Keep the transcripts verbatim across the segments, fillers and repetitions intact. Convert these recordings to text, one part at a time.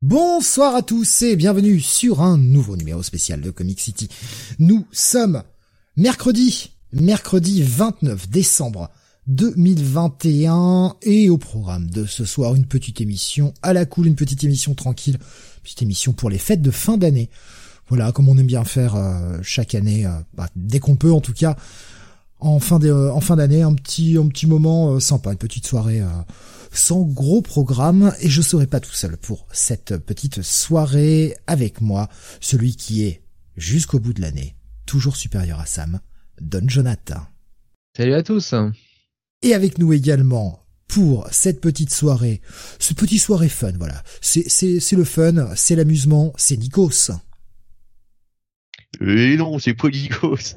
Bonsoir à tous et bienvenue sur un nouveau numéro spécial de Comic City. Nous sommes mercredi, mercredi vingt-neuf décembre deux mille vingt et un et au programme de ce soir une petite émission à la cool, une petite émission tranquille, une petite émission pour les fêtes de fin d'année. Voilà, comme on aime bien faire euh, chaque année, euh, bah, dès qu'on peut en tout cas, en fin de, euh, en fin d'année, un petit, un petit moment euh, sympa, une petite soirée euh, sans gros programme, et je serai pas tout seul pour cette petite soirée. Avec moi, celui qui est, jusqu'au bout de l'année, toujours supérieur à Sam, Don Jonathan. Salut à tous. Et avec nous également, pour cette petite soirée, ce petit soirée fun, voilà, c'est, c'est, c'est le fun, c'est l'amusement, c'est Nikos. Et non, c'est pas Nikos.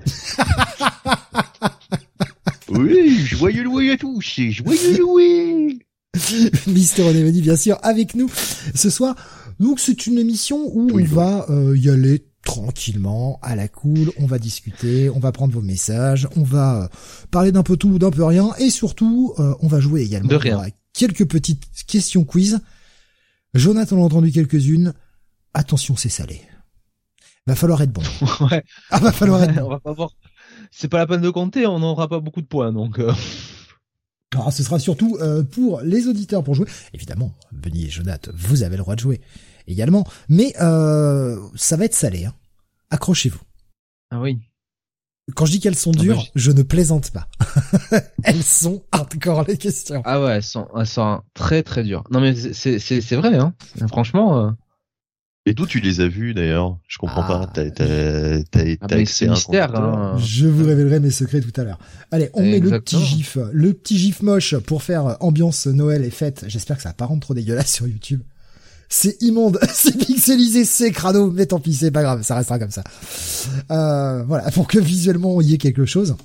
Oui, joyeux Louis à tous, c'est joyeux Louis. Mister Onemoni, bien sûr, avec nous ce soir. Donc c'est une émission où oui, on va euh, y aller tranquillement, à la cool, on va discuter, on va prendre vos messages, on va euh, parler d'un peu tout ou d'un peu rien, et surtout, euh, on va jouer également de rien. Quelques petites questions quiz. Jonathan en a entendu quelques-unes. Attention, c'est salé. Va falloir être bon. Ouais. Ah, va falloir être bon. On va pas voir. C'est pas la peine de compter, on n'aura pas beaucoup de points, donc. Euh... Alors, ce sera surtout euh, pour les auditeurs pour jouer. Évidemment, Benny et Jonathan, vous avez le droit de jouer également, mais euh, ça va être salé. Hein. Accrochez-vous. Ah oui. Quand je dis qu'elles sont dures, ah bah, je ne plaisante pas. Elles sont hardcore les questions. Ah ouais, elles sont, elles sont très très dures. Non mais c'est c'est c'est vrai, hein. Franchement. Euh... Et d'où tu les as vus d'ailleurs? Je comprends ah, pas. T'as, t'as, t'as, ah t'as bah, accès à un mystère, hein. Je vous révélerai mes secrets tout à l'heure. Allez, on Exactement. met le petit gif, le petit gif moche pour faire ambiance Noël et fête. J'espère que ça va pas rendre trop dégueulasse sur YouTube. C'est immonde, c'est pixelisé, c'est crado, mais tant pis, c'est pas grave, ça restera comme ça. Euh, voilà, pour que visuellement il y ait quelque chose.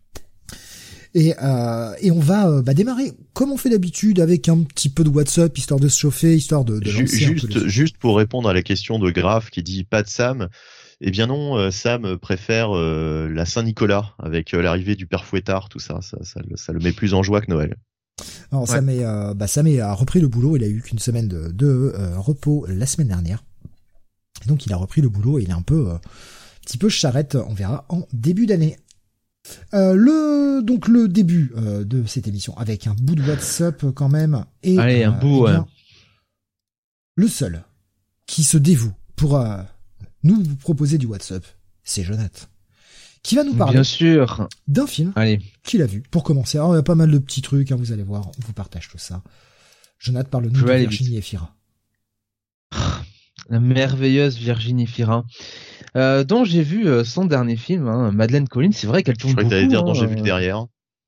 Et, euh, et on va euh, bah, démarrer comme on fait d'habitude avec un petit peu de WhatsApp, histoire de se chauffer, histoire de, de lancer juste, un peu les... juste pour répondre à la question de Graf qui dit pas de Sam. Eh bien non, euh, Sam préfère euh, la Saint-Nicolas avec euh, l'arrivée du Père Fouettard, tout ça, ça, ça, ça, ça le met plus en joie que Noël. Alors, ouais. Sam, est, euh, bah, Sam est, a repris le boulot, il a eu qu'une semaine de, de euh, repos la semaine dernière. Et donc il a repris le boulot et il est un peu, euh, un petit peu charrette, on verra en début d'année. Euh, le donc le début euh, de cette émission avec un bout de WhatsApp quand même et allez un euh, bout eh bien, ouais. Le seul qui se dévoue pour euh, nous proposer du WhatsApp, c'est Jonathan qui va nous parler bien sûr d'un film allez. qu'il a vu pour commencer. Alors il y a pas mal de petits trucs, hein, vous allez voir, on vous partage tout ça. Jonathan, parle-nous de Virginie Efira. La merveilleuse Virginie Efira, euh, dont j'ai vu euh, son dernier film, hein, Madeleine Collins. C'est vrai qu'elle tourne beaucoup. Je croyais que t'allais dire hein, dont j'ai vu euh... le derrière.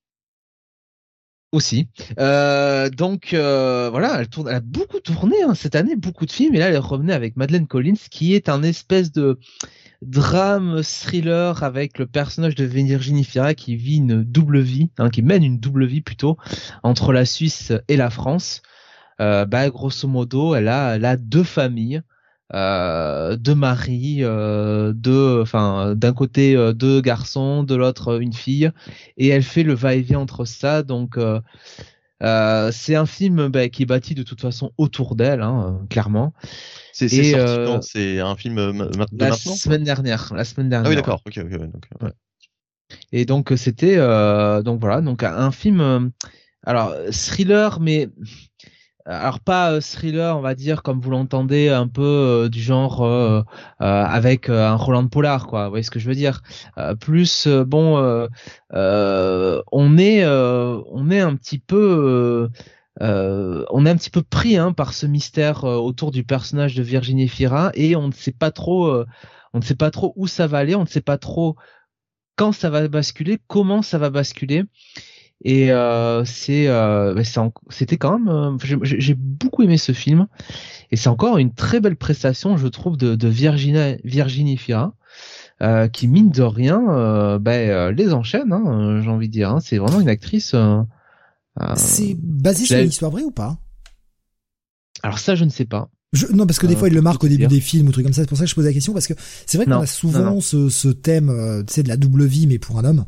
Aussi. Euh, donc euh, voilà, elle tourne, elle a beaucoup tourné hein, cette année, beaucoup de films. Et là, elle revenait avec Madeleine Collins, qui est un espèce de drame thriller avec le personnage de Virginie Efira qui vit une double vie, hein, qui mène une double vie plutôt entre la Suisse et la France. Euh, bah grosso modo, elle a, elle a deux familles. Euh, deux maris, euh, deux, enfin d'un côté euh, deux garçons, de l'autre euh, une fille, et elle fait le va-et-vient entre ça. Donc euh, euh, c'est un film bah, qui est bâti de toute façon autour d'elle, hein, clairement. C'est, c'est sorti euh, quand c'est un film de la maintenant. Semaine dernière, la semaine dernière. Ah oui d'accord. Ok ok. Donc, ouais. Ouais. Et donc c'était euh, donc voilà donc un film euh, alors thriller mais alors pas euh, thriller, on va dire comme vous l'entendez, un peu euh, du genre euh, euh, avec euh, un Roland Pollard, quoi. Vous voyez ce que je veux dire. Euh, plus euh, bon, euh, euh, on est euh, on est un petit peu euh, euh, on est un petit peu pris hein, par ce mystère euh, autour du personnage de Virginie Efira et on ne sait pas trop euh, on ne sait pas trop où ça va aller, on ne sait pas trop quand ça va basculer, comment ça va basculer. Et euh, c'est, euh, c'est en, c'était quand même, euh, j'ai, j'ai beaucoup aimé ce film, et c'est encore une très belle prestation, je trouve, de, de Virginie, Virginie Efira, euh, qui mine de rien, euh, ben, euh, les enchaîne, hein, j'ai envie de dire. Hein, c'est vraiment une actrice. Euh, euh, c'est basé sur une histoire vraie ou pas? Alors ça, je ne sais pas. Je, non, parce que des euh, fois, ils le marquent au début dire. des films ou trucs comme ça. C'est pour ça que je pose la question, parce que c'est vrai qu'on non, a souvent non, non. ce, ce thème, euh, tu sais, de la double vie, mais pour un homme.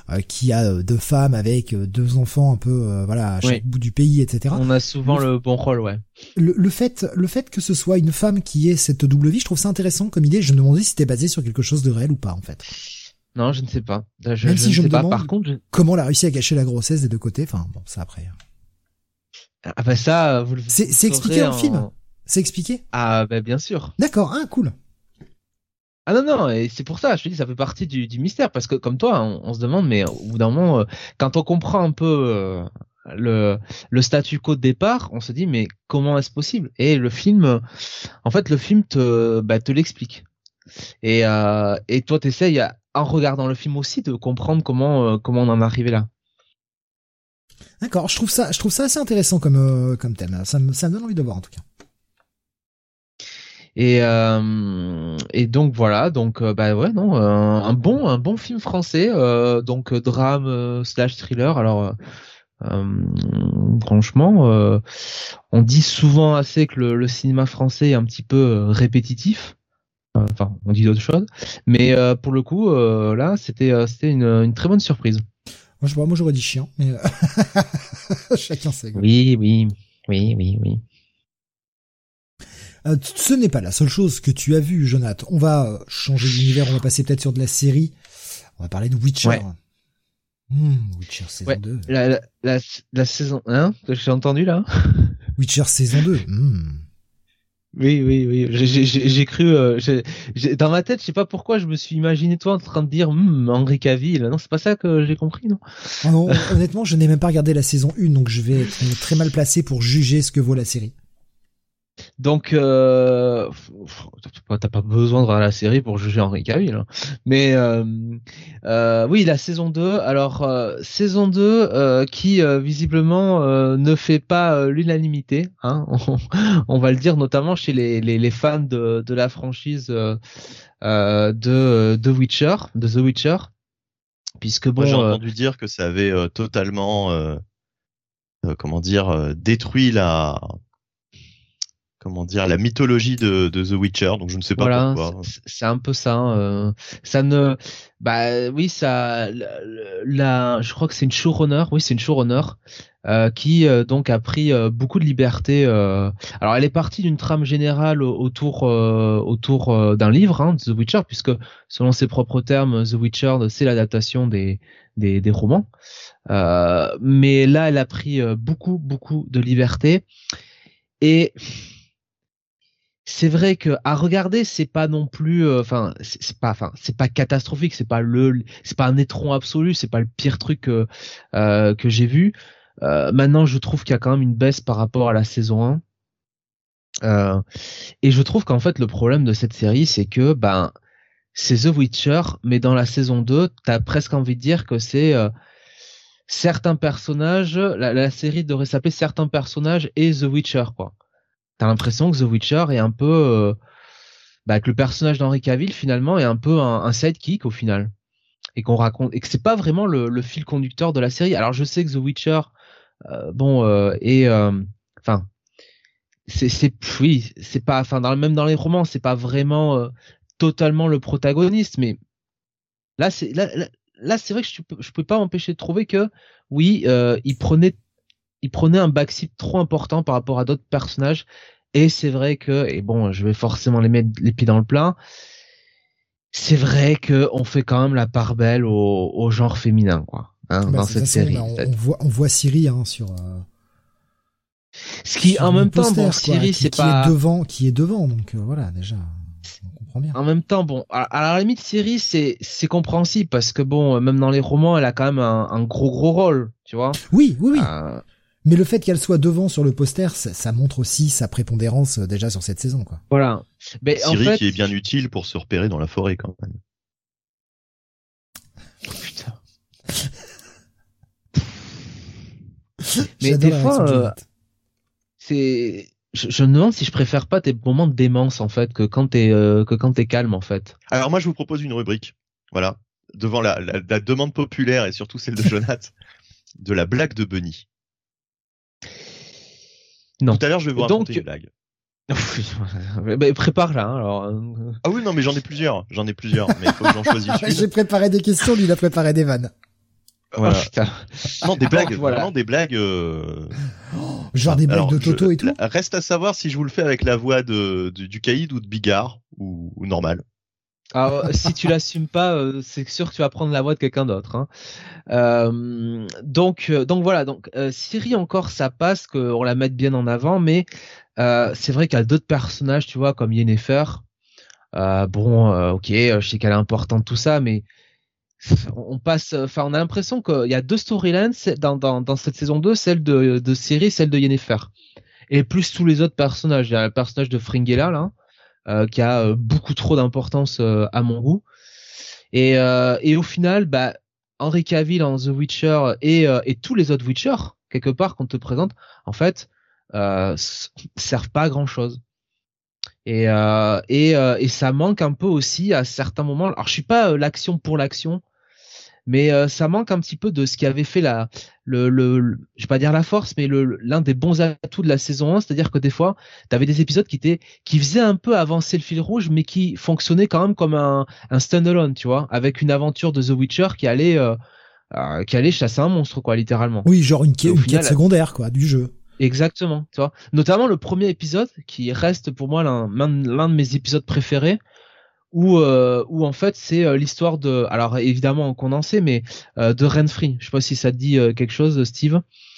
euh, qui a euh, deux femmes avec euh, deux enfants un peu euh, voilà à chaque Oui. bout du pays, et cetera. On a souvent le, le bon rôle, ouais. Le, le fait le fait que ce soit une femme qui ait cette double vie, je trouve ça intéressant comme idée. Je me demandais si c'était basé sur quelque chose de réel ou pas en fait. Non, je ne sais pas. Je, Même je si ne je sais me pas. demande Par contre, je... comment elle a réussi à cacher la grossesse des deux côtés. Enfin bon, ça après. ah bah ça, vous le. C'est c'est expliqué en... dans le film. C'est expliqué. Ah bah bien sûr. D'accord, ah cool. Ah non, non, et c'est pour ça, je te dis, ça fait partie du, du mystère, parce que comme toi, on, on se demande, mais au bout d'un moment, euh, quand on comprend un peu euh, le, le statu quo de départ, on se dit, mais comment est-ce possible? Et le film, euh, en fait, le film te, bah, te l'explique. Et, euh, et toi, t'essayes, en regardant le film aussi, de comprendre comment, euh, comment on en est arrivé là. D'accord, je trouve ça, je trouve ça assez intéressant comme, euh, comme thème. Ça me, ça me donne envie de voir en tout cas. Et euh, et donc voilà, donc euh, bah ouais non, euh, un bon un bon film français, euh, donc euh, drame euh, slash thriller. Alors euh, franchement, euh, on dit souvent assez que le, le cinéma français est un petit peu euh, répétitif. Enfin, on dit d'autres choses, mais euh, pour le coup, euh, là, c'était euh, c'était une, une très bonne surprise. Moi, je vois, moi j'aurais dit chiant, mais chacun sait. Quoi. Oui, oui, oui, oui, oui. Euh, ce n'est pas la seule chose que tu as vue, Jonathan. On va changer d'univers, on va passer peut-être sur de la série. On va parler de Witcher. Ouais. Mmh, Witcher saison ouais. deux. La, la, la, la saison un, que j'ai entendu là. Witcher saison deux. Mmh. Oui, oui, oui. J'ai, j'ai, j'ai cru. Euh, j'ai, j'ai, dans ma tête, je sais pas pourquoi, je me suis imaginé toi en train de dire hm, Henry Cavill. Non, c'est pas ça que j'ai compris, non. Oh non, honnêtement, je n'ai même pas regardé la saison un, donc je vais être très mal placé pour juger ce que vaut la série. Donc, euh, t'as pas besoin de voir la série pour juger Henry Cavill. Hein. Mais euh, euh, oui, la saison deux. Alors, euh, saison deux euh, qui euh, visiblement euh, ne fait pas euh, l'unanimité. Hein, on, on va le dire notamment chez les, les, les fans de, de la franchise euh, euh, de, de Witcher, de The Witcher. Puisque bon, moi j'ai euh, entendu dire que ça avait euh, totalement, euh, euh, comment dire, euh, détruit la... comment dire, la mythologie de, de The Witcher, donc je ne sais pas voilà, pourquoi. c'est, c'est un peu ça. Euh, ça ne, bah oui, ça, la, la- je crois que c'est une showrunner. Oui, c'est une showrunner euh, qui euh, donc a pris euh, beaucoup de liberté. Euh, alors, elle est partie d'une trame générale au- autour euh, autour euh, d'un livre, hein, de The Witcher, puisque selon ses propres termes, The Witcher, c'est l'adaptation des des, des romans. Euh, mais là, elle a pris euh, beaucoup beaucoup de liberté et c'est vrai que à regarder, c'est pas non plus, enfin, euh, c'est, c'est pas, enfin, c'est pas catastrophique, c'est pas le, c'est pas un étron absolu, c'est pas le pire truc que euh, que j'ai vu. Euh, maintenant, je trouve qu'il y a quand même une baisse par rapport à la saison un. Euh, et je trouve qu'en fait, le problème de cette série, c'est que ben, c'est The Witcher, mais dans la saison deux, t'as presque envie de dire que c'est euh, certains personnages, la, la série devrait s'appeler certains personnages et The Witcher, quoi. T'as l'impression que The Witcher est un peu, euh, bah, que le personnage d'Henry Cavill finalement est un peu un, un sidekick au final, et qu'on raconte, et que c'est pas vraiment le, le fil conducteur de la série. Alors je sais que The Witcher, euh, bon, euh, et enfin, euh, c'est, c'est, oui, c'est pas, enfin, dans, même dans les romans, c'est pas vraiment euh, totalement le protagoniste, mais là, c'est, là, là, là c'est vrai que je, je peux pas m'empêcher de trouver que, oui, euh, il prenait il prenait un backseat trop important par rapport à d'autres personnages. Et c'est vrai que, et bon, je vais forcément les mettre les pieds dans le plat, c'est vrai que on fait quand même la part belle au, au genre féminin, quoi, hein, bah, dans cette façon, série. bah, on, on voit, on voit Ciri hein, sur. Euh, Ce qui, sur en même temps, poster, bon, quoi, Ciri, qui, c'est qui pas. est devant, qui est devant, donc euh, voilà, déjà, on comprend bien. En même temps, bon, à, à la limite, Ciri, c'est, c'est compréhensible parce que bon, même dans les romans, elle a quand même un, un gros gros rôle, tu vois. Oui, oui, oui. Euh, Mais le fait qu'elle soit devant sur le poster, ça, ça montre aussi sa prépondérance euh, déjà sur cette saison, quoi. Voilà. Mais Ciri en fait, qui est bien utile pour se repérer dans la forêt quand même. Oh, putain. Mais J'adore des la fois, réaction de euh, Jonathan. c'est, je, je me demande si je préfère pas tes moments de démence en fait que quand t'es euh, que quand t'es calme en fait. Alors moi je vous propose une rubrique, voilà, devant la, la, la demande populaire et surtout celle de Jonathan, de la blague de Bunny. Non. Tout à l'heure je vais vous Donc, raconter une blague. bah, prépare là. Hein, alors. euh, Ah oui non mais j'en ai plusieurs, j'en ai plusieurs, mais il faut que j'en choisisse une. J'ai préparé des questions, lui il a préparé des vannes. Voilà. Oh, putain. Non, des blagues, voilà. vraiment des blagues. Euh... Oh, genre des blagues Alors, de Toto je... et tout. Reste à savoir si je vous le fais avec la voix de, de du Caïd ou de Bigard ou, ou normal. Alors, si tu l'assumes pas, euh, c'est sûr que tu vas prendre la voix de quelqu'un d'autre. Hein. Euh, donc, euh, donc voilà. Donc, euh, Siri encore, ça passe qu'on la mette bien en avant, mais euh, c'est vrai qu'il y a d'autres personnages, tu vois, comme Yennefer. Euh, bon, euh, ok, je sais qu'elle est importante tout ça, mais on passe, enfin, on a l'impression qu'il y a deux storylines dans, dans, dans cette saison deux, celle de, de Ciri, celle de Yennefer. Et plus tous les autres personnages. Il y a le personnage de Fringilla, là, euh, qui a euh, beaucoup trop d'importance euh, à mon goût. Et, euh, et au final, bah, Henry Cavill en The Witcher et, euh, et tous les autres Witcher, quelque part, qu'on te présente, en fait, euh, servent pas à grand chose. Et, euh, et, euh, et ça manque un peu aussi à certains moments. Alors, je suis pas euh, l'action pour l'action, mais euh, ça manque un petit peu de ce qui avait fait la, le, le, le je vais pas dire la force, mais le, l'un des bons atouts de la saison un, c'est-à-dire que des fois, t'avais des épisodes qui étaient, qui faisaient un peu avancer le fil rouge, mais qui fonctionnaient quand même comme un, un stand-alone, tu vois, avec une aventure de The Witcher qui allait, euh, euh, qui allait chasser un monstre, quoi, littéralement. Oui, genre une, Et au une final, quête secondaire, quoi, du jeu. Exactement, tu vois. Notamment le premier épisode, qui reste pour moi l'un, l'un de mes épisodes préférés, où euh, où en fait c'est euh, l'histoire de, alors évidemment en condensé, mais euh, de Renfri. Je sais pas si ça te dit euh, quelque chose, Steve.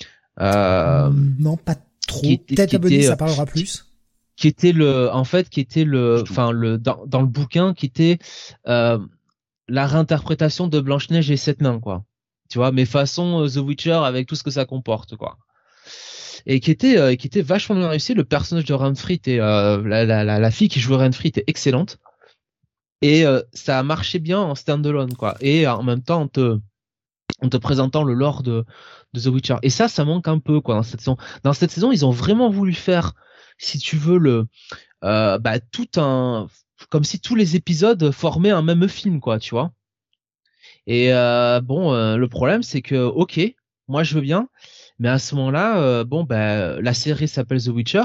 Euh, Mm, non, pas trop. qui était- Peut-être qui Abonné, était, ça parlera plus. qui était le, en fait, qui était le, Du tout. enfin le dans, dans le bouquin, qui était euh, la réinterprétation de Blanche-Neige et Sept Nains, quoi. Tu vois, mais façon euh, The Witcher avec tout ce que ça comporte, quoi. Et qui était, euh, qui était vachement bien réussi. Le personnage de Renfri était, euh, la, la, la, la fille qui jouait Renfri était excellente. Et euh, ça a marché bien en standalone, quoi. Et en même temps, en te, en te présentant le lore de, de The Witcher. Et ça, ça manque un peu, quoi, dans cette saison. Dans cette saison, ils ont vraiment voulu faire, si tu veux, le, euh, bah, tout un, comme si tous les épisodes formaient un même film, quoi, tu vois. Et euh, bon, euh, le problème, c'est que, ok, moi je veux bien, mais à ce moment-là, euh, bon, bah, la série s'appelle The Witcher.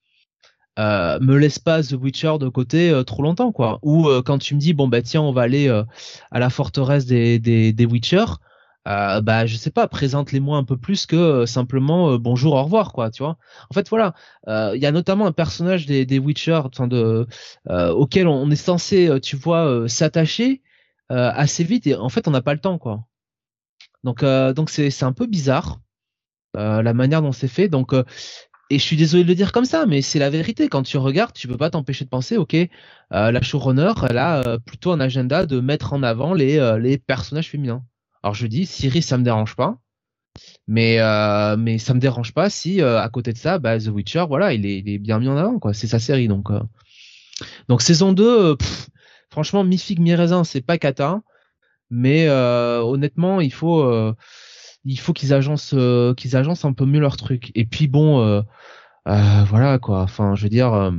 Euh, me laisse pas The Witcher de côté euh, trop longtemps, quoi. Ou euh, quand tu me dis bon bah tiens on va aller euh, à la forteresse des des, des Witcher, euh, bah je sais pas, présente-les-moi un peu plus que euh, simplement euh, bonjour au revoir, quoi, tu vois. En fait voilà, il euh, y a notamment un personnage des des Witcher, enfin de euh, auquel on est censé, euh, tu vois, euh, s'attacher euh, assez vite et en fait on n'a pas le temps, quoi. Donc euh, donc c'est c'est un peu bizarre euh, la manière dont c'est fait. Donc euh, et je suis désolé de le dire comme ça, mais c'est la vérité. Quand tu regardes, tu peux pas t'empêcher de penser, ok, euh, la showrunner, elle a euh, plutôt un agenda de mettre en avant les euh, les personnages féminins. Alors je dis, Ciri, ça me dérange pas, mais euh, mais ça me dérange pas si euh, à côté de ça, bah, The Witcher, voilà, il est, il est bien mis en avant, quoi. C'est sa série, donc euh. donc saison deux, euh, pff, franchement, mi figue mi raisin, c'est pas cata, mais euh, honnêtement, il faut euh, il faut qu'ils agencent euh, qu'ils agencent un peu mieux leur truc. Et puis bon. Euh, Euh, voilà quoi. Enfin, je veux dire, euh,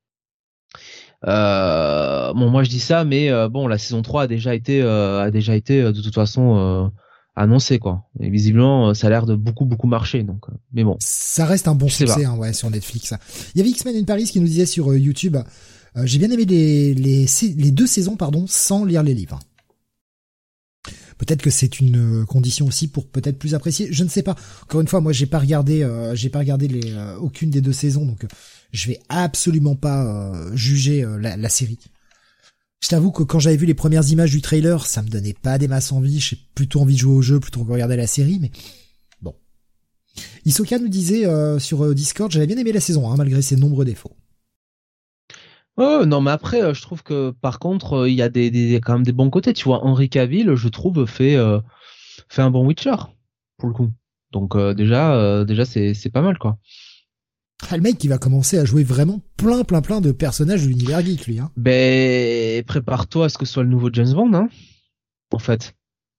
euh, bon, moi je dis ça, mais euh, bon, la saison trois a déjà été, euh, a déjà été euh, de toute façon euh, annoncée, quoi. Et visiblement, euh, ça a l'air de beaucoup beaucoup marcher. Donc, euh, mais bon, Ça reste un bon je sais succès, pas. hein, ouais, sur Netflix. Il y avait X-Men in Paris qui nous disait sur euh, YouTube, euh, j'ai bien aimé les, les, les deux saisons, pardon, sans lire les livres. Peut-être que c'est une euh, condition aussi pour peut-être plus apprécier. Je ne sais pas. Encore une fois, moi, j'ai pas regardé, euh, j'ai pas regardé les, euh, aucune des deux saisons, donc euh, je vais absolument pas euh, juger euh, la, la série. Je t'avoue que quand j'avais vu les premières images du trailer, ça me donnait pas des masses envie. J'ai plutôt envie de jouer au jeu plutôt que de regarder la série, mais bon. Isoka nous disait euh, sur euh, Discord, j'avais bien aimé la saison, hein, malgré ses nombreux défauts. Oh non, mais après, euh, je trouve que par contre, euh, il y a des, des quand même des bons côtés. Tu vois, Henry Cavill, je trouve, fait euh, fait un bon Witcher pour le coup. Donc euh, déjà, euh, déjà c'est c'est pas mal, quoi. Ah, le mec qui va commencer à jouer vraiment plein plein plein de personnages de l'univers geek, lui, hein. Ben prépare-toi à ce que ce soit le nouveau James Bond, hein. En fait.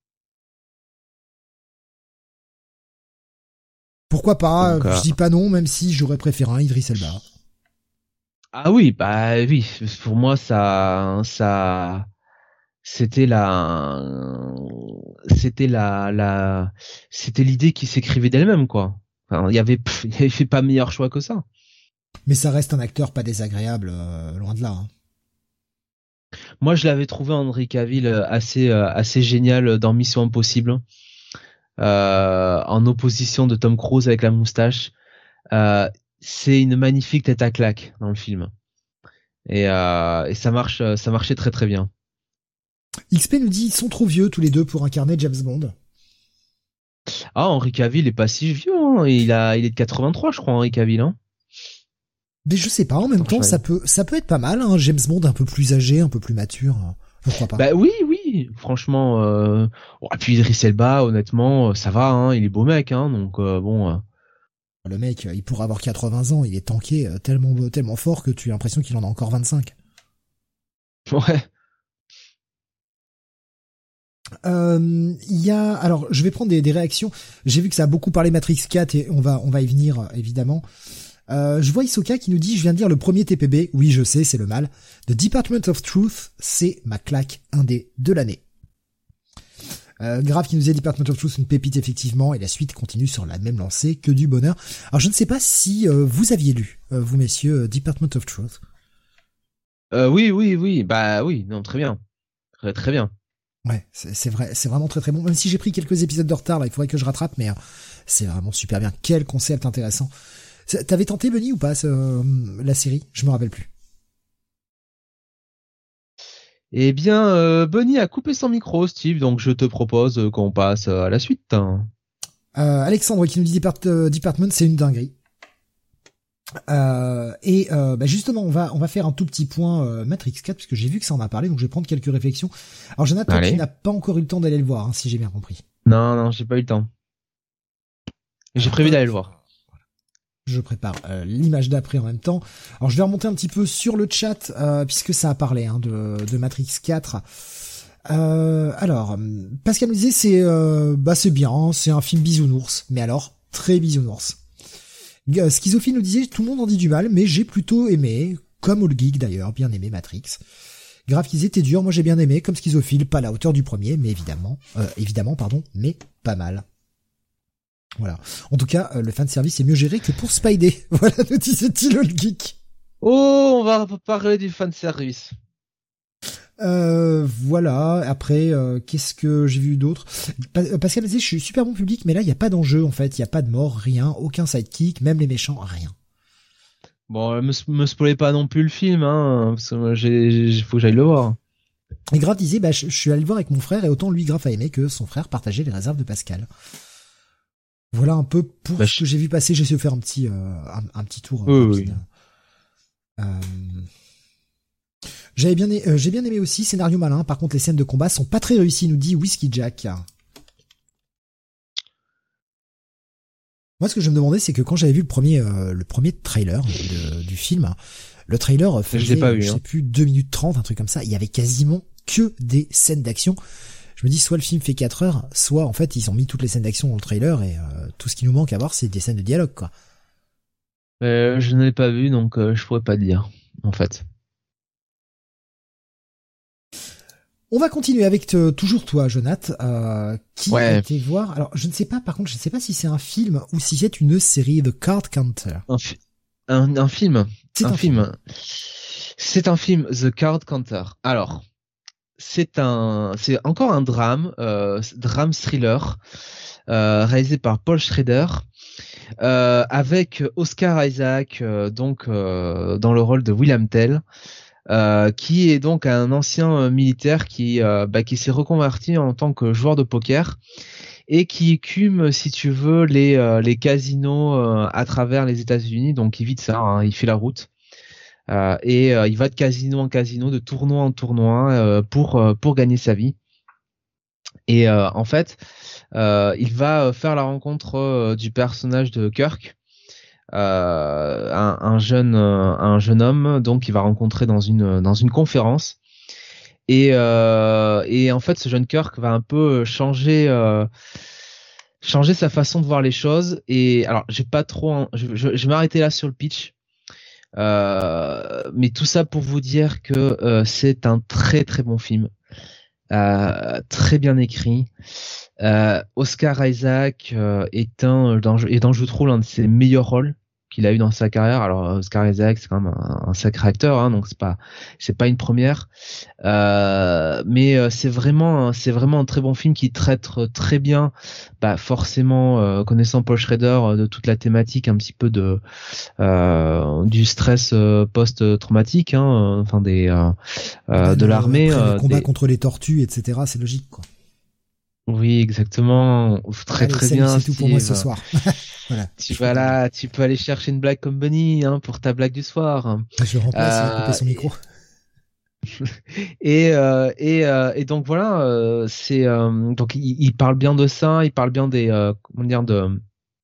Pourquoi pas, Donc, euh, je dis pas non, même si j'aurais préféré un Idris Elba. Ah oui, bah oui, pour moi ça ça c'était la c'était la la c'était l'idée qui s'écrivait d'elle-même, quoi. Enfin, il y avait pff, il y avait pas meilleur choix que ça. Mais ça reste un acteur pas désagréable, euh, loin de là, hein. Moi, je l'avais trouvé Henry Cavill euh, assez euh, assez génial dans Mission Impossible. euh, en opposition de Tom Cruise avec la moustache. Euh, c'est une magnifique tête à claque dans le film. Et, euh, et ça marche, ça marchait très très bien. X P nous dit ils sont trop vieux tous les deux pour incarner James Bond. Ah, Henry Cavill est pas si vieux, hein. Il a, il est de quatre-vingt-trois, je crois, Henry Cavill, hein. Mais je sais pas, en même Attends, temps, ça peut, ça peut être pas mal, hein, James Bond un peu plus âgé, un peu plus mature. Pourquoi pas? Bah oui, oui, franchement. Euh... Oh, et puis Idris Elba, honnêtement, ça va, hein. Il est beau mec, hein. Donc euh, bon. Euh... Le mec, il pourrait avoir quatre-vingts ans, il est tanké tellement, tellement fort que tu as l'impression qu'il en a encore vingt-cinq. Ouais. Euh, il y a, alors, je vais prendre des, des réactions. J'ai vu que ça a beaucoup parlé Matrix quatre et on va, on va y venir, évidemment. Euh, je vois Isoka qui nous dit, je viens de lire le premier T P B. Oui, je sais, c'est le mal. The Department of Truth, c'est ma claque indé de l'année. Euh, Grave qui nous dit Department of Truth, une pépite effectivement, et la suite continue sur la même lancée, que du bonheur. Alors je ne sais pas si euh, vous aviez lu, euh, vous messieurs, euh, Department of Truth. Euh, oui, oui, oui, bah oui, non, très bien, très, très bien. Ouais, c'est, c'est vrai, c'est vraiment très très bon. Même si j'ai pris quelques épisodes de retard, là, il faudrait que je rattrape, mais euh, c'est vraiment super bien. Quel concept intéressant. T'avais tenté, Benny, ou pas, ce, euh, la série? Je me rappelle plus. Eh bien, euh, Bunny a coupé son micro, Steve, donc je te propose euh, qu'on passe à la suite. Euh, Alexandre qui nous dit Depart- euh, Department, c'est une dinguerie. Euh, et euh, bah justement, on va on va faire un tout petit point euh, Matrix quatre puisque j'ai vu que ça en a parlé, donc je vais prendre quelques réflexions. Alors Jonathan, tu n'as pas encore eu le temps d'aller le voir, hein, si j'ai bien compris. Non, non, j'ai pas eu le temps. J'ai Alors, prévu d'aller le voir. Je prépare euh, l'image d'après en même temps. Alors je vais remonter un petit peu sur le chat euh, puisque ça a parlé hein, de, de Matrix quatre. Euh, alors Pascal me disait c'est euh, bah c'est bien, c'est un film bisounours, mais alors très bisounours. Euh, Schizophile nous disait tout le monde en dit du mal, mais j'ai plutôt aimé, comme All Geek d'ailleurs, bien aimé Matrix. Grave qu'ils étaient durs, moi j'ai bien aimé, comme Schizophile, pas à la hauteur du premier, mais évidemment, euh, évidemment pardon, mais pas mal. Voilà. En tout cas, euh, le fanservice est mieux géré que pour Spidey. Voilà, nous disait-il All Geek. Oh, on va parler du fanservice. Euh, voilà. Après, euh, qu'est-ce que j'ai vu d'autre? Pascal me disait, je suis super bon public, mais là, il n'y a pas d'enjeu, en fait. Il n'y a pas de mort, rien. Aucun sidekick, même les méchants, rien. Bon, me, me spoilez pas non plus le film, hein, parce que j'ai, j'ai, faut que j'aille le voir. Et Graf disait, bah, je, je suis allé le voir avec mon frère, et autant lui, Graf a aimé que son frère partageait les réserves de Pascal. Voilà un peu pour bah, ce que j'ai vu passer. J'ai essayé de faire un petit, euh, un, un petit tour. Euh, oui, oui. Euh, j'avais bien, euh, j'ai bien aimé aussi scénario malin. Par contre, les scènes de combat sont pas très réussies, nous dit Whiskey Jack. Moi, ce que je me demandais, c'est que quand j'avais vu le premier, euh, le premier trailer de, du film, le trailer faisait, je l'ai pas vu, je sais hein. plus, deux minutes trente, un truc comme ça. Il y avait quasiment que des scènes d'action. Je me dis, soit le film fait quatre heures, soit en fait ils ont mis toutes les scènes d'action dans le trailer et euh, tout ce qui nous manque à voir, c'est des scènes de dialogue, quoi. Euh, je ne l'ai pas vu, donc euh, je pourrais pas dire, en fait. On va continuer avec te, toujours toi, Jonath, euh, qui ouais. a été voir. Alors, je ne sais pas, par contre, je ne sais pas si c'est un film ou si c'est une série, The Card Counter. Un, fi- un, un film. C'est un, un film. film. C'est un film, The Card Counter. Alors. C'est un, c'est encore un drame, euh, drame thriller, euh, réalisé par Paul Schrader, euh, avec Oscar Isaac, euh, donc euh, dans le rôle de William Tell, euh, qui est donc un ancien militaire qui, euh, bah, qui s'est reconverti en tant que joueur de poker et qui écume, si tu veux, les, euh, les casinos euh, à travers les États-Unis. Donc il vit de ça, hein, il fait la route. Euh, et euh, il va de casino en casino, de tournoi en tournoi euh, pour euh, pour gagner sa vie. Et euh, en fait, euh, il va faire la rencontre euh, du personnage de Kirk, euh, un, un jeune euh, un jeune homme, donc il va rencontrer dans une dans une conférence. Et euh, et en fait, ce jeune Kirk va un peu changer. Euh, changer sa façon de voir les choses. Et alors, j'ai pas trop, je, je, je vais m'arrêter là sur le pitch. Euh, mais tout ça pour vous dire que euh, c'est un très très bon film, euh, très bien écrit. Euh, Oscar Isaac euh, est un, dans, est dans je trouve l'un de ses meilleurs rôles qu'il a eu dans sa carrière. Alors Oscar Isaac, c'est quand même un, un sacré acteur, hein, donc c'est pas c'est pas une première. Euh, mais euh, c'est vraiment c'est vraiment un très bon film qui traite très bien, bah forcément euh, connaissant Paul Schrader, euh, de toute la thématique un petit peu de euh, du stress euh, post-traumatique, hein, euh, enfin des euh, euh, de l'armée, après euh, les combats des... contre les tortues, et cetera. C'est logique, quoi. Oui, exactement. Très Allez, très salut, bien. c'est tout pour moi Steve. ce soir. Voilà. Tu vas là, tu peux aller chercher une blague comme Bunny, hein, pour ta blague du soir. Je le remplace, il a Euh, coupé son micro. Et euh, et euh, et donc voilà, euh, c'est euh, donc il, il parle bien de ça, il parle bien des euh, comment dire de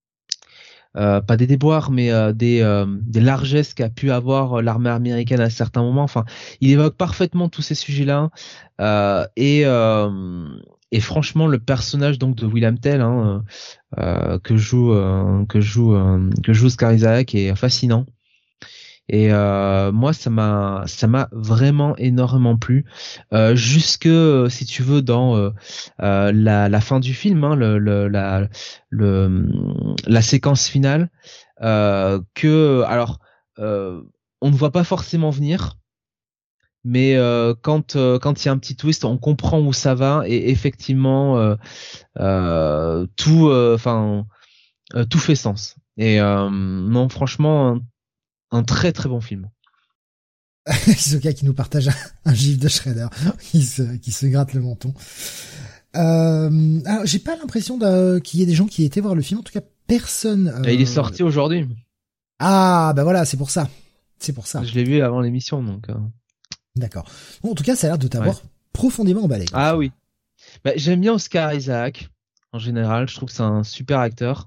euh, pas des déboires, mais euh, des euh, des largesses qu'a pu avoir l'armée américaine à certains moments. Enfin, il évoque parfaitement tous ces sujets-là. Euh, et euh, et franchement, le personnage donc de William Tell, hein, euh, que joue euh, que joue euh, que joue Oscar Isaac est fascinant. Et euh, moi, ça m'a ça m'a vraiment énormément plu, euh, jusque si tu veux dans euh, euh, la la fin du film, hein, le, le la le la séquence finale, euh, que alors euh, on ne voit pas forcément venir. Mais euh, quand euh, quand il y a un petit twist, on comprend où ça va et effectivement euh, euh, tout enfin euh, tout fait sens. Et euh, non, franchement, un, un très très bon film. Hisoka qui nous partage un, un gif de Shredder qui se qui se gratte le menton. Euh, alors j'ai pas l'impression de, qu'il y ait des gens qui étaient voir le film. En tout cas, personne. Euh... Et il est sorti aujourd'hui. Ah bah voilà, c'est pour ça. C'est pour ça. Je l'ai vu avant l'émission, donc. Euh... D'accord. Bon, en tout cas, ça a l'air de t'avoir ouais. profondément emballé. Ah oui. Bah, j'aime bien Oscar Isaac en général. Je trouve que c'est un super acteur.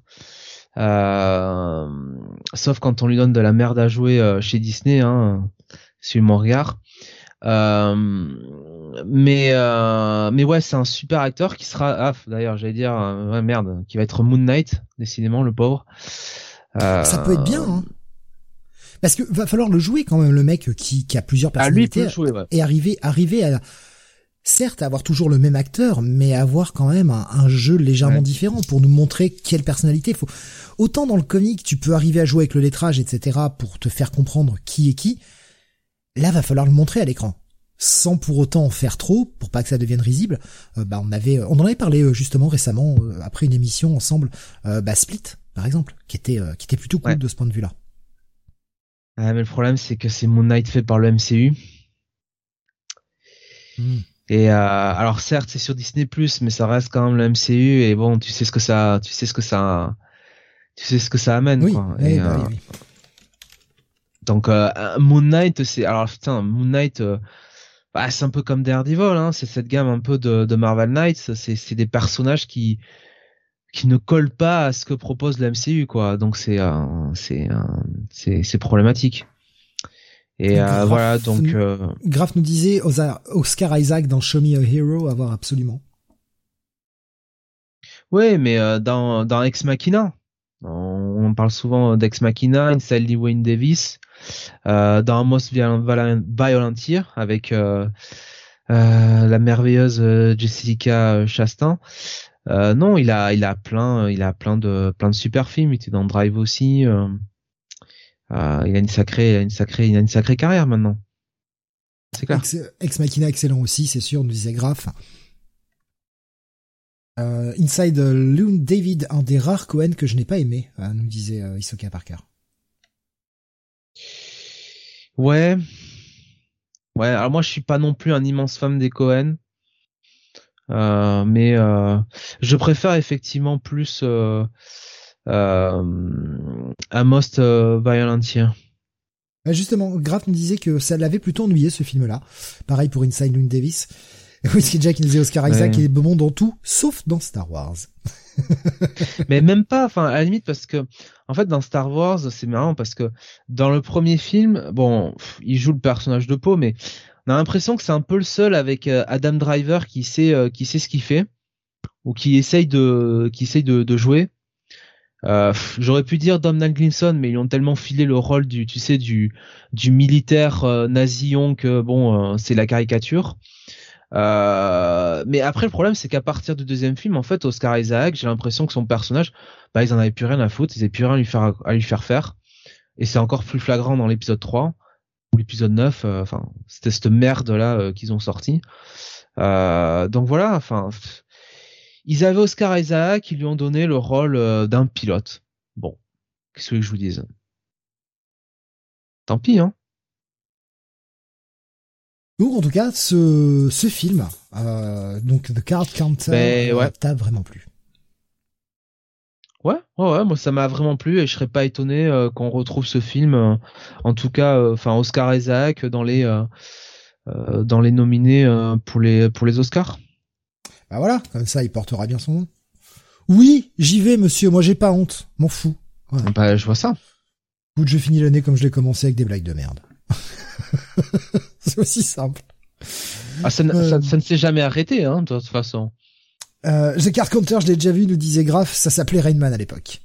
Euh... Sauf quand on lui donne de la merde à jouer euh, chez Disney, hein. C'est mon regard. Euh... Mais euh... mais ouais, c'est un super acteur qui sera. Ah, d'ailleurs, j'allais dire euh, ouais, merde, qui va être Moon Knight, décidément, le pauvre. Euh... Ça peut être bien, hein. Parce que va falloir le jouer quand même, le mec qui, qui a plusieurs personnalités. Ah, lui peut le jouer, ouais. Et arriver, arriver à, certes, à avoir toujours le même acteur, mais avoir quand même un, un jeu légèrement ouais. différent pour nous montrer quelle personnalité. Faut, autant dans le comic, tu peux arriver à jouer avec le lettrage, et cetera pour te faire comprendre qui est qui. Là, va falloir le montrer à l'écran. Sans pour autant en faire trop, pour pas que ça devienne risible. Euh, bah, on avait, on en avait parlé justement récemment, euh, après une émission ensemble, euh, bah, Split, par exemple, qui était, euh, qui était plutôt cool ouais. de ce point de vue-là. Ah, mais le problème, c'est que c'est Moon Knight fait par le M C U. Mm. Et euh, alors certes, c'est sur Disney plus, mais ça reste quand même le M C U. Et bon, tu sais ce que ça, tu sais ce que ça, tu sais ce que ça amène, oui, quoi. Oui, et, bah, euh, oui, oui. Donc euh, Moon Knight, c'est alors putain, Moon Knight, euh, bah, c'est un peu comme Daredevil, hein. C'est cette gamme un peu de, de Marvel Knights. C'est, c'est des personnages qui qui ne colle pas à ce que propose le M C U, quoi. Donc c'est euh, c'est euh, c'est c'est problématique. Et euh, Graf, voilà, donc euh... Graf nous disait Oscar Isaac dans Show Me a Hero à voir absolument. Ouais, mais euh, dans dans Ex Machina, on, on parle souvent d'Ex Machina, Inside Llewyn Davis, euh, dans Most Violent, Violent Year avec euh, euh, la merveilleuse Jessica Chastain. Euh, non, il a, il a plein, il a plein de, plein de super films. Il était dans Drive aussi. Euh, euh, il a une sacrée, il a une sacrée, il a une sacrée carrière maintenant. C'est clair. Ex, Ex Machina excellent aussi, c'est sûr, nous disait Graf. Euh, Inside Llewyn David, un des rares Cohen que je n'ai pas aimé, euh, nous disait euh, Hisoka Parker. Ouais, ouais. Alors moi, je suis pas non plus un immense fan des Cohen. Euh, mais euh, je préfère effectivement plus euh, euh, à Most euh, Violent Year. Justement, Graf nous disait que ça l'avait plutôt ennuyé ce film-là. Pareil pour Inside Llewyn Davis. Whiskey Jack nous disait Oscar Isaac ouais. est bon dans tout, sauf dans Star Wars. Mais même pas, enfin à la limite parce que en fait dans Star Wars c'est marrant parce que dans le premier film, bon, pff, il joue le personnage de Poe, mais on a l'impression que c'est un peu le seul avec euh, Adam Driver qui sait euh, qui sait ce qu'il fait ou qui essaye de qui essaye de, de jouer. Euh, j'aurais pu dire Domhnall Gleeson, mais ils ont tellement filé le rôle du tu sais du du militaire euh, nasillon que bon euh, c'est la caricature. Euh, mais après le problème c'est qu'à partir du deuxième film en fait Oscar Isaac j'ai l'impression que son personnage bah ils en avaient plus rien à foutre, ils avaient plus rien à lui faire à lui faire faire Et c'est encore plus flagrant dans l'épisode trois ou l'épisode neuf. Enfin, euh, c'était cette merde là euh, qu'ils ont sorti. Euh, donc voilà. Enfin, ils avaient Oscar Isaac, ils lui ont donné le rôle euh, d'un pilote. Bon, qu'est-ce que je vous dise? Tant pis, hein. Donc en tout cas, ce ce film, euh, donc The Card Counter, Ben, ouais. euh, t'a vraiment plu. Ouais, ouais, ouais, moi ça m'a vraiment plu et je serais pas étonné euh, qu'on retrouve ce film, euh, en tout cas, enfin euh, Oscar Isaac dans les euh, euh, dans les nominés euh, pour les pour les Oscars. Bah voilà, comme ça il portera bien son nom. Oui, j'y vais monsieur, moi j'ai pas honte, m'en fous. Ouais. Bah je vois ça. Écoute, je finis l'année comme je l'ai commencé avec des blagues de merde. C'est aussi simple. Ah ça, euh... ça, ça ne s'est jamais arrêté, hein, de toute façon. Euh, The Card Counter, je l'ai déjà vu, nous disait Graf, ça s'appelait Rain Man à l'époque.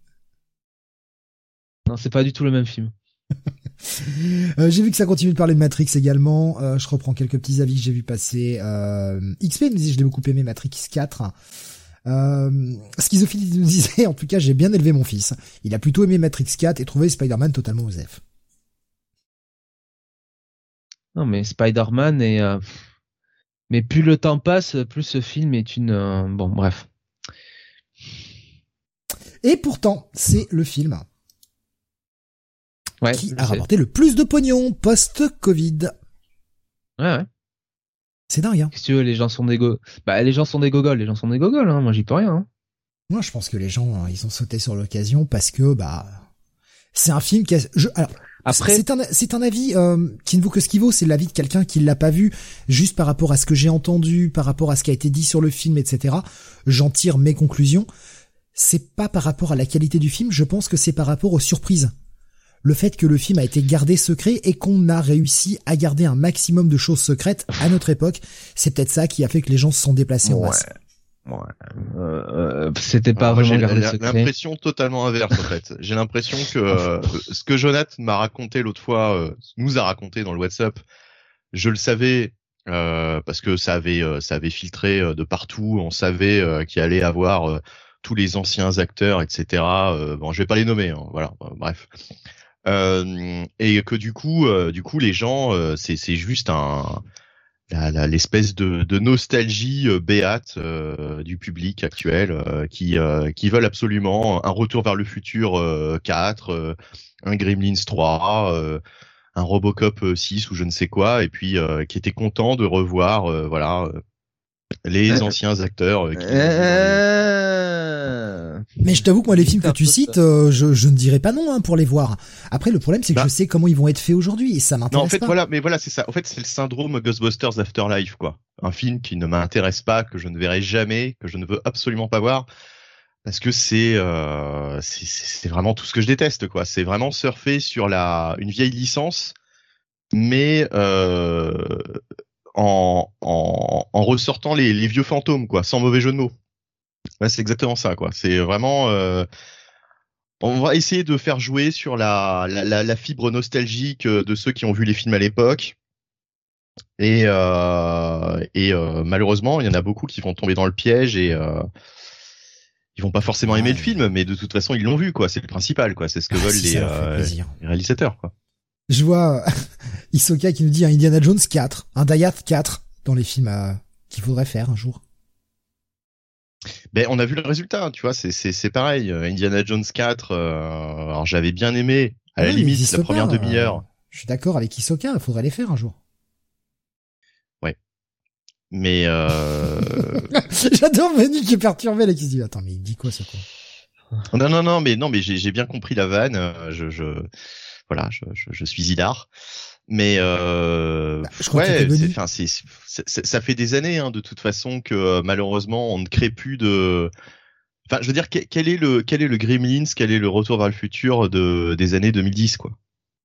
Non, c'est pas du tout le même film. euh, j'ai vu que ça continue de parler de Matrix également. Euh, je reprends quelques petits avis que j'ai vu passer. Euh, X P nous dit, je l'ai beaucoup aimé, Matrix quatre. Euh, Schizophile nous disait, en tout cas, j'ai bien élevé mon fils. Il a plutôt aimé Matrix quatre et trouvé Spider-Man totalement osef. Non, mais Spider-Man est... Euh... Mais plus le temps passe, plus ce film est une... Euh... Bon, bref. Et pourtant, c'est le film ouais, qui a rapporté le plus de pognon post-Covid. Ouais, ouais. C'est dingue, hein. Qu'est-ce que tu veux, les gens sont des go... Bah, les gens sont des gogoles, les gens sont des gogoles, hein. Moi, j'y peux rien, hein. Moi, je pense que les gens, ils ont sauté sur l'occasion parce que, bah, c'est un film qui a... Je... Alors, Après, c'est un, c'est un avis euh, qui ne vaut que ce qu'il vaut. C'est l'avis de quelqu'un qui l'a pas vu, juste par rapport à ce que j'ai entendu, par rapport à ce qui a été dit sur le film, et cetera. J'en tire mes conclusions. C'est pas par rapport à la qualité du film. Je pense que c'est par rapport aux surprises. Le fait que le film a été gardé secret et qu'on a réussi à garder un maximum de choses secrètes à notre époque, c'est peut-être ça qui a fait que les gens se sont déplacés en ouais. masse. Ouais. Euh, c'était pas Alors, vraiment moi, gardé j'ai secret. l'impression totalement inverse en fait. J'ai l'impression que euh, ce que Jonathan m'a raconté l'autre fois, euh, nous a raconté dans le WhatsApp, je le savais euh, parce que ça avait euh, ça avait filtré euh, de partout. On savait euh, qu'il allait avoir euh, tous les anciens acteurs, et cetera. Euh, bon, je vais pas les nommer, hein, voilà. Euh, bref. Euh, et que du coup, euh, du coup, les gens, euh, c'est c'est juste un La, la, l'espèce de, de nostalgie euh, béate euh, du public actuel euh, qui euh, qui veulent absolument un retour vers le futur euh, quatre, euh, un Gremlins trois, euh, un Robocop six ou je ne sais quoi, et puis euh, qui étaient contents de revoir euh, voilà euh, les euh, anciens acteurs. Euh, qui euh... Mais je t'avoue que moi les films que tu cites, euh, je, je ne dirais pas non hein, pour les voir. Après le problème c'est que bah, je sais comment ils vont être faits aujourd'hui et ça m'intéresse pas. Non en fait pas. voilà, mais voilà c'est ça. En fait c'est le syndrome Ghostbusters Afterlife quoi. Un film qui ne m'intéresse pas, que je ne verrai jamais, que je ne veux absolument pas voir. Parce que c'est, euh, c'est c'est vraiment tout ce que je déteste quoi. C'est vraiment surfer sur la une vieille licence, mais euh, en, en en ressortant les les vieux fantômes quoi, sans mauvais jeu de mots. Ouais, c'est exactement ça quoi. C'est vraiment euh, on va essayer de faire jouer sur la la la, la fibre nostalgique de ceux qui ont vu les films à l'époque. Et euh, et euh, malheureusement, il y en a beaucoup qui vont tomber dans le piège et euh, ils vont pas forcément aimer ouais. le film, mais de toute façon ils l'ont vu quoi. C'est le principal quoi. C'est ce que ah, veulent si les, euh, les réalisateurs quoi. Je vois Isoka qui nous dit un Indiana Jones quatre, un Die Hard quatre dans les films euh, qu'il faudrait faire un jour. Ben on a vu le résultat, tu vois. C'est c'est c'est pareil. Indiana Jones quatre. Euh, alors j'avais bien aimé à ouais, la limite la première pas, demi-heure. Euh, je suis d'accord avec Isoka. Il faudrait les faire un jour. Ouais. Mais euh... j'adore Manu qui est perturbé là qui se dit attends mais il dit quoi ce quoi. Non non non mais non mais j'ai j'ai bien compris la vanne. Je je voilà je je, je suis hilar. Mais euh, bah, je crois ouais, c'est, enfin, c'est, c'est, c'est, ça fait des années hein, de toute façon que euh, malheureusement on ne crée plus de. Enfin, je veux dire, quel, quel est le quel est le Gremlins, quel est le Retour vers le futur de des années deux mille dix quoi.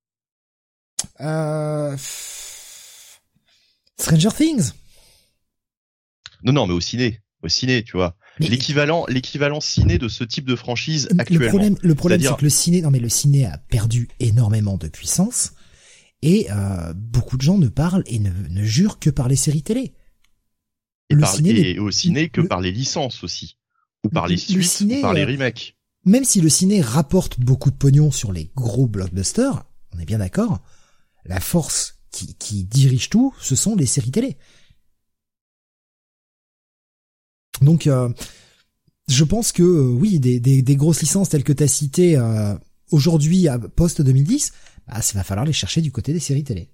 Euh... Stranger Things. Non non, mais au ciné, au ciné, tu vois. Mais l'équivalent l'équivalent ciné de ce type de franchise actuellement. Le problème, le problème, c'est-à-dire... c'est que le ciné, non mais le ciné a perdu énormément de puissance. Et euh, beaucoup de gens ne parlent et ne, ne jurent que par les séries télé. Et, le par, ciné, et les, au ciné que le, par les licences aussi. Ou par les suites, ciné, ou par les remakes. même si le ciné rapporte beaucoup de pognon sur les gros blockbusters, on est bien d'accord, la force qui, qui dirige tout, ce sont les séries télé. Donc, euh, je pense que euh, oui, des, des, des grosses licences telles que t'as citées euh, aujourd'hui à post deux mille dix, bah, ça va falloir les chercher du côté des séries télé.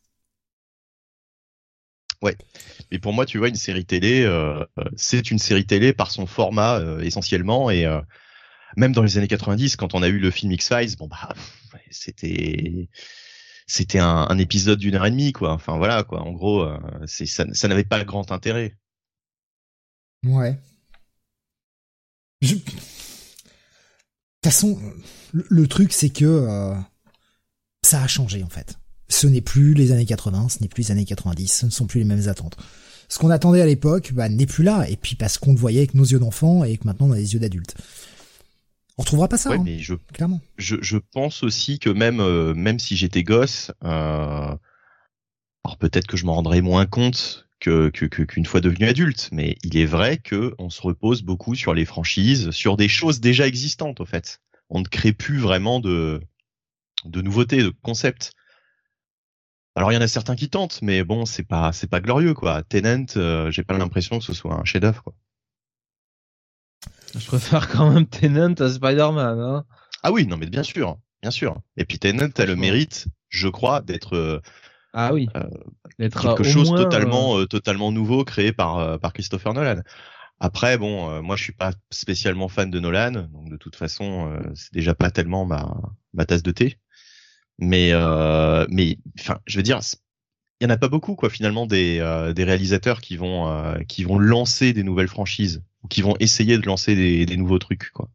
Ouais, mais pour moi, tu vois, une série télé, euh, c'est une série télé par son format euh, essentiellement, et euh, même dans les années quatre-vingt-dix, quand on a eu le film X-Files, bon bah, c'était c'était un, un épisode d'une heure et demie, quoi. Enfin voilà, quoi. En gros, euh, c'est ça, ça n'avait pas grand intérêt. Ouais. Je... De toute façon, le, le truc, c'est que euh, ça a changé en fait. Ce n'est plus les années quatre-vingts, ce n'est plus les années quatre-vingt-dix, ce ne sont plus les mêmes attentes. Ce qu'on attendait à l'époque, bah, n'est plus là, et puis parce qu'on le voyait avec nos yeux d'enfant et que maintenant on a les yeux d'adultes. On retrouvera pas ça, ouais, hein, mais je, clairement. Je, je pense aussi que même, euh, même si j'étais gosse, euh, alors peut-être que je m'en rendrais moins compte que, que, que qu'une fois devenu adulte, mais il est vrai que on se repose beaucoup sur les franchises, sur des choses déjà existantes, au fait. On ne crée plus vraiment de, de nouveautés, de concepts. Alors il y en a certains qui tentent, mais bon, c'est pas, c'est pas glorieux, quoi. Tenet, euh, j'ai pas l'impression que ce soit un chef-d'œuvre, quoi. Je préfère quand même Tenet à Spider-Man, hein. Ah oui, non, mais bien sûr, bien sûr. Et puis Tenet a le mérite, je crois, d'être euh, ah oui, euh, d'être quelque au chose moins, totalement, euh... euh, totalement nouveau créé par euh, par Christopher Nolan. Après, bon, euh, moi je suis pas spécialement fan de Nolan, donc de toute façon, euh, c'est déjà pas tellement ma ma tasse de thé. Mais euh, mais enfin, je veux dire, il y en a pas beaucoup, quoi, finalement, des euh, des réalisateurs qui vont euh, qui vont lancer des nouvelles franchises ou qui vont essayer de lancer des des nouveaux trucs, quoi.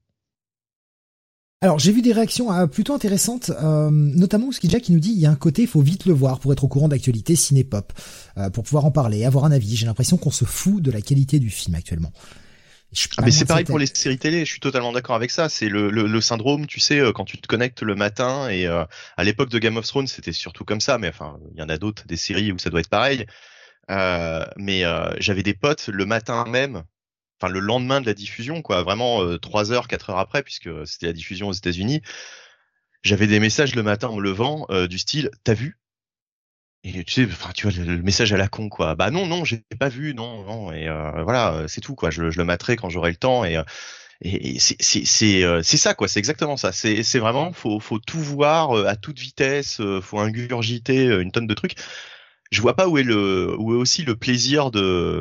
Alors j'ai vu des réactions euh, plutôt intéressantes, euh, notamment Skidja qui nous dit il y a un côté, il faut vite le voir pour être au courant d'actualité ciné-pop, euh, pour pouvoir en parler, avoir un avis. J'ai l'impression qu'on se fout de la qualité du film actuellement. Ah mais c'est pareil pour les séries télé, je suis totalement d'accord avec ça. C'est le, le, le syndrome, tu sais, quand tu te connectes le matin, et euh, à l'époque de Game of Thrones, c'était surtout comme ça, mais enfin, il y en a d'autres, des séries où ça doit être pareil. Euh, mais euh, j'avais des potes le matin même, enfin le lendemain de la diffusion, quoi, vraiment euh, trois heures, quatre heures après, puisque c'était la diffusion aux États-Unis. J'avais des messages le matin en me levant euh, du style, t'as vu? Et tu sais, enfin, tu vois, le, le message à la con, quoi. Bah non, non, j'ai pas vu, non, non. Et euh, voilà, c'est tout, quoi. Je, je le materai quand j'aurai le temps. Et, et, et c'est, c'est, c'est, euh, c'est ça, quoi. C'est exactement ça. C'est, c'est vraiment, faut, faut tout voir euh, à toute vitesse. Euh, faut ingurgiter euh, une tonne de trucs. Je vois pas où est le, où est aussi le plaisir de,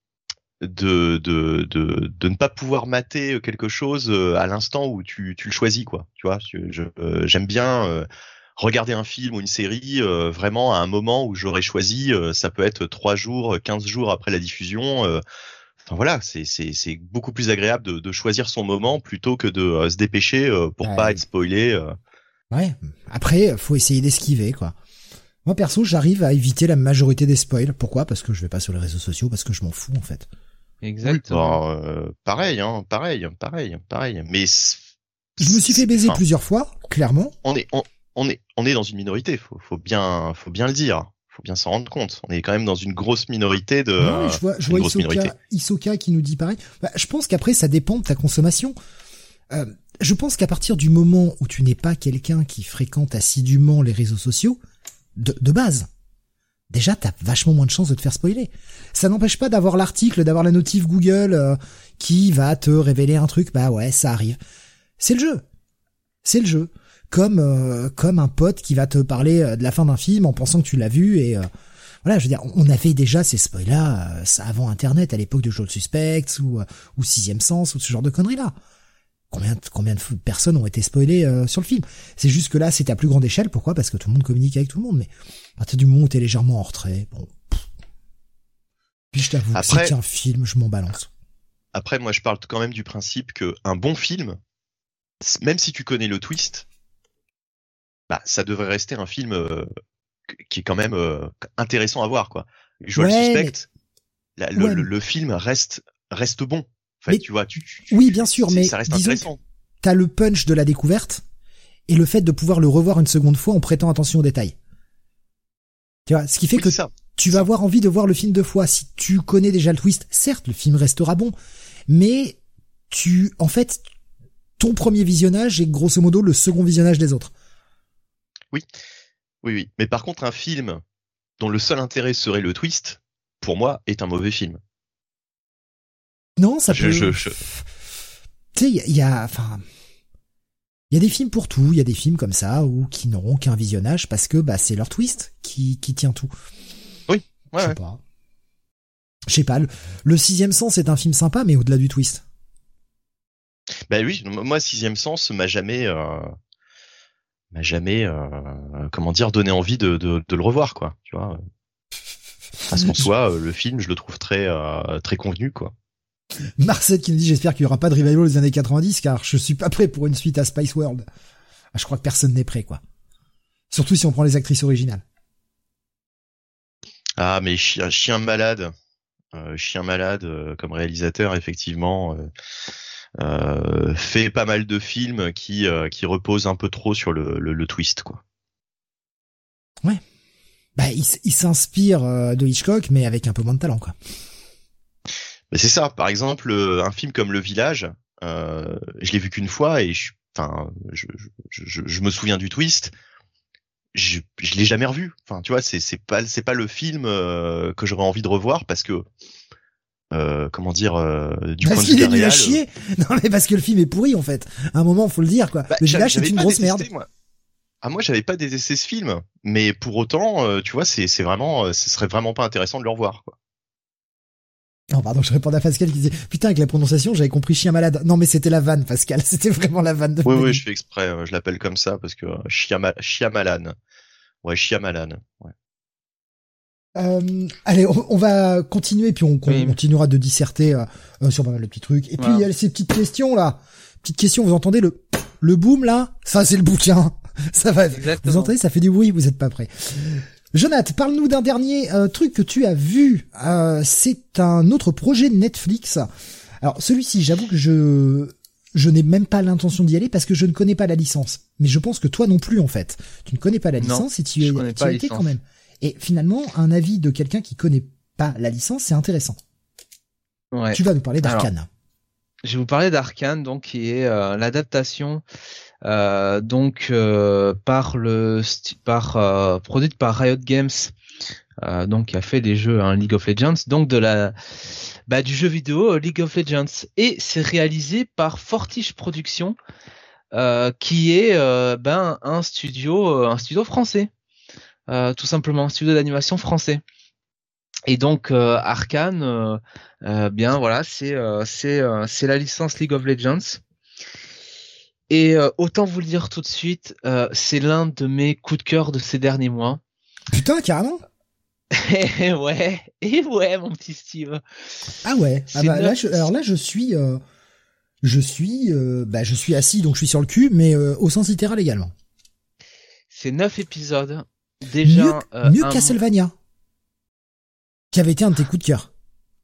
de, de, de, de ne pas pouvoir mater quelque chose à l'instant où tu, tu le choisis, quoi. Tu vois, je, je euh, j'aime bien. Euh, regarder un film ou une série euh, vraiment à un moment où j'aurais choisi, euh, ça peut être trois jours, quinze jours après la diffusion. Euh, enfin voilà, c'est c'est c'est beaucoup plus agréable de, de choisir son moment plutôt que de euh, se dépêcher euh, pour ouais. pas être spoilé. Euh. Ouais. Après, faut essayer d'esquiver, quoi. Moi perso, j'arrive à éviter la majorité des spoils. Pourquoi ? Parce que je vais pas sur les réseaux sociaux, parce que je m'en fous en fait. Exactement. Oui, bah, euh, pareil, hein, pareil, pareil, pareil. Mais je me suis fait baiser enfin, plusieurs fois, clairement. On est on, On est, on est dans une minorité, faut, faut bien, faut bien le dire, faut bien s'en rendre compte. On est quand même dans une grosse minorité de. Ouais, je vois, je vois Isoka, Isoka qui nous dit pareil. Bah, je pense qu'après ça dépend de ta consommation. Euh, je pense qu'à partir du moment où tu n'es pas quelqu'un qui fréquente assidûment les réseaux sociaux, de, de base, déjà t'as vachement moins de chances de te faire spoiler. Ça n'empêche pas d'avoir l'article, d'avoir la notif Google euh, qui va te révéler un truc. Bah ouais, ça arrive. C'est le jeu. C'est le jeu. Comme euh, comme un pote qui va te parler de la fin d'un film en pensant que tu l'as vu et euh, voilà, je veux dire, on avait déjà ces spoils-là euh, avant Internet, à l'époque de Joe le Suspect ou euh, ou Sixième Sens ou ce genre de conneries-là. Combien de, combien de personnes ont été spoilées euh, sur le film ? C'est juste que là, c'est à plus grande échelle. Pourquoi ? Parce que tout le monde communique avec tout le monde. Mais à partir du moment où t'es légèrement en retrait, bon. Puis je t'avoue, après, c'est un film, je m'en balance. Après, moi, je parle quand même du principe que un bon film, même si tu connais le twist, bah, ça devrait rester un film euh, qui est quand même euh, intéressant à voir, quoi. Je vois ouais, le suspect, mais... la, le, ouais. le, le film reste reste bon. En fait, mais... tu vois, tu, tu, oui, bien sûr, mais ça reste disons intéressant. T'as le punch de la découverte et le fait de pouvoir le revoir une seconde fois en prêtant attention aux détails. Tu vois, ce qui fait oui, que ça. tu vas avoir envie de voir le film deux fois. Si tu connais déjà le twist, certes, le film restera bon, mais tu, en fait, ton premier visionnage et grosso modo le second visionnage des autres. Oui, oui, oui. Mais par contre, un film dont le seul intérêt serait le twist, pour moi, est un mauvais film. Non, ça je, peut... Je, je... Tu sais, il y, y a... Enfin... Il y a des films pour tout, il y a des films comme ça ou qui n'auront qu'un visionnage parce que bah c'est leur twist qui qui tient tout. Oui, ouais. Je sais ouais. pas. Je sais pas. Le, le Sixième Sens est un film sympa, mais au-delà du twist. Bah oui, moi Sixième Sens m'a jamais, euh, m'a jamais, euh, comment dire, donné envie de, de de le revoir quoi. Tu vois. Parce qu'en soi, le film, je le trouve très euh, très convenu quoi. Marcel qui nous dit j'espère qu'il y aura pas de revival des années quatre-vingt-dix car je suis pas prêt pour une suite à Spice World. Ah, je crois que personne n'est prêt quoi. Surtout si on prend les actrices originales. Ah mais chien, chien malade, euh, chien malade euh, comme réalisateur effectivement euh, euh, fait pas mal de films qui euh, qui reposent un peu trop sur le le, le twist quoi. Ouais. Bah il, il s'inspire de Hitchcock mais avec un peu moins de talent quoi. Mais c'est ça. Par exemple, un film comme Le Village, euh, je l'ai vu qu'une fois et je, enfin, je, je, je, je me souviens du twist. Je, je l'ai jamais revu. Enfin, tu vois, c'est c'est pas c'est pas le film euh, que j'aurais envie de revoir parce que euh, comment dire euh, du parce point de vue qu'il est nul réel. à chier. Non mais parce que le film est pourri en fait. À un moment, faut le dire quoi. Bah, Le Village c'est une grosse détesté, merde. Moi. Ah moi, j'avais pas détesté ce film, mais pour autant, euh, tu vois, c'est c'est vraiment, ce serait vraiment pas intéressant de le revoir quoi. Non, pardon, je réponds à Pascal qui disait putain avec la prononciation j'avais compris chien malade. Non mais c'était la vanne Pascal, c'était vraiment la vanne de. Oui oui, je fais exprès, je l'appelle comme ça parce que Chiama- Chiamalan. Ouais, Chiamalan. Ouais. Euh, allez, on, on va continuer puis on, on oui. continuera de disserter euh, sur pas mal de petits trucs. Et puis il voilà. y a ces petites questions là, petites questions. Vous entendez le le boom là? Ça c'est le bouquin. Ça va. Exactement. Vous entendez? Ça fait du bruit. Vous êtes pas prêts. Jonathan, parle-nous d'un dernier euh, truc que tu as vu. Euh, c'est un autre projet de Netflix. Alors celui-ci, j'avoue que je je n'ai même pas l'intention d'y aller parce que je ne connais pas la licence. Mais je pense que toi non plus en fait. Tu ne connais pas la licence non, et tu y as été quand même. Et finalement, un avis de quelqu'un qui connaît pas la licence, c'est intéressant. Ouais. Tu vas nous parler d'Arcane. Je vais vous parler d'Arcane, donc qui est euh, l'adaptation. Euh, donc euh, par le par euh, produite par Riot Games, euh, donc qui a fait des jeux hein, League of Legends, donc de la bah, du jeu vidéo League of Legends, et c'est réalisé par Fortiche Productions, euh, qui est euh, ben un studio un studio français, euh, tout simplement un studio d'animation français. Et donc euh, Arcane, euh, euh, bien voilà, c'est euh, c'est euh, c'est la licence League of Legends. Et euh, autant vous le dire tout de suite, euh, c'est l'un de mes coups de cœur de ces derniers mois. Putain, carrément. Et ouais, et ouais, mon petit Steve. Ah ouais. Ah bah, là, je, alors là, je suis, euh, je suis, euh, bah, je suis assis, donc je suis sur le cul, mais euh, au sens littéral également. C'est neuf épisodes. Déjà. Mieux, euh, mieux un... Castlevania, qui avait été un de tes coups de cœur.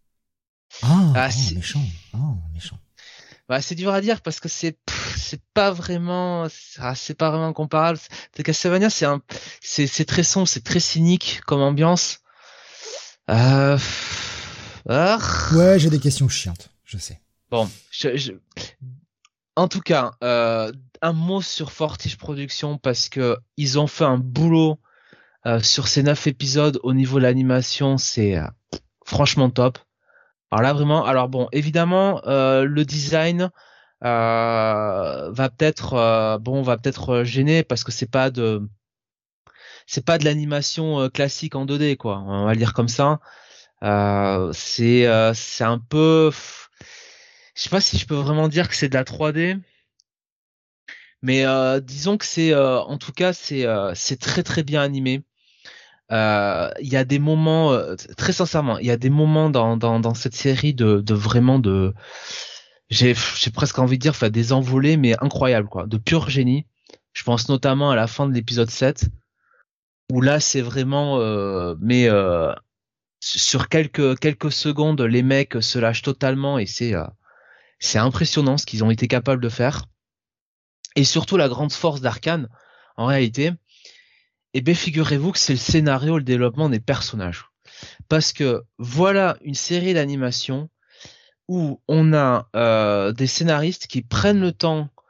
Ah, ah oh, méchant, oh, méchant. Bah, c'est dur à dire parce que c'est pff, c'est pas vraiment c'est, c'est pas vraiment comparable. C'est Castlevania, c'est un c'est c'est très sombre, c'est très cynique comme ambiance. Euh... Ah. Ouais, j'ai des questions chiantes, je sais. Bon, je, je... en tout cas, euh, un mot sur Fortiche Productions parce que ils ont fait un boulot euh, sur ces neuf épisodes au niveau de l'animation, c'est euh, franchement top. Alors là vraiment, alors bon, évidemment euh, le design euh, va peut-être euh, bon va peut-être gêner parce que c'est pas de c'est pas de l'animation euh, classique en deux D quoi, on va le dire comme ça. Euh, c'est euh, c'est un peu, je sais pas si je peux vraiment dire que c'est de la trois D, mais euh, disons que c'est euh, en tout cas c'est euh, c'est très très bien animé. Il euh, y a des moments, euh, très sincèrement, il y a des moments dans dans dans cette série de de vraiment de, j'ai j'ai presque envie de dire, enfin des envolées mais incroyables quoi, de pur génie. Je pense notamment à la fin de l'épisode sept où là c'est vraiment, euh, mais euh, sur quelques quelques secondes les mecs se lâchent totalement et c'est euh, c'est impressionnant ce qu'ils ont été capables de faire. Et surtout la grande force d'Arcane, en réalité. Eh bien, figurez-vous que c'est le scénario, le développement des personnages. Parce que voilà une série d'animation où on a euh, des scénaristes qui prennent le temps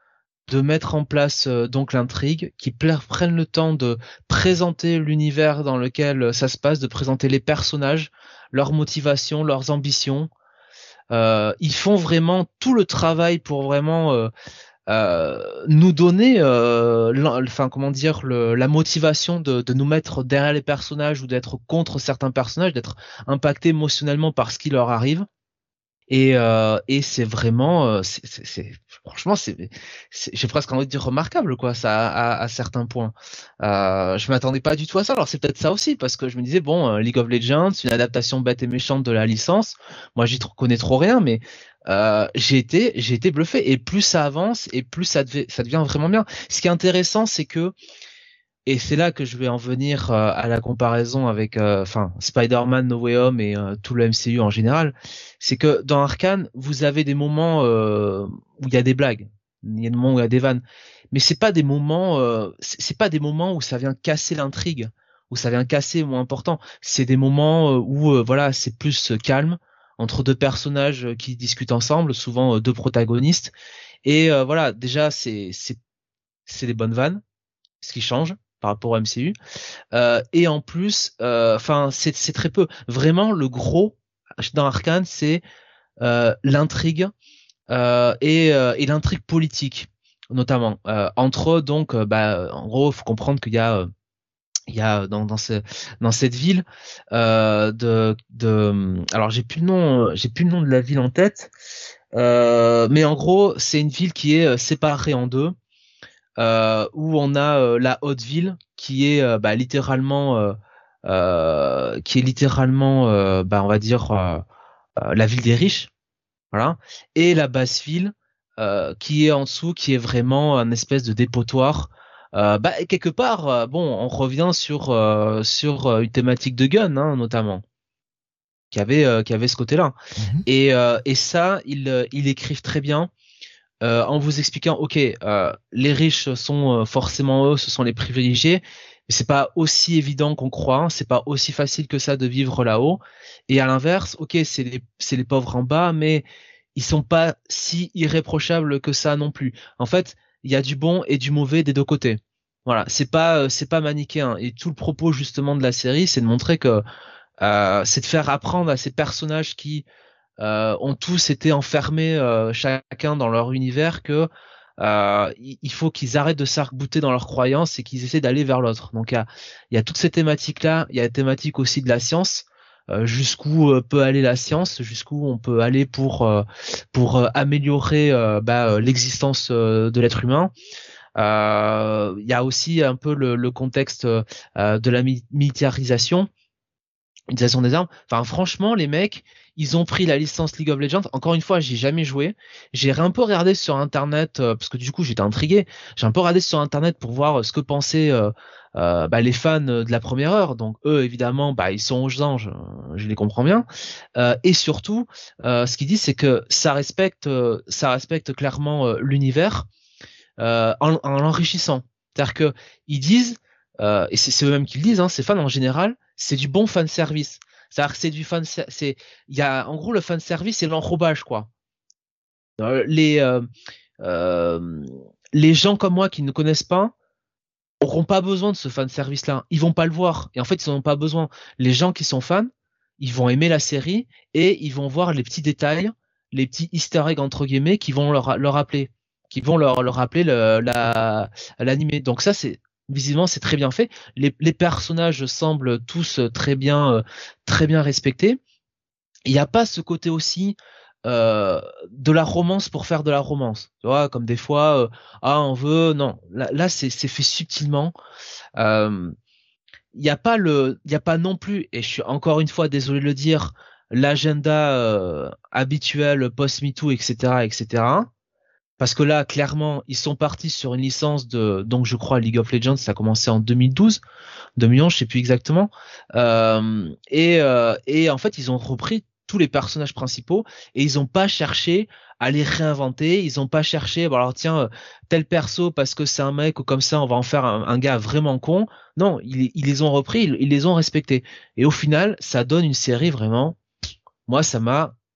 de mettre en place euh, donc l'intrigue, qui pla- prennent le temps de présenter l'univers dans lequel euh, ça se passe, de présenter les personnages, leurs motivations, leurs ambitions. Euh, ils font vraiment tout le travail pour vraiment euh, euh, nous donner, euh, enfin comment dire, le, la motivation de, de nous mettre derrière les personnages ou d'être contre certains personnages, d'être impacté émotionnellement par ce qui leur arrive. Et, euh, et c'est vraiment, euh, c'est, c'est, c'est, franchement, c'est, c'est, j'ai presque envie de dire remarquable, quoi, ça, à, à certains points. Euh, je m'attendais pas du tout à ça. Alors c'est peut-être ça aussi, parce que je me disais, bon, euh, League of Legends, une adaptation bête et méchante de la licence. Moi, j'y tr- connais trop rien, mais euh, j'ai été, j'ai été bluffé. Et plus ça avance, et plus ça, devait, ça devient vraiment bien. Ce qui est intéressant, c'est que et c'est là que je vais en venir euh, à la comparaison avec euh, enfin Spider-Man No Way Home et euh, tout le M C U en général, c'est que dans Arcane, vous avez des moments euh, où il y a des blagues, il y a des moments où il y a des vannes, mais c'est pas des moments euh, c'est c'est pas des moments où ça vient casser l'intrigue, où ça vient casser moins important, c'est des moments euh, où euh, voilà, c'est plus euh, calme entre deux personnages euh, qui discutent ensemble, souvent euh, deux protagonistes et euh, voilà, déjà c'est c'est c'est des bonnes vannes, ce qui change par rapport au M C U. Euh, et en plus, enfin, euh, c'est, c'est très peu. Vraiment, le gros dans Arcane, c'est euh, l'intrigue euh, et, euh, et l'intrigue politique, notamment euh, entre donc, euh, bah, en gros, faut comprendre qu'il y a, euh, il y a dans dans ce dans cette ville euh, de de, alors j'ai plus le nom, j'ai plus le nom de la ville en tête, euh, mais en gros, c'est une ville qui est euh, séparée en deux. Euh, où on a euh, la haute ville qui est euh, bah, littéralement euh, euh, qui est littéralement euh, bah, on va dire euh, euh, la ville des riches, voilà, et la basse ville euh, qui est en dessous, qui est vraiment un espèce de dépotoir. Euh, bah, quelque part, euh, bon, on revient sur euh, sur euh, une thématique de gun, hein, notamment, qui avait euh, qui avait ce côté-là. Mhm. Et euh, et ça, ils euh, ils écrivent très bien. Euh, en vous expliquant, ok, euh, les riches sont euh, forcément eux, ce sont les privilégiés, mais c'est pas aussi évident qu'on croit, hein, c'est pas aussi facile que ça de vivre là-haut. Et à l'inverse, ok, c'est les c'est les pauvres en bas, mais ils sont pas si irréprochables que ça non plus. En fait, il y a du bon et du mauvais des deux côtés. Voilà, c'est pas euh, c'est pas manichéen. Et tout le propos justement de la série, c'est de montrer que euh, c'est de faire apprendre à ces personnages qui euh, ont tous été enfermés euh, chacun dans leur univers que euh, il faut qu'ils arrêtent de s'arc-bouter dans leurs croyances et qu'ils essaient d'aller vers l'autre. Donc il y a, il y a toutes ces thématiques-là, il y a la thématique aussi de la science, euh, jusqu'où euh, peut aller la science, jusqu'où on peut aller pour euh, pour euh, améliorer euh, bah, euh, l'existence euh, de l'être humain. Euh, Il y a aussi un peu le, le contexte euh, de la mi- militarisation utilisation des armes. Enfin, franchement, les mecs, ils ont pris la licence League of Legends. Encore une fois, j'ai jamais joué. J'ai un peu regardé sur Internet, euh, parce que du coup, j'étais intrigué. J'ai un peu regardé sur Internet pour voir euh, ce que pensaient euh, euh, bah, les fans de la première heure. Donc, eux, évidemment, bah, ils sont aux anges. euh, Je les comprends bien. Euh, et surtout, euh, ce qu'ils disent, c'est que ça respecte, euh, ça respecte clairement euh, l'univers euh, en, en l'enrichissant. C'est-à-dire que ils disent, euh, et c'est eux-mêmes qui le disent, hein, ces fans en général, c'est du bon fan service. C'est-à-dire que c'est du fan, c'est, il y a, en gros, le fan service, c'est l'enrobage, quoi. Euh, les, euh, euh, les gens comme moi qui ne connaissent pas auront pas besoin de ce fan service-là. Ils vont pas le voir. Et en fait, ils en ont pas besoin. Les gens qui sont fans, ils vont aimer la série et ils vont voir les petits détails, les petits easter eggs, entre guillemets, qui vont leur, leur rappeler, qui vont leur, leur rappeler le, la, l'animé. Donc ça, c'est, visiblement, c'est très bien fait. Les, les personnages semblent tous très bien, euh, très bien respectés. Il n'y a pas ce côté aussi euh, de la romance pour faire de la romance. Tu vois, comme des fois, euh, ah, on veut, non. Là, là c'est, c'est fait subtilement. Euh, Il n'y a pas le, il y a pas non plus, et je suis encore une fois désolé de le dire, l'agenda euh, habituel post-MeToo, et cetera, et cetera. Parce que là, clairement, ils sont partis sur une licence de, donc je crois League of Legends, ça a commencé en deux mille douze, deux mille onze, je sais plus exactement. Euh, et, euh, et en fait, ils ont repris tous les personnages principaux et ils ont pas cherché à les réinventer. Ils ont pas cherché, bon alors tiens, euh, tel perso parce que c'est un mec ou comme ça, on va en faire un, un gars vraiment con. Non, ils, ils les ont repris, ils, ils les ont respectés. Et au final, ça donne une série vraiment. Moi, ça m'a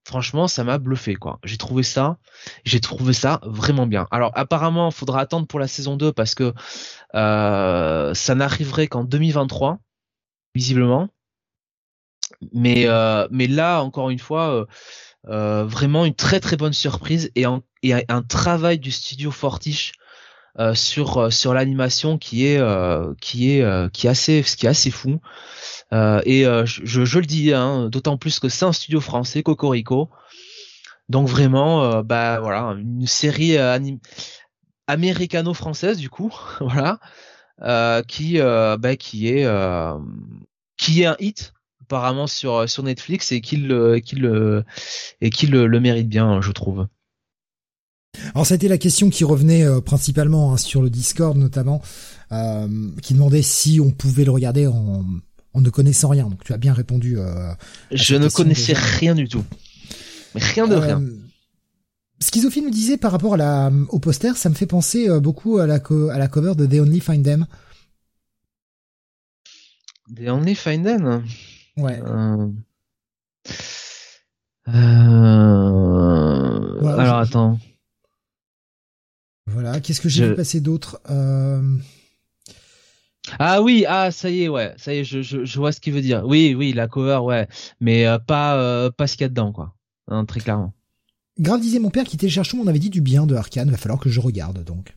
franchement, ça m'a bluffé, quoi. J'ai trouvé ça, j'ai trouvé ça vraiment bien. Alors, apparemment, il faudra attendre pour la saison deux parce que euh, ça n'arriverait qu'en deux mille vingt-trois, visiblement. Mais euh, mais là, encore une fois, euh, euh, vraiment une très très bonne surprise et un, et un travail du studio Fortiche euh, sur sur l'animation qui est euh, qui est euh, qui est assez qui est assez fou. Euh, et euh, je, je le dis, hein, d'autant plus que c'est un studio français, Cocorico. Donc vraiment, euh, bah voilà, une série euh, anim- américano-française du coup, voilà, euh, qui euh, bah, qui est euh, qui est un hit apparemment sur sur Netflix et qui le qui le et qui le, le mérite bien, je trouve. Alors ça a été la question qui revenait euh, principalement hein, sur le Discord notamment, euh, qui demandait si on pouvait le regarder en, en ne connaissant rien. Donc tu as bien répondu. Euh, je ne connaissais déjà. rien du tout, mais rien de euh, rien. Schizophile me disait par rapport à la au poster, ça me fait penser euh, beaucoup à la co- à la cover de They Only Find Them. They Only Find Them. Ouais. Euh... Euh... Ouais, Alors je... attends. Voilà, qu'est-ce que j'ai je... vu passer d'autre euh... Ah oui, ah ça y est, ouais, ça y est, je, je, je vois ce qu'il veut dire. Oui, oui, la cover, ouais, mais euh, pas euh, pas ce qu'il y a dedans, quoi, hein, très clairement. Grave disait mon père qui télécharge, on avait dit du bien de Arcane, va falloir que je regarde donc.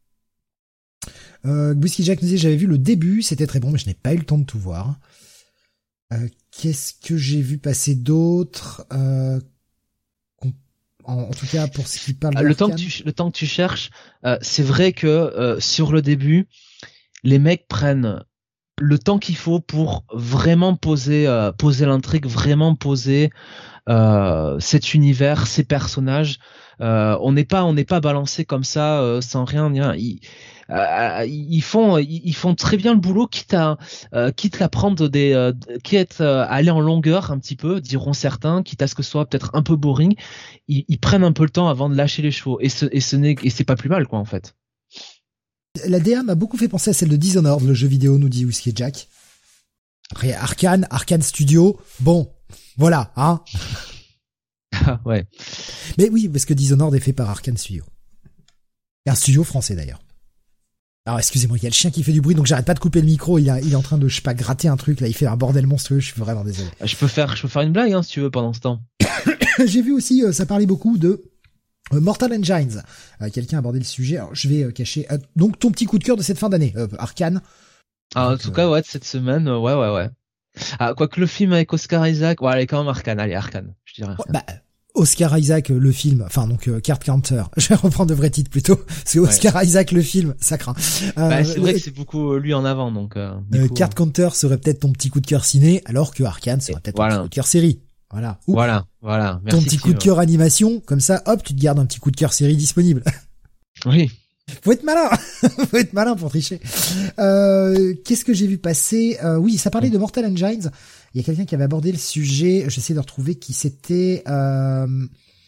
Euh, Whisky Jack nous disait j'avais vu le début, c'était très bon, mais je n'ai pas eu le temps de tout voir. Euh, qu'est-ce que j'ai vu passer d'autre euh, en, en tout cas pour ce qui parle de le temps que tu le temps que tu cherches, euh, c'est vrai que euh, sur le début, les mecs prennent le temps qu'il faut pour vraiment poser euh, poser l'intrigue, vraiment poser euh, cet univers, ces personnages. Euh, on n'est pas on n'est pas balancé comme ça euh, sans rien rien. Ils, euh, ils font ils font très bien le boulot, quitte à euh, quitte à prendre des euh, quitte à aller en longueur un petit peu, diront certains, quitte à ce que ce soit peut-être un peu boring. Ils, ils prennent un peu le temps avant de lâcher les chevaux et ce et ce n'est et c'est pas plus mal quoi en fait. La D A m'a beaucoup fait penser à celle de Dishonored, le jeu vidéo, nous dit Whiskey Jack. Après Arcane, Arcane Studio, bon, voilà, hein. Ouais. Mais oui, parce que Dishonored est fait par Arcane Studio. Et un studio français d'ailleurs. Alors excusez-moi, il y a le chien qui fait du bruit, donc j'arrête pas de couper le micro. Il, a, il est en train de, je sais pas, gratter un truc là. Il fait un bordel monstrueux. Je suis vraiment désolé. Je peux faire, je peux faire une blague hein, si tu veux pendant ce temps. J'ai vu aussi, euh, ça parlait beaucoup de euh, Mortal Engines. Euh, quelqu'un a abordé le sujet. Alors je vais euh, cacher. Euh, donc ton petit coup de cœur de cette fin d'année, euh, Arcane. Ah, donc, en tout euh... cas, ouais, de cette semaine, euh, ouais, ouais, ouais. Ah, quoique le film avec Oscar Isaac, ouais, allez quand même Arcane, allez Arcane, je dirais. Arcane. Bah, Oscar Isaac le film, enfin donc euh, Card Counter. Je vais reprendre de vrais titres plutôt. C'est Oscar ouais. Isaac le film, ça craint. Euh, bah, c'est vrai euh, que c'est beaucoup lui en avant donc. Euh, euh, coup, Card euh... Counter serait peut-être ton petit coup de cœur ciné, alors que Arcane serait peut-être voilà. ton petit coup de cœur série. Voilà. Ou voilà, voilà. Merci ton petit coup de cœur animation, comme ça, hop, tu te gardes un petit coup de cœur série disponible. Oui. Faut être malin, faut être malin pour tricher. Euh, qu'est-ce que j'ai vu passer euh, Oui, ça parlait de Mortal Engines. Il y a quelqu'un qui avait abordé le sujet. J'essaie de retrouver qui c'était. Euh...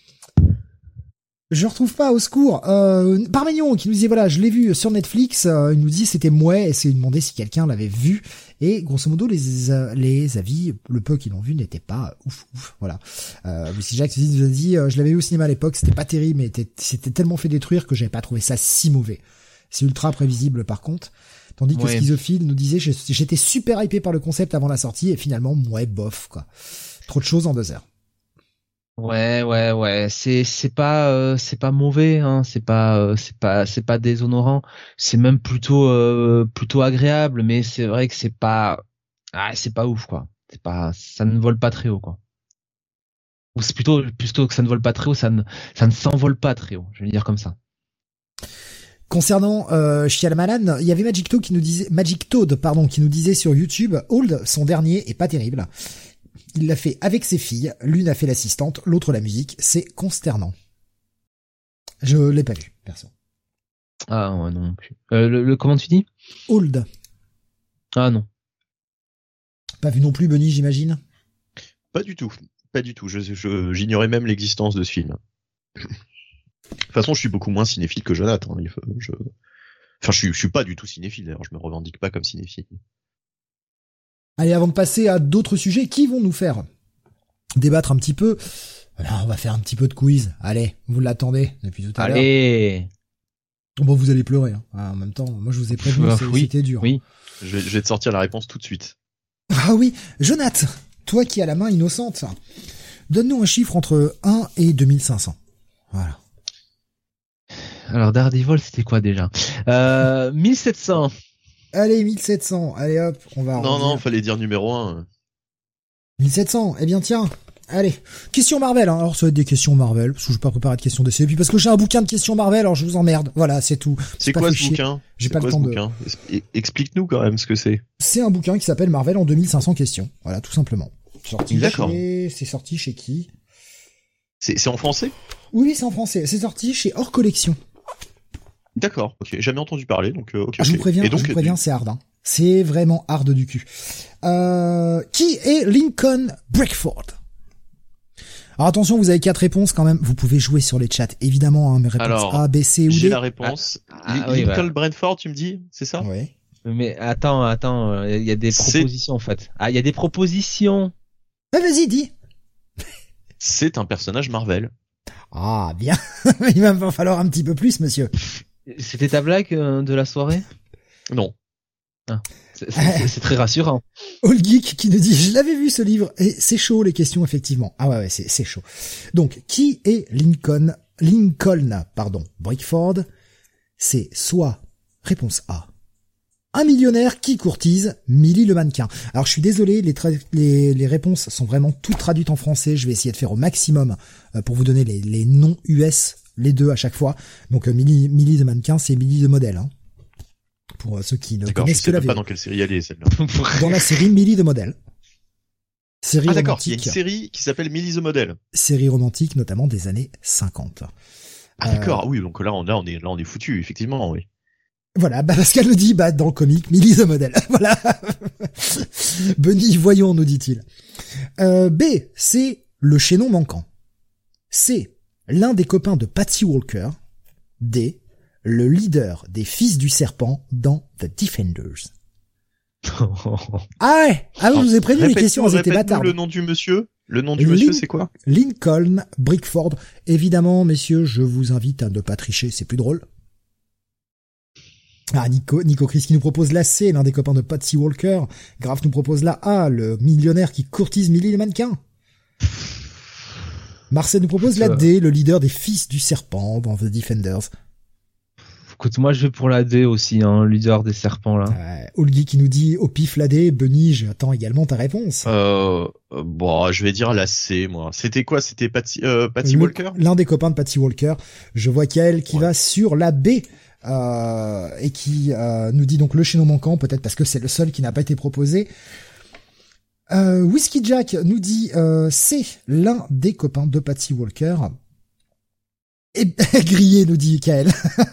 Je retrouve pas, au secours. Euh, Parmenion qui nous disait voilà, je l'ai vu sur Netflix. Euh, il nous dit c'était mouais et c'est demandé si quelqu'un l'avait vu. Et grosso modo les euh, les avis, le peu qui l'ont vu n'étaient pas ouf ouf. Voilà. Euh, Lucy Jack nous a dit euh, je l'avais vu au cinéma à l'époque, c'était pas terrible, mais c'était tellement fait détruire que j'avais pas trouvé ça si mauvais. C'est ultra prévisible par contre. Tandis que ouais. Schizophile nous disait j'étais super hypé par le concept avant la sortie et finalement ouais bof quoi. Trop de choses en deux heures. Ouais, ouais, ouais. C'est c'est pas euh, c'est pas mauvais, hein. C'est pas euh, c'est pas c'est pas déshonorant. C'est même plutôt euh, plutôt agréable, mais c'est vrai que c'est pas ah c'est pas ouf quoi. C'est pas ça ne vole pas très haut quoi. Ou c'est plutôt plutôt que ça ne vole pas très haut, ça ne ça ne s'envole pas très haut. Je vais dire comme ça. Concernant euh, Shyamalan, il y avait Magic Toad qui nous disait Magic Toad pardon qui nous disait sur YouTube Old, son dernier est pas terrible. Il l'a fait avec ses filles, l'une a fait l'assistante, l'autre la musique, c'est consternant. Je l'ai pas vu, perso. Ah ouais, non plus. Euh, le, le comment tu dis? Old. Ah non. Pas vu non plus, Benny, j'imagine? Pas du tout, pas du tout. Je, je, j'ignorais même l'existence de ce film. De toute façon, je suis beaucoup moins cinéphile que Jonathan. Hein. Je... Enfin, je suis, je suis pas du tout cinéphile, d'ailleurs. Je me revendique pas comme cinéphile. Allez, avant de passer à d'autres sujets qui vont nous faire débattre un petit peu, Alors, on va faire un petit peu de quiz. Allez, vous l'attendez depuis tout à l'heure. Allez. Bon, vous allez pleurer. Hein. Ah, en même temps, moi je vous ai prévenu, Euh, c'est- oui, c'était dur. Oui. Je vais, je vais te sortir la réponse tout de suite. Ah oui, Jonathan, toi qui as la main innocente, donne-nous un chiffre entre un et deux mille cinq cents. Voilà. Alors Daredevil, c'était quoi déjà? Euh, mille sept cents. Allez, mille sept cents. Allez hop, on va Non, arrondir. non, fallait dire numéro un. mille sept cents. Eh bien tiens. Allez, question Marvel. Hein. Alors ça va être des questions Marvel, parce que je vais pas préparer de questions D C. Et puis parce que j'ai un bouquin de questions Marvel, alors je vous emmerde. Voilà, c'est tout. C'est pas quoi fait ce chier. bouquin? J'ai C'est pas quoi le ce temps de- bouquin Es- Explique-nous quand même ce que c'est. C'est un bouquin qui s'appelle Marvel en deux mille cinq cents questions. Voilà, tout simplement. Sorti D'accord. chez... C'est sorti chez qui? C'est c'est en français? Oui, oui, c'est en français. C'est sorti chez Hors Collection. D'accord, ok. Jamais entendu parler, donc euh, ok. Ah, je vous ok. préviens, Et donc, je vous préviens, c'est hard. Hein. C'est vraiment hard du cul. Euh, qui est Lincoln Brickford? Alors attention, vous avez quatre réponses quand même. Vous pouvez jouer sur les chats, évidemment. Hein, mes réponses Alors, A, B, C ou j'ai D. la réponse. Ah, Li- oui, Lincoln voilà. Brentford, tu me dis, c'est ça? Oui. Mais attends, attends, il y a des C'est- propositions en fait. Ah, il y a des propositions. Ah, vas-y, dis. C'est un personnage Marvel. Ah, bien. Il va me falloir un petit peu plus, monsieur. C'était ta blague euh, de la soirée? Non. C'est- C'est c'est très rassurant. All Geek qui nous dit, je l'avais vu ce livre, et c'est chaud les questions, effectivement. Ah ouais, ouais, c'est, c'est chaud. Donc, qui est Lincoln, Lincoln, pardon, Brickford? C'est soit, réponse A, un millionnaire qui courtise Millie le mannequin. Alors, je suis désolé, les, tra- les, les réponses sont vraiment toutes traduites en français. Je vais essayer de faire au maximum euh, pour vous donner les, les noms U S, les deux à chaque fois. Donc, euh, Millie, Millie de mannequin, c'est Millie de modèle, hein. Pour euh, ceux qui ne D'accord, je connaissent que sais la même pas V O. dans quelle série elle est, celle-là. Dans la série Millie de modèle. Série Ah d'accord, il y a une romantique, série qui s'appelle Millie the Model. série romantique notamment des années cinquante. Ah Euh, d'accord, ah oui, donc là on, là on est là on est foutu, effectivement, oui. Voilà, bah Pascal le dit, bah dans le comic, Millie the Model. Voilà. Bunny, voyons, nous dit-il. Euh, B, c'est le chaînon manquant. C, l'un des copains de Patty Walker. D, le leader des Fils du Serpent dans The Defenders. Ah ouais, ah oui, je vous ai prévenu, les Répète-nous- questions, elles étaient répète-nous bâtardes. le nom du monsieur. Le nom du Lin- monsieur, c'est quoi? Lincoln Brickford. Évidemment, messieurs, je vous invite à ne pas tricher, c'est plus drôle. Ah, Nico, Nico Chris qui nous propose la C, l'un des copains de Patsy Walker. Graf nous propose la A, le millionnaire qui courtise Millie les mannequins. Marcel nous propose la D, le leader des Fils du Serpent dans The Defenders. Écoute, moi je vais pour la D aussi, hein, leader des serpents là. Euh, Olgi qui nous dit au pif la D. Bunny, j'attends également ta réponse. Euh, euh, bon, je vais dire la C, moi. C'était quoi? C'était Patty, euh, Patty Le- Walker? L'un des copains de Patty Walker. Je vois Kael qui Ouais. va sur la B euh, et qui euh, nous dit donc le chaînon manquant, peut-être parce que c'est le seul qui n'a pas été proposé. Euh, Whiskey Jack nous dit euh, c'est l'un des copains de Patty Walker. Et grillé, nous dit Kael.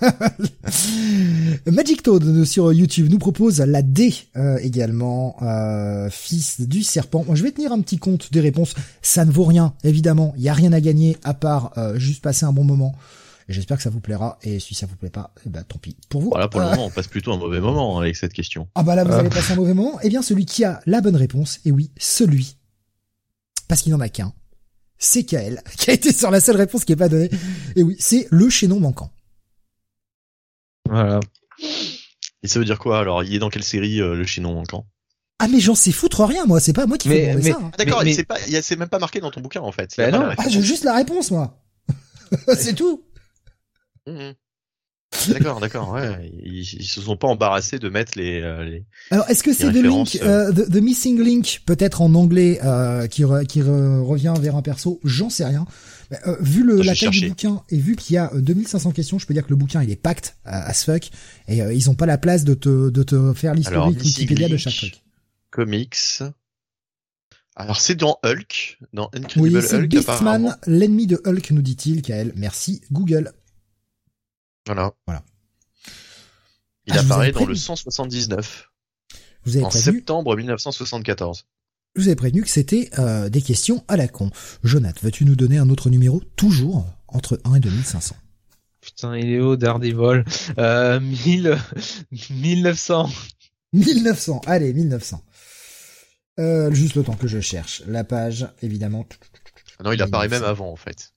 Magic Toad nous, sur YouTube nous propose la D euh, également, euh, fils du serpent. Moi, je vais tenir un petit compte des réponses. Ça ne vaut rien, évidemment. Il y a rien à gagner à part euh, juste passer un bon moment. Et j'espère que ça vous plaira. Et si ça vous plaît pas, eh ben, tant pis pour vous. Voilà, pour le Euh, moment, on passe plutôt un mauvais moment avec cette question. Ah bah là, vous Ah. allez passer un mauvais moment. Eh bien, celui qui a la bonne réponse, et oui, celui, parce qu'il n'en a qu'un, c'est Kael, qui a été sur la seule réponse qui est pas donnée. Et oui, c'est le chaînon manquant. Voilà. Et ça veut dire quoi alors? Il est dans quelle série, euh, le chaînon manquant? Ah mais j'en sais foutre rien, moi. C'est pas moi qui Mais- fais demander mais- ça. hein. Ah, d'accord, Mais- et c'est pas, il y a- c'est même pas marqué dans ton bouquin en fait. Il y a Bah pas non. la Ah, référence. j'ai juste la réponse, moi. C'est tout. Mhm. D'accord, d'accord, ouais. Ils, ils se sont pas embarrassés de mettre les, euh, les... Alors, est-ce que c'est The références, Link, euh, the, the Missing Link, peut-être en anglais, euh, qui, re- qui re- revient vers un perso? J'en sais rien. Mais, euh, vu le, Je la vais taille du chercher. bouquin et vu qu'il y a euh, deux mille cinq cents questions, je peux dire que le bouquin il est packed à as fuck et euh, ils ont pas la place de te de te faire Alors, l'historique Missing Wikipédia de Link, chaque truc. comics. Alors c'est dans Hulk, dans Oui, Incredible c'est Hulk apparemment. Beastman, l'ennemi de Hulk, nous dit-il, Kael. Merci Google. Voilà. Voilà. Il Ah, je vous apparaît avais dans le prévenu. cent soixante-dix-neuf, Vous avez en prévenu, septembre mille neuf cent soixante-quatorze. je vous avez prévenu que c'était euh, des questions à la con. Jonath, veux-tu nous donner un autre numéro, toujours entre un et deux mille cinq cents? Putain, il est haut, Daredevil. Euh, mille, mille neuf cents. mille neuf cents, allez, mille neuf cents. Euh, juste le temps que je cherche. La page, évidemment. Non, il apparaît mille neuf cents. même avant, en fait.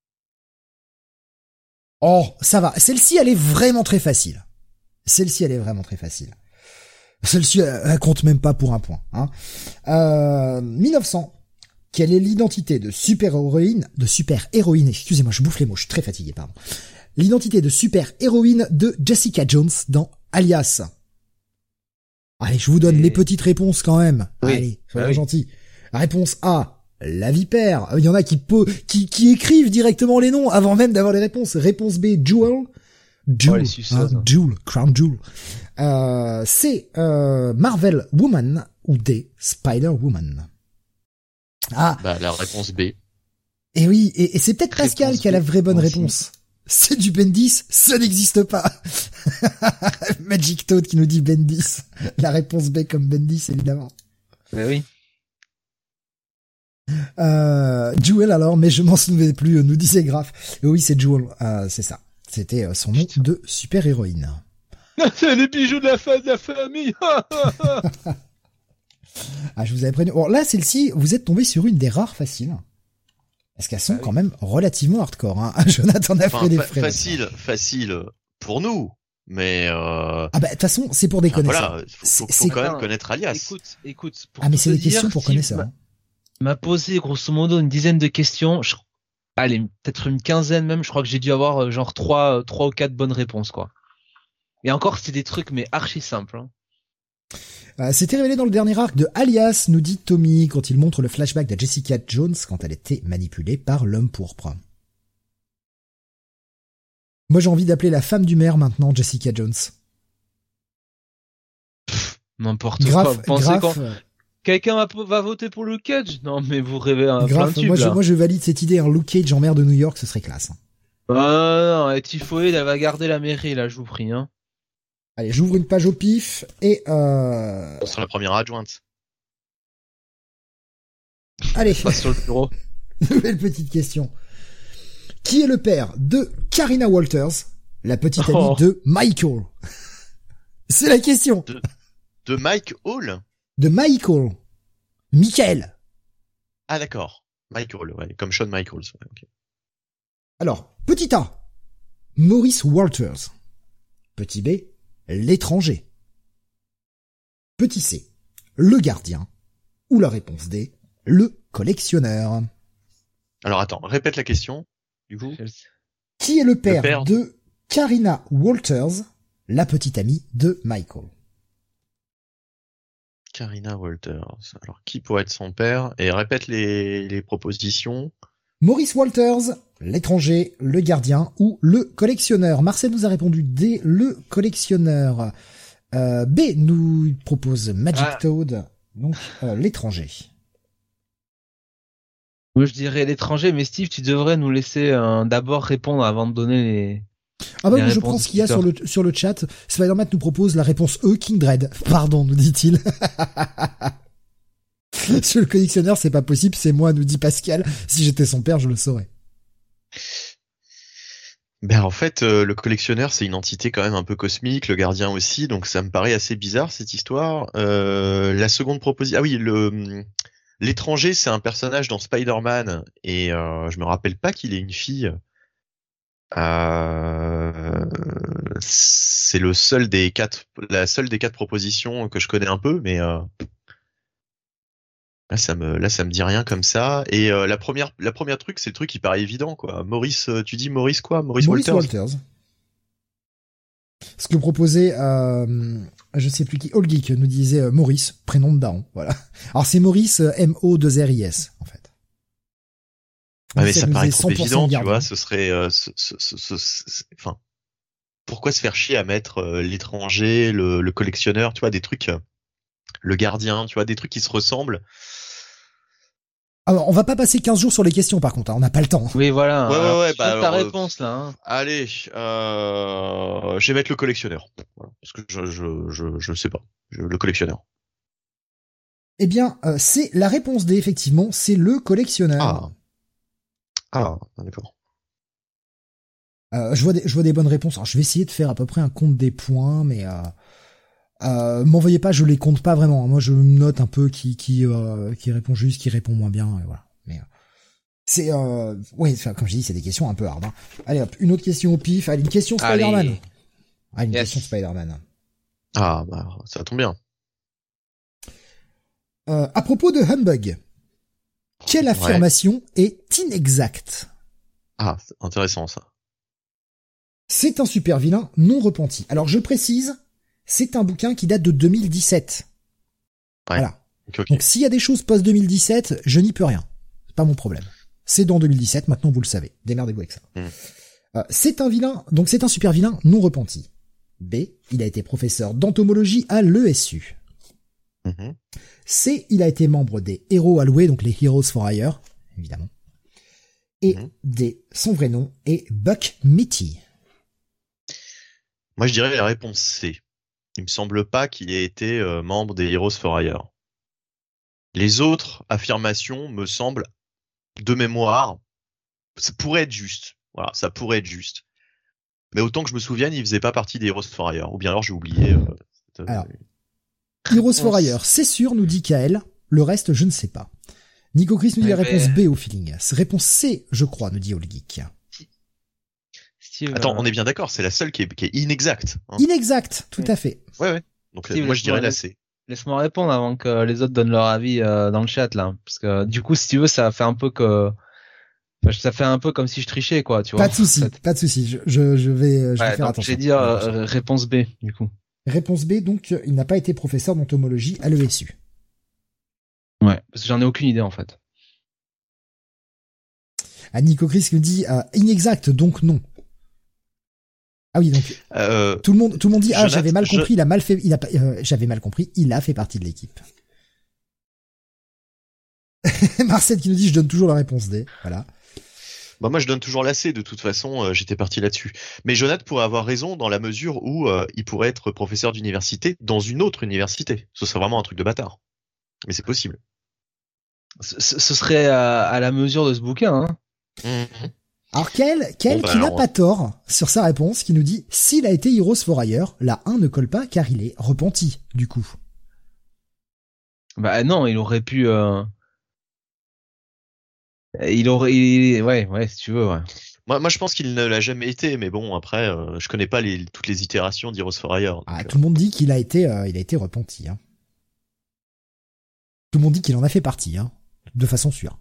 Oh, ça va. Celle-ci, elle est vraiment très facile. Celle-ci, elle est vraiment très facile. Celle-ci, elle, elle compte même pas pour un point. Hein. Euh, mille neuf cents. Quelle est l'identité de super-héroïne, de super-héroïne, excusez-moi, je bouffe les mots, je suis très fatigué, pardon. L'identité de super-héroïne de Jessica Jones dans Alias. Allez, je vous donne Et... les petites réponses quand même. Oui. Allez, soyons Ah oui. gentils. Réponse A, la vipère. Il y en a qui, po- qui, qui écrivent directement les noms avant même d'avoir les réponses. Réponse B, Jewel. Jewel, Oh, les suceuses. hein, Jewel, Crown Jewel. Euh, C, euh, Marvel Woman ou D, Spider-Woman. Ah, Bah, la réponse B. et oui, et, et c'est peut-être Pascal Réponse qui a la B. vraie bonne Moi aussi. réponse. C'est du Bendis, ça n'existe pas. Magic Toad qui nous dit Bendis. La réponse B comme Bendis, évidemment. Mais oui. Euh, Jewel alors, mais je m'en souvenais plus, nous disait Graf. Et oui, c'est Jewel, euh, c'est ça. C'était euh, son nom de super-héroïne. C'est les bijoux de la fin de la famille. Ah, je vous avais prévenu. Bon, là, celle-ci, vous êtes tombé sur une des rares faciles. Parce qu'elles sont Ah oui. quand même relativement hardcore, hein. Jonathan a Enfin, fait des fa- frais. facile, facile pour nous. Mais, euh, Ah bah, de toute façon, c'est pour des enfin, connaisseurs. voilà, faut, C'est- faut, c'est- faut quand même Attends, connaître Alias. Écoute, écoute. Pour Ah, mais tout c'est te des questions dire, pour Steve connaisseurs. m'a- hein. m'a posé grosso modo une dizaine de questions. Je... Allez, peut-être une quinzaine même. Je crois que j'ai dû avoir euh, genre trois, euh, trois ou quatre bonnes réponses, quoi. Et encore, c'est des trucs mais archi simples. Hein. Euh, C'était révélé dans le dernier arc de Alias, nous dit Tommy, quand il montre le flashback de Jessica Jones quand elle était manipulée par l'homme pourpre. Moi, j'ai envie d'appeler la femme du maire maintenant Jessica Jones. N'importe quoi. Graf, Vous pensez graf, qu'on- euh, quelqu'un va, va voter pour Luke Cage? Non, mais vous rêvez un plein graf. tube, Moi, je, là. moi, je valide cette idée. Un Luke Cage en maire de New York, ce serait classe. Ah non, et Typhoïde, elle va garder la mairie, là, je vous prie. Hein. Allez, j'ouvre une page au pif et euh... Sur la première adjointe. allez, Passe sur le bureau. nouvelle petite question. Qui est le père de Karina Walters, la petite amie Oh. de Michael? C'est la question. De Mike Hall? De Michael. Michael. Ah, d'accord. Mike Hall, ouais, comme Shawn Michaels. Ouais, ok. Alors, petit A, Maurice Walters. Petit B, l'étranger. Petit C, le gardien. Ou la réponse D, le collectionneur. Alors attends, répète la question, du coup. Qui est le père, père de Karina Walters, la petite amie de Michael? Karina Walters. Alors, qui pourrait être son père? Et répète les, les propositions. Maurice Walters, l'étranger, le gardien ou le collectionneur. Marcel nous a répondu D, le collectionneur. Euh, B nous propose Magic Ah. Toad, donc euh, l'étranger. Moi, je dirais l'étranger, mais Steve, tu devrais nous laisser euh, d'abord répondre avant de donner les... Ah bah Les oui, je réponses prends ce qu'il y a du sur le, sur le chat. Spider-Man nous propose la réponse E, King Dread. Pardon, nous dit-il. Sur le collectionneur, c'est pas possible, c'est moi, nous dit Pascal. Si j'étais son père, je le saurais. Ben en fait, euh, le collectionneur, c'est une entité quand même un peu cosmique, le gardien aussi, donc ça me paraît assez bizarre cette histoire. Euh, la seconde proposition, ah oui, le l'étranger, c'est un personnage dans Spider-Man et euh, je me rappelle pas qu'il ait une fille. Euh, c'est le seul des quatre, la seule des quatre propositions que je connais un peu, mais euh, là ça me, là ça me dit rien comme ça. Et euh, la première, la première truc, c'est le truc qui paraît évident quoi. Maurice, euh, tu dis Maurice quoi? Maurice, Maurice Walters. Walters. Ce que proposait, euh, je sais plus qui, All Geek nous disait euh, Maurice, prénom de daron, voilà. Alors c'est Maurice, euh, M O deux R I S, en fait. Ah mais Ça ça nous paraît faisait trop cent pour cent évident, tu gardien. vois. Ce serait, euh, ce, ce, ce, ce- ce- enfin, pourquoi se faire chier à mettre euh, l'étranger, le, le collectionneur, tu vois, des trucs, euh, le gardien, tu vois, des trucs qui se ressemblent. Alors, on va pas passer quinze jours sur les questions, par contre, hein, on n'a pas le temps. Oui, voilà. Ouais, ouais, Alors, ouais, tu bah, donnes ta alors, euh, réponse, là. Hein. Allez, euh, je vais mettre le collectionneur, voilà, parce que je, je, je, je sais pas, je, le collectionneur. Eh bien, euh, c'est la réponse D, effectivement, c'est le collectionneur. Ah, ah, d'accord. Euh, je vois des, je vois des bonnes réponses. Alors, je vais essayer de faire à peu près un compte des points, mais euh, euh, m'envoyez pas, je les compte pas vraiment. Moi, je note un peu qui qui euh, qui répond juste, qui répond moins bien, et voilà. Mais euh, C'est, euh, ouais, enfin, comme je dis, c'est des questions un peu hard. Hein. Allez hop, une autre question au pif. Allez, une question Spider-Man. Allez. Ah, une Yes. question Spider-Man. Ah, bah, ça tombe bien. Euh, à propos de Humbug, quelle affirmation ouais. est inexacte? Ah, c'est intéressant ça. C'est un super vilain non repenti. Alors je précise, c'est un bouquin qui date de deux mille dix-sept. Ouais. Voilà. Okay, okay. Donc s'il y a des choses post deux mille dix-sept, je n'y peux rien. C'est pas mon problème. C'est dans deux mille dix-sept, maintenant vous le savez. Démerdez-vous avec ça. Mm. Euh, c'est un vilain, donc c'est un super vilain non repenti. B, il a été professeur d'entomologie à l'E S U. Mm-hmm. C, il a été membre des héros alloués, donc les Heroes for Hire, évidemment. Et mm-hmm. D, son vrai nom est Buck Mitty. Moi, je dirais la réponse C. Il me semble pas qu'il ait été euh, membre des Heroes for Hire. Les autres affirmations me semblent, de mémoire, ça pourrait être juste. Voilà, ça pourrait être juste. Mais autant que je me souvienne, il faisait pas partie des Heroes for Hire. Ou bien alors j'ai oublié. Euh, cette, alors, Heroes for Hire, c'est sûr, nous dit Kael. Le reste, je ne sais pas. Nico Chris nous dit mais la réponse B au feeling. Réponse C, je crois, nous dit All Geek. Steve, Attends, euh... on est bien d'accord, c'est la seule qui est, qui est inexacte. Hein. Inexacte, tout à fait. Ouais, ouais. Donc Steve, moi je dirais la C. Laisse-moi répondre avant que les autres donnent leur avis euh, dans le chat là, parce que du coup, si tu veux, ça fait un peu que, enfin, ça fait un peu comme si je trichais, quoi, tu vois. Pas de souci, en fait. pas de souci. Je, je, je vais, je ouais, vais faire attention. J'ai dit euh, réponse B, du coup. Réponse B, donc il n'a pas été professeur d'entomologie à l'E S U. Ouais, parce que j'en ai aucune idée en fait. Ah, Nico Chris nous dit euh, inexact, donc non. Ah oui, donc euh, tout le monde, tout le monde dit ah j'avais mal compris, je... il a mal fait, il a, euh, j'avais mal compris, il a fait partie de l'équipe. Marcel qui nous dit je donne toujours la réponse D, voilà. Bah moi je donne toujours la C, de toute façon euh, j'étais parti là-dessus. Mais Jonathan pourrait avoir raison dans la mesure où euh, il pourrait être professeur d'université dans une autre université. Ce serait vraiment un truc de bâtard. Mais c'est possible. Ce, ce serait à, à la mesure de ce bouquin, hein. Mmh. Alors quel, quel bon, bah, qui alors... n'a pas tort sur sa réponse, qui nous dit s'il a été Heroes for Hire, la un ne colle pas car il est repenti, du coup. Bah non, il aurait pu... Euh... Il aurait... Il... Ouais, ouais, si tu veux, ouais. Moi, moi je pense qu'il ne l'a jamais été, mais bon, après, euh, je connais pas les, toutes les itérations d'Heroes for Hire. Ah, euh... tout le monde dit qu'il a été, euh, il a été repenti, hein. Tout le monde dit qu'il en a fait partie, hein, de façon sûre.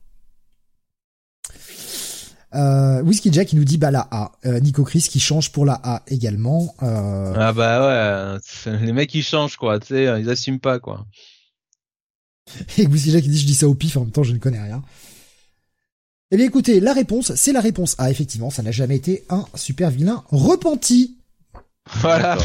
Euh, Whiskey Jack qui nous dit bah la A. Euh, Nico Chris qui change pour la A également. Euh... Ah bah ouais, les mecs ils changent quoi, tu sais, ils assument pas quoi. Et Whiskey Jack qui dit je dis ça au pif, en même temps je ne connais rien. Eh bien écoutez, la réponse, c'est la réponse A. Effectivement, ça n'a jamais été un super vilain repenti. Voilà.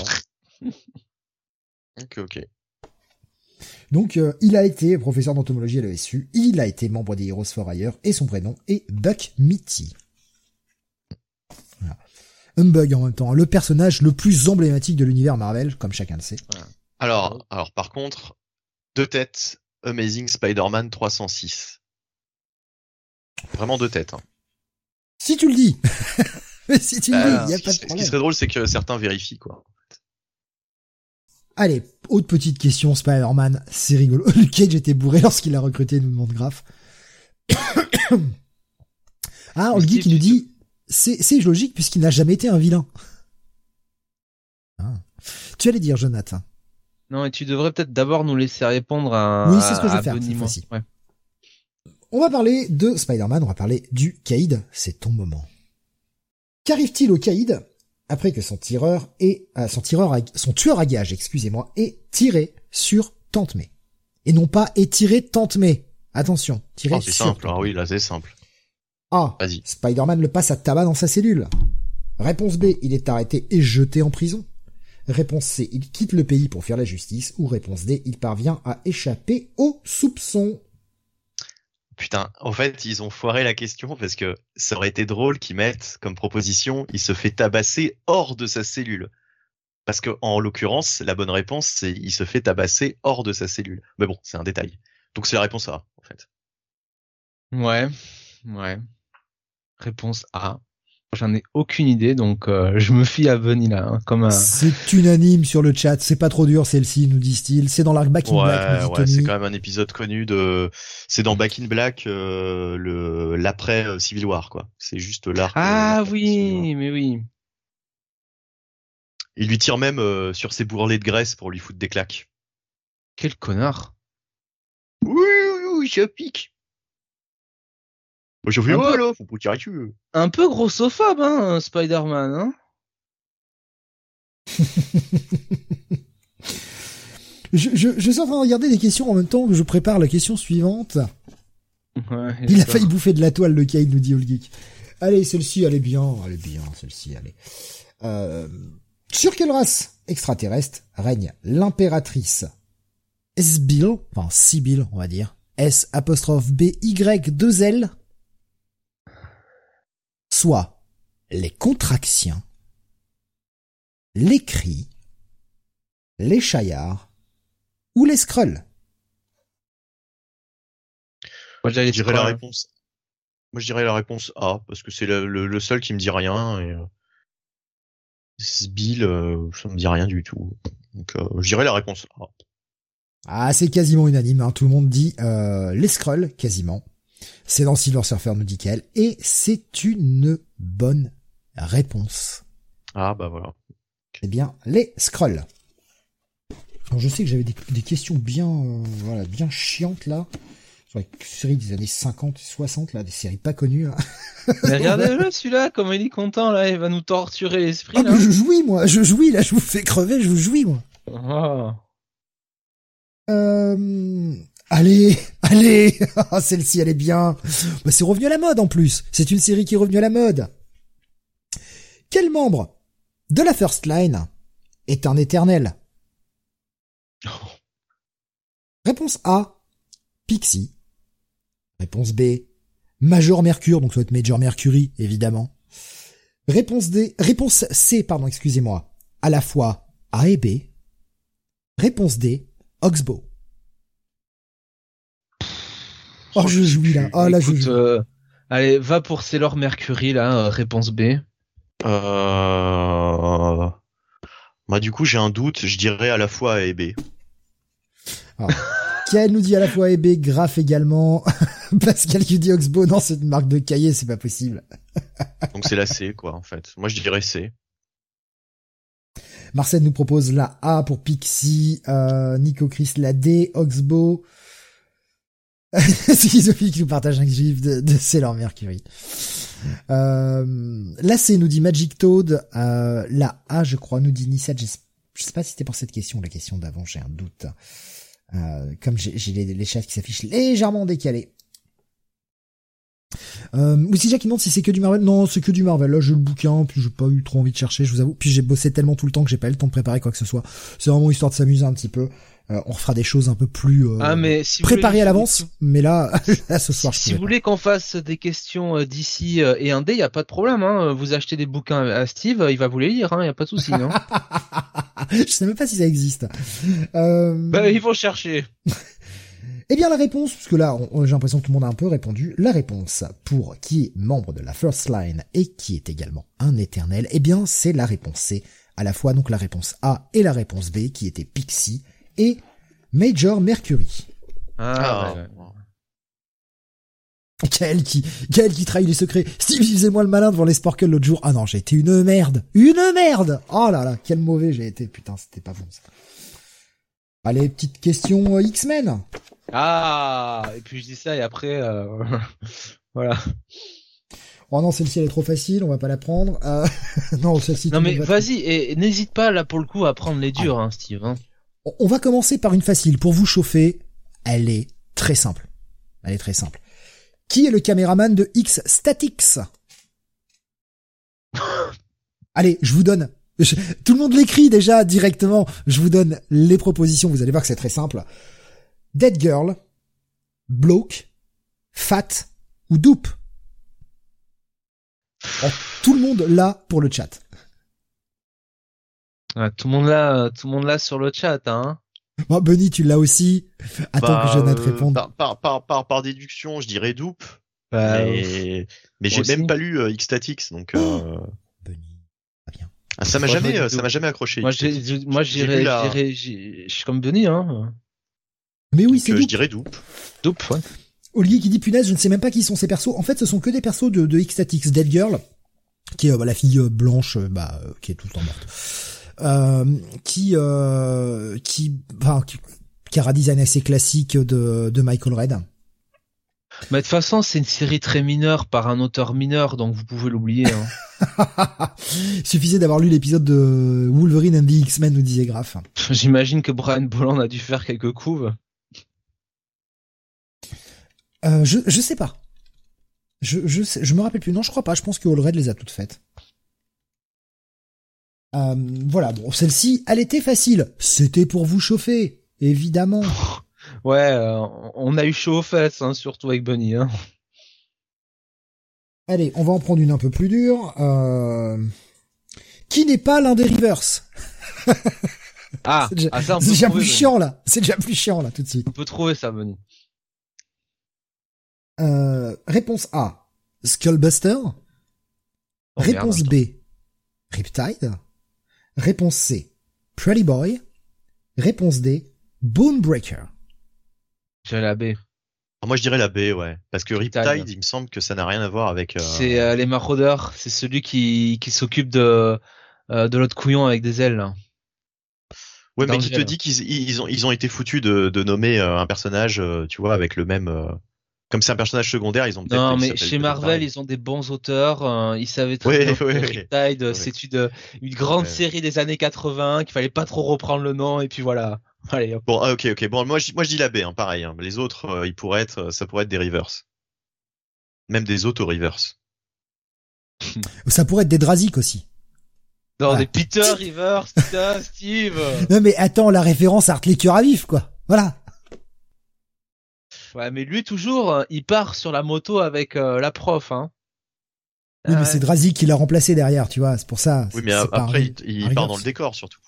ok, ok. Donc, euh, il a été professeur d'entomologie à l'E S U, il a été membre des Heroes for Hire, et son prénom est Buck Mitty. Voilà. Humbug en même temps, le personnage le plus emblématique de l'univers Marvel, comme chacun le sait. Alors, alors par contre, deux têtes, Amazing Spider-Man trois cent six. Vraiment deux têtes. Hein. Si tu le dis Mais si tu le euh, dis, il n'y a ce pas de qui, problème. Ce qui serait drôle, c'est que certains vérifient, quoi. Allez, autre petite question, Spider-Man, c'est rigolo. Luke Cage était bourré lorsqu'il a recruté, nous demande Graf. Ah, Olgi qui nous dit, c'est, c'est logique puisqu'il n'a jamais été un vilain. Ah. Tu allais dire, Jonathan. Non, et tu devrais peut-être d'abord nous laisser répondre à... Oui, c'est ce que je vais faire cette fois-ci. Ouais. On va parler de Spider-Man, on va parler du Caïd, c'est ton moment. Qu'arrive-t-il au Caïd après que son tireur et euh, son tireur, à, son tueur à gages, excusez-moi, ait tiré sur Tante May. Et non pas ait tiré Tante May. Attention, tiré oh, c'est sur. C'est simple, ah oui, là c'est simple. A. Vas-y. Spider-Man le passe à tabac dans sa cellule. Réponse B. Il est arrêté et jeté en prison. Réponse C. Il quitte le pays pour fuir la justice. Ou réponse D. Il parvient à échapper aux soupçons. Putain, en fait, ils ont foiré la question parce que ça aurait été drôle qu'ils mettent comme proposition, il se fait tabasser hors de sa cellule. Parce que, en l'occurrence, la bonne réponse, c'est il se fait tabasser hors de sa cellule. Mais bon, c'est un détail. Donc c'est la réponse A, en fait. Ouais, ouais. Réponse A. J'en ai aucune idée, donc euh, je me fie à Bunny là, hein, comme un... C'est unanime sur le chat, c'est pas trop dur celle-ci, nous disent-ils. C'est dans l'arc Back in Ouais, Black, nous dit ouais, Tony. c'est quand même un épisode connu de. C'est dans Back in Black, euh, le l'après euh, Civil War, quoi. C'est juste l'arc. Ah euh, oui, mais oui. Il lui tire même euh, sur ses bourrelets de graisse pour lui foutre des claques. Quel connard. Oui, oui, oui, ça pique. Moi, je fais, Un ouais, peu- là, faut pas tirer dessus. Un peu grossophobe, hein, Spider-Man, hein. je, je, je suis en train de regarder des questions en même temps que je prépare la question suivante. Ouais, Il a d'accord. failli bouffer de la toile, le Kyle, nous dit All Geek. Allez, celle-ci, elle est bien, elle est bien, celle-ci, allez. Euh, sur quelle race extraterrestre règne l'impératrice Sbil, enfin Sibyl, on va dire, S apostrophe B Y deux L, soit les Contraxiens, les Cris, les Chaillards ou les Skrulls? Moi, j'allais Je dirais la Skrull. réponse. Moi, je dirais la réponse A, parce que c'est le, le, le seul qui me dit rien, et, euh, Sbil, euh, ça me dit rien du tout. Donc, euh, je dirais la réponse A. Ah, c'est quasiment unanime, hein. Tout le monde dit euh, les Skrulls, quasiment. C'est dans Silver Surfer, nous dit qu'elle, et c'est une bonne réponse. Ah, bah voilà. Eh bien, les Skrulls. Alors, je sais que j'avais des, des questions bien, euh, voilà, bien chiantes là, sur les séries des années cinquante, soixante, là, des séries pas connues. Là. Mais regardez-le, celui-là, comme il est content, là, il va nous torturer l'esprit, Ah, là. mais je jouis, moi, je jouis, là, je vous fais crever, je vous jouis, moi. Oh. Euh... Allez, allez, ah, celle-ci, elle est bien. Bah, c'est revenu à la mode, en plus. C'est une série qui est revenue à la mode. Quel membre de la First Line est un éternel? Réponse A, Pixie. Réponse B, Major Mercure, donc ça doit être Major Mercury, évidemment. Réponse D, réponse C, pardon, excusez-moi, à la fois A et B. Réponse D, Oxbow. Oh, je jouis là. Oh, là, je Écoute, joue. euh, allez, va pour Sailor Mercury, là, euh, réponse B. Euh... Bah, du coup, j'ai un doute, je dirais à la fois A et B. Kael nous dit à la fois A et B, Graf également. Pascal qui dit Oxbow, non, c'est une marque de cahier, c'est pas possible. Donc c'est la C, quoi, en fait. Moi, je dirais C. Marcel nous propose la A pour Pixie, euh, Nico Chris la D, Oxbow. Schizophile qui nous partage un gif de, de Sailor Mercury. Euh, la C nous dit Magic Toad, euh, la A, je crois, nous dit Nissa. Je sais pas si c'était pour cette question, la question d'avant, j'ai un doute. Euh, comme j'ai, j'ai les, les chats qui s'affichent légèrement décalés. Euh, ou si Jack demande si c'est que du Marvel, non, c'est que du Marvel. Là, j'ai le bouquin, puis j'ai pas eu trop envie de chercher, je vous avoue. Puis j'ai bossé tellement tout le temps que j'ai pas eu le temps de préparer quoi que ce soit. C'est vraiment histoire de s'amuser un petit peu. Euh, on refera des choses un peu plus euh, Ah, mais si vous préparées voulez- à l'avance. Mais là, là, ce soir, je Si pouvais vous pas. voulez qu'on fasse des questions euh, d'ici euh, et un dé, y a pas de problème, hein. Vous achetez des bouquins à Steve, il va vous les lire, hein. Y a pas de souci, hein. Je sais même pas si ça existe. Euh... Bah, ils vont chercher. Eh bien, la réponse, parce que là, on- j'ai l'impression que tout le monde a un peu répondu, la réponse pour qui est membre de la First Line et qui est également un éternel, eh bien, c'est la réponse C, à la fois donc la réponse A et la réponse B, qui était Pixie et Major Mercury. Ah, ouais, ouais. Kael qui, Kael qui trahit les secrets. Steve, faisait-moi le malin devant les Sporkles l'autre jour. Ah non, j'ai été une merde. Une merde! Oh là là, quel mauvais j'ai été. Putain, c'était pas bon, ça. Allez, petite question euh, X-Men. Ah, et puis je dis ça et après, euh... voilà. Oh non, celle-ci elle est trop facile, on va pas la prendre. Euh... non, celle-ci. Non tout le mais monde va- vas-y, et n'hésite pas là pour le coup à prendre les durs, hein, Steve. Hein. On- On va commencer par une facile pour vous chauffer. Elle est très simple. Elle est très simple. Qui est le caméraman de X-Statix? Allez, je vous donne. je- Tout le monde l'écrit déjà directement. Je vous donne les propositions. Vous allez voir que c'est très simple. Dead Girl, Bloke, Fat ou Doop. Oh, tout le monde là pour le chat. Ah, tout le monde là, tout le monde là sur le chat, hein. Bon, Benny, tu l'as aussi. Attends Bah, que Jonathan euh, réponde. Par, par, par, par, par déduction, je dirais Doop. Bah, mais, mais j'ai aussi. même pas lu euh, X-Statix, donc. Euh... Bunny, pas bien. Ah, ça m'a Moi, jamais, je- euh, ça m'a jamais accroché. Moi, X-Statix. j'ai, moi, J'ai j'irais, vu la- j'irais, j'ai- je suis comme Denis, hein. Mais oui, donc, c'est euh, je Doop. dirais Doop. Doupe, ouais. Olivier qui dit punaise, je ne sais même pas qui sont ces persos. En fait, ce sont que des persos de, de X-Statix. Dead Girl, qui est euh, bah, la fille euh, blanche, euh, bah, euh, qui est tout le temps morte. Euh, qui, euh, qui, enfin, qui, qui a un design assez classique de, de Michael Red. Mais de toute façon, c'est une série très mineure par un auteur mineur, donc vous pouvez l'oublier, hein. Il suffisait d'avoir lu l'épisode de Wolverine and the X-Men, nous disait Graf. J'imagine que Brian Bolland a dû faire quelques couves. Euh, je, je sais pas. Je, je, sais, je me rappelle plus. Non, je crois pas. Je pense que Allred les a toutes faites. Euh, voilà. Bon, celle-ci, elle était facile. C'était pour vous chauffer, évidemment. Ouais, euh, on a eu chaud aux fesses, hein, surtout avec Bunny, hein. Allez, on va en prendre une un peu plus dure. Euh... Qui n'est pas l'un des Rivers? Ah, C'est déjà, ah, ça, on c'est peut déjà trouver, plus Bunny. chiant là. C'est déjà plus chiant là tout de suite. On peut trouver ça, Bunny. Euh, réponse A, Skullbuster. Oh, Réponse merde. B, Riptide. Réponse C, Pretty Boy. Réponse D, Bonebreaker. J'ai la B. Alors, moi, je dirais la B, ouais. Parce que Riptide. Riptide, il me semble que ça n'a rien à voir avec. Euh... C'est euh, les maraudeurs, c'est celui qui, qui s'occupe de, euh, de l'autre couillon avec des ailes, là. Ouais, mais Dans qui le te gel. dit qu'ils ils ont, ils ont été foutus de, de nommer euh, un personnage, euh, tu vois, avec le même. Euh... Comme c'est un personnage secondaire, ils ont peut-être. Non, il mais s'appelle chez peut-être Marvel, pareil. ils ont des bons auteurs. euh, ils savaient très Ouais, bien que ouais, ouais. Riptide, Ouais. c'est une, une grande Ouais. série des années quatre-vingts, qu'il fallait pas trop reprendre le nom, et puis voilà. Allez, hop. Bon, ah, ok, ok. Bon, moi, je, moi, je dis la B, hein, pareil. Hein. Les autres, euh, ils pourraient être, ça pourrait être des Rivers. Même des auto-Rivers. Ça pourrait être des Drazik aussi. Non, Ah. des Peter Rivers, putain, Steve. Non mais attends, la référence à Hartley cœur à vif quoi. Voilà. Ouais, mais lui, toujours, euh, il part sur la moto avec euh, la prof, hein. Oui, Ah mais ouais. c'est Drazik qui l'a remplacé derrière, tu vois. C'est pour ça. Oui, mais c'est a- pas après, un- il, il un part Rivers. dans le décor, surtout.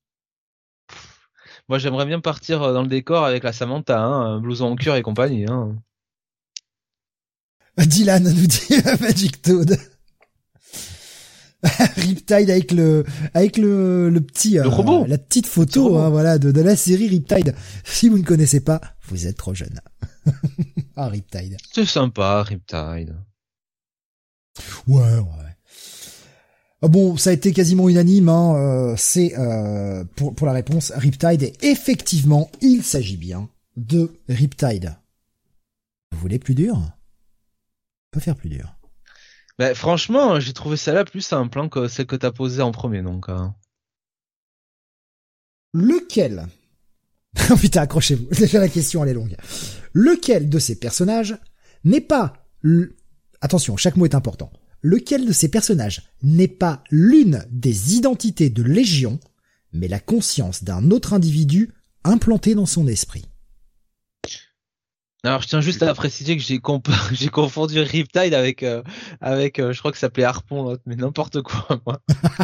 Moi, j'aimerais bien partir euh, dans le décor avec la Samantha, hein, un blouson en cuir et compagnie, hein. Dylan nous dit Magic Toad. Riptide avec le avec le le petit Le robot. la petite Le photo robot. hein, voilà de, de la série Riptide. Si vous ne connaissez pas, vous êtes trop jeune. Ah Riptide. C'est sympa, Riptide. Ouais ouais. Ah bon, ça a été quasiment unanime hein, euh, c'est euh, pour pour la réponse Riptide et effectivement, il s'agit bien de Riptide. Vous voulez plus dur? On peut faire plus dur. Bah, franchement, j'ai trouvé celle-là plus simple hein, que celle que t'as posée en premier, donc. Hein. Lequel Oh putain, accrochez-vous. Déjà la question elle est longue. Lequel de ces personnages n'est pas l... Attention, chaque mot est important. Lequel de ces personnages n'est pas l'une des identités de Légion, mais la conscience d'un autre individu implanté dans son esprit? Alors, je tiens juste à préciser que j'ai comp- j'ai confondu Riptide avec euh, avec, euh, je crois que ça s'appelait Harpon l'autre, mais n'importe quoi, moi.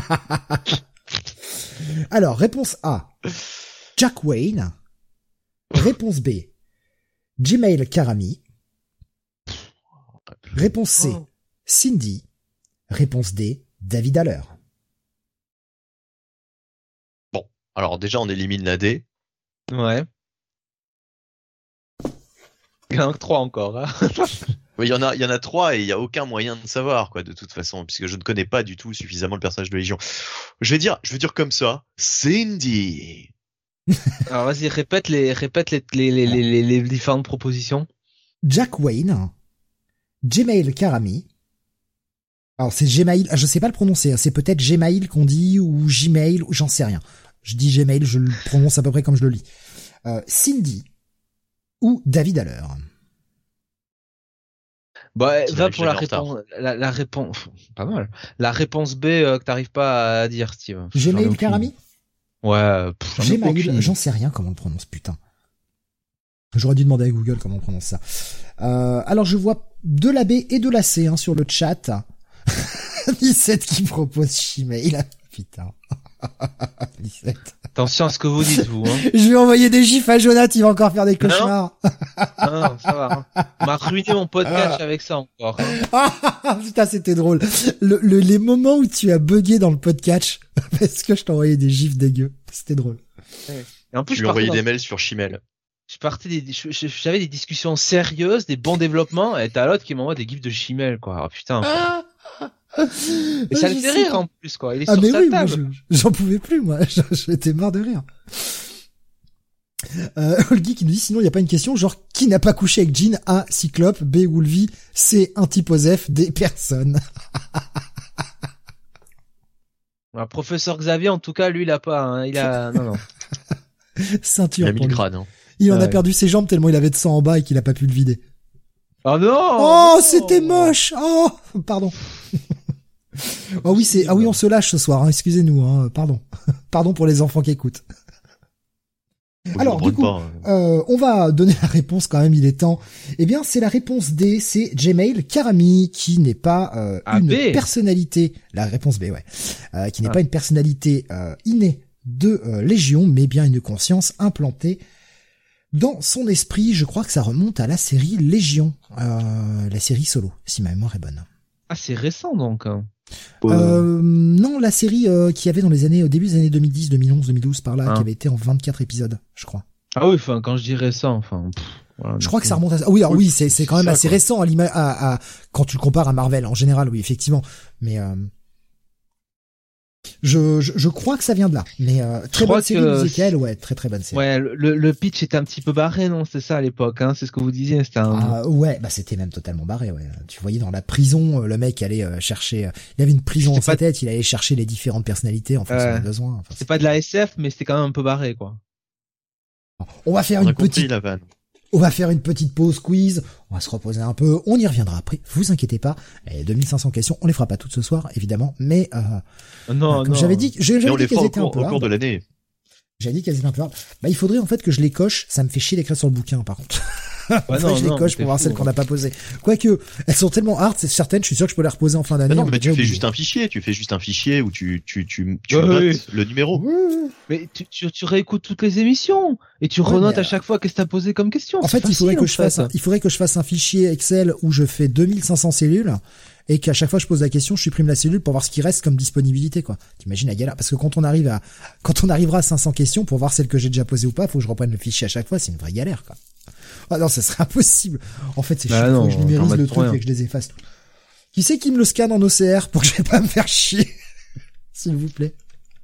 Alors, réponse A, Jack Wayne. Réponse B, Gmail Karami. Réponse C, Oh. Cindy. Réponse D, David Haller. Alors, déjà, on élimine la D. Ouais. Il y en a que trois encore, hein. Oui, il y en a, il y en a trois et il y a aucun moyen de savoir, quoi, de toute façon, puisque je ne connais pas du tout suffisamment le personnage de Légion. Je vais dire, je vais dire comme ça, Cindy. Alors, vas-y, répète les, répète les, les, les, les, les, les différentes propositions. Jack Wayne, Gmail Karami. Alors c'est Gmail, je sais pas le prononcer, hein, c'est peut-être Gmail qu'on dit ou Gmail, ou j'en sais rien. Je dis Gmail, je le prononce à peu près comme je le lis. Euh, Cindy ou David Haller. Bah, Ça va arrive pour la jamais en réponse, la, la réponse, pas mal. La réponse B euh, que t'arrives pas à dire, Steve. J'en ai Gmail aucune Karami? idée. Ouais, pff, j'en ai aucune Gmail, idée. j'en sais rien comment on le prononce, putain. J'aurais dû demander à Google comment on prononce ça. Euh, alors je vois de la B et de la C hein, sur le chat. dix-sept qui propose Gmail. Putain. Lisette. Attention à ce que vous dites, vous. Hein. Je vais envoyer des gifs à Jonathan, il va encore faire des cauchemars. Non, non, ça va. Hein. On m'a ruiné mon podcast avec ça encore. Hein. Ah, putain, c'était drôle. Le, le, les moments où tu as bugué dans le podcast, parce que je t'ai envoyé des gifs dégueux, c'était drôle. Et en plus, Tu je lui as envoyé dans... des mails sur Chimel. Je partais des, j'avais des discussions sérieuses, des bons développements, et t'as l'autre qui m'envoie des gifs de Chimel, quoi. Oh, putain. Quoi. Et ça le fait rire en plus, quoi. Il est ah, sur mais sa oui, table. moi, je, j'en pouvais plus, moi. J'étais marre de rire. Euh, Olgi qui nous dit, sinon, il n'y a pas une question, genre, qui n'a pas couché avec Jean? A, Cyclope, B, Wolvie, C, un type Osef, D, personne. Le professeur Xavier, en tout cas, lui, il a pas, hein. Il a, non, non. Ceinture. Il a mis pour le lui. crâne. Hein. Il en Ah a ouais. perdu ses jambes tellement il avait de sang en bas et qu'il a pas pu le vider. Oh non! Oh, non c'était moche! Oh, pardon. Oh oui, c'est, ah oui, on se lâche ce soir, hein. Excusez-nous, hein. Pardon. Pardon pour les enfants qui écoutent. Faut Alors, que je du coup, comprenne pas, hein. euh, on va donner la réponse quand même, il est temps. Eh bien, c'est la réponse D, c'est Gmail Karami, qui n'est pas euh, Ah, une B. personnalité, la réponse B, ouais, euh, qui n'est Ah. pas une personnalité euh, innée de euh, Légion, mais bien une conscience implantée dans son esprit. Je crois que ça remonte à la série Légion, euh, la série Solo, si ma mémoire est bonne. Ah, c'est récent, donc. Hein. Euh, non, la série euh, qui avait dans les années, au début des années deux mille dix, deux mille onze, deux mille douze, par là, Ah. qui avait été en vingt-quatre épisodes, je crois. Ah oui, enfin, quand je dis récent, enfin, pff, voilà. Je crois que ça remonte à ça. Oui, alors oui, c'est c'est quand même ça, assez quoi. récent à l'ima- à, à quand tu le compares à Marvel en général, oui, effectivement. Mais euh, je, je je crois que ça vient de là. Mais euh, très crois bonne série que- musicale, ouais, très très bonne série. Ouais, le, le pitch était un petit peu barré, non? C'est ça à l'époque, hein? C'est ce que vous disiez, c'était un... Ah, ouais, bah c'était même totalement barré. Ouais. Tu voyais dans la prison, euh, le mec allait euh, chercher. euh, il avait une prison C'était dans sa pas- tête, il allait chercher les différentes personnalités en fonction Ouais. des besoins. Enfin, C'est pas de la S F, mais c'était quand même un peu barré, quoi. on va faire On a une compris petite. la vanne. On va faire une petite pause quiz, on va se reposer un peu, on y reviendra après, vous inquiétez pas. Et deux mille cinq cents questions, on les fera pas toutes ce soir, évidemment, mais euh, Non, comme non. j'avais dit, j'avais Et on dit les qu'elles fera au étaient un cours, peu au cours hard. de l'année. J'avais dit qu'elles étaient un peu hard. Bah, il faudrait en fait que je les coche, ça me fait chier d'écrire sur le bouquin, par contre. Ouais, Faudrait non, que je les non, coche t'es pour voir fou, celles hein. qu'on n'a pas posées. Quoique, elles sont tellement hard, c'est certaines, je suis sûr que je peux les reposer en fin d'année. Ah non, on mais est tu déjà fais obligé. juste un fichier, tu fais juste un fichier où tu tu tu tu Ouais, notes oui. le numéro. Oui, oui. Mais tu, tu, tu réécoutes toutes les émissions et tu Ouais, renotes mais, à chaque fois qu'est-ce que t'as posé comme question. En C'est fait, il faudrait facile, que en je fasse, fait. un, il faudrait que je fasse un fichier Excel où je fais deux mille cinq cents cellules et qu'à chaque fois je pose la question, je supprime la cellule pour voir ce qui reste comme disponibilité, quoi. T'imagines la galère? Parce que quand on arrive à, quand on arrivera à cinq cents questions pour voir celles que j'ai déjà posées ou pas, faut que je reprenne le fichier à chaque fois, c'est une vraie galère, quoi. Ah non, ça serait impossible. En fait, c'est Bah chiant, non, faut que je j'en numérise mets le trop truc rien. et que je les efface. Qui c'est qui me le scanne en O C R pour que je vais pas me faire chier? S'il vous plaît.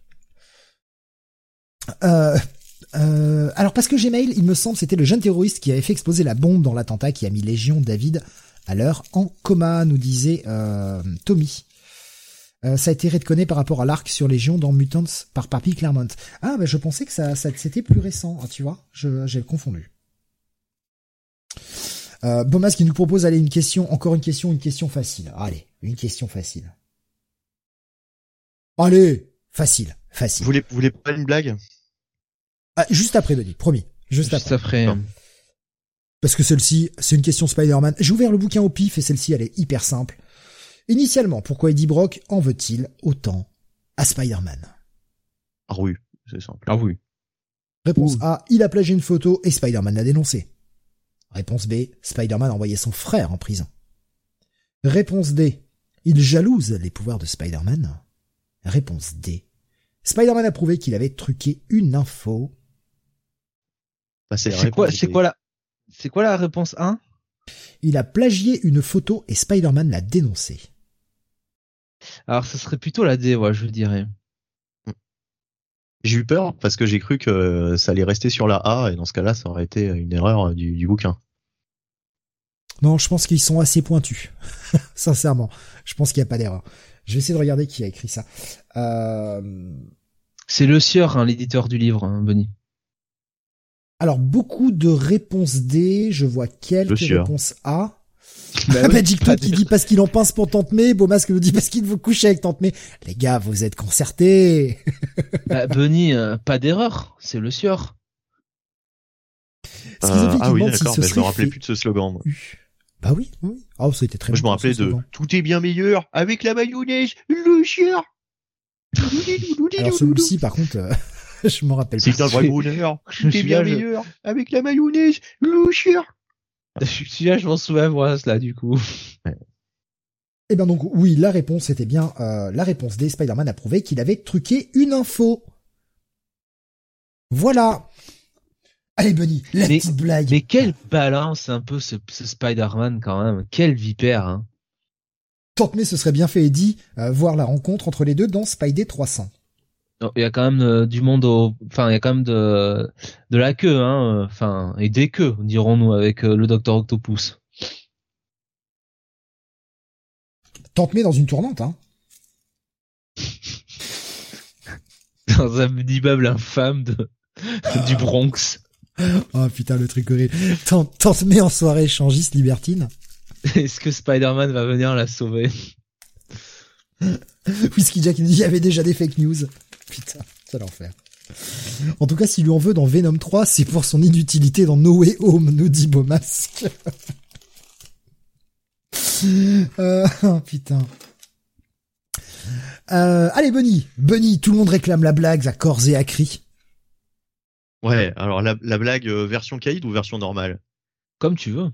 Euh, euh, alors parce que Gmail, il me semble, c'était le jeune terroriste qui avait fait exploser la bombe dans l'attentat qui a mis Légion David à l'heure en coma, nous disait euh, Tommy. Euh, ça a été redconné par rapport à l'arc sur Légion dans Mutants par Papy Claremont. Ah, bah, je pensais que ça, ça c'était plus récent, ah, tu vois, je, j'ai confondu. Euh, Bomas qui nous propose, allez, une question, encore une question, une question facile. Allez, une question facile. Allez, facile, facile. Vous voulez vous voulez pas une blague? Ah, juste après, Denis, promis. Juste, Juste après. après. Non. Parce que celle-ci, c'est une question Spider-Man. J'ai ouvert le bouquin au pif et celle-ci, elle est hyper simple. Initialement, pourquoi Eddie Brock en veut-il autant à Spider-Man? Ah oui, c'est simple. Ah oui. Réponse Ouh. A, il a plagié une photo et Spider-Man l'a dénoncé. Réponse B, Spider-Man a envoyé son frère en prison. Réponse D, il jalouse les pouvoirs de Spider-Man. Réponse D, Spider-Man a prouvé qu'il avait truqué une info. Bah, c'est la C'est quoi, réponse c'est D. quoi la, c'est quoi la réponse un? Il a plagié une photo et Spider-Man l'a dénoncé. Alors, ce serait plutôt la D, ouais, je dirais. J'ai eu peur parce que j'ai cru que ça allait rester sur la A et dans ce cas-là, ça aurait été une erreur du, du bouquin. Non, je pense qu'ils sont assez pointus. Sincèrement, je pense qu'il n'y a pas d'erreur. Je vais essayer de regarder qui a écrit ça. Euh... C'est le sieur, hein, l'éditeur du livre, hein, Benny. Alors, beaucoup de réponses D, je vois quelques Le sieur. réponses A. Bah Ah oui, Magic pas Toad qui dit parce qu'il en pince pour Tante May, Beaumasque nous dit parce qu'il veut coucher avec Tante May. Les gars, vous êtes concertés. Bah, Benny, euh, pas d'erreur, c'est le sieur. Schizophile Euh, qui ah oui, demande si d'accord, ce bah, je me serait rappelais fait- plus de ce slogan. Moi, Bah oui, oui. Oh, ça a été très Moi, je me bon, rappelais ce de slogan. tout est bien meilleur avec la mayonnaise, le chien. Alors celui-ci, par contre, euh, je m'en rappelle pas. C'est un vrai bonheur. Je me C'est souviens, bien je- meilleur. Avec la mayonnaise, loucheur. Celui-là, je m'en souviens, voilà, là, du coup. Eh ben donc oui, la réponse était bien euh, la réponse des Spider-Man a prouvé qu'il avait truqué une info. Voilà. Allez Bunny, la Mais- petite blague. Mais quelle balance un peu ce, ce Spider-Man quand même. Quelle vipère, hein. Tant mais ce serait bien fait Eddie euh, voir la rencontre entre les deux dans Spidey trois cents. Non, il y a quand même euh, du monde au, enfin, il y a quand même de, de la queue, hein. Enfin, et des queues, dirons-nous, avec euh, le Docteur Octopus. Tant mais dans une tournante hein. Dans un immeuble infâme de, du Bronx. Oh putain le truc horrible. Tant tant mais en soirée échangiste libertine. Est-ce que Spider-Man va venir la sauver? Whisky Jack il nous dit il y avait déjà des fake news. Putain, ça l'enfer. En tout cas, s'il lui en veut dans Venom trois, c'est pour son inutilité dans No Way Home, nous dit Beaumasque. euh, oh, putain. Euh, allez, Bunny. Bunny, tout le monde réclame la blague à corps et à cri. Ouais, alors la, la blague euh, version caïd ou version normale? Comme tu veux.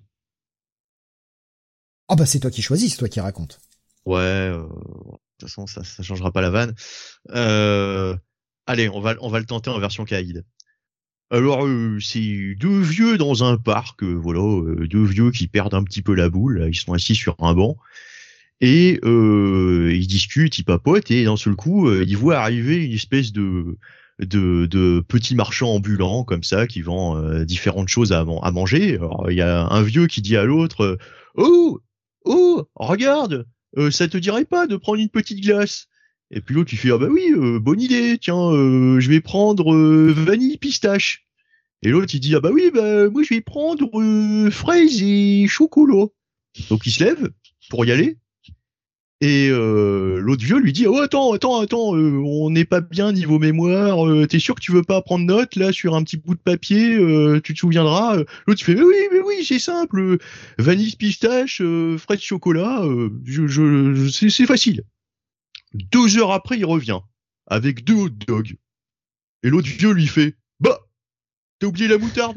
Ah bah c'est toi qui choisis, c'est toi qui raconte. Ouais, euh, de toute façon ça ça changera pas la vanne. Euh, allez, on va on va le tenter en version caïd. Alors euh, c'est deux vieux dans un parc, euh, voilà, euh, deux vieux qui perdent un petit peu la boule, là, ils sont assis sur un banc et euh, ils discutent, ils papotent et d'un seul coup euh, ils voient arriver une espèce de de, de petits marchands ambulants comme ça qui vendent euh, différentes choses à, à manger. Alors il y a un vieux qui dit à l'autre euh, oh oh regarde, euh, ça te dirait pas de prendre une petite glace? Et puis l'autre il fait ah bah oui, euh, bonne idée, tiens, euh, je vais prendre euh, vanille pistache. Et l'autre il dit ah bah oui, bah moi je vais prendre euh, fraise et chocolat. Donc il se lève pour y aller. Et euh, l'autre vieux lui dit oh attends attends attends, euh, on n'est pas bien niveau mémoire, euh, t'es sûr que tu veux pas prendre note là sur un petit bout de papier, euh, tu te souviendras. L'autre il fait mais oui mais oui c'est simple, euh, vanille pistache, euh, fraise chocolat, euh, je, je, je c'est, c'est facile. Deux heures après il revient avec deux hot dogs et l'autre vieux lui fait bah t'as oublié la moutarde?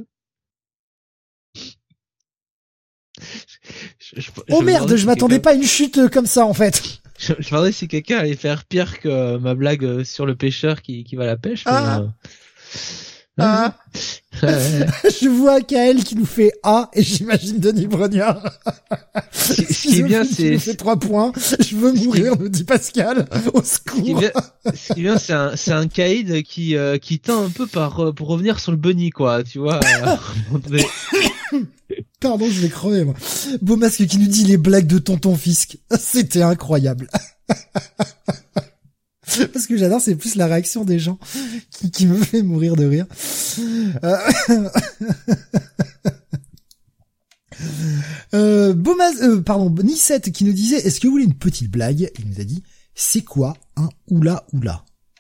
Je, je, Oh je merde, me je si m'attendais quelqu'un- pas à une chute comme ça en fait. Je, je me demandais si quelqu'un allait faire pire que ma blague sur le pêcheur qui, qui va à la pêche. Mais, Ah. euh, Ah. ouais, ouais. Je vois Kael qui nous fait A et j'imagine Denis Brognard. Ce qui- ce qui est bien, Qui c'est nous fait trois points. Je veux mourir, nous dit Pascal. Au ce qui est secours. bien, ce qui est bien, c'est un, c'est un caïd qui, euh, qui tend un peu par, euh, pour revenir sur le bunny, quoi, tu vois. euh, mais- Pardon, je vais crever, moi. Beau masque qui nous dit les blagues de tonton Fisk. C'était incroyable. Parce que j'adore, c'est plus la réaction des gens qui, qui me fait mourir de rire. Euh... euh, Beaumas, euh, pardon, Nissette qui nous disait, est-ce que vous voulez une petite blague? Il nous a dit, c'est quoi un oula oula?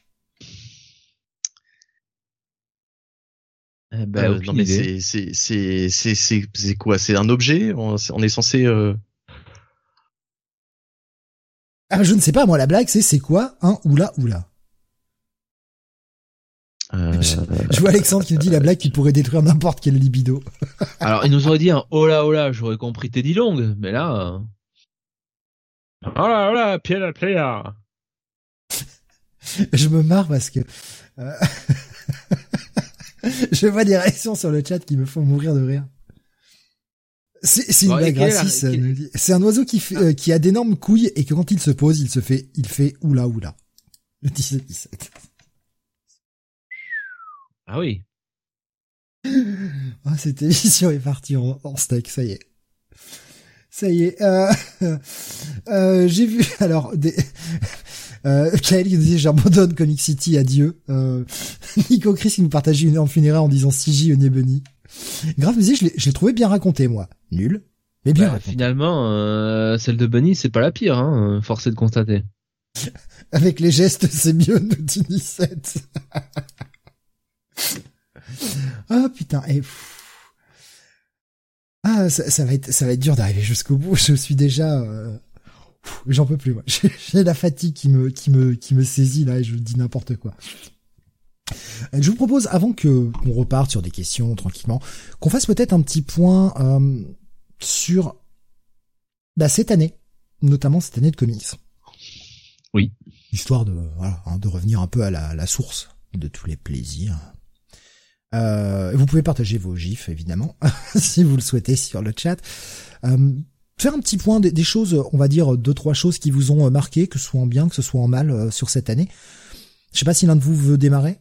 Eh ben, Euh, aucune non mais idée. c'est c'est c'est c'est c'est c'est quoi? C'est un objet? On, on est censé euh... Ah, je ne sais pas, moi, la blague, c'est, c'est quoi un oula oula? Euh, Je, je vois Alexandre qui nous dit la blague qui pourrait détruire n'importe quel libido. Alors, il nous aurait dit un oh là oh là, j'aurais compris Teddy Long, mais là, euh... oh là oh là, Pierre Pierre. Je me marre parce que euh, je vois des réactions sur le chat qui me font mourir de rire. C'est, c'est une Bon, et blague quelle est la- raciste. ça quelle- nous dit. C'est un oiseau qui fait, euh, qui a d'énormes couilles et que quand il se pose, il se fait, il fait oula oula. Le dix-sept dix-sept. Ah oui. Ah, cette émission est partie en, en steak, ça y est. Ça y est. Euh, euh, j'ai vu, alors, des, euh, Kael qui nous disait j'abandonne Comic City, adieu. Euh, Nico Chris qui nous partageait une énorme funéraire en disant C J Onier Bunny. Grave nous disait je l'ai, je l'ai trouvé bien raconté, moi. Nul. Mais bien Bah, raconté. finalement, euh, celle de Bunny, c'est pas la pire, hein, forcé de constater. Avec les gestes, c'est mieux, nous dit Nissette. Ah, putain, et pff. Ah, ça, ça va être, ça va être dur d'arriver jusqu'au bout. Je suis déjà, euh... Pff, j'en peux plus, moi. J'ai, j'ai la fatigue qui me, qui me, qui me saisit, là, et je dis n'importe quoi. Je vous propose, avant que qu'on reparte sur des questions tranquillement, qu'on fasse peut-être un petit point euh, sur bah, cette année, notamment cette année de comics. Oui. Histoire de voilà, hein, de revenir un peu à la, la source de tous les plaisirs. Euh, vous pouvez partager vos gifs, évidemment, si vous le souhaitez sur le chat. Euh, faire un petit point des, des choses, on va dire deux trois choses qui vous ont marqué, que ce soit en bien, que ce soit en mal, euh, sur cette année. Je sais pas si l'un de vous veut démarrer.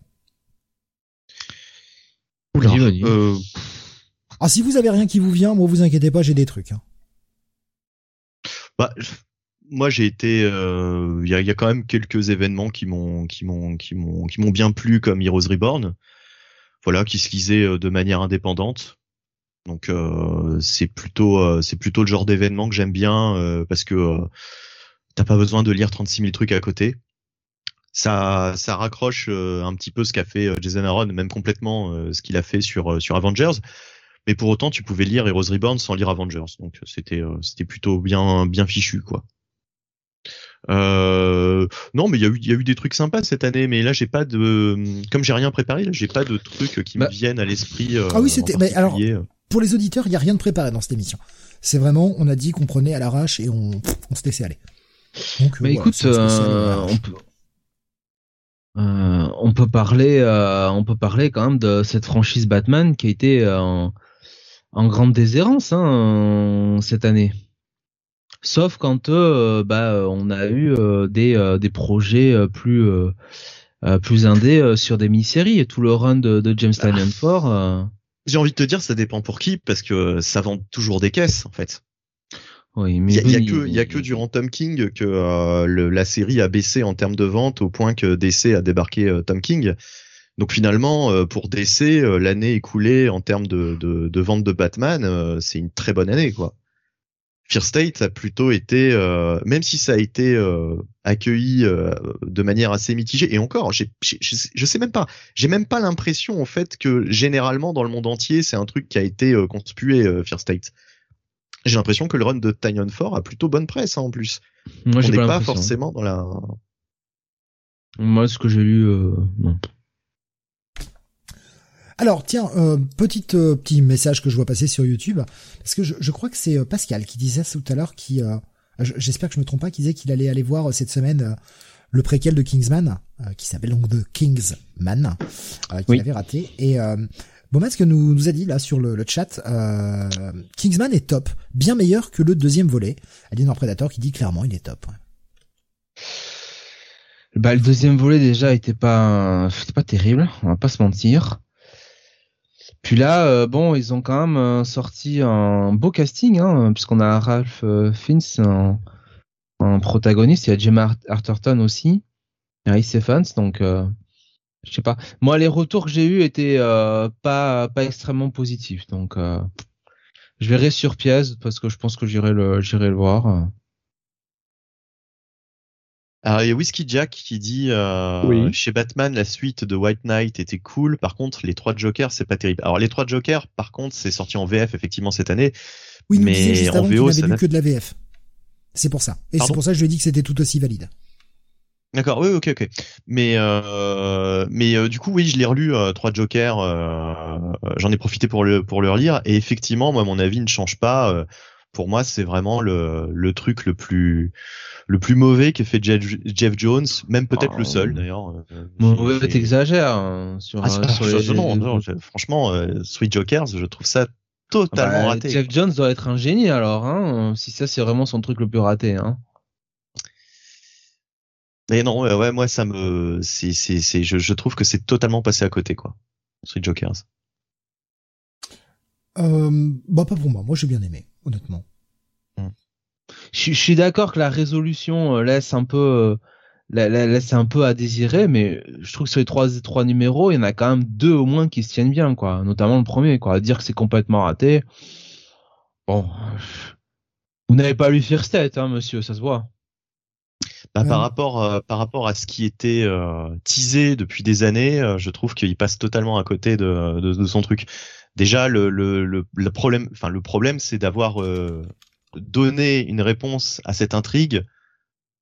Oula, euh... Alors si vous avez rien qui vous vient, moi vous inquiétez pas, j'ai des trucs. Hein. Bah, moi j'ai été, il euh, y, a, y a quand même quelques événements qui m'ont, qui m'ont, qui m'ont, qui m'ont bien plu, comme Heroes Reborn, voilà, qui se lisait de manière indépendante. Donc euh, c'est plutôt, euh, c'est plutôt le genre d'événement que j'aime bien euh, parce que euh, t'as pas besoin de lire trente-six mille trucs à côté. Ça, ça raccroche euh, un petit peu ce qu'a fait euh, Jason Aaron, même complètement euh, ce qu'il a fait sur euh, sur Avengers. Mais pour autant, tu pouvais lire Heroes Reborn sans lire Avengers, donc c'était euh, c'était plutôt bien bien fichu, quoi. Euh, non, mais il y a eu il y a eu des trucs sympas cette année, mais là j'ai pas de, comme j'ai rien préparé, là j'ai pas de trucs qui bah, me viennent à l'esprit. Euh, ah oui, c'était. Mais alors, pour les auditeurs, il y a rien de préparé dans cette émission. C'est vraiment, on a dit qu'on prenait à l'arrache et on on se laissait aller. Donc, mais euh, écoute, voilà, euh, on peut. Euh, on peut parler, euh, on peut parler quand même de cette franchise Batman qui a été euh, en, en grande déshérence hein, cette année. Sauf quand euh, bah on a eu euh, des euh, des projets plus euh, euh, plus indés euh, sur des mini-séries et tout le run de, de James Tynion Ford. Euh... J'ai envie de te dire, ça dépend pour qui, parce que ça vend toujours des caisses en fait. Oui, mais il y a, oui, y a que il y a que durant Tom King que euh, le, la série a baissé en termes de vente au point que D C a débarqué euh, Tom King. Donc finalement euh, pour D C euh, l'année écoulée en termes de de, de vente de Batman, euh, c'est une très bonne année quoi. Fear State a plutôt été, euh, même si ça a été euh, accueilli euh, de manière assez mitigée, et encore, j'ai, j'ai, je sais même pas, j'ai même pas l'impression en fait que généralement dans le monde entier c'est un truc qui a été euh, conspué euh, Fear State. J'ai l'impression que le run de Tynion Ford a plutôt bonne presse hein, en plus. Moi, j'ai On n'est pas, pas forcément dans la. Moi, ce que j'ai lu, euh, non. Alors tiens, euh, petite euh, petit message que je vois passer sur YouTube, parce que je, je crois que c'est euh, Pascal qui disait ça tout à l'heure, qui, euh, j'espère que je me trompe pas, qui disait qu'il allait aller voir euh, cette semaine euh, le préquel de Kingsman, euh, qui s'appelle donc The Kingsman, euh, qu'il oui. avait raté. Et euh, Beaumet, ce que nous nous a dit là sur le, le chat, euh, Kingsman est top, bien meilleur que le deuxième volet. Alien Predator qui dit clairement il est top. Ouais. Bah le deuxième volet déjà était pas, c'était pas terrible, on va pas se mentir. Puis là, euh, bon, ils ont quand même euh, sorti un beau casting, hein, puisqu'on a Ralph euh, Fiennes en, en protagoniste, il y a Gemma Arterton aussi, Rhys Ifans, donc euh, je sais pas. Moi, les retours que j'ai eus étaient euh, pas pas extrêmement positifs, donc euh, je verrai sur pièce parce que je pense que j'irai le j'irai le voir. Alors il y a Whiskey Jack qui dit euh, oui. Chez Batman la suite de White Knight était cool, par contre les trois Jokers c'est pas terrible. Alors les trois Jokers par contre c'est sorti en V F effectivement cette année, oui, mais disait juste en avant V O qu'il n'avait ça lu que de la V F. C'est pour ça. Et Pardon c'est pour ça que je lui ai dit que c'était tout aussi valide. D'accord, oui, ok, ok. Mais euh, mais euh, du coup, oui, je l'ai relu euh, trois Jokers. Euh, j'en ai profité pour le pour le relire et effectivement, moi, mon avis ne change pas. Euh, pour moi, c'est vraiment le le truc le plus le plus mauvais qu'a fait Jeff, Jeff Jones, même peut-être oh, le seul d'ailleurs. Euh, mauvais, fait... t'exagères hein, sur, ah, euh, sur les... non, non, non, franchement, euh, Sweet Jokers, je trouve ça totalement bah, raté. Jeff Jones doit être un génie alors, hein, si ça c'est vraiment son truc le plus raté, hein. Mais non, ouais, ouais, moi ça me, c'est, c'est, c'est, je, je trouve que c'est totalement passé à côté, quoi. Street Jokers. Euh, bah pas pour moi. Moi j'ai bien aimé, honnêtement. Hmm. Je, je suis d'accord que la résolution laisse un peu, euh, la, la, laisse un peu à désirer, mais je trouve que sur les trois, trois numéros, il y en a quand même deux au moins qui se tiennent bien, quoi. Notamment le premier, quoi. À dire que c'est complètement raté. Bon, vous n'avez pas lu Fear State, hein, monsieur, ça se voit. Bah, par rapport euh, par rapport à ce qui était euh, teasé depuis des années, euh, je trouve qu'il passe totalement à côté de, de, de son truc. Déjà le le le, le problème, enfin le problème, c'est d'avoir euh, donné une réponse à cette intrigue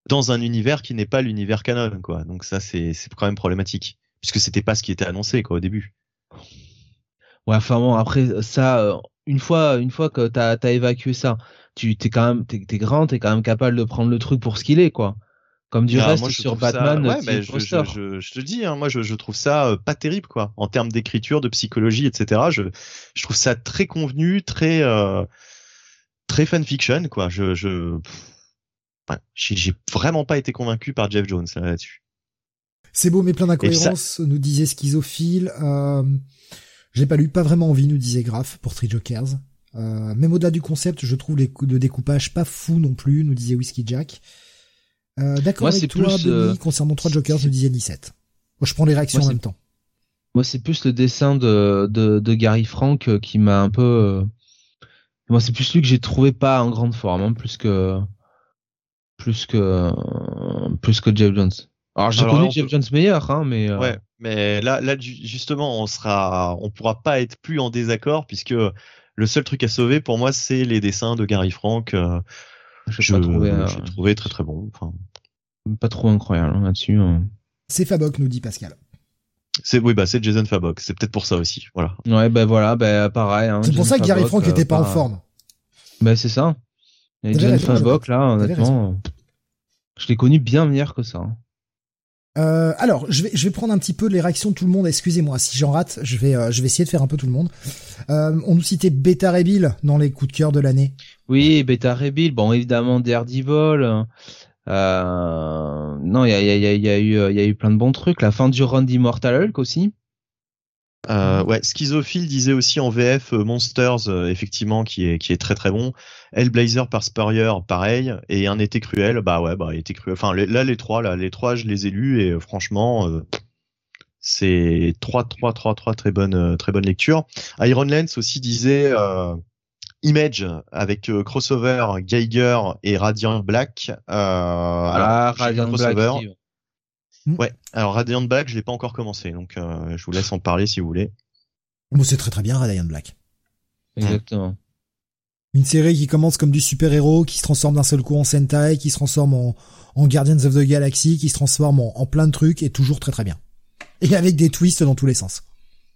dans un univers qui n'est pas l'univers canon, quoi. Donc ça, c'est, c'est quand même problématique, puisque c'était pas ce qui était annoncé, quoi, au début. Ouais, enfin bon, après ça, euh, une fois, une fois que t'as t'as évacué ça, tu t'es quand même, t'es, t'es grand, t'es quand même capable de prendre le truc pour ce qu'il est, quoi. Comme du Ah, reste moi, je sur trouve ça, Batman, ouais, Team mais je, je, Imposter. je, je te dis, hein, moi, je, je trouve ça euh, pas terrible, quoi, en termes d'écriture, de psychologie, et cetera. Je, je trouve ça très convenu, très, euh, très fanfiction, quoi. Je, je, pff, ouais, j'ai, j'ai vraiment pas été convaincu par Jeff Jones là, là-dessus. C'est beau mais plein Et puis ça, d'incohérences, nous disait Schizophile. Euh, j'ai pas lu, pas vraiment envie, nous disait Graf pour Three Jokers. Euh, même au-delà du concept, je trouve les coups de découpage pas fous non plus, nous disait Whiskey Jack. Euh, d'accord Moi, avec c'est toi, plus, Benny, euh, concernant trois Jokers, nous disait Nicette. Moi, je prends les réactions Moi, en c'est même temps. Moi, c'est plus le dessin de, de, de Gary Frank euh, qui m'a un peu. euh, Moi, c'est plus lui que j'ai trouvé pas en grande forme, hein, plus que plus que euh, plus que Jeff Jones. Alors, j'ai alors là, connu on Jeff peut, Jones meilleur, hein, mais euh, ouais, mais là, là, ju- justement, on sera, on pourra pas être plus en désaccord, puisque le seul truc à sauver pour moi, c'est les dessins de Gary Frank. Euh, j'ai pas trouvé, je, euh, j'ai trouvé très très bon. Enfin, pas trop incroyable hein, là-dessus. hein. C'est Fabok, nous dit Pascal. c'est, oui, bah, c'est Jason Fabok. C'est peut-être pour ça aussi. Voilà. Ouais, ben voilà, ben pareil. Hein, C'est pour Jason ça que Gary Fabok, Frank euh, était pas en pas- forme. Ben c'est ça. Et T'avais Jason raison, Fabok, Jonathan. là, T'avais honnêtement, je l'ai connu bien meilleur que ça. hein. Euh, alors, je vais, je vais prendre un petit peu les réactions de tout le monde. Excusez-moi, si j'en rate, je vais, euh, je vais essayer de faire un peu tout le monde. Euh, on nous citait Beta Ray Bill dans les coups de cœur de l'année. Oui, Beta Ray Bill, bon évidemment Daredevil. Euh, non, il y a, il y, a, il y, a, il y a eu, il y a eu plein de bons trucs. La fin du run d'Immortal Hulk aussi. Euh, ouais, Schizophile disait aussi en V F euh, Monsters, euh, effectivement, qui est qui est très très bon. Hellblazer par Spurrier, pareil. Et Un été cruel, bah ouais, bah été cruel. Enfin les- là les trois, là les trois, je les ai lus et euh, franchement, euh, c'est trois trois trois trois très bonnes euh, très bonnes lectures. Iron Lance aussi disait euh, Image avec euh, crossover Geiger et Radiant Black. Euh, alors Ah, j'ai lu le Radiant Black. crossover. Si. Ouais, alors Radiant Black, je l'ai pas encore commencé, donc euh, je vous laisse en parler si vous voulez. Bon, c'est très très bien, Radiant Black. Exactement. Une série qui commence comme du super-héros, qui se transforme d'un seul coup en Sentai, qui se transforme en, en Guardians of the Galaxy, qui se transforme en, en plein de trucs, et toujours très très bien. Et avec des twists dans tous les sens.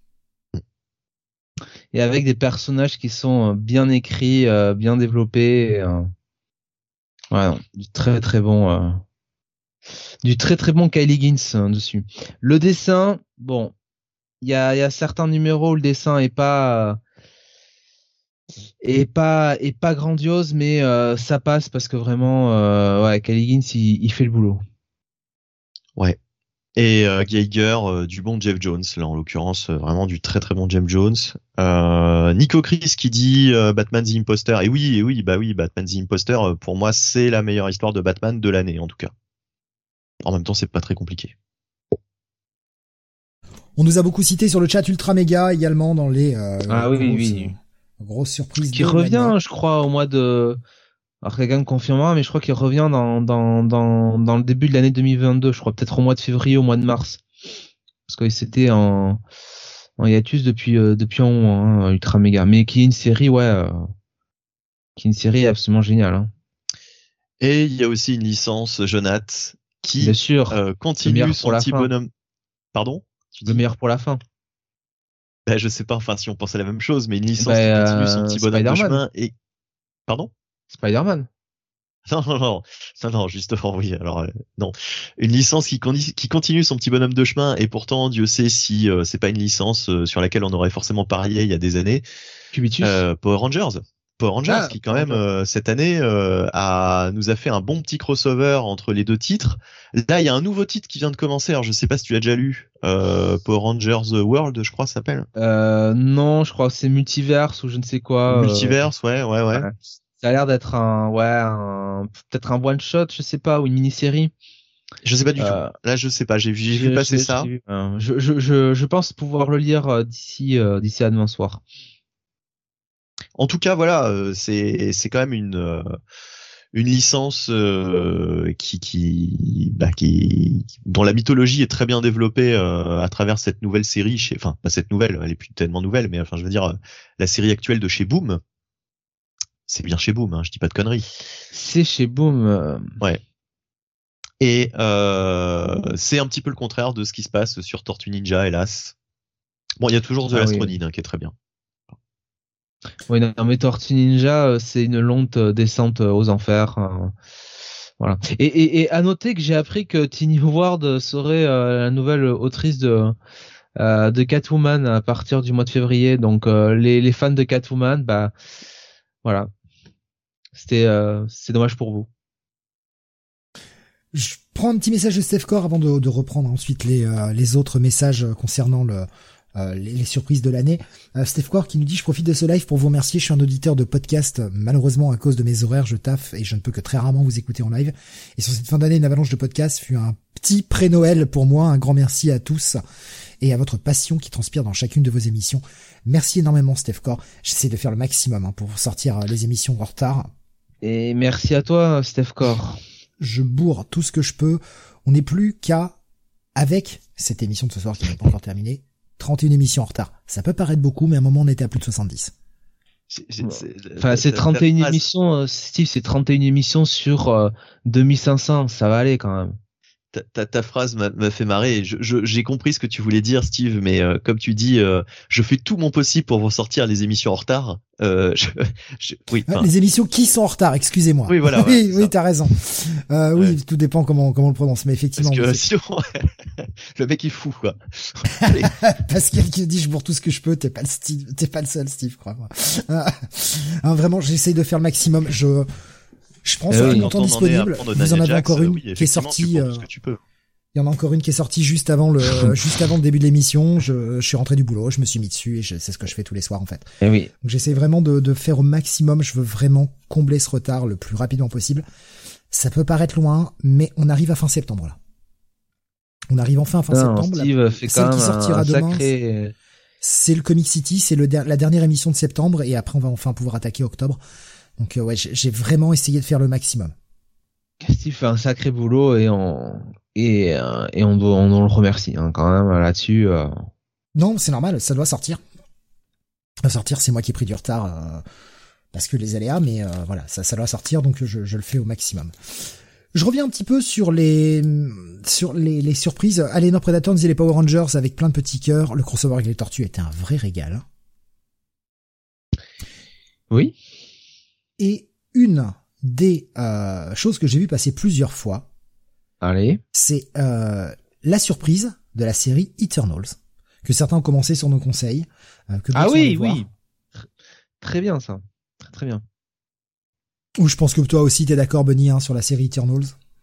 Et avec des personnages qui sont euh, bien écrits, euh, bien développés. et, euh, Ouais, non, du très très bon, euh, du très très bon Kylie Gins hein, dessus. Le dessin, bon, il y a, il y a certains numéros où le dessin est pas, euh, est pas, est pas grandiose, mais euh, ça passe parce que vraiment, euh, ouais, Kylie Gins, il, il fait le boulot. Ouais. Et euh, Geiger, euh, du bon Jeff Jones, là en l'occurrence, euh, vraiment du très très bon Jeff Jones. Euh, Nico Chris qui dit euh, Batman the Imposter. Et oui, et oui, bah oui, Batman the Imposter, euh, pour moi, c'est la meilleure histoire de Batman de l'année, en tout cas. En même temps, c'est pas très compliqué. On nous a beaucoup cité sur le chat Ultra Méga également dans les euh, Ah oui, grosses, oui. euh, grosses surprises. Qui de revient, l'année. je crois, au mois de. Alors quelqu'un me confirmera, mais je crois qu'il revient dans, dans, dans, dans le début de l'année deux mille vingt-deux, je crois, peut-être au mois de février, au mois de mars. Parce que c'était en, en hiatus depuis, euh, depuis un mois, hein, Ultra Mega. Mais qui est une série, ouais, euh, qui est une série absolument géniale. Hein. Et il y a aussi une licence, Jonath, qui Bien sûr, euh, le continue meilleur son pour la petit fin. bonhomme. Pardon? Tu Le dis meilleur pour la fin. Ben, je sais pas, enfin, si on pensait la même chose, mais une licence Ben, qui continue son euh, petit bonhomme de Spider-Man. chemin et... Pardon? Spider-Man. Non, non, non, non, non, justement, oui, alors, euh, non. Une licence qui, con- qui continue son petit bonhomme de chemin, et pourtant, Dieu sait si euh, c'est pas une licence euh, sur laquelle on aurait forcément parié il y a des années. Cubitus. Euh, Power Rangers. Power Rangers, Ah, qui quand Power même, Rangers. euh, cette année, euh, a, nous a fait un bon petit crossover entre les deux titres. Là, il y a un nouveau titre qui vient de commencer, alors je sais pas si tu l'as déjà lu, euh, Power Rangers World, je crois, ça s'appelle. Euh, non, je crois que c'est Multiverse ou je ne sais quoi. euh, Multiverse, ouais, ouais, ouais. ouais. Ça a l'air d'être un, ouais, un, peut-être un one shot, je sais pas, ou une mini-série. Je sais pas du Euh, tout. Là, je sais pas. J'ai vu, j'ai je, vu passer je- ça. je- euh, je, je, je, je pense pouvoir le lire euh, d'ici, euh, d'ici à demain soir. En tout cas, voilà, euh, c'est c'est quand même une euh, une licence euh, qui qui bah qui dont la mythologie est très bien développée euh, à travers cette nouvelle série. Chez, enfin, pas cette nouvelle, elle est plus tellement nouvelle, mais enfin, je veux dire, euh, la série actuelle de chez Boom. C'est bien chez Boom, hein, je dis pas de conneries. C'est chez Boom. euh, Ouais. Et euh, c'est un petit peu le contraire de ce qui se passe sur Tortue Ninja, hélas. Bon, il y a toujours The Ah Last oui. Ronin, hein, qui est très bien. Oui, non, mais Tortue Ninja, euh, c'est une longue euh, descente euh, aux enfers. euh, Voilà. Et, et, et à noter que j'ai appris que Tini Howard serait euh, la nouvelle autrice de euh, de Catwoman à partir du mois de février. Donc euh, les les fans de Catwoman, bah voilà, c'était euh, c'est dommage pour vous. Je prends un petit message de Steph Core avant de, de reprendre ensuite les, euh, les autres messages concernant le, euh, les, les surprises de l'année. Euh, Steph Core qui nous dit: je profite de ce live pour vous remercier. Je suis un auditeur de podcast. Malheureusement, à cause de mes horaires, je taffe et je ne peux que très rarement vous écouter en live. Et sur cette fin d'année, une avalanche de podcasts fut un petit pré-Noël pour moi. Un grand merci à tous et à votre passion qui transpire dans chacune de vos émissions. Merci énormément, Steph Core. J'essaie de faire le maximum hein, pour sortir les émissions en retard. Et merci à toi, Steph Core. Je bourre tout ce que je peux. On n'est plus qu'à, avec cette émission de ce soir qui n'est pas encore terminée, trente et une émissions en retard. Ça peut paraître beaucoup, mais à un moment on était à plus de soixante-dix. C'est, c'est, c'est, Enfin, c'est trente et une phrase... émissions, euh, Steve, c'est trente et une émissions sur euh, deux mille cinq cents, ça va aller quand même. Ta, ta, ta phrase m'a, m'a fait marrer. Je, je, j'ai compris ce que tu voulais dire, Steve, mais euh, comme tu dis, euh, je fais tout mon possible pour vous sortir les émissions en retard. Euh, je, je, oui, ah, les émissions qui sont en retard, excusez-moi. Oui, voilà. oui, ouais, oui, t'as raison. Euh, oui, ouais. Tout dépend comment comment on le prononce, mais effectivement. Parce que sinon, le mec est fou, quoi. Pascal qui dit: je bourre tout ce que je peux. T'es pas le Steve, t'es pas le seul, Steve, crois-moi. hein, vraiment, j'essaye de faire le maximum. Je Je prends sur tout mon temps disponible. Vous en avez encore une qui est sortie. Euh, il y en a encore une qui est sortie juste avant le juste avant le début de l'émission. Je, je suis rentré du boulot, je me suis mis dessus et je, c'est ce que je fais tous les soirs en fait. Et oui. Donc j'essaie vraiment de, de faire au maximum. Je veux vraiment combler ce retard le plus rapidement possible. Ça peut paraître loin, mais on arrive à fin septembre là. On arrive enfin à fin non, septembre. Steve la, fait celle quand qui même sortira un demain. sacré... C'est le Comic City, c'est le la dernière émission de septembre et après on va enfin pouvoir attaquer octobre. Donc euh, ouais, j'ai vraiment essayé de faire le maximum. Steve fait un sacré boulot et on et euh, et on doit on, on le remercie hein, quand même là-dessus. Euh... Non, c'est normal, ça doit sortir. Ça doit sortir, c'est moi qui ai pris du retard euh, parce que les aléas, mais euh, voilà, ça ça doit sortir donc je je le fais au maximum. Je reviens un petit peu sur les sur les, les surprises. Alien Predator disait les Power Rangers avec plein de petits cœurs. Le crossover avec les tortues était un vrai régal. Oui. Et une des euh, choses que j'ai vu passer plusieurs fois, allez, c'est euh, la surprise de la série Eternals, que certains ont commencé sur nos conseils. Euh, que ah oui, oui, très bien ça, très très bien. Ou je pense que toi aussi t'es d'accord, Benny, hein, sur la série Eternals.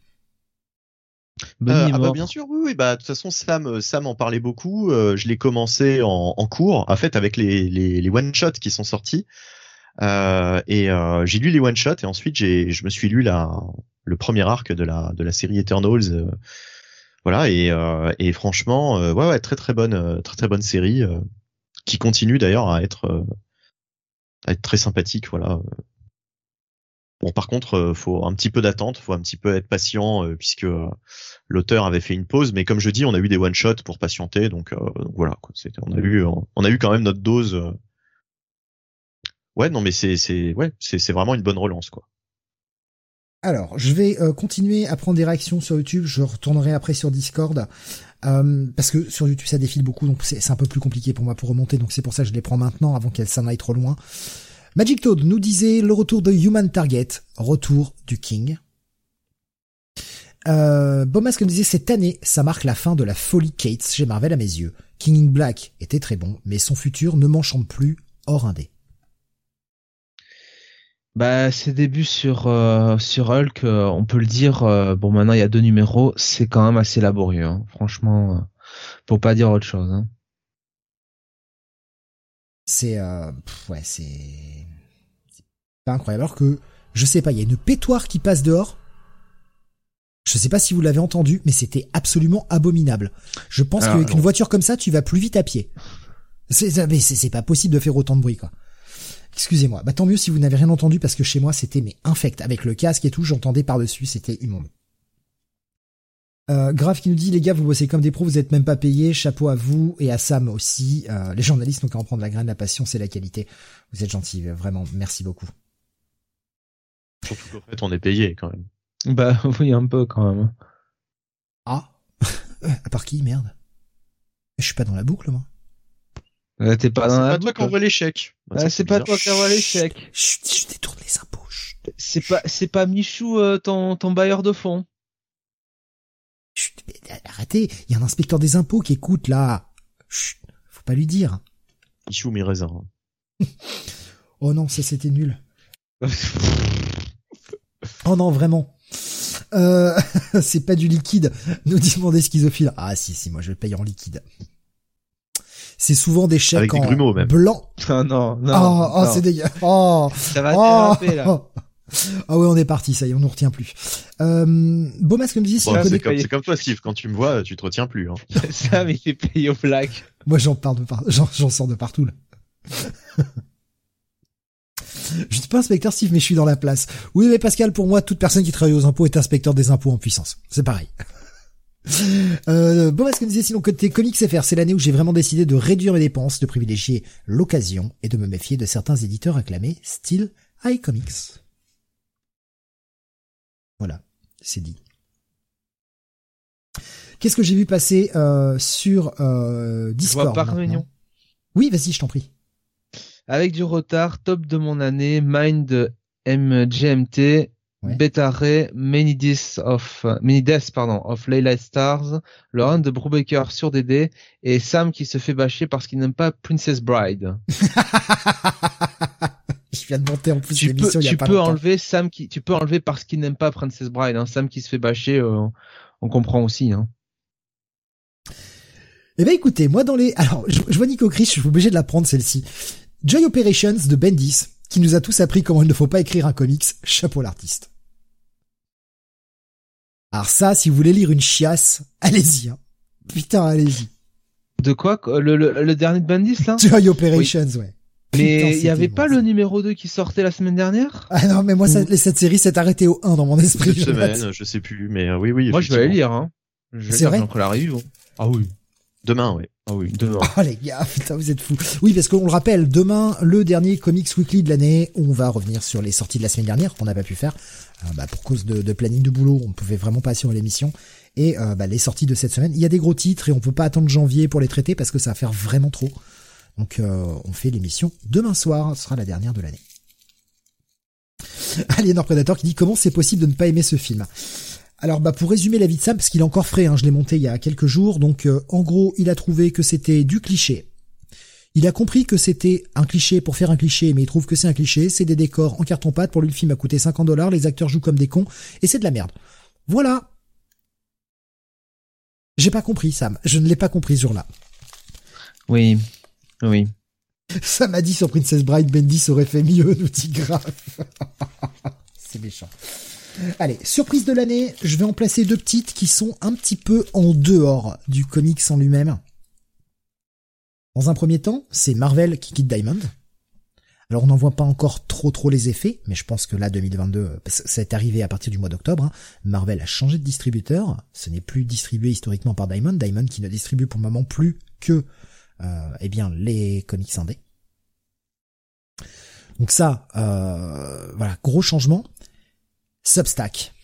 Euh, ah bah bien sûr, oui, oui, bah de toute façon Sam, Sam en parlait beaucoup. Euh, je l'ai commencé en, en cours, en fait avec les les, les one shots qui sont sortis. Euh, et euh, j'ai lu les one shots et ensuite j'ai, je me suis lu la le premier arc de la de la série Eternals. Euh, voilà et euh, et franchement, euh, ouais ouais très très bonne très très bonne série euh, qui continue d'ailleurs à être euh, à être très sympathique. Voilà. Bon, par contre, euh, faut un petit peu d'attente, faut un petit peu être patient euh, puisque euh, l'auteur avait fait une pause. Mais comme je dis, on a eu des one shots pour patienter, donc, euh, donc voilà. Quoi. C'était, on a eu, on a eu quand même notre dose. Euh... Ouais, non, mais c'est, c'est, ouais, c'est, c'est vraiment une bonne relance, quoi. Alors, je vais euh, continuer à prendre des réactions sur YouTube. Je retournerai après sur Discord euh, parce que sur YouTube ça défile beaucoup, donc c'est, c'est un peu plus compliqué pour moi pour remonter. Donc c'est pour ça que je les prends maintenant avant qu'elles s'en aillent trop loin. Magic Toad nous disait le retour de Human Target, retour du King. Euh, Bomas nous disait cette année, ça marque la fin de la folie Cates chez Marvel à mes yeux. King in Black était très bon, mais son futur ne m'enchante plus hors indé. Bah, ses débuts sur euh, sur Hulk, euh, on peut le dire. Euh, bon, maintenant il y a deux numéros, c'est quand même assez laborieux. Hein. Franchement, euh, pour pas dire autre chose. Hein. C'est euh, pff, ouais, c'est c'est pas incroyable. Alors que je sais pas, il y a une pétoire qui passe dehors. Je sais pas si vous l'avez entendu, mais c'était absolument abominable. Je pense Alors, qu'avec une voiture comme ça, tu vas plus vite à pied. C'est, mais c'est, c'est pas possible de faire autant de bruit, quoi. Excusez-moi. Bah tant mieux si vous n'avez rien entendu parce que chez moi c'était mais infect avec le casque et tout, j'entendais par-dessus, c'était immonde. Euh, Grave qui nous dit les gars vous bossez comme des pros, vous êtes même pas payés, chapeau à vous et à Sam aussi. Euh, les journalistes n'ont qu'à en prendre la graine, la passion c'est la qualité. Vous êtes gentils, vraiment, merci beaucoup. Surtout qu'en fait on est payé quand même. Bah oui un peu quand même. Ah. À part qui, merde? Je suis pas dans la boucle, moi. Euh, t'es pas Ah, dans c'est la pas toi boucle. qui envoie les chèques. Bah, Ah, ça, c'est pas bizarre. toi qui envoie les chèques. Chut, je détourne les impôts. Chut. C'est pas, c'est pas Michou, euh, ton, ton bailleur de fonds. Chut, mais arrêtez, il y a un inspecteur des impôts qui écoute, là. Chut, faut pas lui dire. Michou mes raisins. Oh non, ça c'était nul. Oh non, vraiment. Euh, c'est pas du liquide, nous disent des schizophiles. Ah si, si, moi je le paye en liquide. C'est souvent des chèques Avec des en grumeaux, même. blanc. Ah non, non. Oh, oh non. c'est dégueu. Oh, Ça va oh, déraper, là. oh. Ah ouais, on est parti, ça y est, on nous retient plus. Euh, Beaumas, comme disait, si Bon, on c'est connaît... comme, c'est comme toi, Steve. Quand tu me vois, tu te retiens plus. Hein. Sam, il est payé au black. Moi, j'en parle de par... j'en, j'en sors de partout, là. Je suis pas inspecteur, Steve, mais je suis dans la place. Oui, mais Pascal, pour moi, toute personne qui travaille aux impôts est inspecteur des impôts en puissance. C'est pareil. Euh, bon, parce que me disait, sinon, côté Comics F R, c'est l'année où j'ai vraiment décidé de réduire mes dépenses, de privilégier l'occasion et de me méfier de certains éditeurs acclamés, style iComics. Voilà, c'est dit. Qu'est-ce que j'ai vu passer euh, sur euh, Discord? Je vois par maintenant réunion. Oui, vas-y, je t'en prie. Avec du retard, top de mon année, Mind M G M T, Ouais. Beta Ray, Many Deaths of, euh, Many Deaths, pardon, of Layla Stars, le run de Brubaker sur D D, et Sam qui se fait bâcher parce qu'il n'aime pas Princess Bride. Je viens de monter en plus Tu peux, l'émission il y a tu pas peux longtemps. enlever Sam qui, tu peux enlever parce qu'il n'aime pas Princess Bride, hein. Sam qui se fait bâcher, euh, on comprend aussi, hein. Eh ben écoutez, moi dans les... Alors, je, je vois Nico Chris, je suis obligé de la prendre celle-ci. Joy Operations de Bendis, qui nous a tous appris comment il ne faut pas écrire un comics. Chapeau l'artiste. Alors ça, si vous voulez lire une chiasse, allez-y. Hein. Putain, allez-y. De quoi? Le, le, le dernier de Bendis, là? Joy Operations, ouais. Putain, Mais il y c'était avait bon, pas ça. le numéro deux qui sortait la semaine dernière? Ah non, mais moi, ça, Ouh. cette série s'est arrêtée au un dans mon esprit. Cette je note. semaine, je sais plus, mais euh, oui, oui. Moi, je vais aller effectivement. lire, hein. Je vais C'est lire, vrai j'ai encore la review. Ah oui. Demain, ouais. Ah oui, demain. Oh les gars, putain, vous êtes fous. Oui, parce qu'on le rappelle, demain, le dernier Comics Weekly de l'année, on va revenir sur les sorties de la semaine dernière qu'on n'a pas pu faire. Euh, bah, pour cause de, de planning de boulot, on ne pouvait vraiment pas assurer l'émission. Et euh, bah, les sorties de cette semaine, il y a des gros titres et on peut pas attendre janvier pour les traiter parce que ça va faire vraiment trop. Donc euh, on fait l'émission demain soir, ce sera la dernière de l'année. Alienor Predator qui dit comment c'est possible de ne pas aimer ce film. Alors bah pour résumer la vie de Sam, parce qu'il est encore frais, hein, je l'ai monté il y a quelques jours, donc euh, en gros il a trouvé que c'était du cliché. Il a compris que c'était un cliché pour faire un cliché, mais il trouve que c'est un cliché, c'est des décors en carton-pâte, pour lui le film a coûté cinquante dollars, les acteurs jouent comme des cons, et c'est de la merde. Voilà. J'ai pas compris Sam, je ne l'ai pas compris ce jour-là. Oui. Oui. Ça m'a dit sur Princess Bride, Bendis aurait fait mieux, nous dit grave. C'est méchant. Allez, surprise de l'année, je vais en placer deux petites qui sont un petit peu en dehors du comics en lui-même. Dans un premier temps, c'est Marvel qui quitte Diamond. Alors on n'en voit pas encore trop trop les effets, mais je pense que là deux mille vingt-deux, ça est arrivé à partir du mois d'octobre. Hein. Marvel a changé de distributeur, ce n'est plus distribué historiquement par Diamond, Diamond qui ne distribue pour le moment plus que euh, eh bien les comics indés. Donc ça, euh, voilà, gros changement. Substack.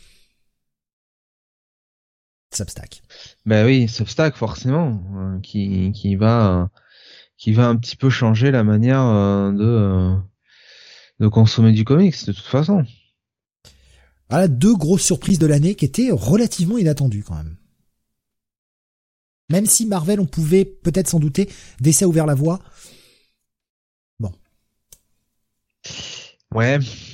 Substack. Ben oui, Substack forcément, euh, qui qui va euh, qui va un petit peu changer la manière euh, de euh, de consommer du comics de toute façon. Voilà, deux grosses surprises de l'année qui étaient relativement inattendues quand même. Même si Marvel, on pouvait peut-être s'en douter, D C a ouvert la voie. Bon. Ouais.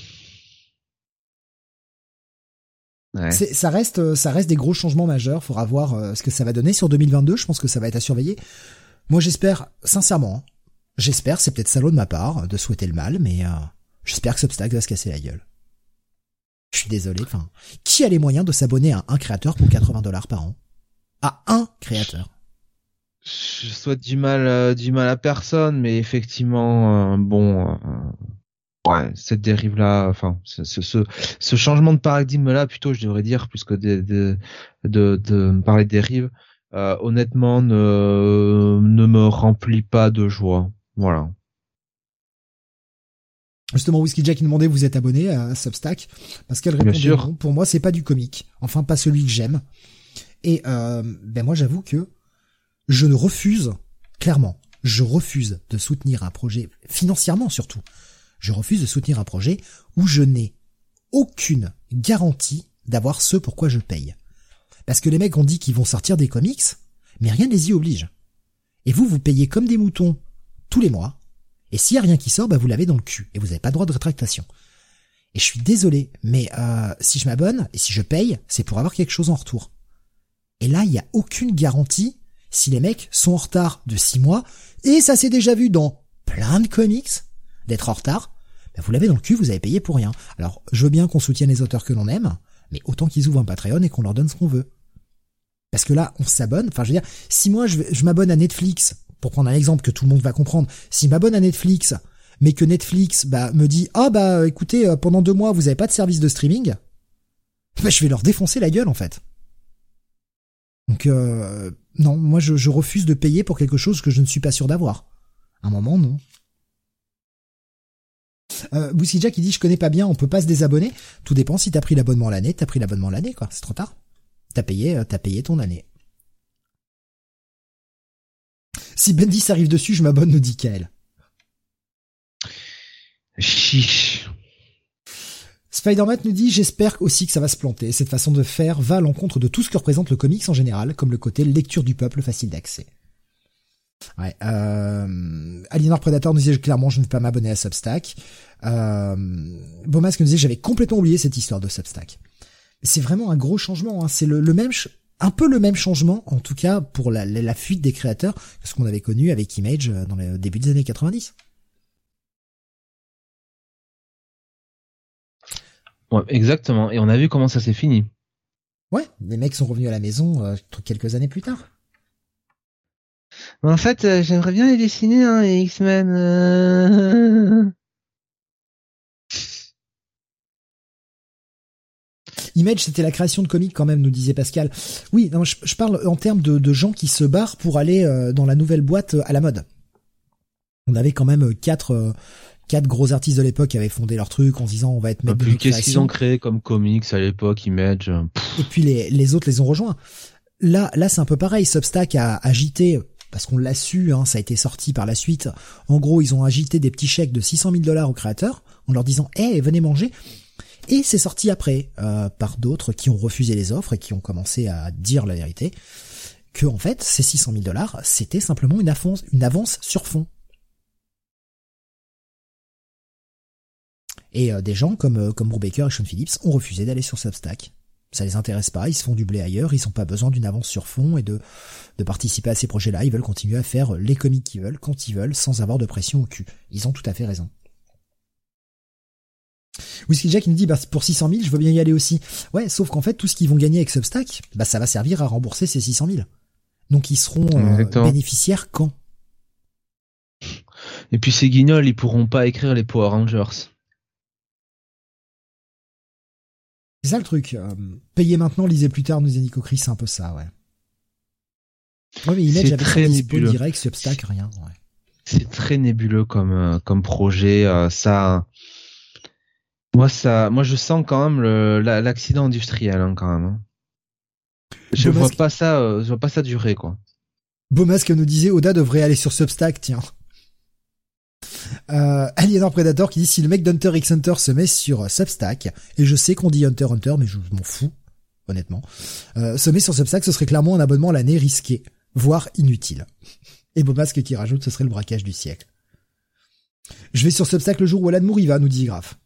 Ouais. C'est, ça reste, ça reste des gros changements majeurs. Faudra voir euh, ce que ça va donner sur deux mille vingt-deux. Je pense que ça va être à surveiller. Moi, j'espère, sincèrement, hein, j'espère, c'est peut-être salaud de ma part de souhaiter le mal, mais euh, j'espère que Substack va se casser la gueule. Je suis désolé. Enfin, qui a les moyens de s'abonner à un créateur pour quatre-vingts dollars par an? À un créateur. Je souhaite du mal, euh, du mal à personne, mais effectivement, euh, bon, euh, ouais, cette dérive-là, enfin, ce, ce, ce, ce changement de paradigme-là, plutôt, je devrais dire, plus que de, de, de, de parler de dérive, euh, honnêtement, ne, ne me remplit pas de joie. Voilà. Justement, Whiskey Jack, il demandait, vous êtes abonné à Substack? Parce qu'elle répondait sûr. non. Pour moi, c'est pas du comique. Enfin, pas celui que j'aime. Et euh, ben moi j'avoue que je ne refuse, clairement, je refuse de soutenir un projet, financièrement surtout, je refuse de soutenir un projet où je n'ai aucune garantie d'avoir ce pourquoi je paye. Parce que les mecs ont dit qu'ils vont sortir des comics, mais rien ne les y oblige. Et vous, vous payez comme des moutons tous les mois, et s'il y a rien qui sort, bah vous l'avez dans le cul, et vous n'avez pas droit de rétractation. Et je suis désolé, mais euh, si je m'abonne, et si je paye, c'est pour avoir quelque chose en retour. Et là, il n'y a aucune garantie si les mecs sont en retard de six mois, et ça s'est déjà vu dans plein de comics, d'être en retard, bah vous l'avez dans le cul, vous avez payé pour rien. Alors, je veux bien qu'on soutienne les auteurs que l'on aime, mais autant qu'ils ouvrent un Patreon et qu'on leur donne ce qu'on veut. Parce que là, on s'abonne, enfin je veux dire, si moi je, je m'abonne à Netflix, pour prendre un exemple que tout le monde va comprendre, si je m'abonne à Netflix, mais que Netflix bah me dit « Ah bah écoutez, pendant deux mois vous avez pas de service de streaming », bah je vais leur défoncer la gueule en fait. Donc euh, non, moi je, je refuse de payer pour quelque chose que je ne suis pas sûr d'avoir. À un moment, non. Euh, Bousky Jack qui dit « Je connais pas bien, on peut pas se désabonner ». Tout dépend si t'as pris l'abonnement l'année, t'as pris l'abonnement l'année quoi, c'est trop tard. T'as payé, t'as payé ton année. Si Bendis arrive dessus, je m'abonne, nous dit Kael. Chiche. Spider-Man nous dit, j'espère aussi que ça va se planter. Cette façon de faire va à l'encontre de tout ce que représente le comics en général, comme le côté lecture du peuple facile d'accès. Ouais, euh, Alienor Predator nous disait clairement, je ne vais pas m'abonner à Substack. Euh, Beaumasque nous disait, j'avais complètement oublié cette histoire de Substack. C'est vraiment un gros changement, hein. C'est le, le même, ch- un peu le même changement, en tout cas pour la, la, la fuite des créateurs, que ce qu'on avait connu avec Image dans le début des années quatre-vingt-dix. Ouais, exactement. Et on a vu comment ça s'est fini. Ouais, les mecs sont revenus à la maison euh, quelques années plus tard. En fait, euh, j'aimerais bien les dessiner, hein, les X-Men. Euh... Image, c'était la création de comics quand même, nous disait Pascal. Oui, non, je, je parle en termes de, de gens qui se barrent pour aller euh, dans la nouvelle boîte euh, à la mode. On avait quand même quatre, euh, quatre gros artistes de l'époque qui avaient fondé leur truc en se disant on va être maître de notre Qu'est-ce création. qu'ils ont créé comme comics à l'époque, Image? Et puis les, les autres les ont rejoints. Là, là, c'est un peu pareil. Substack a agité, parce qu'on l'a su, hein, ça a été sorti par la suite. En gros, ils ont agité des petits chèques de six cent mille dollars aux créateurs en leur disant « Hey, venez manger ». Et c'est sorti après, euh, par d'autres qui ont refusé les offres et qui ont commencé à dire la vérité, que en fait, ces six cent mille dollars, c'était simplement une avance, une avance sur fond. Et euh, des gens comme euh, comme Brubaker et Sean Phillips ont refusé d'aller sur Substack. Ça les intéresse pas, ils se font du blé ailleurs, ils ont pas besoin d'une avance sur fond et de de participer à ces projets-là, ils veulent continuer à faire les comics qu'ils veulent, quand ils veulent, sans avoir de pression au cul. Ils ont tout à fait raison. Whiskey Jack nous dit bah pour six cent mille je veux bien y aller aussi. Ouais, sauf qu'en fait tout ce qu'ils vont gagner avec Substack, bah ça va servir à rembourser ces six cent mille. Donc ils seront euh, bénéficiaires quand? Et puis ces guignols, ils pourront pas écrire les Power Rangers. C'est ça le truc. Euh, payer maintenant, lisez plus tard, nous dit Nico Chris, c'est un peu ça, ouais. Ouais, mais Image avait très nébuleux. Direct, Substack, rien. Ouais. C'est très nébuleux comme euh, comme projet. Euh, ça. Moi, ça, moi, je sens quand même le, la, l'accident industriel, hein, quand même. Je Beaumasque... vois pas ça, euh, je vois pas ça durer, quoi. Beaumasque nous disait, Oda devrait aller sur Substack, tiens. Euh, Alienor Predator qui dit, si le mec d'Hunter x Hunter se met sur Substack, et je sais qu'on dit Hunter Hunter, mais je m'en fous, honnêtement, euh, se met sur Substack, ce serait clairement un abonnement à l'année risqué, voire inutile. Et Beaumasque qui rajoute, ce serait le braquage du siècle. Je vais sur Substack le jour où Alan Moore y va, nous dit Graf.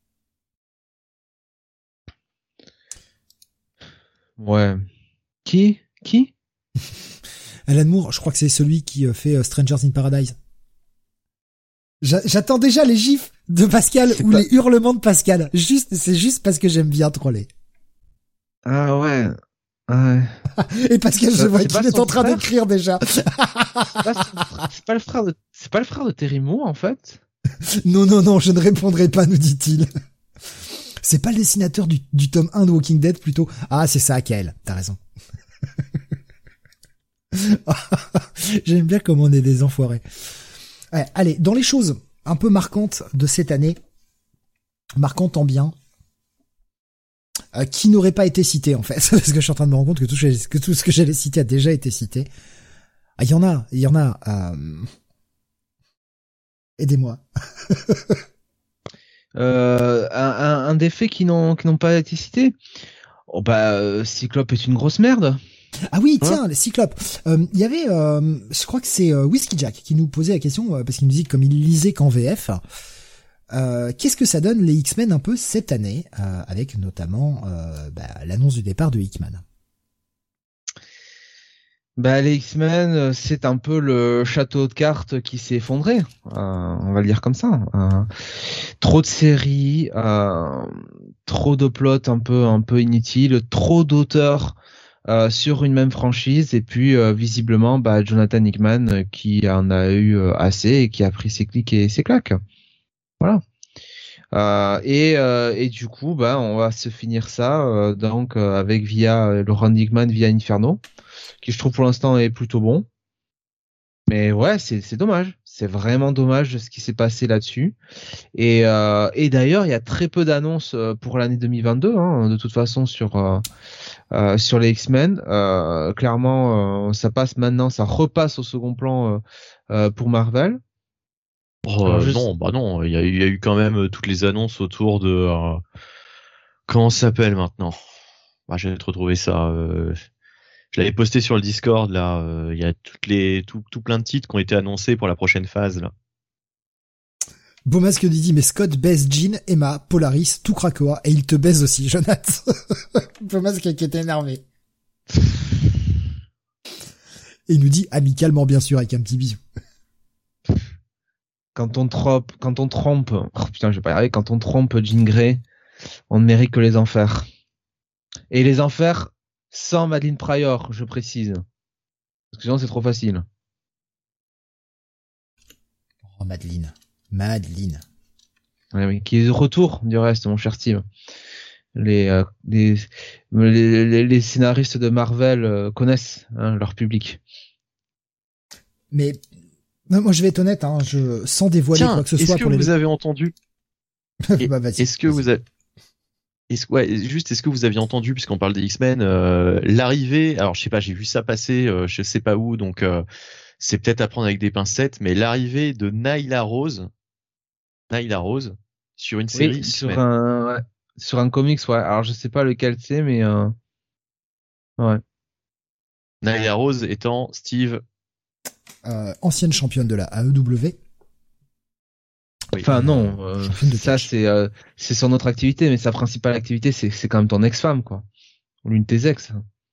Ouais. Qui Qui Alan Moore, je crois que c'est celui qui fait euh, Strangers in Paradise. J'a- j'attends déjà les gifs de Pascal c'est ou pas... les hurlements de Pascal. Juste, c'est juste parce que j'aime bien troller. Ah ouais. Ouais. Et Pascal, je vois qu'il est en train frère. d'écrire déjà. c'est, pas c'est pas le frère de, c'est pas le frère de Terry Moore en fait. Non, non, non, je ne répondrai pas, nous dit-il. C'est pas le dessinateur du, du tome un de Walking Dead plutôt. Ah, c'est ça, Kael. T'as raison. J'aime bien comment on est des enfoirés. Ouais, allez, dans les choses un peu marquantes de cette année, marquantes en bien, Euh, qui n'aurait pas été cité en fait, parce que je suis en train de me rendre compte que tout, que tout ce que j'allais citer a déjà été cité. Ah, il y en a, il y en a. Euh... Aidez-moi. euh, un, un, un des faits qui n'ont qui n'ont pas été cités. Oh bah, euh, Cyclope est une grosse merde. Ah oui, tiens, les Cyclopes. Il euh, y avait, euh, je crois que c'est euh, Whiskey Jack qui nous posait la question euh, parce qu'il nous dit que comme il lisait qu'en V F. Euh, qu'est-ce que ça donne les X-Men un peu cette année, euh, avec notamment euh, bah, l'annonce du départ de Hickman. Bah les X-Men, c'est un peu le château de cartes qui s'est effondré, euh, on va le dire comme ça. Euh, trop de séries, euh, trop de plots un peu un peu inutiles, trop d'auteurs euh, sur une même franchise, et puis euh, visiblement bah Jonathan Hickman euh, qui en a eu euh, assez et qui a pris ses clics et ses claques. Voilà. Euh, et, euh, et du coup, bah, on va se finir ça euh, donc euh, avec via euh, le Ron Hickman via Inferno, qui je trouve pour l'instant est plutôt bon. Mais ouais, c'est c'est dommage, c'est vraiment dommage ce qui s'est passé là-dessus. Et euh, et d'ailleurs, il y a très peu d'annonces pour l'année deux mille vingt-deux, hein, de toute façon sur euh, euh, sur les X-Men. Euh, clairement, euh, ça passe maintenant, ça repasse au second plan euh, euh, pour Marvel. Oh, euh, juste... Non, bah non, il y a, y a eu quand même toutes les annonces autour de euh, comment ça s'appelle maintenant. Bah, j'ai retrouvé ça. Euh, je l'avais posté sur le Discord là. Il euh, y a toutes les tout, tout plein de titres qui ont été annoncés pour la prochaine phase là. Beau masque Didi, mais Scott baise Jean, Emma, Polaris, tout Krakoa, et il te baise aussi, Jonathan. Beau masque qui était énervé. Et il nous dit amicalement bien sûr avec un petit bisou. Quand on trompe, quand on trompe, oh putain, je vais pas y arriver, quand on trompe Jean Grey, on ne mérite que les enfers. Et les enfers sans Madelyne Pryor, je précise. Parce que sinon c'est trop facile. Oh, Madelyne. Madelyne. Ouais, oui, qui est de retour, du reste, mon cher Steve. Les, euh, les, les, les scénaristes de Marvel euh, connaissent hein, leur public. Mais moi, je vais être honnête, hein, je sans dévoiler Tiens, quoi que ce soit. Est-ce que pour vous les... avez entendu bah, vas-y, Est-ce que vas-y. vous avez Est-ce, ouais, juste, est-ce que vous aviez entendu, puisqu'on parle des X-Men, euh, l'arrivée, alors je sais pas, j'ai vu ça passer, euh, je sais pas où, donc euh, c'est peut-être à prendre avec des pincettes, mais l'arrivée de Nyla Rose, Nyla Rose, sur une série Oui, X-Men. sur un, ouais, sur un comics, ouais. Alors je sais pas lequel c'est, mais euh... ouais. Nyla Rose étant Steve. Euh, ancienne championne de la A E W. Enfin euh, non, euh, ça c'est euh, c'est son autre activité, mais sa principale activité c'est c'est quand même ton ex-femme quoi, ou l'une de tes ex.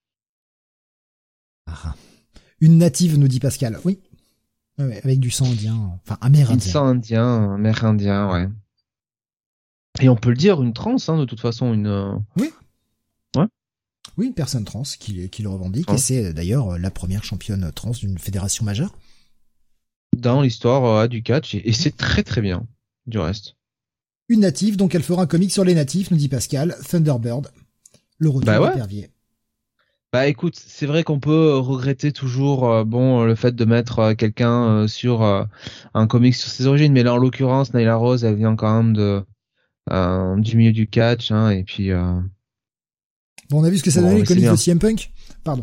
Ah. Une native nous dit Pascal. Oui. Ouais, avec du sang indien, enfin amérindien. Du sang indien, amérindien, ouais. Et on peut le dire, une trans, hein, de toute façon, une. Euh... Oui. Ouais. Oui, une personne trans qui qui le revendique, ouais. Et c'est d'ailleurs la première championne trans d'une fédération majeure. Dans l'histoire euh, du catch, et, et c'est très très bien, du reste. Une native, donc elle fera un comic sur les natifs, nous dit Pascal. Thunderbird, le retour bah ouais. d'Épervier. Bah écoute, c'est vrai qu'on peut regretter toujours euh, bon le fait de mettre euh, quelqu'un euh, sur euh, un comic sur ses origines, mais là en l'occurrence, Nyla Rose, elle vient quand même de euh, du milieu du catch, hein, et puis. Euh... Bon, on a vu ce que ça bon, donnait les comics bien. de C M Punk. Pardon.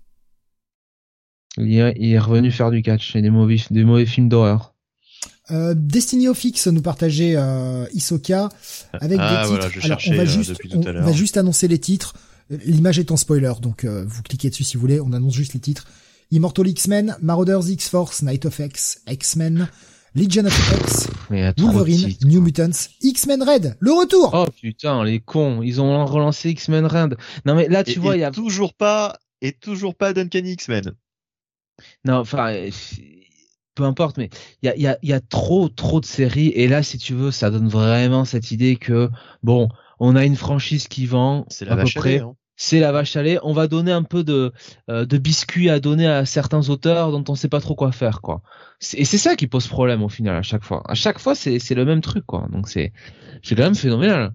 Il est, il est revenu faire du catch et des mauvais, des mauvais films d'horreur. Euh, Destiny of X nous partageait euh, Hisoka avec ah, des voilà, titres. je Alors on va cherchais, juste, euh, depuis tout on à l'heure. va juste annoncer les titres. L'image est en spoiler, donc euh, vous cliquez dessus si vous voulez. On annonce juste les titres. Immortal X-Men, Marauders X-Force, Night of X, X-Men, Legion of X, Wolverine, titres, New Mutants, X-Men Red, le retour. Oh putain, les cons, ils ont relancé X-Men Red. Non mais là tu et, vois, il et y a toujours pas et toujours pas d'Uncanny X-Men. Non, enfin peu importe, mais il y a, y, a, y a trop trop de séries et là si tu veux, ça donne vraiment cette idée que bon, on a une franchise qui vend C'est la à peu vache à près. lait, hein. C'est la vache à lait. On va donner un peu de euh, de biscuits à donner à certains auteurs dont on sait pas trop quoi faire, quoi. C'est, et c'est ça qui pose problème au final à chaque fois. À chaque fois, c'est c'est le même truc, quoi. Donc c'est c'est quand même phénoménal.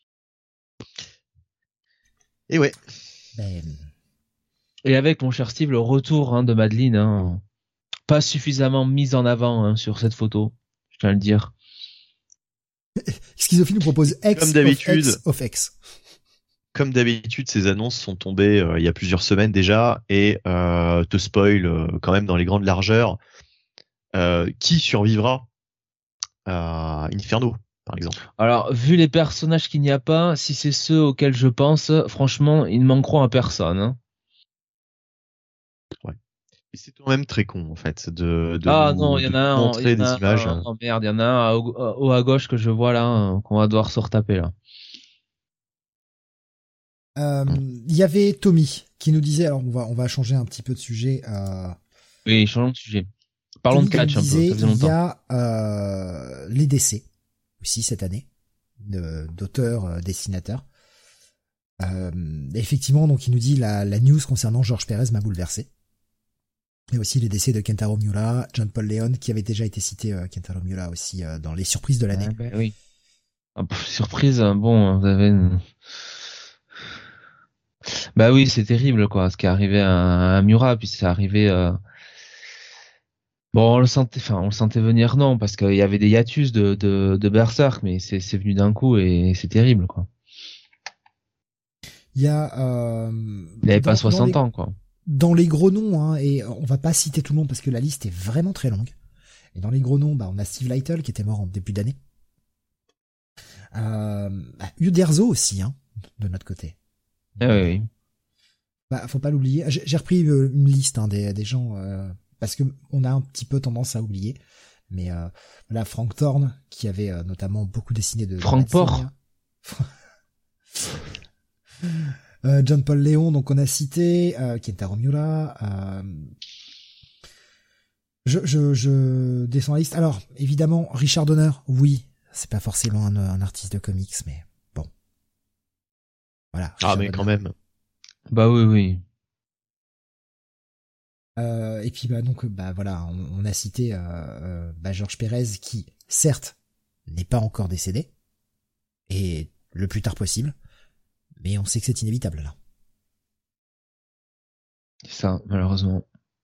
Et ouais. Ben... Et avec mon cher Steve, le retour hein, de Madelyne, hein, pas suffisamment mise en avant hein, sur cette photo, je tiens à le dire. Schizophile nous propose X Comme d'habitude. of X of X. comme d'habitude, ces annonces sont tombées euh, il y a plusieurs semaines déjà et euh, te spoil euh, quand même dans les grandes largeurs euh, qui survivra à Inferno, par exemple. Alors, vu les personnages qu'il n'y a pas, si c'est ceux auxquels je pense, franchement, ils ne manqueront à personne. Hein. Ouais. Et c'est quand même très con, en fait, de, de ah nous, non, il y en a un, montrer il y en a des images. Un, oh merde, il y en a un au, au à gauche que je vois là, hein, qu'on va devoir se retaper là. Euh, il y avait Tommy qui nous disait, alors on va on va changer un petit peu de sujet. Euh, oui, changeons de sujet. Parlons Tommy de catch un peu, ça faisait longtemps. Il y a euh, les décès aussi cette année de, d'auteurs, euh, dessinateurs. Euh, effectivement, donc il nous dit la, la news concernant George Pérez m'a bouleversé. Et aussi les décès de Kentaro Miura, John Paul Leon, qui avait déjà été cité, euh, Kentaro Miura aussi euh, dans les surprises de l'année. Ah, ben, oui. Ah, pff, surprise, bon, vous avez. Une... Bah oui, c'est terrible quoi, ce qui est arrivé à, à Miura, puis c'est arrivé. Euh... Bon, on le sentait, enfin, on le sentait venir non, parce qu'il y avait des hiatus de de, de Berserk, mais c'est c'est venu d'un coup et c'est terrible quoi. Il y a. Euh, Il n'avait pas soixante les, ans quoi. Dans les gros noms, hein, et on va pas citer tout le monde parce que la liste est vraiment très longue. Et dans les gros noms, bah on a Steve Lytle qui était mort en début d'année. Euh, bah, Uderzo aussi, hein, de notre côté. Ah oui, oui. Bah, faut pas l'oublier. J'ai, j'ai repris une liste hein, des, des gens euh, parce que on a un petit peu tendance à oublier. Mais euh, voilà, Frank Thorne qui avait euh, notamment beaucoup dessiné de. Frank de Port. euh, John Paul Leon, donc on a cité euh, Kentaro Miura. Euh, je, je, je descends la liste. Alors évidemment, Richard Donner, oui, c'est pas forcément un, un artiste de comics, mais bon. Voilà. Ah mais quand même. Bah oui, oui. Euh, et puis bah donc bah voilà, on, on a cité euh, euh, bah, George Pérez qui certes n'est pas encore décédé et le plus tard possible, mais on sait que c'est inévitable là. C'est ça, malheureusement.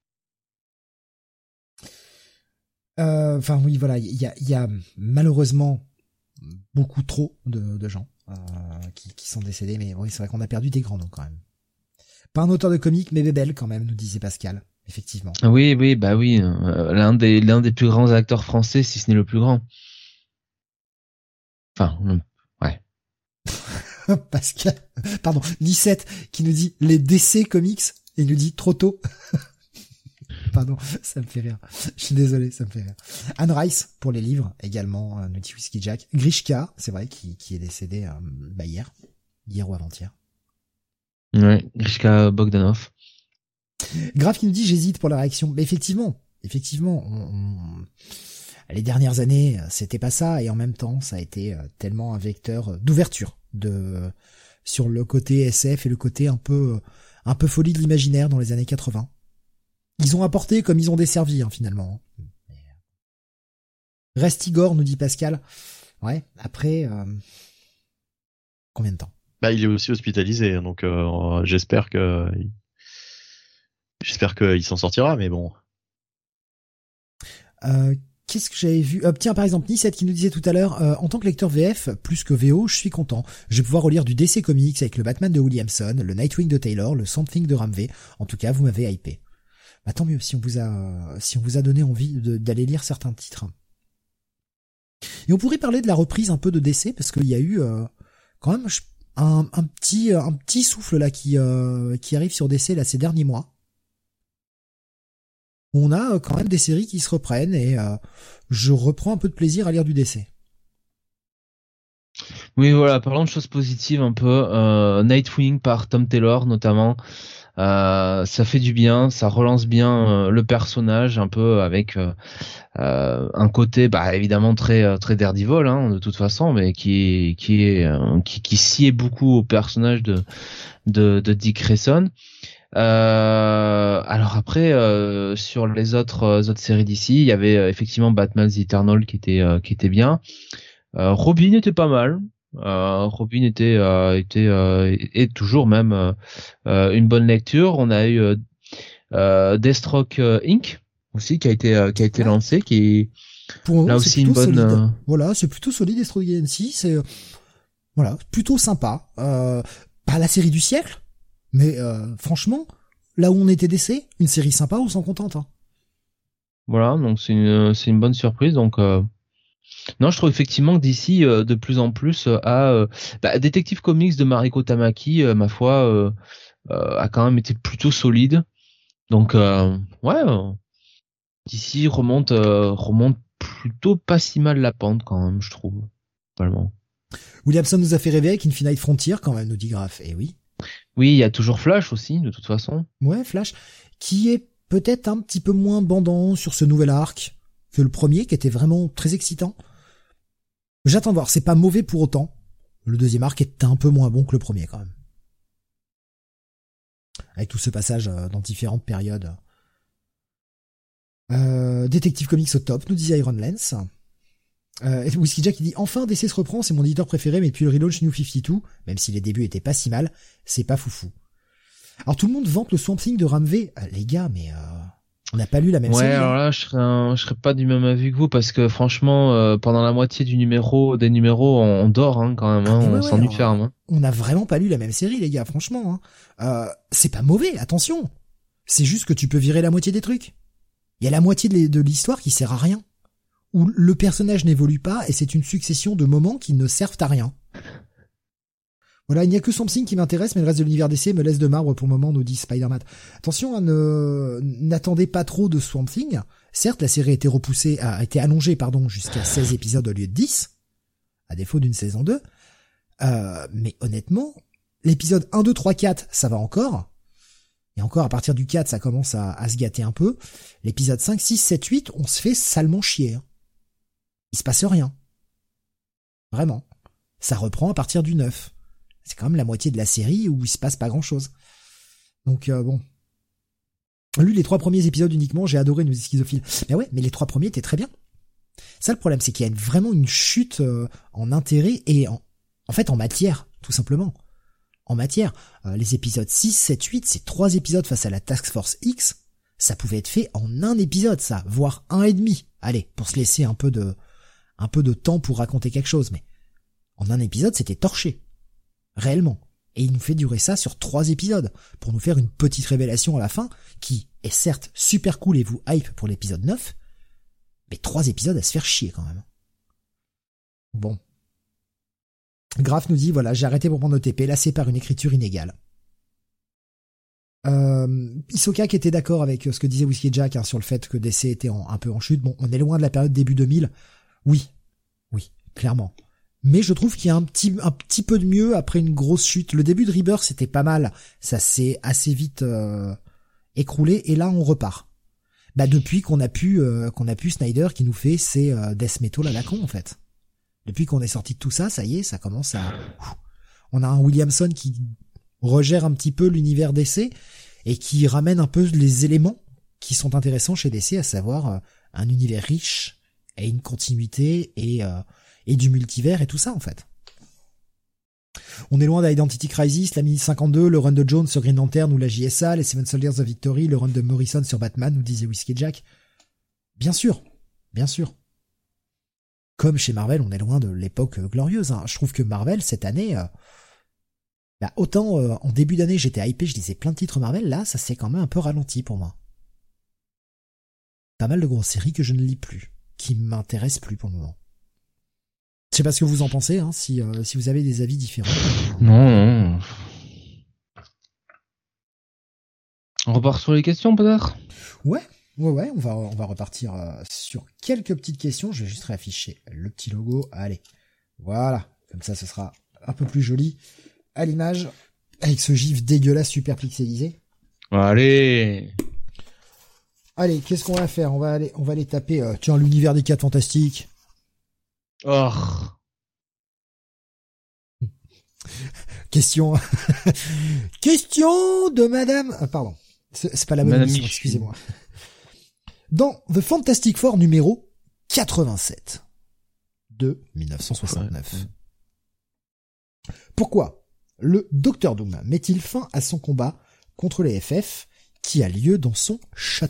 Enfin euh, oui voilà, il y a, y a malheureusement beaucoup trop de, de gens euh, qui, qui sont décédés, mais oui c'est vrai qu'on a perdu des grands noms quand même. Pas un auteur de comics, mais Bébel quand même, nous disait Pascal. Effectivement. Oui, oui, bah oui, euh, l'un des l'un des plus grands acteurs français, si ce n'est le plus grand. Enfin, ouais. Pascal, pardon, dix-sept qui nous dit les D C comics et il nous dit trop tôt. Pardon, ça me fait rire. Je suis désolé, ça me fait rire. Anne Rice pour les livres également, euh, nous dit Whiskey Jack. Grishka, c'est vrai, qui qui est décédé euh, bah hier, hier ou avant-hier. Ouais, Grishka Bogdanov. Grave qui nous dit j'hésite pour la réaction. Mais effectivement, effectivement, on, on... les dernières années, c'était pas ça, et en même temps, ça a été tellement un vecteur d'ouverture de sur le côté S F et le côté un peu un peu folie de l'imaginaire dans les années quatre-vingts. Ils ont apporté comme ils ont desservi hein, finalement. Reste Igor, nous dit Pascal. Ouais, après euh... combien de temps? Bah, il est aussi hospitalisé, donc euh, j'espère que j'espère qu'il s'en sortira, mais bon. Euh, qu'est-ce que j'avais vu euh, Tiens, par exemple, Nissette qui nous disait tout à l'heure, euh, en tant que lecteur V F, plus que V O, je suis content. Je vais pouvoir relire du D C Comics avec le Batman de Williamson, le Nightwing de Taylor, le Something de Ramvé. En tout cas, vous m'avez hypé. Bah, tant mieux si on vous a, si on vous a donné envie de, d'aller lire certains titres. Et on pourrait parler de la reprise un peu de D C, parce qu'il y a eu euh, quand même un, un petit, un petit souffle là qui, euh, qui arrive sur D C là ces derniers mois. On a quand même des séries qui se reprennent et euh, je reprends un peu de plaisir à lire du D C. Oui, voilà, parlons de choses positives un peu. Euh, Nightwing par Tom Taylor notamment. Euh, ça fait du bien, ça relance bien euh, le personnage un peu avec euh, euh, un côté bah évidemment très très Daredevil hein, de toute façon, mais qui qui est euh, qui qui sied beaucoup au personnage de de, de Dick Grayson. Euh, alors après euh, sur les autres euh, autres séries d'ici, il y avait euh, effectivement Batman The Eternal qui était euh, qui était bien. Euh, Robin était pas mal. Euh, Robin était euh, était euh, et toujours même euh, euh, une bonne lecture. On a eu euh, euh, Deathstroke euh, Incorporated aussi qui a été euh, qui a été ouais. lancé, qui pour là aussi une bonne. Solide. Euh... Voilà, c'est plutôt solide Deathstroke Agency, c'est voilà plutôt sympa. Euh, pas la série du siècle, mais euh, franchement, là où on était D C, une série sympa, on s'en contente. Hein. Voilà, donc c'est une c'est une bonne surprise. Donc euh... non, je trouve effectivement que d'ici euh, de plus en plus euh, a euh, bah, Detective Comics de Mariko Tamaki, euh, ma foi, euh, euh, a quand même été plutôt solide. Donc euh, ouais, euh, d'ici remonte euh, remonte plutôt pas si mal la pente quand même, je trouve. Vraiment. Williamson nous a fait rêver avec Infinite Frontier quand même, nous dit Graf. Eh oui. Oui, il y a toujours Flash aussi, de toute façon. Ouais, Flash, qui est peut-être un petit peu moins bandant sur ce nouvel arc que le premier, qui était vraiment très excitant. J'attends de voir, c'est pas mauvais pour autant. Le deuxième arc est un peu moins bon que le premier quand même. Avec tout ce passage dans différentes périodes. Euh, Detective Comics au top, nous disait Iron Lens. Euh, Whiskey Jack il dit enfin D C se reprend, c'est mon éditeur préféré, mais depuis le relaunch New cinquante-deux, même si les débuts étaient pas si mal, c'est pas foufou. Alors tout le monde vante le Swamp Thing de Ramvé. Euh, les gars, mais euh, on n'a pas lu la même ouais, série. Ouais, alors hein. là, je serais, un, je serais pas du même avis que vous parce que franchement, euh, pendant la moitié du numéro, des numéros, on, on dort hein, quand même, hein, Ah, on ouais, s'ennuie ouais, ferme. Hein. On n'a vraiment pas lu la même série, les gars, franchement. Hein. Euh, c'est pas mauvais, attention. C'est juste que tu peux virer la moitié des trucs. Il y a la moitié de l'histoire qui sert à rien. Où le personnage n'évolue pas et c'est une succession de moments qui ne servent à rien. Voilà, il n'y a que Swamp Thing qui m'intéresse, mais le reste de l'univers D C me laisse de marbre pour le moment, nous dit Spider-Man. Attention, hein, ne, n'attendez pas trop de Swamp Thing. Certes, la série a été repoussée, a été allongée, pardon, jusqu'à seize épisodes au lieu de dix, à défaut d'une saison deux. Euh, mais honnêtement, l'épisode un, deux, trois, quatre, ça va encore. Et encore, à partir du quatre, ça commence à, à se gâter un peu. L'épisode cinq, six, sept, huit, on se fait salement chier. Hein. Il se passe rien. Vraiment. Ça reprend à partir du neuf. C'est quand même la moitié de la série où il se passe pas grand chose. Donc, euh, bon. Lui, les trois premiers épisodes uniquement, j'ai adoré nous schizophiles. Mais ouais, mais les trois premiers étaient très bien. Ça, le problème, c'est qu'il y a une, vraiment une chute euh, en intérêt et en, en fait, en matière, tout simplement. En matière. Euh, les épisodes six, sept, huit, c'est trois épisodes face à la Task Force X. Ça pouvait être fait en un épisode, ça. Voire un et demi. Allez, pour se laisser un peu de, un peu de temps pour raconter quelque chose, mais en un épisode, c'était torché. Réellement. Et il nous fait durer ça sur trois épisodes, pour nous faire une petite révélation à la fin, qui est certes super cool et vous hype pour l'épisode neuf, mais trois épisodes à se faire chier quand même. Bon. Graf nous dit, voilà, j'ai arrêté pour prendre O T P, lassé par une écriture inégale. Euh, Hisoka qui était d'accord avec ce que disait Whiskey Jack hein, sur le fait que D C était en, un peu en chute. Bon, on est loin de la période début deux mille. Oui, oui, clairement. Mais je trouve qu'il y a un petit, un petit peu de mieux après une grosse chute. Le début de Rebirth, c'était pas mal. Ça s'est assez vite euh, écroulé et là, on repart. Bah depuis qu'on a pu, euh, qu'on a pu Snyder qui nous fait ses euh, death metal à la con en fait. Depuis qu'on est sorti de tout ça, ça y est, ça commence à. On a un Williamson qui regère un petit peu l'univers D C et qui ramène un peu les éléments qui sont intéressants chez D C, à savoir euh, un univers riche et une continuité et euh, et du multivers et tout ça en fait. On est loin d'Identity Crisis, la mini cinquante-deux, le run de Jones sur Green Lantern ou la J S A, les Seven Soldiers of Victory, le run de Morrison sur Batman, nous disait Whiskey Jack. Bien sûr, bien sûr. Comme chez Marvel, on est loin de l'époque glorieuse. Hein. Je trouve que Marvel, cette année, euh, bah, autant euh, en début d'année j'étais hypé, je lisais plein de titres Marvel, là ça s'est quand même un peu ralenti pour moi. Pas mal de grosses séries que je ne lis plus, qui m'intéressent plus pour le moment. Je sais pas ce que vous en pensez, hein, si, euh, si vous avez des avis différents. Non, non. On repart sur les questions peut-être ? Ouais, ouais, ouais, on va, on va repartir euh, sur quelques petites questions. Je vais juste réafficher le petit logo. Allez, voilà, comme ça ce sera un peu plus joli à l'image, avec ce gif dégueulasse super pixelisé. Allez. Allez, qu'est-ce qu'on va faire ? On va aller, on va aller taper, euh, tiens, l'univers des quatre fantastiques. Oh. Question, question de Madame. Ah, pardon, c'est, c'est pas la bonne Madame émission, Michu. excusez-moi. Dans The Fantastic Four numéro quatre-vingt-sept de dix-neuf cent soixante-neuf. Ouais. Pourquoi le Docteur Doom met-il fin à son combat contre les F F qui a lieu dans son château ?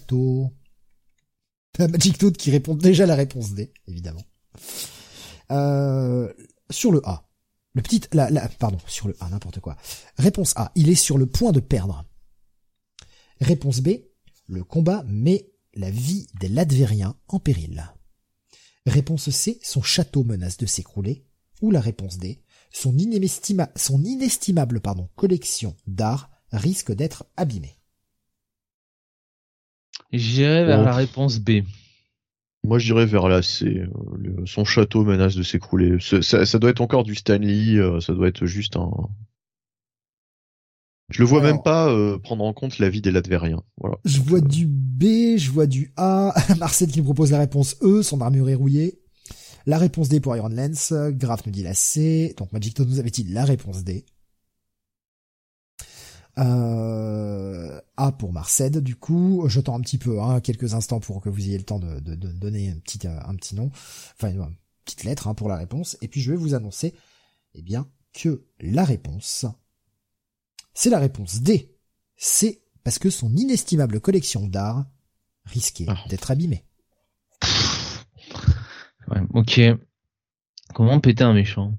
Magic Toad qui répond déjà la réponse D, évidemment. Euh, sur le A, Le petit, la, la, pardon, sur le A, n'importe quoi. Réponse A, il est sur le point de perdre. Réponse B, le combat met la vie des Latvériens en péril. Réponse C, son château menace de s'écrouler. Ou la réponse D, son, inestima, son inestimable pardon, collection d'art risque d'être abîmée. J'irai vers Oh. la réponse B. Moi, je dirais vers la C. euh, le- Son château menace de s'écrouler. Ça, ça, ça doit être encore du Stanley. euh, Ça doit être juste un. Je le vois Alors, même pas euh, prendre en compte la vie des Latvériens. Voilà. Je Donc, vois euh, du B, je vois du A. Marcel qui nous propose la réponse E, son armure est rouillée. La réponse D pour Iron Lance. Graf nous dit la C. Donc Magicto nous avait dit la réponse D. Euh, A pour Marced, du coup. Je tends un petit peu, hein, quelques instants pour que vous ayez le temps de, de, de donner un petit, euh, un petit nom. Enfin, une petite lettre hein, pour la réponse. Et puis je vais vous annoncer, eh bien, que la réponse, c'est la réponse D. C'est parce que son inestimable collection d'art risquait Ah. d'être abîmée. Ouais, ok. Comment péter un méchant?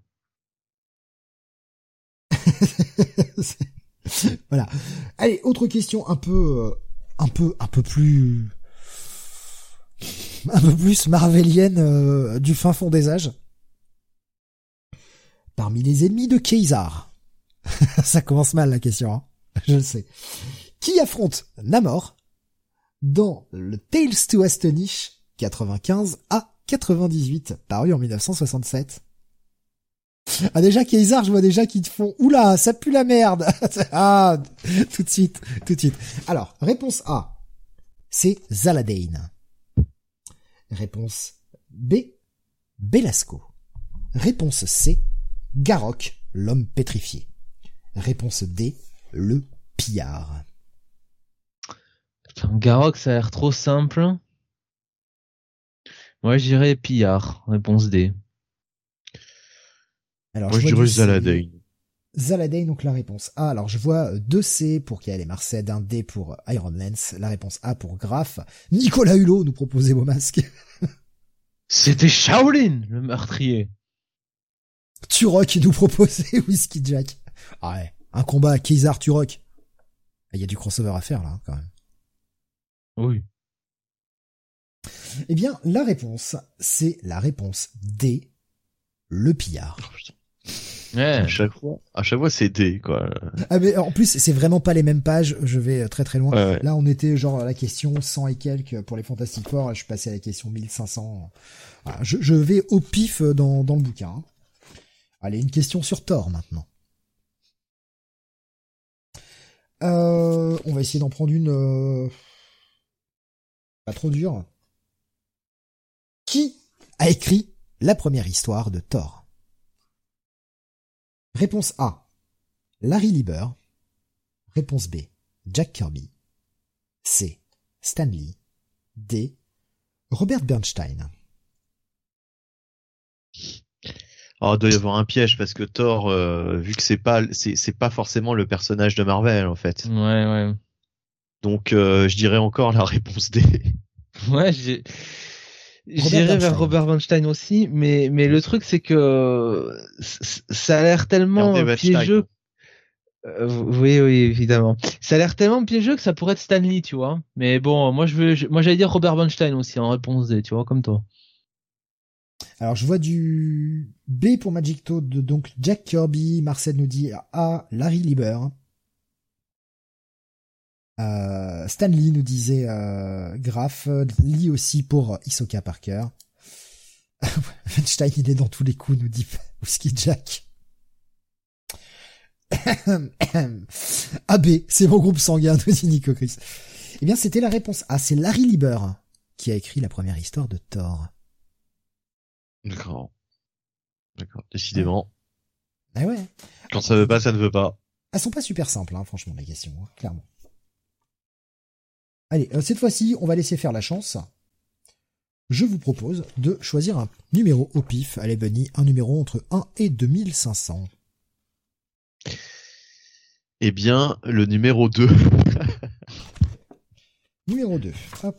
Voilà. Allez, autre question un peu, euh, un peu, un peu plus, un peu plus marvelienne euh, du fin fond des âges. Parmi les ennemis de Caesar, ça commence mal la question, hein, je le sais. Qui affronte Namor dans le Tales to Astonish quatre-vingt-quinze à quatre-vingt-dix-huit, paru en mille neuf cent soixante-sept. Ah déjà Caesar, je vois déjà qu'ils te font oula, ça pue la merde. Ah, tout de suite, tout de suite. Alors, réponse A, c'est Zaladane. Réponse B, Belasco. Réponse C, Garrock, l'homme pétrifié. Réponse D, le pillard. Putain, Garrock, ça a l'air trop simple. Moi, je dirais pillard. Réponse D. Alors, Moi, je vois dirais du C. Zaladane. Zaladane, donc la réponse A. Alors, je vois deux C pour Kael et Marced, un D pour Iron Lance, la réponse A pour Graf. Nicolas Hulot nous proposait vos masques. C'était Shaolin, le meurtrier. Turok qui nous proposait Whiskey Jack. Ah ouais, un combat Caesar-Turok. Il y a du crossover à faire, là, quand même. Oui. Eh bien, la réponse, c'est la réponse D, le pillard. Oh, putain. Ouais. À chaque fois, à chaque fois, c'est D, quoi. Ah mais en plus, c'est vraiment pas les mêmes pages, je vais très très loin. Ouais, ouais. Là, on était genre à la question cent et quelques pour les Fantastic Four, je suis passé à la question mille cinq cents. Voilà, je, je vais au pif dans, dans le bouquin. Allez, une question sur Thor maintenant. Euh, on va essayer d'en prendre une euh, pas trop dure. Qui a écrit la première histoire de Thor? Réponse A, Larry Lieber. Réponse B, Jack Kirby. C, Stan Lee. D, Robert Bernstein. Alors, il doit y avoir un piège parce que Thor, euh, vu que c'est pas, c'est, c'est pas forcément le personnage de Marvel, en fait. Ouais, ouais. Donc, euh, je dirais encore la réponse D. Ouais, j'ai... Robert J'irais Bernstein. vers Robert Bernstein aussi, mais, mais le truc, c'est que c- ça a l'air tellement Regardez Bernstein. piégeux. Euh, oui, oui, évidemment. Ça a l'air tellement piégeux que ça pourrait être Stanley, tu vois. Mais bon, moi, je veux, je- moi, j'allais dire Robert Bernstein aussi en réponse D, tu vois, comme toi. Alors, je vois du B pour Magic Toad, de donc Jack Kirby. Marcel nous dit A, Larry Lieber. Euh, Stan Lee nous disait euh, Graf. Lee aussi pour Hisoka Parker. Einstein, il est dans tous les coups, nous dit Whiskey Jack. A B, c'est mon groupe sanguin, nous dit Nico Chris. Eh bien, c'était la réponse A. C'est Larry Lieber qui a écrit la première histoire de Thor. D'accord. D'accord. Décidément. Ah ouais. Quand ça veut pas, ça ne veut pas. Elles sont pas super simples, hein, franchement, les questions, hein, clairement. Allez, euh, cette fois-ci, on va laisser faire la chance. Je vous propose de choisir un numéro au pif. Allez, Bunny, un numéro entre un et deux mille cinq cents. Eh bien, le numéro deux. Numéro deux. Hop.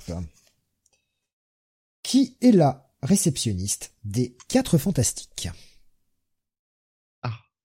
Qui est la réceptionniste des Quatre Fantastiques? Ah.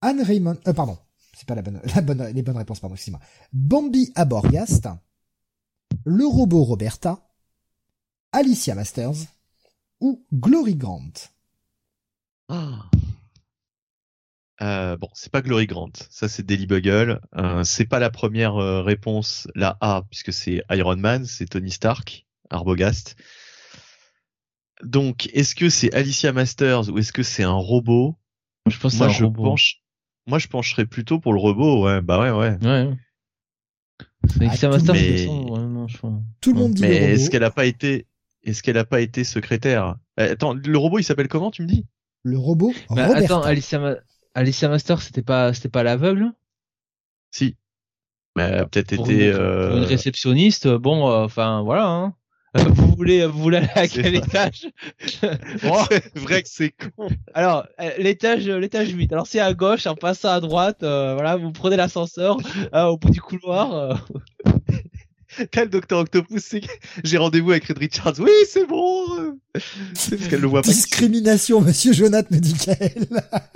Anne Raymond, euh, pardon, c'est pas la bonne, la bonne, les bonnes réponses, pardon, excusez-moi. Bambi Aborgast, le robot Roberta, Alicia Masters ou Glory Grant. Ah. Euh, bon, c'est pas Glory Grant, ça c'est Daily Bugle. Euh, c'est pas la première euh, réponse, la A, puisque c'est Iron Man, c'est Tony Stark, Arbogast. Donc, est-ce que c'est Alicia Masters ou est-ce que c'est un robot? Je pense que Moi, c'est un je robot. penche, moi, je pencherais plutôt pour le robot. Ouais, bah ouais, ouais. Ouais. C'est Ah, Alicia tout Masters, le de monde- toute façon, ouais, non, je crois. Tout le Ouais. monde dit Mais le robot. est-ce qu'elle a pas été, est-ce qu'elle a pas été secrétaire? Euh, Attends, le robot, il s'appelle comment, tu me dis? Le robot Mais Roberta. attends, Alicia, Ma- Alicia Masters, c'était pas, c'était pas l'aveugle? Si. Mais elle a peut-être Pour été. une, pour une Euh... réceptionniste, bon, euh, enfin, voilà, hein. Euh, Vous voulez, vous voulez aller à C'est quel vrai. étage? Bon, C'est vrai que c'est con. alors, euh, l'étage, euh, l'étage huit. Alors, c'est à gauche, en passant à droite, euh, voilà, vous prenez l'ascenseur, euh, au bout du couloir, euh, Quel Docteur Octopus, c'est que j'ai rendez-vous avec Reed Richards. Oui, c'est bon. C'est parce qu'elle le voit pas. Discrimination, monsieur Jonathan, me dit qu'elle.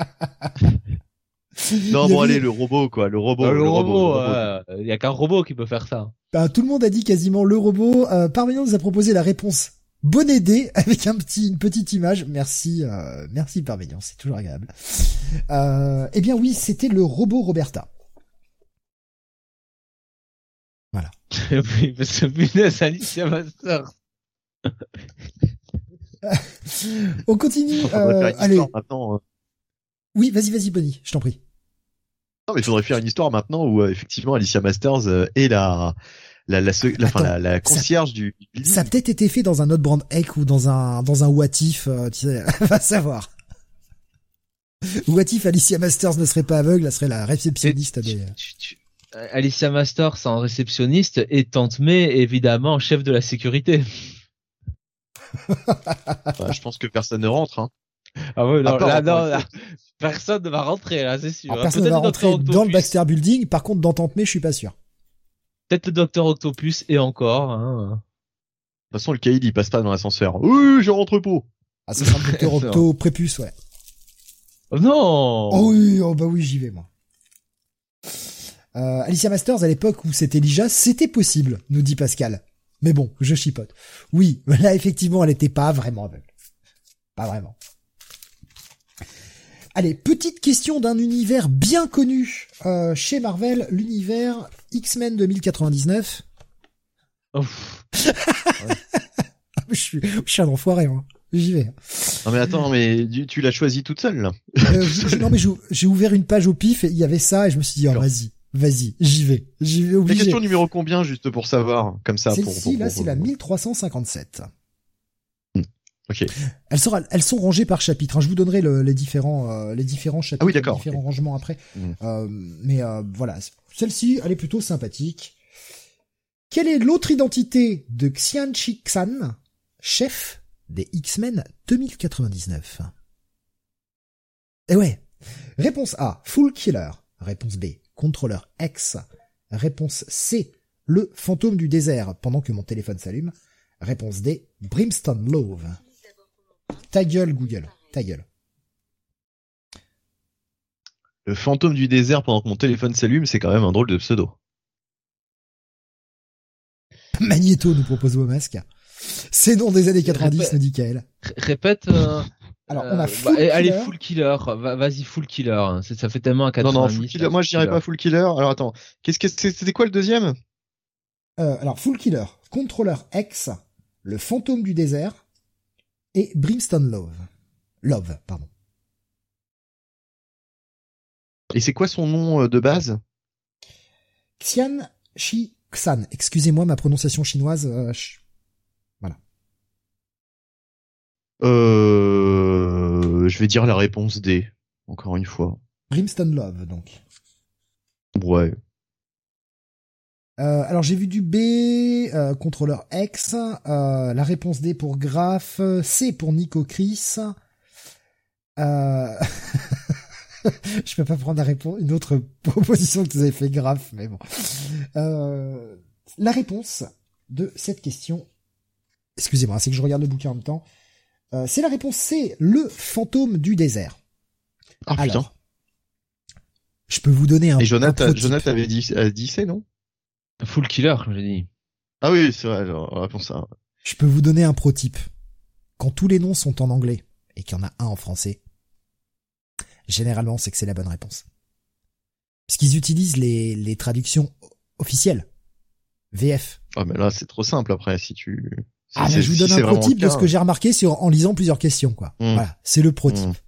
Non, Il y bon, avait- allez, le robot, quoi. Le robot. euh, le, robot, le robot. euh, il y a qu'un robot qui peut faire ça. Bah, tout le monde a dit quasiment le robot. Euh, Parménion nous a proposé la réponse bonne idée avec un petit, une petite image. Merci, euh, merci Parménion, c'est toujours agréable. Euh, eh bien oui, c'était le robot Roberta. Voilà. Oui, parce que punaise, Alicia Masters. On continue. Il faudrait Euh, faire une allez, histoire maintenant. hein. oui, vas-y, vas-y, Bonnie, je t'en prie. Non, mais il faudrait faire une histoire maintenant où euh, effectivement Alicia Masters euh, est la la la, la, enfin, Attends, la, la ça- concierge du. Ça a peut-être été fait dans un autre brand Ek ou dans un dans un What If, euh, tu sais, va savoir. What If Alicia Masters ne serait pas aveugle, elle serait la réceptionniste des. Tu- tu- euh, Alicia Masters en réceptionniste et Tante May, évidemment, chef de la sécurité. Bah, je pense que personne ne rentre. Hein. Ah ouais, non, À part là, en non, parler. là, personne ne va rentrer, là, c'est sûr. Alors hein. personne ne Peut-être va le rentrer Docteur dans le Octopus. Baxter Building, par contre dans Tante May, je suis pas sûr. Peut-être le Docteur Octopus et encore. Hein. De toute façon, le Kaïd il passe pas dans l'ascenseur. Oui, je rentre pas. Ah, ça sera le Docteur C'est Octo Prépuce, ouais. Oh non. Oh oui, oh bah oui, j'y vais, moi. Euh, Alicia Masters, à l'époque où c'était Lija, c'était possible, nous dit Pascal. Mais bon, je chipote. Oui, là, effectivement, elle était pas vraiment aveugle. Pas vraiment. Allez, petite question d'un univers bien connu euh, chez Marvel, l'univers X-Men deux mille quatre-vingt-dix-neuf. Oh, je, suis, je suis un enfoiré, moi. J'y vais. Non mais attends, mais tu, tu l'as choisi toute seule là. Euh, je- non mais j'ai j'ai ouvert une page au pif et il y avait ça et je me suis dit oh, D'accord. vas-y, vas-y, j'y vais, j'y vais La obligé. question numéro combien juste pour savoir comme ça pour, Celle-ci pour- là pour- c'est la mille trois cent cinquante-sept. Ok. Elles sont elles sont rangées par chapitre. hein. Je vous donnerai le- les différents euh, les différents chapitres, Ah oui, d'accord, les différents ok. rangements après. Mm. Euh, mais euh, voilà, celle-ci elle est plutôt sympathique. Quelle est l'autre identité de Xian Chi Xan, chef des X-Men deux mille quatre-vingt-dix-neuf? Eh ouais. Réponse A, Full Killer. Réponse B, Contrôleur X. Réponse C, le fantôme du désert pendant que mon téléphone s'allume. Réponse D, Brimstone Love. Ta gueule, Google. Ta gueule. Le fantôme du désert pendant que mon téléphone s'allume, c'est quand même un drôle de pseudo. Magneto nous propose vos masques. C'est nom des années quatre-vingt-dix, Répète. nous dit Kael. R- Répète. Euh, Alors, euh, on a bah, Full allez, Killer. full killer. Va- Vas-y, full killer. hein. C'est- Ça fait tellement à Non, quatre-vingt-dix. non, full killer. là, Moi, je dirais killer. pas full killer. Alors attends, qu'est-ce que c'est- c'était quoi le deuxième? Euh, alors, Full Killer, Contrôleur X, le fantôme du désert et Brimstone Love. Love, pardon. Et c'est quoi son nom euh, de base? Xian Shi Xan. Excusez-moi ma prononciation chinoise. euh, ch- Euh, je vais dire la réponse D. Encore une fois. Brimstone Love, donc. Ouais. Euh, alors j'ai vu du B, euh, contrôleur X, euh, la réponse D pour Graph, C pour Nico Chris. Euh... je peux pas prendre la réponse, une autre proposition que vous avez fait Graph, mais bon. Euh... La réponse de cette question, excusez-moi, c'est que je regarde le bouquin en même temps. Euh, c'est la réponse C, le fantôme du désert. Ah putain. Alors, Je peux vous donner un. Et Jonathan, un pro-type. Jonathan avait dit, a dit c'est, non? Full killer, comme j'ai dit. Ah oui, c'est vrai, alors, réponse ça. Je peux vous donner un pro-type. Quand tous les noms sont en anglais et qu'il y en a un en français, généralement, c'est que c'est la bonne réponse. Parce qu'ils utilisent les, les traductions officielles. V F. Ah, mais là, c'est trop simple après, si tu... Ah, mais je vous donne un pro-type de ce que j'ai remarqué sur, en lisant plusieurs questions, quoi. Mmh. Voilà. C'est le pro-type. Mmh.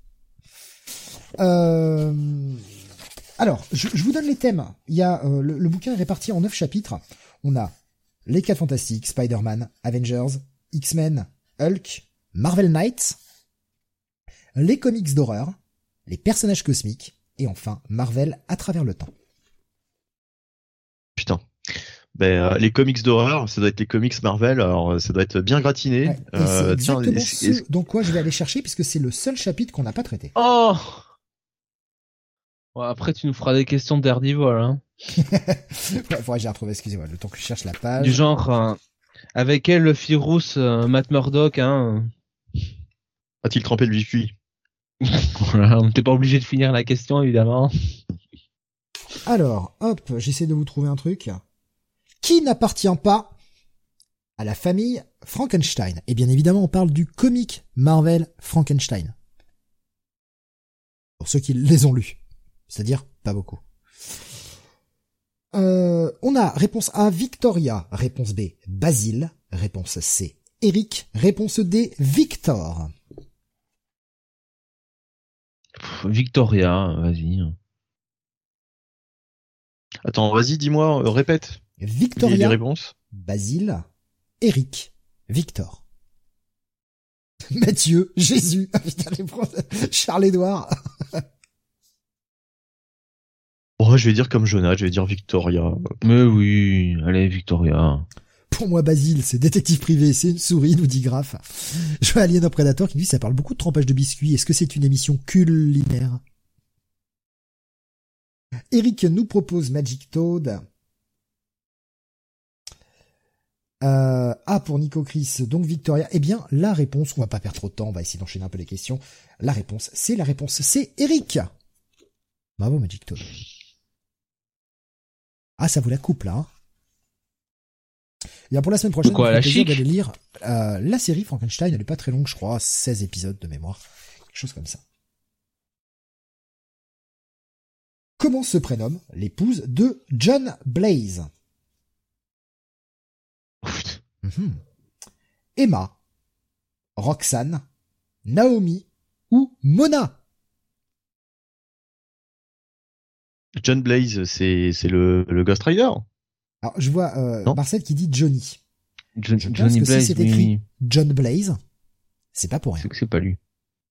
Euh... Alors, je, je vous donne les thèmes. Il y a, euh, le, le bouquin est réparti en neuf chapitres. On a les quatre fantastiques, Spider-Man, Avengers, X-Men, Hulk, Marvel Knights, les comics d'horreur, les personnages cosmiques, et enfin, Marvel à travers le temps. Putain. Ben, euh, les comics d'horreur, ça doit être les comics Marvel, alors ça doit être bien gratiné. Ouais, et euh, c'est tiens, exactement est-ce- ce dans quoi je vais aller chercher, puisque c'est le seul chapitre qu'on n'a pas traité. Oh ouais, après, tu nous feras des questions de Daredevil, hein. Ouais, faudrait que j'y retrouve, excusez-moi, le temps que je cherche la page. Du genre, euh, avec elle, le fil rousse, euh, Matt Murdock, hein. a-t-il trempé le biscuit? Voilà, on n'était pas obligé de finir la question, évidemment. Alors, hop, j'essaie de vous trouver un truc. Qui n'appartient pas à la famille Frankenstein? Et bien évidemment, on parle du comic Marvel Frankenstein. Pour ceux qui les ont lus. C'est-à-dire, pas beaucoup. Euh, on a réponse A, Victoria. Réponse B, Basile. Réponse C, Eric. Réponse D, Victor. Pff, Victoria, vas-y. Attends, vas-y, dis-moi, euh, répète les, les Victoria, réponses. Basile, Eric, Victor. Mathieu, Jésus, ah, putain, les pros- Charles-Édouard. Oh, je vais dire comme Jonathan, je vais dire Victoria. Mais oui, allez, Victoria. Pour moi, Basile, c'est détective privé, c'est une souris, nous dit Graf. Je vois Alien Predator qui dit ça parle beaucoup de trempage de biscuits. Est-ce que c'est une émission culinaire? Eric nous propose Magic Toad. Euh, A pour Nico Chris, donc Victoria. Eh bien, la réponse, on va pas perdre trop de temps, on va essayer d'enchaîner un peu les questions. La réponse, c'est la réponse, c'est Eric. Bravo Magic Toad. Ah, ça vous la coupe là. Hein. Et bien pour la semaine prochaine, De quoi, on la fera plaisir chic d'aller lire euh, la série Frankenstein. Elle est pas très longue, je crois, seize épisodes de mémoire, quelque chose comme ça. Comment se prénomme l'épouse de John Blaze? Mm-hmm. Emma, Roxane, Naomi ou Mona? John Blaze, c'est c'est le, le Ghost Rider. Alors, je vois euh, Non. Marcel qui dit Johnny. Jo- Je pense Johnny que si Blaze, c'est oui, écrit oui. John Blaze, c'est pas pour rien. C'est que c'est pas lui.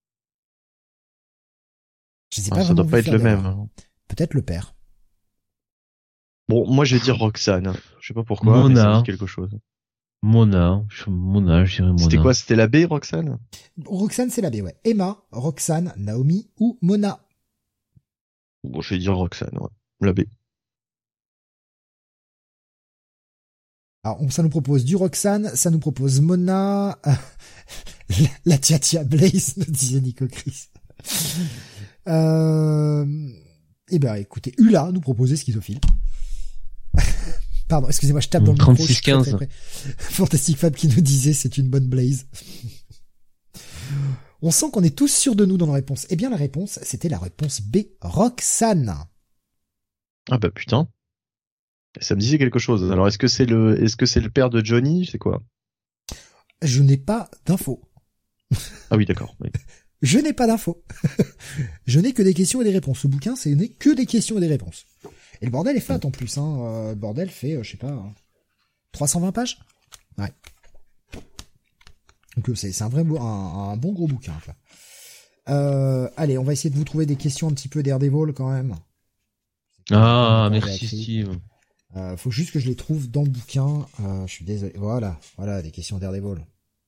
Je sais Ah, pas ça doit vraiment pas vous être faire le d'erreur. même. Peut-être le père. Bon, moi je vais dire Roxane. Je sais pas pourquoi, mais Mona. ça me dit quelque chose. Mona, je, Mona, je dirais Mona. C'était quoi? C'était la B, Roxane? Roxane, c'est la B, ouais. Emma, Roxane, Naomi ou Mona? Bon, je vais dire Roxane, ouais. La B. Alors, on- ça nous propose du Roxane, ça nous propose Mona, euh, la, la tia tia Blaze, nous disait Nico Chris. Euh, eh ben, écoutez, Ula nous proposait Schizophile. Pardon, excusez-moi, je tape dans le micro. je suis très, très trente-six quinze. près. Fantastic Fab qui nous disait c'est une bonne Blaze. On sent qu'on est tous sûrs de nous dans la réponse. Eh bien, la réponse, c'était la réponse B, Roxane. Ah bah putain. Ça me disait quelque chose. Alors est-ce que c'est le est-ce que c'est le père de Johnny? C'est quoi? Je n'ai pas d'infos. Ah oui, d'accord. Oui. Je n'ai pas d'infos. Je n'ai que des questions et des réponses. Ce bouquin, ce n'est que des questions et des réponses. Et le bordel est fat en plus. Hein. Euh, le bordel fait, euh, je sais pas, hein, trois cent vingt pages. Ouais. Donc euh, c'est c'est un vrai beau- un, un bon gros bouquin. Quoi. Euh, allez, on va essayer de vous trouver des questions un petit peu Daredevil quand même. Ah, On va merci écrire. Steve. Euh, faut juste que je les trouve dans le bouquin. Euh, je suis désolé. Voilà, voilà, des questions Daredevil.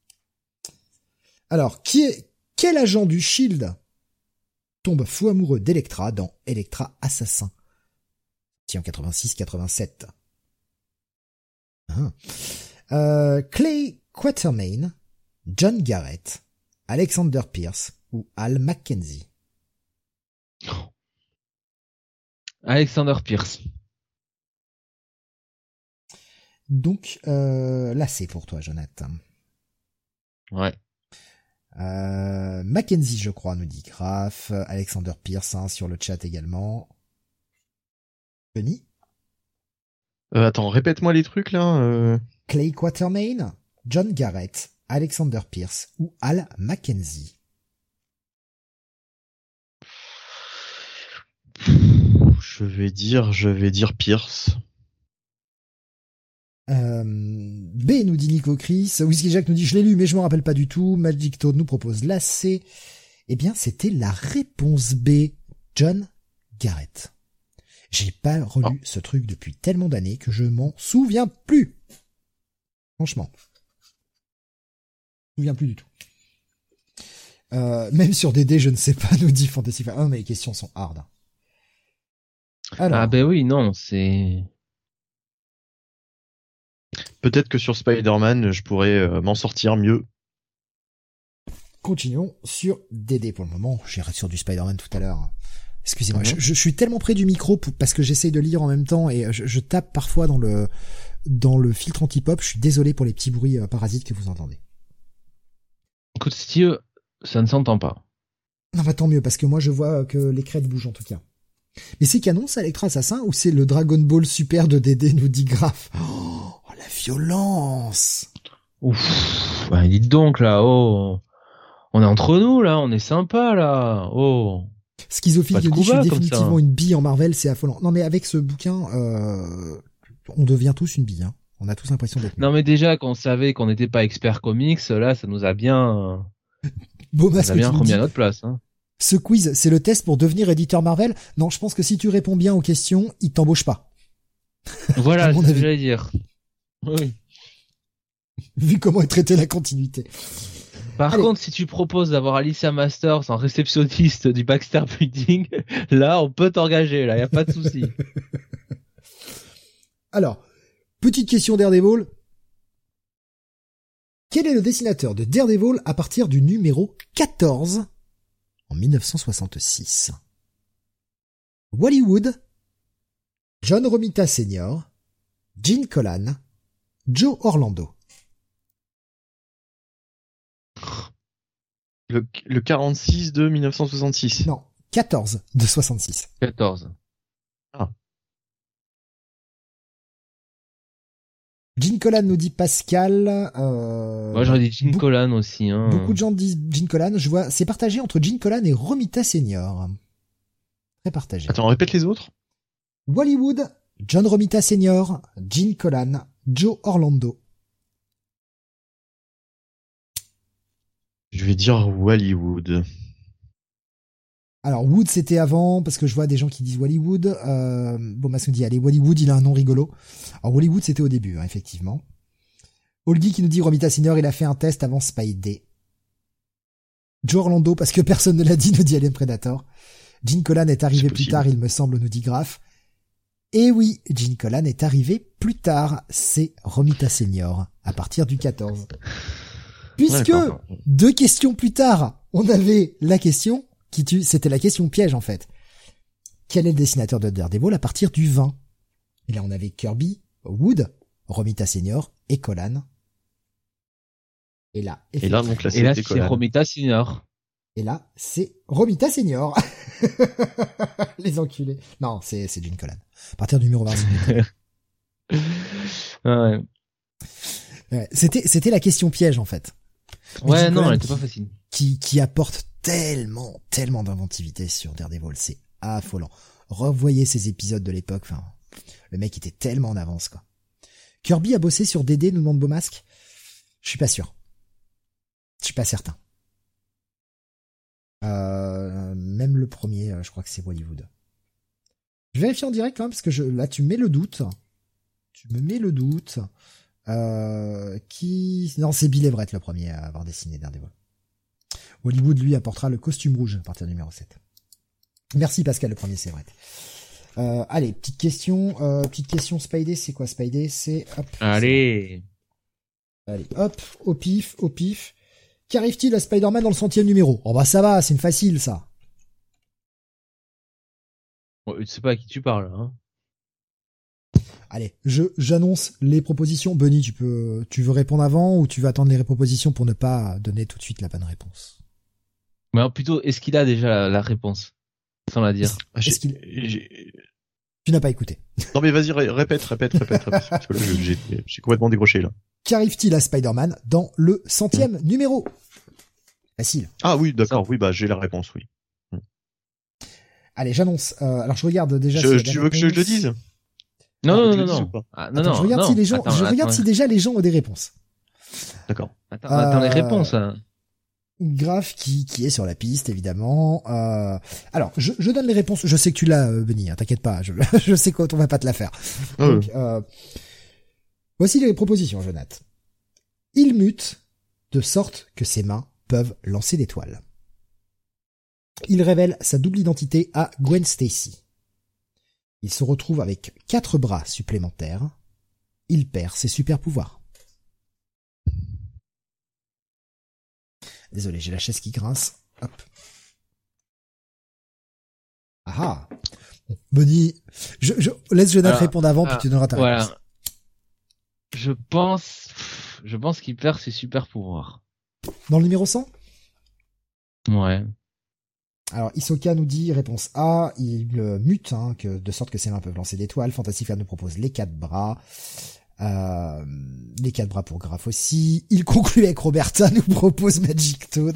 Alors, qui est quel agent du Shield tombe fou amoureux d'Electra dans Electra Assassin? Tiens, en quatre-vingt-six quatre-vingt-sept. Ah. Euh, Clay Quatermain, John Garrett, Alexander Pierce ou Al Mackenzie? Alexander Pierce. Donc, euh, là, c'est pour toi, Jonathan. Ouais. Euh, Mackenzie, je crois, nous dit Graf. Alexander Pierce, hein, sur le chat également. Denis? Euh, attends, répète-moi les trucs, là. Euh... Clay Quatermain, John Garrett, Alexander Pierce ou Al Mackenzie? Je vais dire, je vais dire Pierce. Euh, B nous dit Nico Chris. Whisky Jack nous dit je l'ai lu mais je m'en rappelle pas du tout. Magic Toad nous propose la C. Eh bien c'était la réponse B. John Garrett. J'ai pas relu oh. ce truc depuis tellement d'années que je m'en souviens plus. Franchement. Je m'en souviens plus du tout. Euh, même sur D D je ne sais pas, nous dit Fantasy. Ah mais les questions sont hard. Alors. Ah ben oui, non, c'est... Peut-être que sur Spider-Man, je pourrais euh, m'en sortir mieux. Continuons sur D D pour le moment. J'irai sur du Spider-Man tout à l'heure. Excusez-moi, mmh. je, je suis tellement près du micro pour, parce que j'essaye de lire en même temps et je, je tape parfois dans le dans le filtre anti-pop. Je suis désolé pour les petits bruits euh, parasites que vous entendez. Écoute, Steve, ça ne s'entend pas. Non, bah tant mieux parce que moi je vois que les crêtes bougent en tout cas. Mais c'est canon ça, Electra Assassin, ou c'est le Dragon Ball Super de D D, nous dit Graf. Oh, la violence. Ouf, bah dites donc là, oh, on est entre nous là, on est sympa là, oh. Schizophile qui dit je suis définitivement une bille en Marvel, c'est affolant. Non mais avec ce bouquin, euh, on devient tous une bille, hein. On a tous l'impression d'être... Non mais déjà qu'on savait qu'on n'était pas expert comics, là ça nous a bien... Bon, bah, ça a bien remis à notre place, hein. Ce quiz, c'est le test pour devenir éditeur Marvel? Non, je pense que si tu réponds bien aux questions, ils t'embauchent pas. Voilà, c'est ce que j'allais dire. Oui. Vu comment est traitée la continuité. Par Allez. contre, si tu proposes d'avoir Alicia Masters en réceptionniste du Baxter Building, là, on peut t'engager, là, y a pas de souci. Alors, petite question Daredevil. Quel est le dessinateur de Daredevil à partir du numéro quatorze en mille neuf cent soixante-six? Wally Wood, John Romita Senior, Gene Colan, Joe Orlando. Le, le quarante-six de mille neuf cent soixante-six. Non, quatorze de soixante-six. quatorze. Ah. Gene Colan nous dit Pascal. Euh, Moi j'aurais dit Gene beaucoup, Colan aussi. Hein. Beaucoup de gens disent Gene Colan. Je vois, c'est partagé entre Gene Colan et Romita Senior. Très partagé. Attends, répète les autres. Wally Wood, John Romita Senior, Gene Colan, Joe Orlando. Je vais dire Wally Wood. Alors Wood c'était avant parce que je vois des gens qui disent Wally Wood. Euh, bon, Mas nous dit allez Wally Wood, il a un nom rigolo. Alors Wally Wood c'était au début, hein, effectivement. Olgi qui nous dit Romita Senior, il a fait un test avant Spidey. Joe Orlando parce que personne ne l'a dit, nous dit Alien Predator. Gene Colan est arrivé plus tard, il me semble, nous dit Graf. Et oui, Gene Colan est arrivé plus tard. C'est Romita Senior à partir du quatorze. Puisque ouais, deux questions plus tard, on avait la question qui tue, c'était la question piège en fait. Quel est le dessinateur de Daredevil à partir du vingt? Et là on avait Kirby, Wood, Romita Senior et Colan. Et là, et là donc là et là c'est Romita Senior. Et là c'est Romita Senior. Les enculés. Non, c'est c'est Gene Colan. À partir du numéro vingt. Ouais. Ouais, c'était c'était la question piège en fait. Ouais, non, elle était pas facile. Qui qui apporte tellement tellement d'inventivité sur Daredevil, c'est affolant. Revoyez ces épisodes de l'époque, enfin, le mec était tellement en avance quoi. Kirby a bossé sur D D, nous demande Beaumasque. Je suis pas sûr. Je suis pas certain. Euh, même le premier, je crois que c'est Hollywood. Je vérifie en direct quand même parce que je, là tu mets le doute. Tu me mets le doute. Euh, qui... Non, c'est Bill Everett le premier à avoir dessiné Daredevil. Hollywood, lui, apportera le costume rouge à partir du numéro sept. Merci Pascal, le premier c'est Everett. Euh, allez, petite question, euh, petite question Spidey, c'est quoi Spidey? C'est... Hop, allez c'est... Allez, hop, au pif, au pif. Qu'arrive-t-il à Spider-Man dans le centième numéro? Oh bah ça va, c'est une facile ça. Bon, tu sais pas à qui tu parles, hein. Allez, je j'annonce les propositions. Bunny, tu peux, tu veux répondre avant ou tu veux attendre les propositions pour ne pas donner tout de suite la bonne réponse? Mais alors plutôt, est-ce qu'il a déjà la, la réponse sans la dire? Ah, j'ai- Est-ce qu'il- j'ai- Tu n'as pas écouté. Non mais vas-y, ré- répète, répète, répète, répète. Parce que là, j'ai j'ai complètement décroché là. Qu'arrive-t-il à Spider-Man dans le centième numéro? Facile. Ah oui, d'accord, oui, bah j'ai la réponse, oui. Allez, j'annonce. Euh, alors je regarde déjà. Je, s'il y a des tu veux que je le réponses. dise? Non, Ah, non, tu non, le dis non. ou pas Ah, non, Attends, non, je regarde non. si les gens, Attends, je regarde attends, si déjà les gens ont des réponses. D'accord. Attends, attends les Euh, réponses. Hein. Graf qui, qui est sur la piste, évidemment. Euh, alors, je, je donne les réponses. Je sais que tu l'as, euh, Benny, hein, t'inquiète pas. Je, je sais qu'on va pas te la faire. Ah ouais. Donc, euh, voici les propositions, Jonathan. Il mute de sorte que ses mains peuvent lancer des toiles. Il révèle sa double identité à Gwen Stacy. Il se retrouve avec quatre bras supplémentaires. Il perd ses super pouvoirs. Désolé, j'ai la chaise qui grince. Hop. Ah ah. Bon, Bunny, je, je laisse Jonathan Alors, répondre avant, ah, puis tu donneras ta Voilà. réponse. Je pense, je pense qu'il perd ses super pouvoirs. Dans le numéro cent? Ouais. Alors, Hisoka nous dit, réponse A, il euh, mute, hein, que, de sorte que ses mains peuvent lancer des toiles. Fantasy Fair nous propose les quatre bras. Euh, les quatre bras pour Graf aussi. Il conclut avec Roberta, nous propose Magic Toad.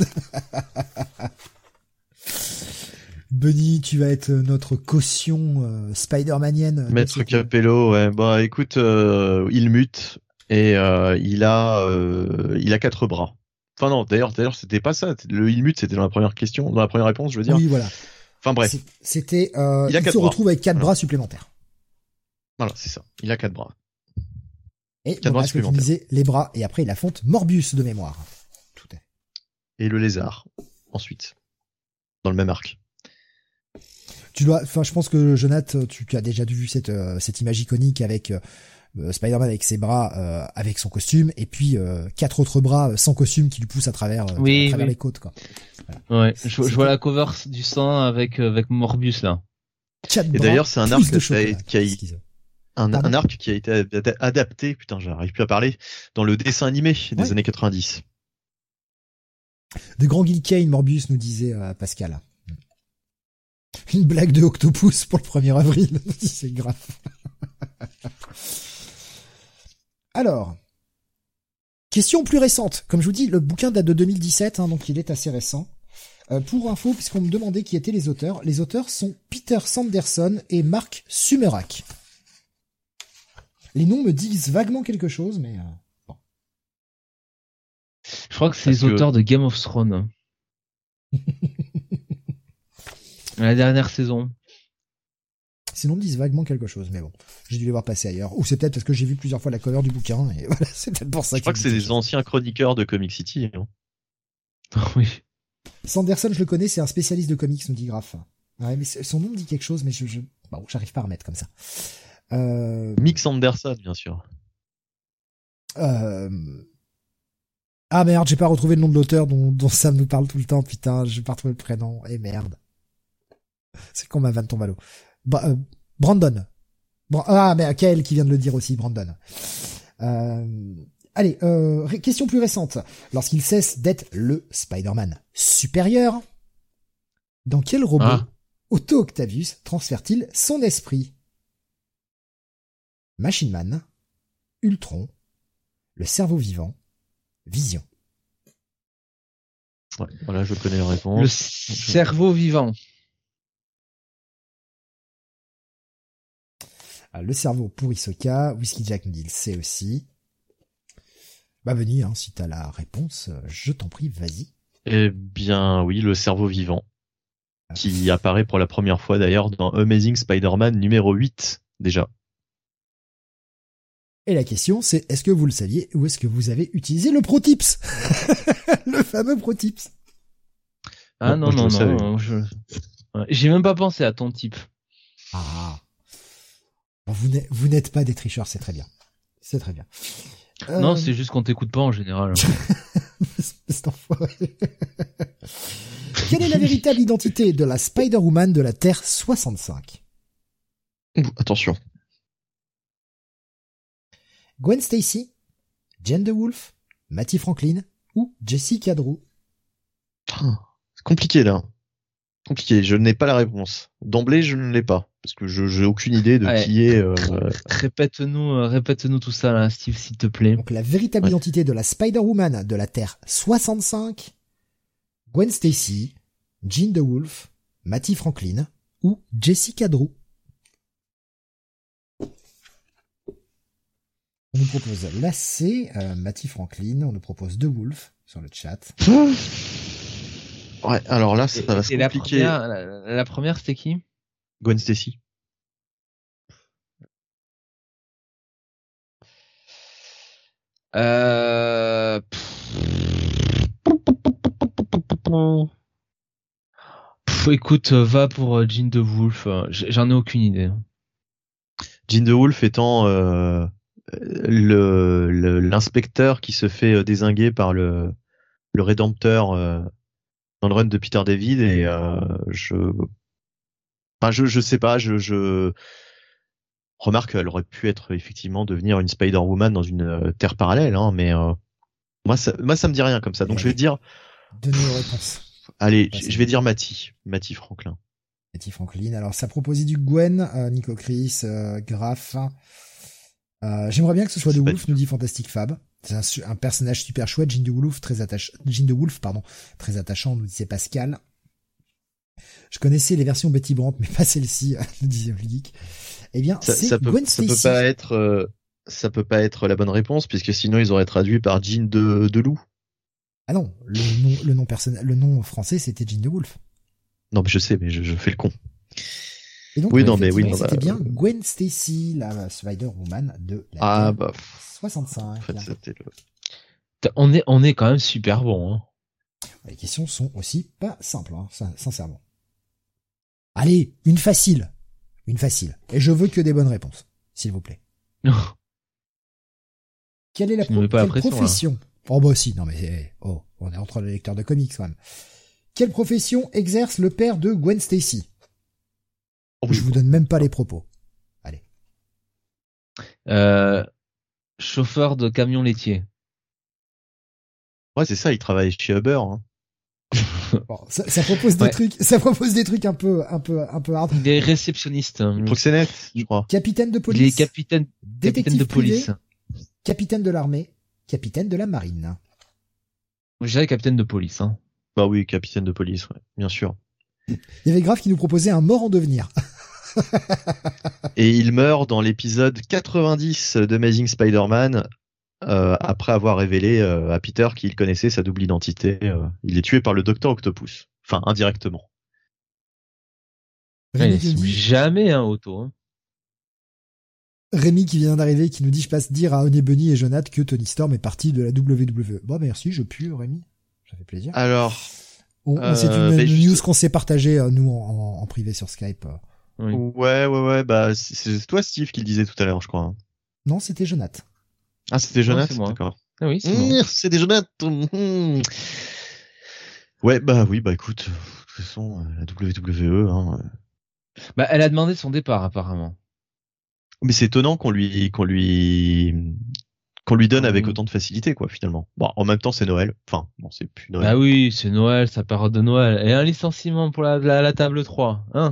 Bunny, tu vas être notre caution euh, Spider-Manienne. Maître Capello, ouais, bah écoute, euh, il mute et euh, il a euh, il a quatre bras. Enfin non, d'ailleurs d'ailleurs c'était pas ça. Le il mute c'était dans la première question, dans la première réponse, je veux dire. Oui, voilà. Enfin bref, C'est- C'était, euh, Il a il quatre se bras. retrouve avec quatre Voilà. bras supplémentaires. voilà, c'est ça. Il a quatre bras. Et Quatre donc, bras est-ce que tu supplémentaires. disais les bras et après il affronte Morbius de mémoire. Tout à fait. Et le lézard ensuite dans le même arc. Tu dois, enfin, je pense que Jonathan, tu, tu as déjà vu cette euh, cette image iconique avec euh, Spider-Man avec ses bras, euh, avec son costume, et puis euh, quatre autres bras sans costume qui lui poussent à travers, euh, Oui, à travers oui. les côtes, quoi. Ouais. Je, C'était- je vois la cover du sang avec euh, avec Morbius là. Quatre Et bras, d'ailleurs, c'est un plus arc de qui a- chocolat, qui a- qu'est-ce qu'ils ont. Un, Pardon un arc qui a été ad- adapté, putain, j'arrive plus à parler, dans le dessin animé des Ouais. années quatre-vingt-dix. De grands Gil Kane, Morbius nous disait euh, Pascal. Une blague de Octopus pour le premier avril. C'est grave. Alors, question plus récente. Comme je vous dis, le bouquin date de deux mille dix-sept, hein, donc il est assez récent. Euh, pour info, puisqu'on me demandait qui étaient les auteurs, les auteurs sont Peter Sanderson et Mark Sumerak. Les noms me disent vaguement quelque chose, mais... Euh... Je crois que c'est Parce les que- auteurs de Game of Thrones. La dernière saison. Ces noms me disent vaguement quelque chose, mais bon, j'ai dû les voir passer ailleurs. Ou c'est peut-être parce que j'ai vu plusieurs fois la cover du bouquin, et voilà, c'est peut-être pour ça Je crois que c'est des anciens chroniqueurs de Comic City. Hein. Oui. Sanderson, je le connais, c'est un spécialiste de comics, nous dit Graf. Ouais, mais c'est- son nom me dit quelque chose, mais je, je... bon, j'arrive pas à remettre comme ça. Euh... Mick Sanderson, bien sûr. Euh... Ah merde, j'ai pas retrouvé le nom de l'auteur dont, dont Sam nous parle tout le temps, putain, j'ai pas retrouvé le prénom, et merde. C'est con ma vanne tombe à l'eau. Bra- euh, Brandon. Bra- ah mais Kael qui vient de le dire aussi, Brandon. Euh... Allez, euh, ré- question plus récente. Lorsqu'il cesse d'être le Spider-Man supérieur, dans quel robot Ah. Otto Octavius transfère-t-il son esprit? Machine Man, Ultron, le cerveau vivant, Vision. Ouais, voilà, je connais la Le réponse. cerveau vivant. Ah, le cerveau pour Hisoka, Whiskey Jack nous dit le sait aussi. Bah venez, hein, si t'as la réponse, euh, je t'en prie, vas-y. Eh bien, oui, le cerveau vivant, qui apparaît pour la première fois d'ailleurs dans Amazing Spider-Man numéro huit, déjà. Et la question, c'est est-ce que vous le saviez ou est-ce que vous avez utilisé le Pro Tips? Le fameux Pro Tips. Ah Non, non, moi, je non, le non. savais. non, je... Ouais, j'ai même pas pensé à ton type. Ah. Bon, vous n'êtes- vous n'êtes pas des tricheurs, c'est très bien. C'est très bien. Euh, Non, c'est juste qu'on t'écoute pas en général. cet enfoiré. Quelle est la véritable identité de la Spider-Woman de la Terre soixante-cinq? Ouh, attention. Gwen Stacy, Jane DeWolf, Matty Franklin ou Jessica Drew? C'est compliqué là. Compliqué. Je n'ai pas la réponse. D'emblée, je ne l'ai pas parce que je j'ai aucune idée de Ouais. qui est. Euh... Répète-nous, euh, répète-nous tout ça là, Steve, s'il te plaît. Donc la véritable Ouais. identité de la Spider-Woman de la Terre soixante-cinq, Gwen Stacy, Jane DeWolf, Matty Franklin ou Jessica Drew? On nous propose la C, euh, Matty Franklin, on nous propose DeWolf sur le chat. Ouais. Alors là, ça Et, va se et la compliquer. première, la, la première, c'était qui? Gwen Stacy. Euh... Pff, écoute, euh, va pour euh, Jean DeWolf. euh, j- J'en ai aucune idée. Jane DeWolf étant euh, le le- l'inspecteur qui se fait euh, dézinguer par le le rédempteur euh, dans le run de Peter David et euh, je enfin je je sais pas je je remarque qu'elle aurait pu être effectivement devenir une Spider-Woman dans une euh, terre parallèle hein mais euh, moi ça moi ça me dit rien comme ça donc je vais dire Donnez vos réponses. allez Ouais, je c'est je vais bon. dire Matty Matty Franklin. Matty Franklin. Alors, ça proposait du Gwen, euh, Nico Chris, euh, Graf. Euh, j'aimerais bien que ce soit C'est pas DeWolf, du nous dit Fantastic Fab. C'est un, su- un personnage super chouette, Jean DeWolf, très attaché, Jean DeWolf, pardon, très attachant, nous disait Pascal. Je connaissais les versions Betty Brandt, mais pas celle-ci, nous disait Geek. Eh bien, Ça, c'est ça peut Gwen ça peut Stacy. pas être euh, ça peut pas être la bonne réponse puisque sinon ils auraient traduit par Jean de de loup. Ah non, le nom, le nom personnel, le nom français, c'était Jean DeWolf. Non mais je sais mais je, je fais le con. Et donc, Oui, ouais, non, mais oui, effectivement, non, bah, c'était bien euh, Gwen Stacy, la Spider-Woman de la Ah Terre bah soixante-cinq. en fait c'était le Putain, On est, on est quand même super bon. Hein. Les questions sont aussi pas simples, hein, sin- sincèrement. Allez, une facile. Une facile. Et je veux que des bonnes réponses, s'il vous plaît. Quelle est la Tu nous mets pas la quelle pression, là. profession? Oh bah si, non mais eh, oh, on est entre les lecteurs de comics quand même. Quelle profession exerce le père de Gwen Stacy? Oh, oui, Je vous donne même pas les propos. Allez. Euh, chauffeur de camion laitier. ouais c'est ça il travaille chez Uber hein. Bon, ça, ça propose des Ouais. trucs, ça propose des trucs un peu, un peu, un peu hard. Il est réceptionniste. hein. Proxénète je crois. Capitaine de Il est police, capitaine, détective capitaine de privé, police. capitaine de l'armée, capitaine de la marine. Je dirais capitaine de police. Hein. Bah oui capitaine de police ouais bien sûr. Il y avait Grave qui nous proposait un mort en devenir. Et il meurt dans l'épisode quatre-vingt-dix d'Amazing Spider-Man euh, après avoir révélé euh, à Peter qu'il connaissait sa double identité. Euh, il est tué par le Docteur Octopus. Enfin, indirectement. Ouais, Rémi, il qui nous s'oublie dit, jamais un auto. Hein. Rémi qui vient d'arriver, qui nous dit, je passe dire à Honey Bunny et Jonathan que Tony Storm est parti de la W W E. Bon, merci, je pue, Rémi. Ça fait plaisir. Alors, On, on- euh, c'est une, bah, une juste- news qu'on s'est partagée, euh, nous, en, en- en privé sur Skype. euh. Oui. ouais, ouais, ouais, bah c'est- c'est toi Steve qui le disait tout à l'heure, je crois. hein. Non, c'était Jonathan. Ah, c'était Non, Jonathan, c'est moi. d'accord. Ah oui, c'est bon. Mmh, c'était Jonathan. Mmh. Ouais, bah oui, bah écoute, de toute façon, euh, la W W E, hein, euh, Bah, elle a demandé son départ apparemment. mais c'est étonnant qu'on lui, qu'on lui, qu'on lui donne avec Mmh. autant de facilité, quoi, finalement. Bon, en même temps, c'est Noël. Enfin, bon, c'est plus Noël. Bah oui, c'est Noël, sa période de Noël. Et un licenciement pour la, la, la table trois. Hein.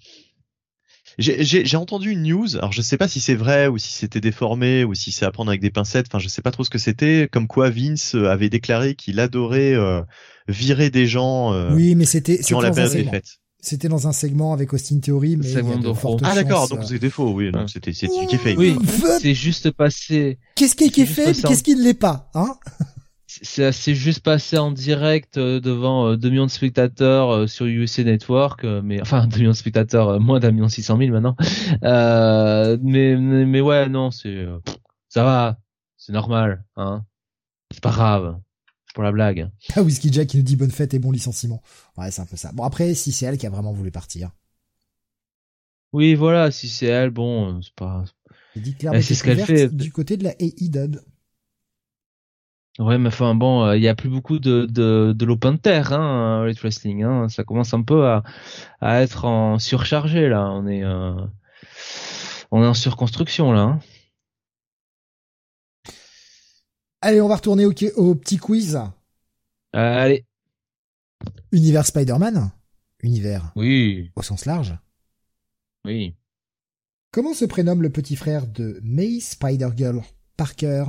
J'ai, j'ai, j'ai entendu une news, alors je sais pas si c'est vrai ou si c'était déformé ou si c'est à prendre avec des pincettes, enfin je sais pas trop ce que c'était, comme quoi Vince euh, avait déclaré qu'il adorait euh, virer des gens euh, Oui, mais c'était, c'était durant la dans un période des segment. fêtes. C'était dans un segment avec Austin Theory, mais il y Segment a de de fortes pro. Ah d'accord, chances, donc euh, c'était faux, oui, non, Ouais. c'était, c'est du qui fait. Oui. What? C'est juste passé. Qu'est-ce qui est, qui est C'est fait, juste ça. qu'est-ce qui ne l'est pas, hein? C'est c'est juste passé en direct euh, devant euh, deux millions de spectateurs euh, sur U S A Network, euh, mais enfin deux millions de spectateurs, euh, moins d'un million six cent mille maintenant. Euh, mais, mais mais ouais non c'est euh, pff, ça va, c'est normal, hein. C'est pas grave, c'est pour la blague. Ah, Whiskey Jack qui nous dit bonne fête et bon licenciement. Ouais, c'est un peu ça. Bon, après, si c'est elle qui a vraiment voulu partir. Oui voilà, si c'est elle, bon, euh, c'est pas. Il dit Claire Eh, c'est ce qu'elle fait. du côté de la A E W. Ouais, mais enfin bon, il euh, y a plus beaucoup de de, de l'open terre, hein, Elite Wrestling. Hein, ça commence un peu à à être en surchargé là. On est. Euh... On est en surconstruction là. Hein. Allez, on va retourner au, au petit quiz. Euh, allez. Univers Spider-Man. Univers. Oui. Au sens large. Oui. Comment se prénomme le petit frère de May Spider-Girl Parker?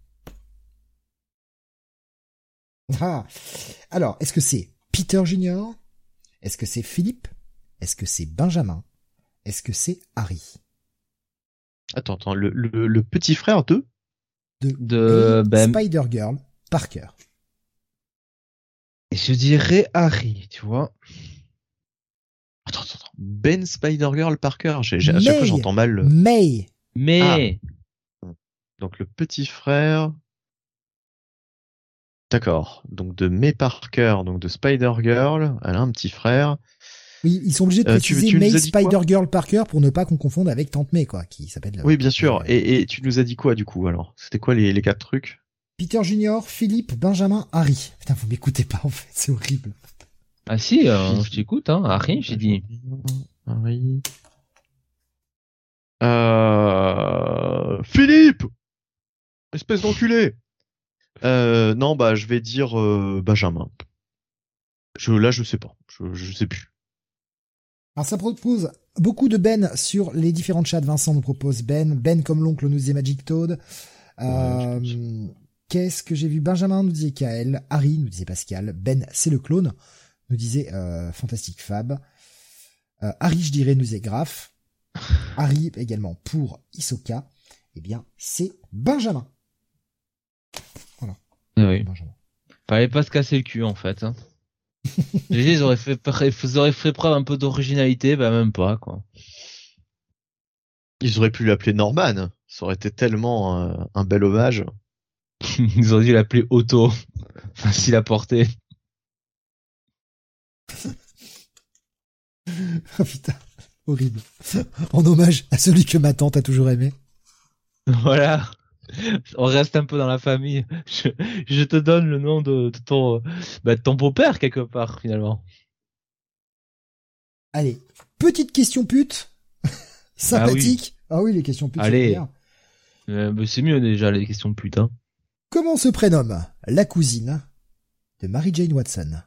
Ah. Alors, est-ce que c'est Peter Junior? Est-ce que c'est Philippe? Est-ce que c'est Benjamin? Est-ce que c'est Harry? Attends, attends, le, le, le petit frère de De, de May ben... Spider-Girl Parker. Et je dirais Harry, tu vois. Attends, attends, attends. Ben Spider-Girl Parker. J'ai, j'ai, à chaque May. fois, j'entends mal. Le... May. Mais. Ah. Donc, le petit frère. D'accord. Donc, de May Parker, donc de Spider-Girl. Elle a un petit frère. Oui, ils sont obligés de Euh, tu- préciser tu nous May as dit quoi Spider-Girl Parker pour ne pas qu'on confonde avec Tante May, quoi, qui s'appelle... Oui, bien sûr. Et, et tu nous as dit quoi, du coup, alors? C'était quoi les, les quatre trucs? Peter Junior, Philippe, Benjamin, Harry. Putain, vous m'écoutez pas, en fait, c'est horrible. Ah si, euh, je t'écoute, hein. Harry, j'ai dit. Harry. Euh... Philippe! Espèce d'enculé! Euh, non, bah, je vais dire euh, Benjamin. Je, là, je sais pas. Je, je sais plus. Alors ça propose beaucoup de Ben sur les différents chats. Vincent nous propose Ben. Ben comme l'oncle nous disait Magic Toad. Euh, Ouais, qu'est-ce que j'ai vu? Benjamin nous disait Kael. Harry nous disait Pascal. Ben c'est le clone nous disait euh, Fantastic Fab. Euh, Harry je dirais nous disait Graf. Harry également pour Hisoka. Eh bien c'est Benjamin. Voilà. Ah oui. Benjamin. Fallait pas se casser le cul en fait. Hein. J'ai dit, ils auraient fait, ils auraient fait preuve un peu d'originalité, bah même pas quoi. Ils auraient pu l'appeler Norman. Ça aurait été tellement euh, un bel hommage. Ils auraient dû l'appeler Otto. Facile à porter. Oh putain, horrible. En hommage à celui que ma tante a toujours aimé. Voilà. On reste un peu dans la famille. Je, je te donne le nom de, de ton, bah, de ton beau-père quelque part finalement. Allez, petite question pute. Sympathique. Ah oui. ah oui, les questions putes. Allez. C'est bien. Euh, bah, c'est mieux déjà les questions de pute. Hein. Comment se prénomme la cousine de Mary Jane Watson?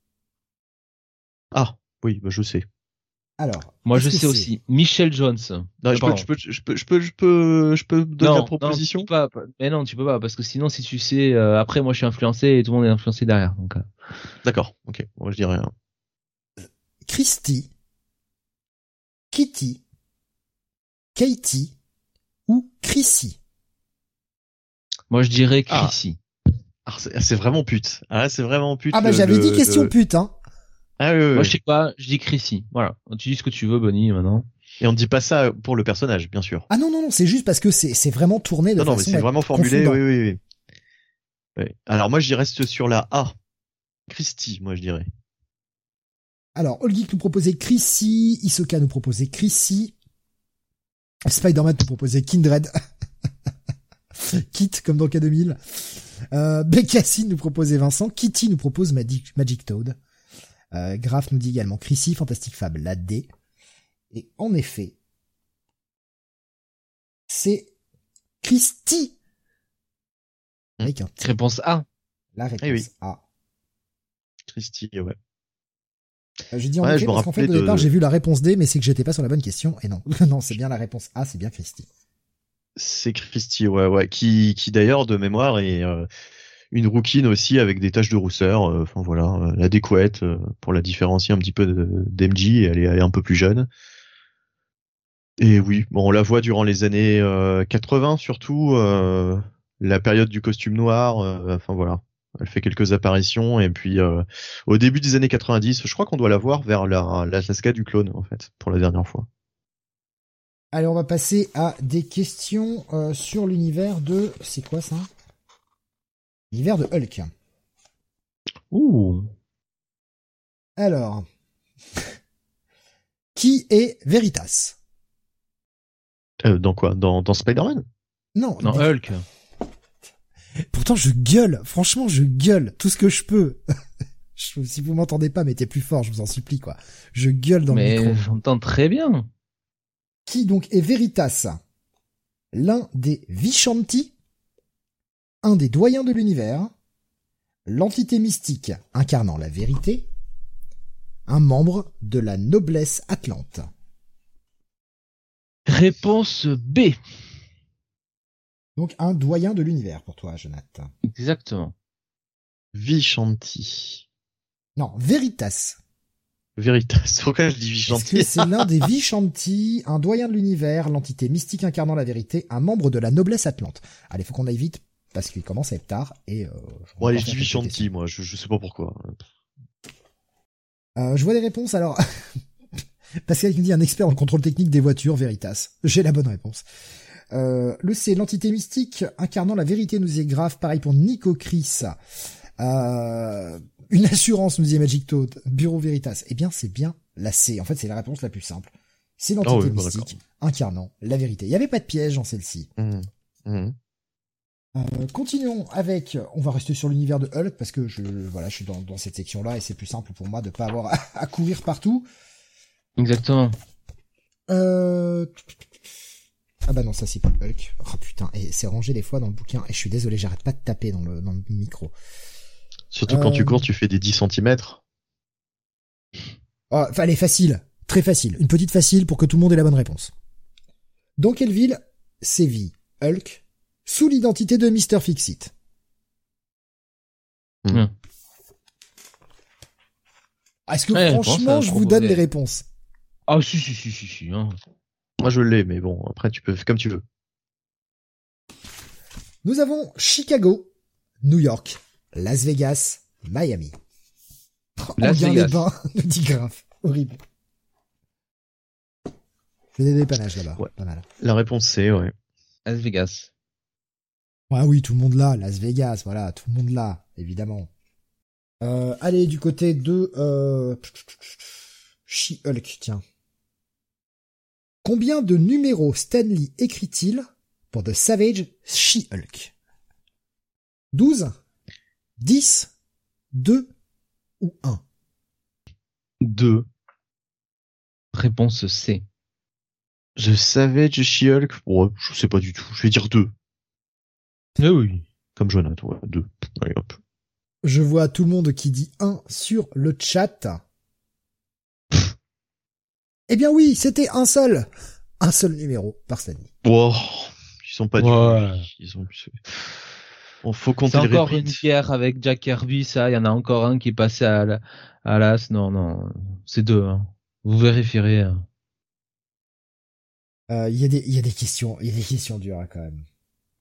Ah, oui, bah, je sais. Alors. Moi je est-ce que sais c'est- aussi. Michelle Jones. Non, Euh, je, peux, pardon. je, peux, je peux, je peux, je peux, je peux donner non, la proposition. Non, tu peux pas, pas- mais non, tu peux pas parce que sinon si tu sais, euh, après moi je suis influencé et tout le monde est influencé derrière. Donc. Euh... D'accord. Ok. Moi, je dirais rien. Christy, Kitty, Katie ou Chrissy? Moi je dirais Ah. Chrissy. Ah, c'est, c'est vraiment pute. Ah, c'est vraiment pute. Ah bah le- j'avais le- dit question le- pute, hein. Ah oui, oui, Moi oui. je sais pas, je dis Chrissy. Voilà. Tu dis ce que tu veux, Bonnie maintenant. Et on ne dit pas ça pour le personnage, bien sûr. Ah non non non, c'est juste parce que c'est c'est vraiment tourné de Non, non, mais façon c'est à vraiment être formulé. confondant. Oui, oui, oui. Oui. Alors moi, j'y reste sur la A. Christy, moi, je dirais. Alors, All Geek nous proposait Chrissy, Hisoka nous proposait Chrissy, Spider-Man nous proposait Kindred, Kit comme dans K deux mille, euh, Bekassi nous proposait Vincent, Kitty nous propose Magic, Magic Toad, euh, Graf nous dit également Chrissy, Fantastic Fab, la D, et en effet, c'est Christy avec un T. Réponse A. La réponse Eh oui. A. Christy, ouais. Euh, J'ai dit en Ouais, effet je me parce qu'en fait rappelais au départ de- j'ai vu la réponse D mais c'est que j'étais pas sur la bonne question et non non c'est bien la réponse A, c'est bien Christy. C'est Christy, ouais, ouais. Qui, qui d'ailleurs, de mémoire, est euh, une rouquine aussi avec des taches de rousseur. euh, Enfin voilà, euh, la découette euh, pour la différencier un petit peu de- d'M J. Elle est, elle est un peu plus jeune. Et oui, bon, on la voit durant les années euh, quatre-vingts surtout, euh, la période du costume noir. euh, Enfin voilà, elle fait quelques apparitions et puis euh, au début des années quatre-vingt-dix, je crois qu'on doit la voir vers la, la saga du clone en fait pour la dernière fois. Allez, on va passer à des questions euh, sur l'univers de... C'est quoi ça? L'univers de Hulk. Ouh. Alors... Qui est Veritas? Euh, dans quoi? Dans, dans Spider-Man? Non, Non, mais- Hulk. pourtant je gueule, franchement je gueule tout ce que je peux. Je- si vous m'entendez pas, mettez plus fort, je vous en supplie quoi. Je gueule dans Mais le micro. j'entends très bien. qui donc est Veritas, l'un des Vishanti, un des doyens de l'univers, l'entité mystique incarnant la vérité, un membre de la noblesse atlante. Réponse B. Donc un doyen de l'univers pour toi, Jonathan. Exactement. Vishanti. Non, Veritas. Veritas. Pourquoi je dis Est-ce que Vishanti? c'est l'un des Vishanti, un doyen de l'univers, l'entité mystique incarnant la vérité, un membre de la noblesse atlante. Allez, faut qu'on aille vite, parce qu'il commence à être tard, et... Euh, Bon, allez, je dis Vishanti, moi, je, je sais pas pourquoi. Euh, je vois des réponses, alors... Pascal qui me dit un expert en contrôle technique des voitures, Veritas. J'ai la bonne réponse. Euh, le C, l'entité mystique incarnant la vérité, nous dit Grave. Pareil pour Nico Chris. Euh, une assurance, nous dit Magic Toad. Bureau Veritas. Eh bien, c'est bien la C. En fait, c'est la réponse la plus simple. C'est l'entité Ah oui, bah, mystique incarnant la vérité. Il n'y avait pas de piège dans celle-ci. Mmh. Mmh. Euh, continuons avec, on va rester sur l'univers de Hulk parce que je, voilà, je suis dans, dans cette section-là et c'est plus simple pour moi de pas avoir à, à courir partout. Exactement. Euh... Ah bah non, ça c'est pas Hulk. Oh putain, et c'est rangé des fois dans le bouquin. Et je suis désolé, j'arrête pas de taper dans le, dans le micro. Surtout quand Euh... tu cours, tu fais des dix centimètres. Oh, allez, facile. Très facile. Une petite facile pour que tout le monde ait la bonne réponse. Dans quelle ville sévit Hulk sous l'identité de mister Fix-It? Mmh. Est-ce que ouais, franchement, réponse, je hein, vous donne proposé. les réponses? Ah si si si si si. Hein. Moi, je l'ai, mais bon, après, tu peux faire comme tu veux. Nous avons Chicago, New York, Las Vegas, Miami. Las Enghien Vegas. les bains, nous dit Grave. Horrible. Fais des dépannages là-bas. Ouais. Pas mal. La réponse c'est, ouais. Las Vegas. Ouais, oui, tout le monde là. Las Vegas, voilà, tout le monde là, évidemment. Euh, allez, du côté de euh... She-Hulk, tiens. Combien de numéros Stanley écrit-il pour The Savage She-Hulk? douze, dix, deux ou un? deux. Réponse C. Je savais de She-Hulk. Ouais, je sais pas du tout. Je vais dire deux. Ah oui. Comme Jonathan, ouais, deux. Allez, hop. Je vois tout le monde qui dit un sur le chat. Eh bien oui, c'était un seul. Un seul numéro par Stanley. Wow. Ils sont pas Ouais. du... Ils ont... On faut compter C'est les encore repeats. une guerre avec Jack Kirby, ça. Il y en a encore un qui est passé à la- à l'as. Non, non. C'est deux. Hein. Vous vérifierez. Hein. Euh, Il y a des, il y a des questions, il y a des questions dures hein, quand même.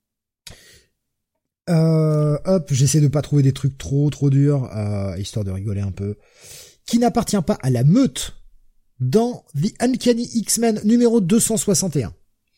Euh, hop, j'essaie de pas trouver des trucs trop trop durs, euh, histoire de rigoler un peu. Qui n'appartient pas à la meute dans The Uncanny X-Men numéro deux cent soixante et un.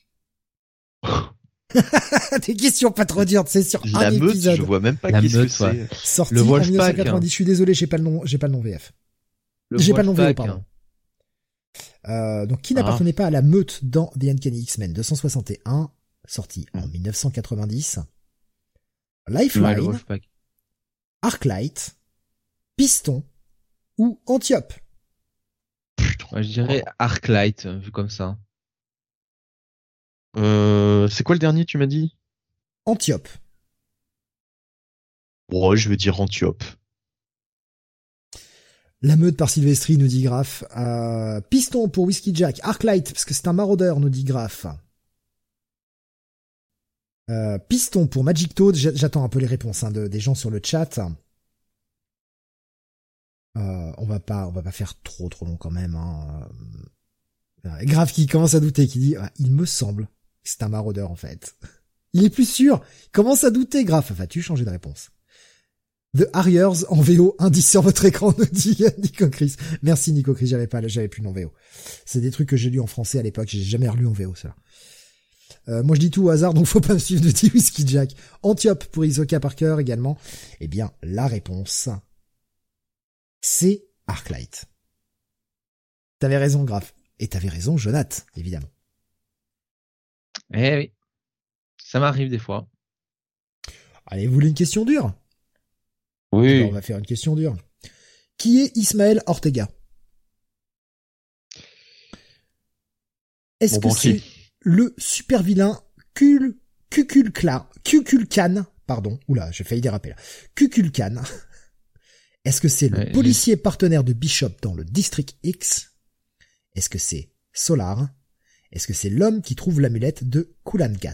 Des questions pas trop dures, c'est sur La un meute, épisode. je vois même pas La qu'est-ce meute, que c'est. ouais. Sorti Le en Wolfpack, mille neuf cent quatre-vingt-dix. hein. Je suis désolé, j'ai pas le nom, j'ai pas le nom V F. Le J'ai pas le nom V O, Wolfpack, pardon. hein. Euh, donc qui Ah. n'appartenait pas à la meute dans The Uncanny X-Men deux cent soixante et un, sorti en Mm. mille neuf cent quatre-vingt-dix. Ouais, Lifeline, le Wolfpack. Arclight, Piston ou Antiope. Ouais, je dirais Arclight, vu comme ça. Euh, c'est quoi le dernier, tu m'as dit? Antiope. Ouais, je vais dire Antiope. La meute par Sylvestri, nous dit Graf. Euh, Piston pour Whiskey Jack. Arclight, parce que c'est un maraudeur, nous dit Graf. Euh, Piston pour Magic Toad. J'a- J'attends un peu les réponses hein, de, des gens sur le chat. Euh, on va pas, on va pas faire trop trop long quand même. Hein. Euh, Graf qui commence à douter, qui dit ah, il me semble que c'est un maraudeur en fait. Il est plus sûr. Il commence à douter, Graf. Vas-tu changer de réponse? The Harriers en V O, indice sur votre écran, nous dit Nico Chris. Merci Nico Chris, j'avais pas, j'avais plus le nom V O. C'est des trucs que j'ai lus en français à l'époque, j'ai jamais relu en V O, ça. Euh, moi je dis tout au hasard, donc faut pas me suivre, nous dit Whiskey Jack. Antiope pour Isoka Parker également. Eh bien, la réponse, c'est Arclight. T'avais raison, Graf. Et t'avais raison, Jonath, évidemment. Eh oui. Ça m'arrive des fois. Allez, vous voulez une question dure? Oui. Alors, on va faire une question dure. Qui est Ismaël Ortega? Est-ce Mon que banquier. c'est le super vilain Kul, Kukulkan, Kukulkan, pardon, oula, j'ai failli déraper là. Kukulkan. Est-ce que c'est le Ouais, policier partenaire de Bishop dans le District X? Est-ce que c'est Solar? Est-ce que c'est l'homme qui trouve l'amulette de Kulangat?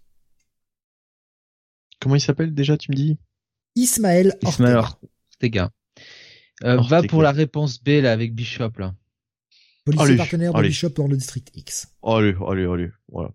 Comment il s'appelle déjà, tu me dis? Ismaël Ismaël Ortega, Ortega. Euh, Ortega. va pour la réponse B là avec Bishop là. policier Allez, partenaire de allez. Bishop dans le District X. Allez, allez, allez. Voilà.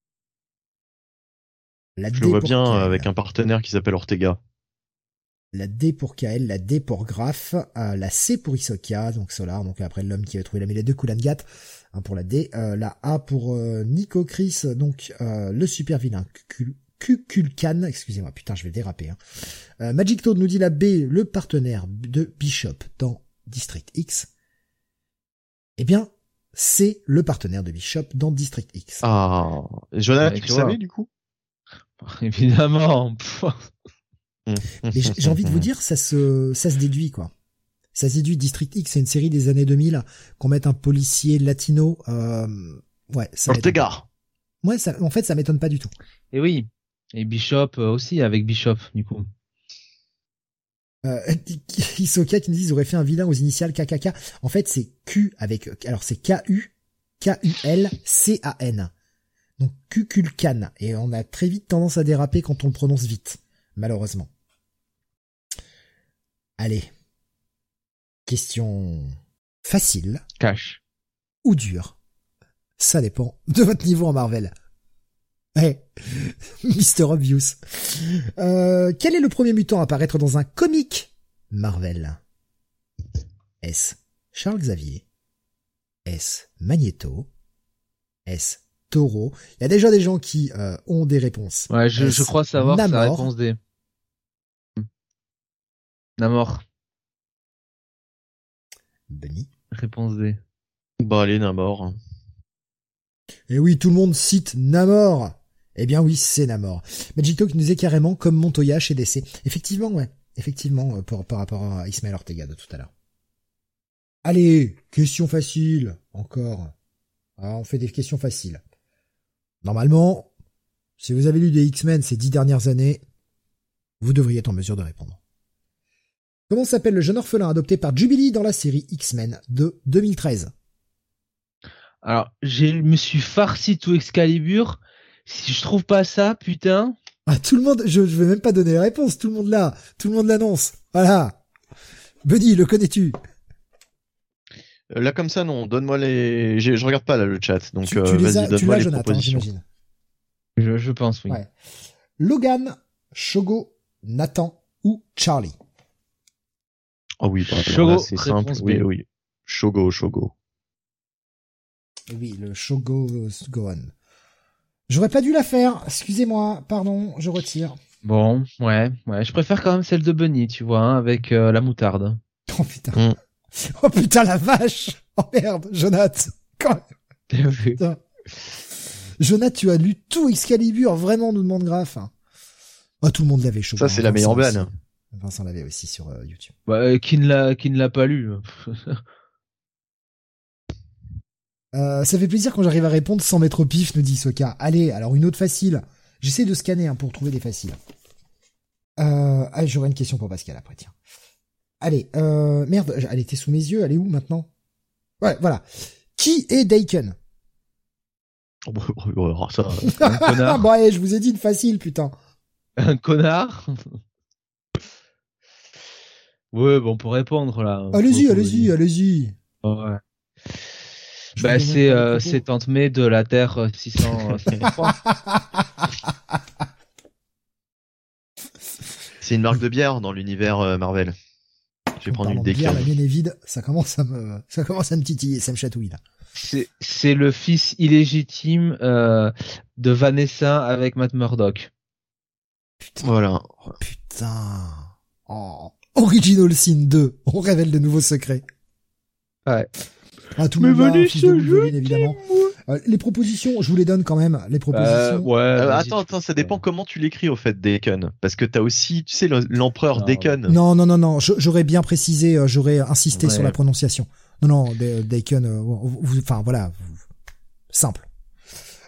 La Je D le vois pour bien Kael. avec un partenaire qui s'appelle Ortega. La D pour Kael, la D pour Graf, euh, la C pour Hisoka, donc Solar, donc après l'homme qui a trouvé l'amulette de Kulangat, hein, pour la D, euh, la A pour euh, Nico Chris, donc euh, le super vilain Kukul- Kukulkan, excusez-moi, putain je vais déraper. Hein. Euh, Magic Toad nous dit la B, le partenaire de Bishop dans District X. Eh bien, c'est le partenaire de Bishop dans District X. Ah, Jonathan, Ouais, tu tu le vois. savais du coup? Évidemment. Mais j'ai j'ai envie de vous dire, ça se, ça se déduit, quoi. Ça se déduit. District X, c'est une série des années deux mille, qu'on mette un policier latino, euh, ouais, ça m'étonne pas. Ortega. Ouais, ça, en fait, ça m'étonne pas du tout. Et oui. Et Bishop euh, aussi avec Bishop du coup. Euh, Hisoka qui nous dit, ils auraient fait un vilain aux initiales K K K. En fait, c'est Q avec, alors c'est K U, K U L C A N. Donc, Kukulkan. Et on a très vite tendance à déraper quand on le prononce vite. Malheureusement. Allez. Question facile Cash. ou dure. Ça dépend de votre niveau en Marvel. Ouais. mister Obvious. Euh, quel est le premier mutant à apparaître dans un comic Marvel? Est-ce Charles Xavier? Est-ce Magneto? Est-ce Taureau? Il y a déjà des gens qui euh, ont des réponses. Ouais, je, Est-ce je crois savoir sa Namor? réponse D. Namor. Benny. Réponse D. Bah, allez, Namor. Et oui, tout le monde cite Namor. Eh bien oui, c'est Namor. Magic Talk nous disait carrément comme Montoya chez D C. Effectivement, ouais. Effectivement, euh, par, par rapport à Ismaël Ortega de tout à l'heure. Allez, question facile. Encore. Ah, on fait des questions faciles. Normalement, si vous avez lu des X-Men ces dix dernières années, vous devriez être en mesure de répondre. Comment s'appelle le jeune orphelin adopté par Jubilee dans la série X-Men de deux mille treize? Alors, je me suis farci tout Excalibur. Si je trouve pas ça, putain. Ah, tout le monde, je, je vais même pas donner la réponse, tout le monde l'a, tout le monde l'annonce. Voilà. Buddy, le connais-tu? Euh, Là, comme ça, non. Donne-moi les. j'ai- Je regarde pas là le chat, donc Tu, euh, tu les vas-y, as, tu donne-moi l'as, les Jonathan, propositions. j'imagine. Je, je pense, oui. Ouais. Logan, Shogo, Nathan ou Charlie? Oh oui, bah, alors Shogo, là, c'est simple. réponse B. Oui, oui. Shogo, Shogo. Oui, le Shogo Gohan. J'aurais pas dû la faire, excusez-moi, pardon, je retire. Bon, ouais, ouais. Je préfère quand même celle de Bunny, tu vois, hein, avec euh, la moutarde. Oh putain. Mm. Oh putain la vache. Oh merde, Jonathan. Quand même. Putain. Jonathan, tu as lu tout Excalibur, vraiment, nous demande Graf. Oh, tout le monde l'avait, Shogo. Ça, c'est la meilleure Vincent vanne. aussi. Vincent l'avait aussi sur euh, YouTube. Bah, euh, qui ne l'a, qui ne l'a pas lu. Euh, ça fait plaisir quand j'arrive à répondre sans mettre au pif, nous dit Soka. Allez, alors une autre facile. J'essaie de scanner hein, pour trouver des faciles. Euh, ah, j'aurai une question pour Pascal après, tiens. Allez, euh, merde, elle était sous mes yeux, elle est où maintenant? Ouais, voilà. Qui est Daken? Oh, bah, oh, oh, ça. Un connard. Bon, allez, je vous ai dit une facile, putain. Un connard. Ouais, bon, pour répondre, là. Allez-y, Faut- allez-y, allez-y. Ouais. Je Bah, vous demande c'est, pas euh, le c'est propos. Tante May de la Terre euh, six cent trois. C'est une marque de bière dans l'univers euh, Marvel. Je vais En prendre parlant une de bière, Daken. la mienne est vide, ça commence à me, ça commence à me titiller, ça me chatouille, là. C'est, c'est le fils illégitime euh, de Vanessa avec Matt Murdock. Putain. Voilà. Putain. Oh. Original Sin deux. On révèle de nouveaux secrets. Ouais. Ah, tout le Mais monde va, Vanessa, fils de je Wolverine, évidemment. Euh, les propositions, je vous les donne quand même. Les propositions. Euh, ouais. Euh, vas-y, attends, tu- attends, ça dépend comment tu l'écris au fait, Daken. Parce que t'as aussi, tu sais, le- l'empereur Non, Daken. Non, non, non, non. je- J'aurais bien précisé, euh, j'aurais insisté Ouais. sur la prononciation. Non, non, Da- Daken, euh, vous- vous- enfin, voilà. vous- Simple.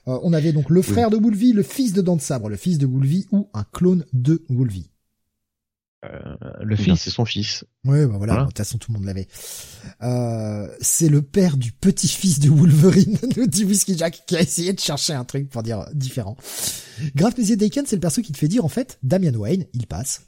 Euh, on avait donc le frère oui. de Wolvie, le fils de Dents de Sabre, le fils de Wolvie ou un clone de Wolvie. Euh, le fils, c'est son fils. Ouais, bah voilà, de toute façon tout le monde l'avait. Euh, c'est le père du petit-fils de Wolverine, nous dit Whiskey Jack, qui a essayé de chercher un truc pour dire différent. Grave plaisir Daken, c'est le perso qui te fait dire en fait, Damian Wayne, il passe.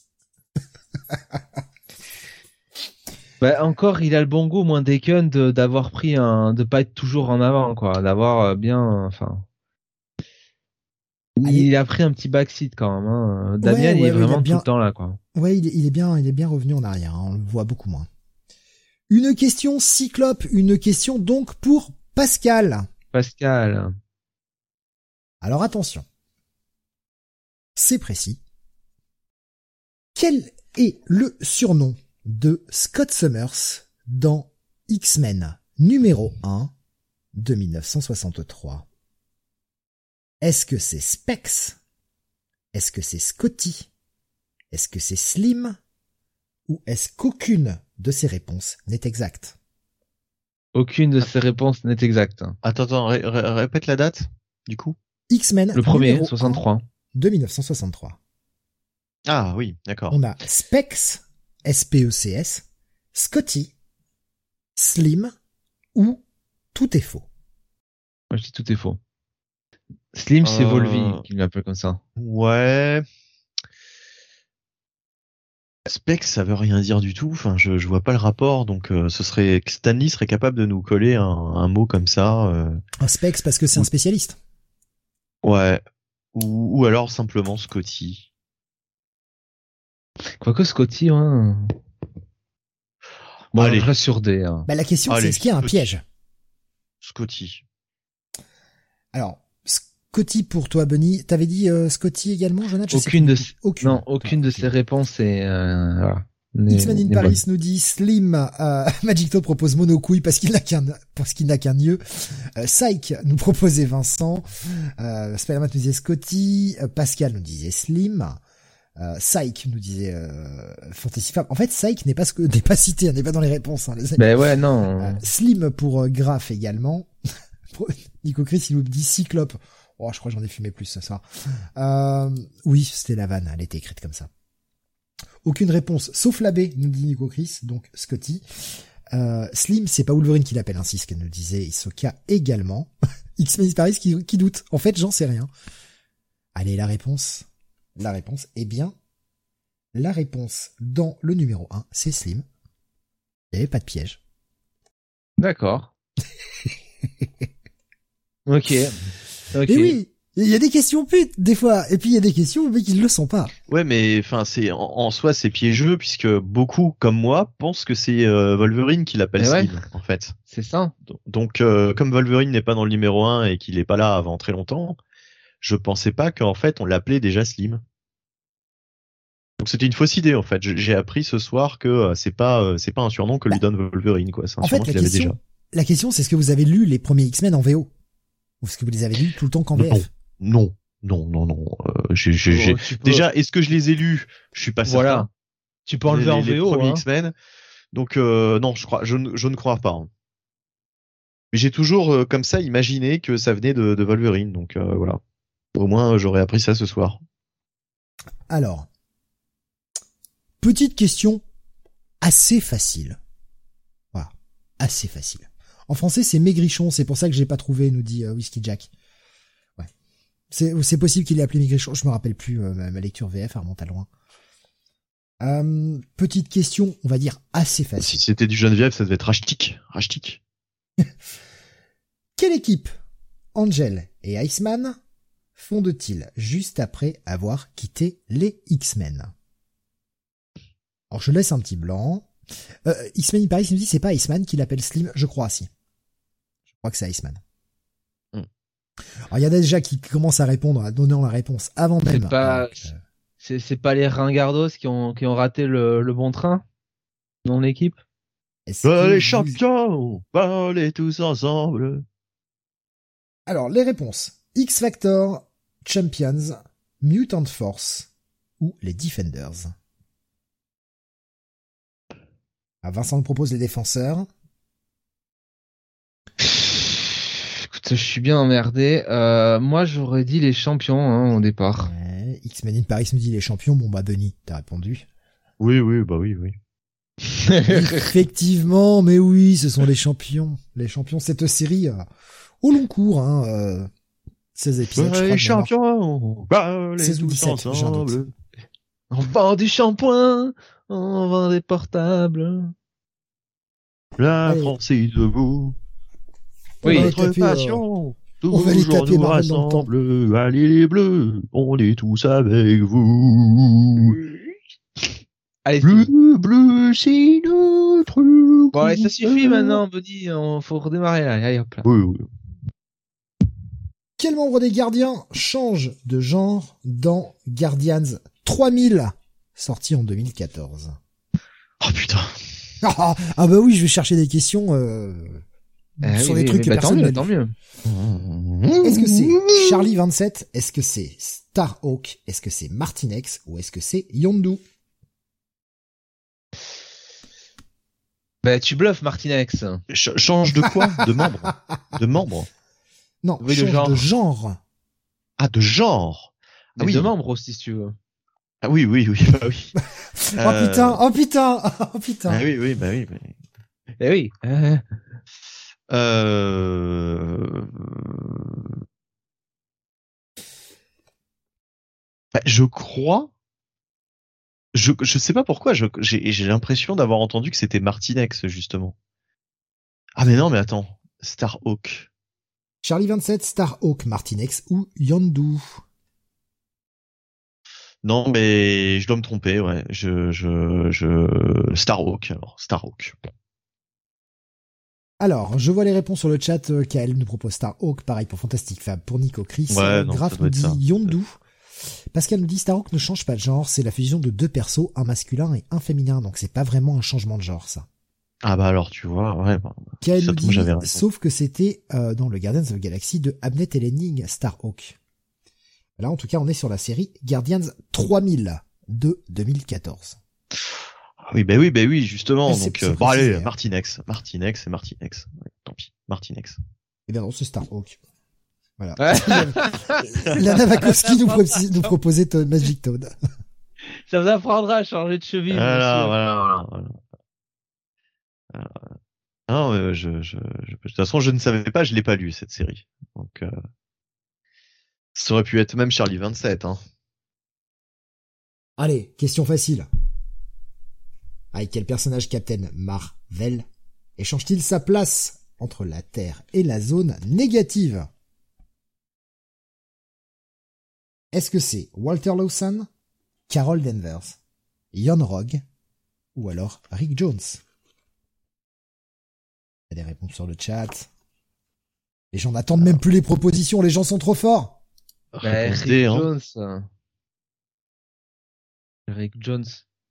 Bah encore, il a le bon goût, moins Daken, de d'avoir pris un, de pas être toujours en avant, quoi, d'avoir bien, enfin. Allez. Il a pris un petit backseat quand même. Hein. Damien, ouais, ouais, il est vraiment il bien... tout le temps là, quoi. Ouais, il est, il est bien, il est bien revenu en arrière. Hein. On le voit beaucoup moins. Une question Cyclope, une question donc pour Pascal. Pascal. Alors attention, c'est précis. Quel est le surnom de Scott Summers dans X-Men numéro un de mille neuf cent soixante-trois? Est-ce que c'est Specs? Est-ce que c'est Scotty? Est-ce que c'est Slim? Ou est-ce qu'aucune de ces réponses n'est exacte? Aucune de ces réponses n'est exacte. Attends, attends, ré- ré- répète la date, du coup. X-Men. Le premier, soixante-trois. De mille neuf cent soixante-trois. Ah oui, d'accord. On a Specs, S P E C S, Scotty, Slim, ou tout est faux. Moi je dis tout est faux. Slim, c'est euh... Volvi qui l'appelle comme ça. Ouais. Specs, ça veut rien dire du tout. Enfin, je, je vois pas le rapport. Donc, euh, ce serait Stanley serait capable de nous coller un, un mot comme ça. Euh... Un Specs parce que c'est un spécialiste. Ouais. Ou, ou alors simplement Scotty. Quoique Scotty, hein. Bon, allez. Je reste sur D. Hein. Bah, la question, allez, c'est est-ce qu'il y a un Scotty. piège? Scotty. Alors, Scotty pour toi, Bunny. T'avais dit euh, Scotty également, Jonathan? Aucune de ces... aucune. Non, aucune de ces réponses est. Euh, voilà. X-Men in Paris nous dit Slim. Euh, Magicto propose Monocouille parce qu'il n'a qu'un parce qu'il n'a qu'un yeux. Euh, Psych nous proposait Vincent. Euh, Spider-Man nous disait Scotty. Euh, Pascal nous disait Slim. Euh, Psych nous disait euh, Fantasy Fab. En fait, Psych n'est pas ce que n'est pas cité, n'est pas dans les réponses. Hein, les amis. Ben ouais, non. Euh, Slim pour euh, Graph également. Nico Chris, il nous dit Cyclope. Oh, je crois que j'en ai fumé plus ce soir. Euh, oui, c'était la vanne, elle était écrite comme ça. Aucune réponse, sauf la B, nous dit Nico Chris, donc Scotty. Euh, Slim, c'est pas Wolverine qui l'appelle ainsi, ce qu'elle nous disait Isoka également. X-Men Paris qui, qui doute. En fait, j'en sais rien. Allez, la réponse. La réponse, eh bien, la réponse dans le numéro un, c'est Slim. Il n'y avait pas de piège. D'accord. Ok. Ok. Et oui, il y a des questions putes, des fois. Et puis il y a des questions, mais qui ne le sont pas. Ouais, mais enfin, c'est en, en soi, c'est piégeux, puisque beaucoup, comme moi, pensent que c'est euh, Wolverine qui l'appelle ouais, Slim, en fait. C'est ça. Donc, euh, comme Wolverine n'est pas dans le numéro un et qu'il est pas là avant très longtemps, je pensais pas qu'en fait, on l'appelait déjà Slim. Donc c'était une fausse idée, en fait. J'ai appris ce soir que euh, c'est pas euh, c'est pas un surnom que bah, lui donne Wolverine, quoi. C'est un en surnom fait, qu'il avait déjà. La question, c'est est-ce que vous avez lu les premiers X-Men en V O? Ou est-ce que vous les avez lus tout le temps qu'en V F? Non, non, non, non. Euh, j'ai, j'ai, j'ai... Oh, peux... Déjà, est-ce que je les ai lus? Je suis pas certain. Voilà. Tu peux enlever les, en V O. Les premiers hein. X-Men. Donc euh, non, je crois, je, je ne crois pas. Hein. Mais j'ai toujours euh, comme ça imaginé que ça venait de, de Wolverine. Donc euh, voilà. Au moins, j'aurais appris ça ce soir. Alors, petite question assez facile. Voilà, assez facile. En français, c'est Maigrichon, c'est pour ça que j'ai pas trouvé, nous dit euh, Whiskey Jack. Ouais. C'est, c'est possible qu'il ait appelé Maigrichon, je me rappelle plus, euh, ma, ma lecture V F, elle remonte à loin. Euh, petite question, on va dire assez facile. Si c'était du Geneviève, ça devait être Rashtik. Rashtik. Quelle équipe Angel et Iceman fondent-ils juste après avoir quitté les X-Men? Alors je laisse un petit blanc. Euh, X-Men in Paris nous dit c'est pas Iceman qui l'appelle Slim, je crois si. Je crois que c'est Iceman. Mm. Alors il y a déjà qui commencent à répondre, à donner la réponse avant même. C'est pas, donc, euh... c'est, c'est pas les Ringardos qui ont qui ont raté le, le bon train dans l'équipe. Bah, les vous... champions, parlez tous ensemble. Alors les réponses: X-Factor, Champions, Mutant Force ou les Defenders. Ah, Vincent nous propose les défenseurs. Écoute, Je suis bien emmerdé. Euh, moi, j'aurais dit les champions hein, au départ. Ouais, X-Men in Paris nous dit les champions. Bon bah Denis, t'as répondu. Oui, oui, bah oui, oui. Effectivement, mais oui, ce sont les champions. Les champions, cette série euh, au long cours, hein, euh, seize épisodes. je crois, les de mémoire. champions, bah, les seize ou tous dix-sept, j'ai un doute. ensemble. On vend du shampoing, on vend des portables. La Allez. France est debout. Oui. On va Notre taper, euh, passion, on va les toujours taper nous Marvel dans le temps. rassemble. Allez les bleus, on est tous avec vous. Allez, Bleu, Steve. bleu, c'est notre Bon, allez, ça suffit couleur. maintenant, Buddy. On faut redémarrer là. Allez, hop là. Oui, oui. Quel membre des Gardiens change de genre dans Guardians trois mille, sorti en deux mille quatorze? Oh putain. Ah, ah bah oui, je vais chercher des questions euh, Eh sur oui, des oui, trucs que mais bah, tant personne n'a mieux, tant lu. mieux. Est-ce que c'est Charlie vingt-sept? Est-ce que c'est Starhawk? Est-ce que c'est Martinex? Ou est-ce que c'est Yondu? Bah, tu bluffes, Martinex. Ch- change de quoi? De membre? De membre? Non, Oui, de change genre. de genre. Ah, de genre. Ah Mais oui. de membres aussi, si tu veux. Ah oui, oui, oui, bah oui. Oh putain, oh putain, oh putain. Ah oui, oui, bah oui. Bah... Eh oui. Euh... Euh... Bah, je crois. Je je sais pas pourquoi. Je j'ai j'ai l'impression d'avoir entendu que c'était Martinex justement. Ah mais non, mais attends. Starhawk. Charlie vingt-sept, Starhawk, Martinex ou Yondu? Non, mais je dois me tromper. Ouais. Je je je Starhawk. Alors Starhawk. Alors, je vois les réponses sur le chat. Euh, Kael nous propose Starhawk, pareil pour Fantastic Fab, pour Nico Chris. Ouais, Euh, non, ça Graf doit nous être ça. dit Yondu. Pascal nous dit Starhawk ne change pas de genre, c'est la fusion de deux persos, un masculin et un féminin, donc c'est pas vraiment un changement de genre ça. Ah bah alors tu vois. Ouais. Bah, Kael ça nous tombe, dit, j'avais raison. sauf que c'était euh, dans le Guardians of the Galaxy de Abnett et Lanning, Starhawk. Là, en tout cas, on est sur la série Guardians trois mille de deux mille quatorze. Ah oui, bah oui, bah oui, justement. Ah, c'est- Donc c'est euh, bon précisé, allez, hein. Martinex, Martinex et Martinex. Ouais, tant pis, Martinex. Eh bien non, c'est Starhawk. Voilà. Ouais. Lana Wachowski nous, pro- nous proposait to- Magic Toad. Ça vous apprendra à changer de cheville, Voilà, monsieur. voilà, voilà. voilà. Non, euh, je, je, je, de toute façon, je ne savais pas, je l'ai pas lu cette série. Donc, euh, ça aurait pu être même Charlie vingt-sept. Hein. Allez, question facile. Avec quel personnage Captain Marvel échange-t-il sa place entre la Terre et la zone négative? Est-ce que c'est Walter Lawson, Carol Danvers, Ian Rogue ou alors Rick Jones? Il y a des réponses sur le chat. Les gens n'attendent même plus les propositions, les gens sont trop forts. Bah, Réponse Rick D, hein. Jones. Rick Jones.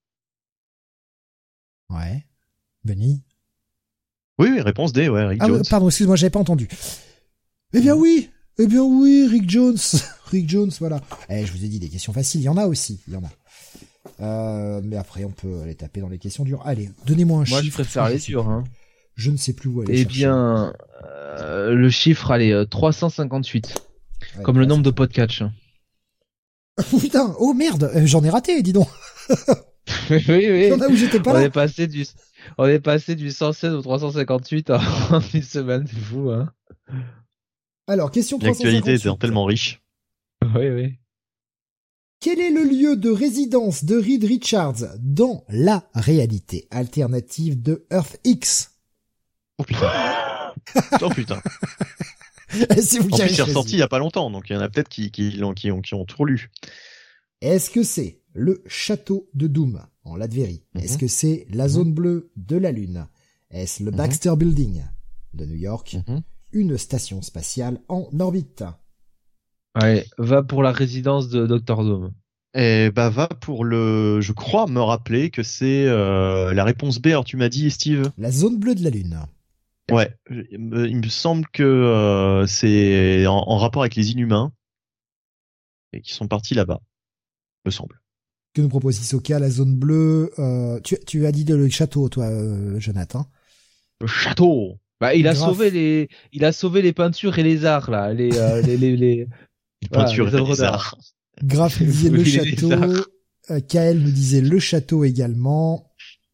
Ouais. Benny. Oui, oui, réponse D, ouais, Rick Ah Jones. oui, pardon, excuse-moi, j'avais pas entendu. Eh bien oui, eh bien oui, Rick Jones, Rick Jones, voilà. Eh, je vous ai dit des questions faciles, il y en a aussi, il y en a. Euh, mais après, on peut aller taper dans les questions dures. Allez, donnez-moi un chiffre. Moi, je préfère les sais durs, plus. hein. Je ne sais plus où aller Eh chercher. bien, euh, le chiffre, allez, euh, trois cent cinquante-huit. Ouais, Comme le trois nombre de cent. podcasts. Putain, oh merde, euh, j'en ai raté, dis donc. oui, oui. Il y en a où j'étais pas On là. est passé du, on est passé du cent seize au trois cent cinquante-huit en une semaine, c'est fou, hein. Alors, question trois cent L'actualité cinquante-huit. étant tellement riche. Oui, oui. Quel est le lieu de résidence de Reed Richards dans la réalité alternative de Earth X? Oh putain. oh putain. C'est vous En qui avez plus, c'est choisi. ressorti il y a pas longtemps, donc il y en a peut-être qui, qui, l'ont- qui, ont, qui ont tout lu. Est-ce que c'est le château de Doom en Latverie? Mhm. Est-ce que c'est la zone bleue de la Lune? Est-ce le Mhm. Baxter Building de New York? Mhm. Une station spatiale en orbite? Allez, va pour la résidence de docteur Doom. Et bah va pour le, je crois me rappeler que c'est euh, la réponse B. Alors tu m'as dit, Steve. La zone bleue de la Lune. Ouais, il me, il me semble que euh, c'est en, en rapport avec les Inhumains et qui sont partis là-bas, me semble. Que nous propose Hisoka, la zone bleue? euh, tu, tu as dit de le château, toi, euh, Jonathan. Le château. Bah, il a Graph. sauvé les, il a sauvé les peintures et les arts là, les, euh, les, les, les, Les voilà, peintures les et œuvres les d'art. arts. Graph nous disait le Oui, les château. arts. Euh, Kael nous disait le château également.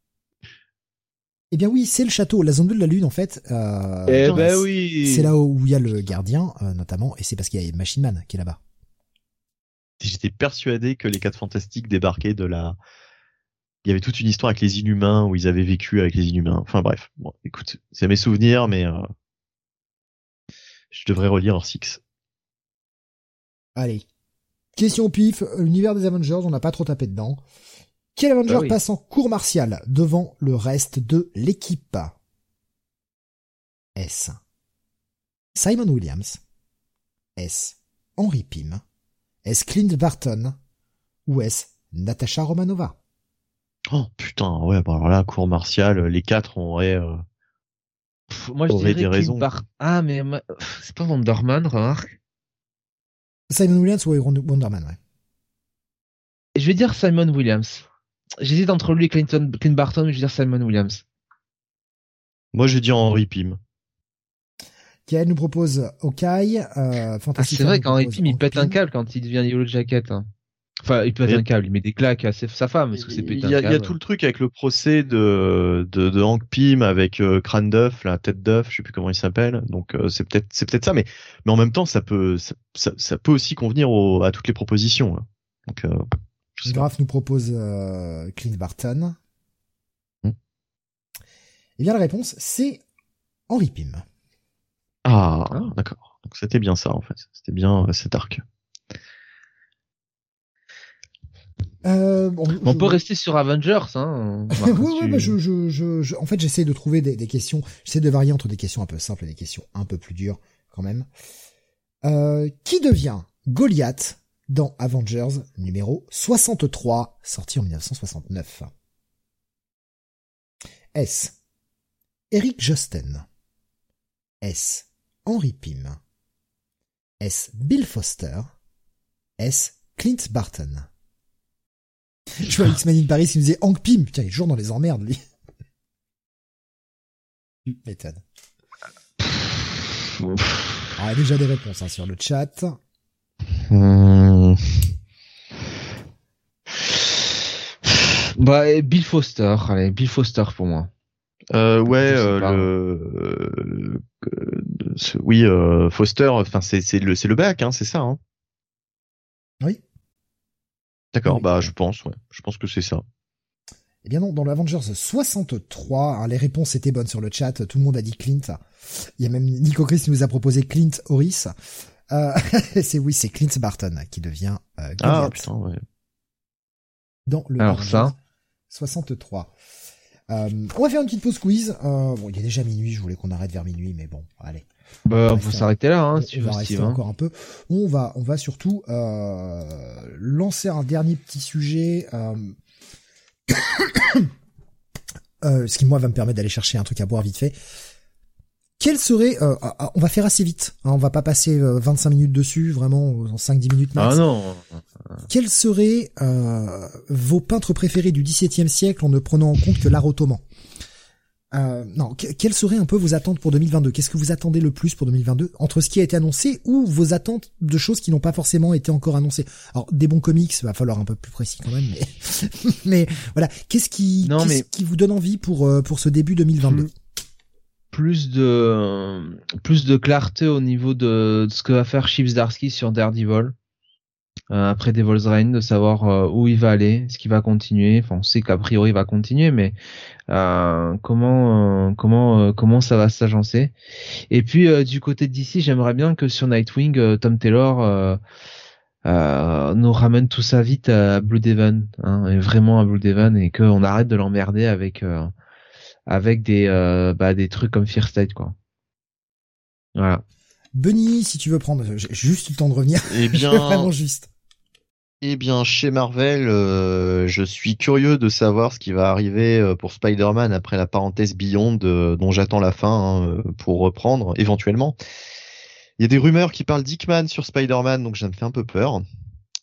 Eh bien oui, c'est le château. La zone bleue de la Lune, en fait. Euh, Eh c'est- ben oui. C'est là où il y a le gardien, euh, notamment, et c'est parce qu'il y a Machine Man qui est là-bas. J'étais persuadé que les quatre fantastiques débarquaient de la... Il y avait toute une histoire avec les Inhumains où ils avaient vécu avec les Inhumains. Enfin bref, bon, écoute, c'est mes souvenirs, mais euh, je devrais relire Earth Six. Allez. Question au pif, l'univers des Avengers, on n'a pas trop tapé dedans. Quel Avenger Bah oui. passe en cours martial devant le reste de l'équipe? Est-ce Simon Williams? Est-ce Henry Pym? Est-ce Clint Barton? Ou est-ce Natasha Romanova? Oh putain, ouais, bah alors là, cours martial, les quatre auraient... Euh... Pff, moi, je aurait dirais des Clint raisons. Bar- Ah, mais ma- c'est pas Wonder Man, remarque. Simon Williams ou Wonder Man, ouais. Je vais dire Simon Williams. J'hésite entre lui et Clinton, Clint Barton, mais je vais dire Simon Williams. Moi, je dis Henry Pym. Kael nous propose Hawkeye, euh, Ah, Fantastic c'est Four vrai nous qu'Henry propose Pym, il Hank pète un Pym. câble quand il devient Yellow Jacket. Hein. Enfin, il pète Mais- un câble, il met des claques à ses- sa femme, parce que c'est pété Il y, a, un il y a câble. tout le truc avec le procès de, de, de Hank Pym avec euh, Crâne d'œuf, la tête d'œuf, je sais plus comment il s'appelle. Donc euh, c'est peut-être c'est peut-être ça, mais mais en même temps ça peut ça, ça, ça peut aussi convenir au, à toutes les propositions. Hein. Donc euh, je sais pas. Graf nous propose euh, Clint Barton. Hmm. Eh bien, la réponse, c'est Henry Pym. Ah, Ah. d'accord. Donc c'était bien ça en fait. C'était bien euh, cet arc. Euh, bon, On je- peut rester sur Avengers, hein. Marc, ouais, ouais, tu- bah, je, je, je, je- en fait, j'essaie de trouver des, des questions. J'essaie de varier entre des questions un peu simples et des questions un peu plus dures, quand même. Euh, qui devient Goliath dans Avengers numéro soixante-trois, sorti en mille neuf cent soixante-neuf? Est-ce Eric Josten? Est-ce Henry Pym? Est-ce Bill Foster? Est-ce Clint Barton? Je vois X-Men in Paris qui nous disait Hank Pym. Putain, il est toujours dans les emmerdes, lui. Tu m'étonnes. Alors, il y a déjà des réponses hein, sur le chat. Hmm. Bah, et Bill Foster, allez, Bill Foster pour moi. Euh, ouais, Je sais euh, pas. le, euh, ce- oui, euh, Foster. Enfin, c'est c'est le c'est le bac, hein, c'est ça. Hein. Oui. D'accord, Oui. bah je pense, ouais, je pense que c'est ça. Eh bien non, dans l'Avengers soixante-trois, hein, les réponses étaient bonnes sur le chat, tout le monde a dit Clint. Il y a même Nico Chris qui nous a proposé Clint Horis. Euh, c'est oui, c'est Clint Barton qui devient euh, Ah Goliath putain, ouais. dans le Alors Avengers ça. soixante-trois. Euh, on va faire une petite pause quiz. Euh, bon, il est déjà minuit, je voulais qu'on arrête vers minuit, mais bon, allez. Bah, on Ouais, peut ça- s'arrêter là, on, hein, si tu on veux, va rester Steve. Hein. encore un peu. On va, on va surtout euh, lancer un dernier petit sujet, euh, euh, ce qui moi va me permettre d'aller chercher un truc à boire vite fait. Quel serait, euh, ah, on va faire assez vite, hein, on va pas passer euh, vingt-cinq minutes dessus, vraiment en cinq dix minutes max. Ah non. Quels seraient euh, vos peintres préférés du dix-septième siècle en ne prenant en compte que l'art ottoman? Euh, non, que- quelles seraient un peu vos attentes pour deux mille vingt-deux? Qu'est-ce que vous attendez le plus pour deux mille vingt-deux entre ce qui a été annoncé ou vos attentes de choses qui n'ont pas forcément été encore annoncées? Alors, des bons comics, va falloir un peu plus précis quand même, mais, mais voilà. Qu'est-ce qui, Non, qu'est-ce mais- qui vous donne envie pour euh, pour ce début deux mille vingt-deux? Plus de, plus de clarté au niveau de, de ce que va faire Chip Zdarsky sur Daredevil. Euh, après Devil's Reign, de savoir euh, où il va aller, est-ce qu'il va continuer. Enfin, on sait qu'a priori il va continuer, mais euh, comment, euh, comment, euh, comment ça va s'agencer. Et puis euh, du côté de D C, j'aimerais bien que sur Nightwing, euh, Tom Taylor euh, euh, nous ramène tout ça vite à Blue Devon, hein, et vraiment à Blue Devon, et qu'on arrête de l'emmerder avec euh, avec des euh, bah, des trucs comme Fear State, quoi. Voilà. Benny, si tu veux prendre, j'ai juste eu le temps de revenir. Eh bien, Vraiment juste. eh bien, chez Marvel, euh, je suis curieux de savoir ce qui va arriver euh, pour Spider-Man après la parenthèse Beyond, euh, dont j'attends la fin hein, euh, pour reprendre éventuellement. Il y a des rumeurs qui parlent d'Hickman sur Spider-Man, donc ça me fait un peu peur.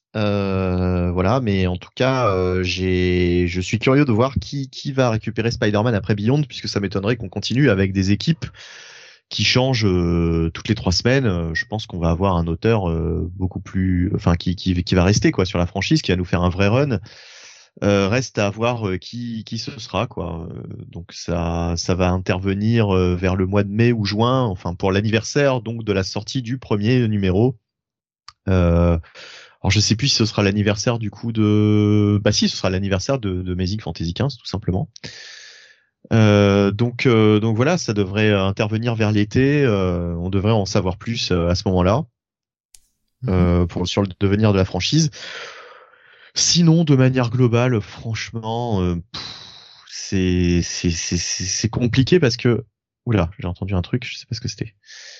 Euh, voilà, mais en tout cas, euh, j'ai, je suis curieux de voir qui qui va récupérer Spider-Man après Beyond, puisque ça m'étonnerait qu'on continue avec des équipes qui changent euh, toutes les trois semaines. Euh, je pense qu'on va avoir un auteur euh, beaucoup plus, enfin qui qui qui va rester quoi sur la franchise, qui va nous faire un vrai run. Euh, reste à voir euh, qui qui ce sera quoi. Euh, donc ça ça va intervenir euh, vers le mois de mai ou juin, enfin pour l'anniversaire donc de la sortie du premier numéro. Euh, alors je sais plus si ce sera l'anniversaire du coup de, bah si ce sera l'anniversaire de, de Amazing Fantasy quinze tout simplement. Euh, donc euh, donc voilà, ça devrait intervenir vers l'été. Euh, on devrait en savoir plus euh, à ce moment-là euh, pour sur le devenir de la franchise. Sinon, de manière globale, franchement, euh, pff, c'est c'est c'est c'est c'est compliqué parce que oula, j'ai entendu un truc, je sais pas ce que c'était.